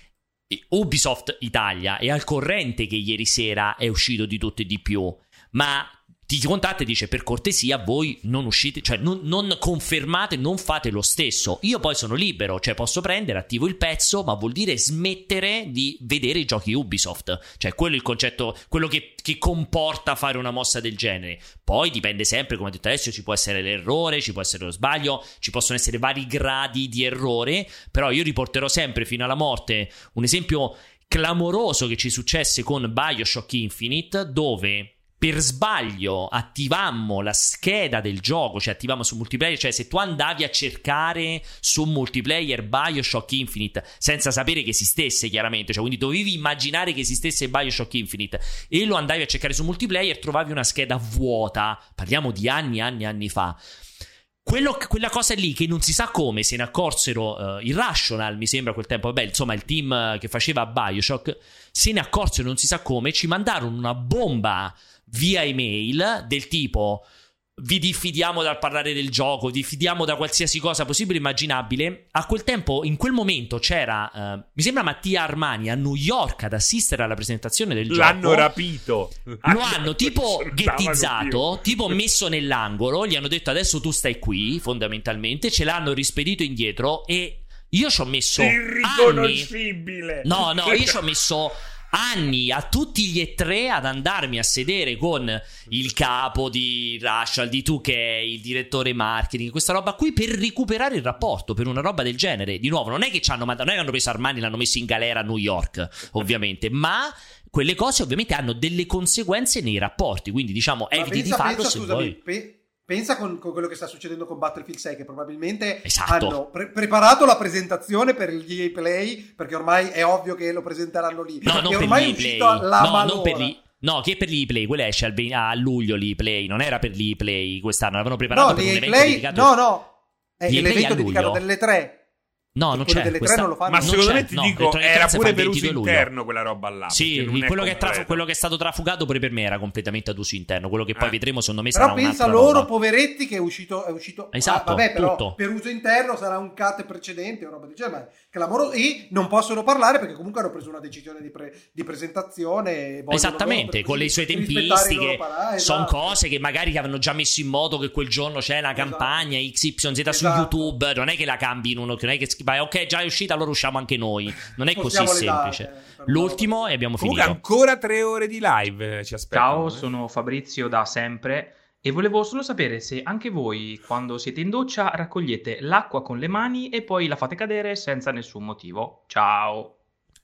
Ubisoft Italia è al corrente che ieri sera è uscito di tutto e di più, ma ti contatta e dice: per cortesia voi non uscite, cioè non, non confermate, non fate lo stesso. Io poi sono libero, cioè posso prendere, attivo il pezzo, ma vuol dire smettere di vedere i giochi Ubisoft, cioè quello è il concetto, quello che, che comporta fare una mossa del genere. Poi dipende sempre, come ho detto adesso, ci può essere l'errore, ci può essere lo sbaglio, ci possono essere vari gradi di errore, però io riporterò sempre fino alla morte un esempio clamoroso che ci successe con BioShock Infinite, dove per sbaglio attivammo la scheda del gioco, cioè attivammo su multiplayer, cioè se tu andavi a cercare su multiplayer BioShock Infinite senza sapere che esistesse, chiaramente, cioè quindi dovevi immaginare che esistesse BioShock Infinite e lo andavi a cercare su multiplayer, trovavi una scheda vuota, parliamo di anni anni anni fa. Quello, quella cosa lì che non si sa come se ne accorsero, uh, Irrational mi sembra a quel tempo, vabbè, insomma il team che faceva BioShock se ne accorsero non si sa come, ci mandarono una bomba via email del tipo: vi diffidiamo dal parlare del gioco, vi diffidiamo da qualsiasi cosa possibile e immaginabile. A quel tempo, in quel momento c'era uh, mi sembra Mattia Armani a New York ad assistere alla presentazione del L'hanno gioco. rapito. Lo hanno tipo ghettizzato, tipo messo nell'angolo, gli hanno detto adesso tu stai qui, fondamentalmente, ce l'hanno rispedito indietro e io ci ho messo irriconoscibile. Anni. No, no, io ci ho messo anni a tutti gli E tre ad andarmi a sedere con il capo di Rushal, di due K, il direttore marketing, questa roba qui, per recuperare il rapporto per una roba del genere. Di nuovo, non è che ci hanno mandato, non è che hanno preso Armani e l'hanno messo in galera a New York, ovviamente, ma quelle cose ovviamente hanno delle conseguenze nei rapporti, quindi diciamo eviti pensa, di farlo pensa, se scusami, vuoi. Pe- pensa con, con quello che sta succedendo con Battlefield sei, che probabilmente esatto. hanno pre- preparato la presentazione per gli E A Play, perché ormai è ovvio che lo presenteranno lì. No, non e per ormai gli è uscita Play. la no, malora. non per gli No, che per l'E Play, quella esce al ve- a luglio l'E Play, non era per l'E Play quest'anno, l'avevano preparato no, per un evento Play, dedicato. No, no, è l'E l'evento Play dedicato delle tre. No, non c'è delle questa... tre non lo fanno. Ma secondo c'è, me ti no, dico era pure per uso luglio. interno quella roba là. Sì, quello che, è traf- quello che è stato trafugato pure per me era completamente ad uso interno. Quello che poi eh. vedremo secondo me però sarà un'altra roba. Però pensa loro, poveretti, che è uscito, è uscito esatto, ah, vabbè, però tutto. Per uso interno sarà un cut precedente o roba del genere, ma clamoroso, e non possono parlare perché comunque hanno preso una decisione di, pre- di presentazione. Esattamente, con le sue tempistiche. Parà, esatto. Sono cose che magari avevano già messo in moto che quel giorno c'è la campagna esatto. X Y Z esatto. su YouTube. Non è che la cambi in uno, non è che vai, ok, già è uscita, allora usciamo anche noi. Non è così semplice. Date, L'ultimo e abbiamo Comunque finito. Ancora tre ore di live ci aspettano. Ciao, sono Fabrizio da sempre e volevo solo sapere se anche voi quando siete in doccia raccogliete l'acqua con le mani e poi la fate cadere senza nessun motivo. Ciao.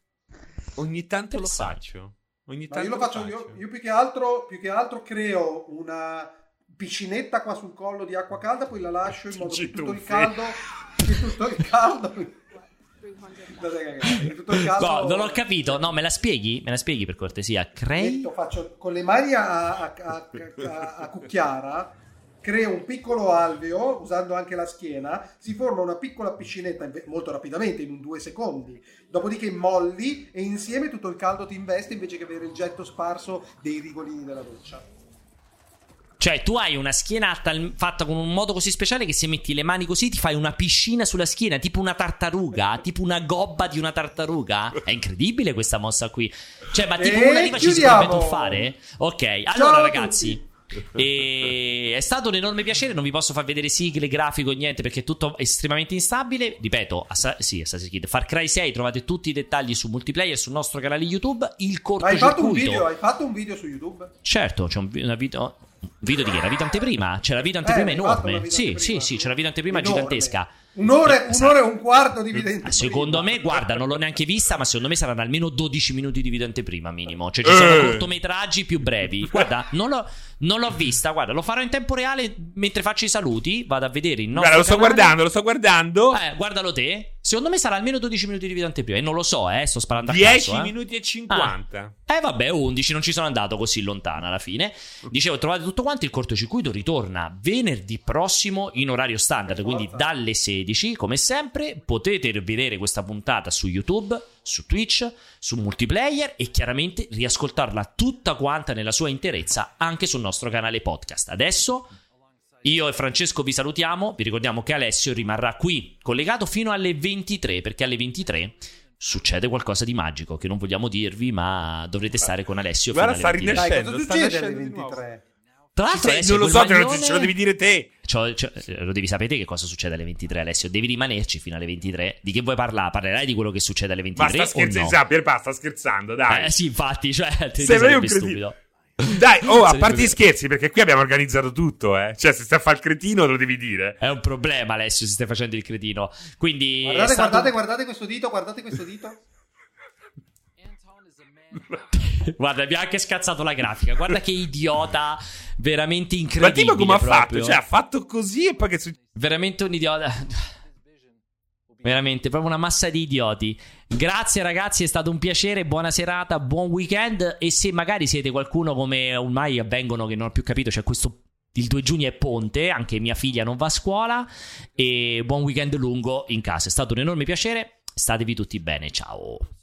Ogni tanto lo faccio. Ogni tanto io lo faccio, faccio. Io, io più che altro più che altro creo una piscinetta qua sul collo di acqua calda, poi la lascio in modo che tutto il caldo che tutto il caldo tutto il caldo no, non ho capito. No, me la spieghi? Me la spieghi per cortesia? Crei? Faccio con le mani a, a, a, a, a cucchiara, creo un piccolo alveo usando anche la schiena, si forma una piccola piscinetta molto rapidamente, in un due secondi, dopodiché molli e insieme tutto il caldo ti investe invece che avere il getto sparso dei rigolini della doccia. Cioè tu hai una schienata fatta con un modo così speciale che se metti le mani così ti fai una piscina sulla schiena, tipo una tartaruga, tipo una gobba di una tartaruga. È incredibile questa mossa qui. Cioè, ma tipo e una leva ci si potrebbe tuffare? Ok, allora ciao ragazzi, E è stato un enorme piacere. Non vi posso far vedere sigle, grafico, niente, perché è tutto estremamente instabile. Ripeto, Assa- sì, Assassin's Creed Far Cry sei, trovate tutti i dettagli su multiplayer sul nostro canale YouTube. Il cortocircuito. Hai fatto un video, hai fatto un video su YouTube? Certo, c'è un, una video. Un video di che? La video anteprima? C'è la video anteprima Eh, hai enorme. fatto la video Sì, anteprima. sì, sì, c'è la video anteprima Enorme. gigantesca. Un'ora, Eh, un'ora e un quarto di video anteprima. Secondo me, guarda, non l'ho neanche vista, ma secondo me saranno almeno dodici minuti di video anteprima minimo. Cioè ci sono Eh. cortometraggi più brevi. Guarda, non l'ho, non l'ho vista, guarda, lo farò in tempo reale mentre faccio i saluti. Vado a vedere il nostro Guarda, lo sto canale. guardando, lo sto guardando. Eh, guardalo te. Secondo me sarà almeno dodici minuti di video anteprima. E non lo so, eh, sto sparando a dieci caso, eh. minuti e cinquanta. Ah. Eh vabbè, undici, non ci sono andato così lontana alla fine. Dicevo, trovate tutto quanto. Il cortocircuito ritorna venerdì prossimo in orario standard, quindi dalle sedici, come sempre. Potete vedere questa puntata su YouTube, su Twitch, su multiplayer e chiaramente riascoltarla tutta quanta nella sua interezza anche sul nostro canale podcast. Adesso io e Francesco vi salutiamo. Vi ricordiamo che Alessio rimarrà qui collegato fino alle ventitré, perché alle ventitré succede qualcosa di magico che non vogliamo dirvi, ma dovrete stare con Alessio Guarda, fino alle sta ventitré. rinascendo. Cosa sta succede alle nascendo di nuovo. ventitré? Tra l'altro, Sì, Alessio, non lo quel so, te lo- maglione- ce lo devi dire te. Cioè, cioè, lo devi sapere che cosa succede alle ventitré, Alessio. Devi rimanerci fino alle ventitré. Di che vuoi parlare? Parlerai di quello che succede alle Ma ventitré sta o scherzando, no? sa, Pierpa, sta scherzando, dai. Eh sì, infatti, cioè, ti Sei sarebbe un cretino. stupido. Dai, oh, a Sarebbe parte gli vero. scherzi, perché qui abbiamo organizzato tutto, eh. Cioè, se stai a fare il cretino, lo devi dire. È un problema, Alessio, se stai facendo il cretino. Quindi è Guardate, stato- guardate, guardate questo dito, guardate questo dito. Guarda, abbiamo anche scazzato la grafica. Guarda che idiota, veramente Ma incredibile. tipo come ha proprio. fatto? Cioè, ha fatto così e poi che succede? Veramente un idiota. Veramente, proprio una massa di idioti. Grazie ragazzi, è stato un piacere. Buona serata, buon weekend. E se magari siete qualcuno come ormai avvengono, che non ho più capito, c'è questo, il due giugno è ponte, anche mia figlia non va a scuola. E buon weekend lungo in casa. È stato un enorme piacere. Statevi tutti bene, ciao.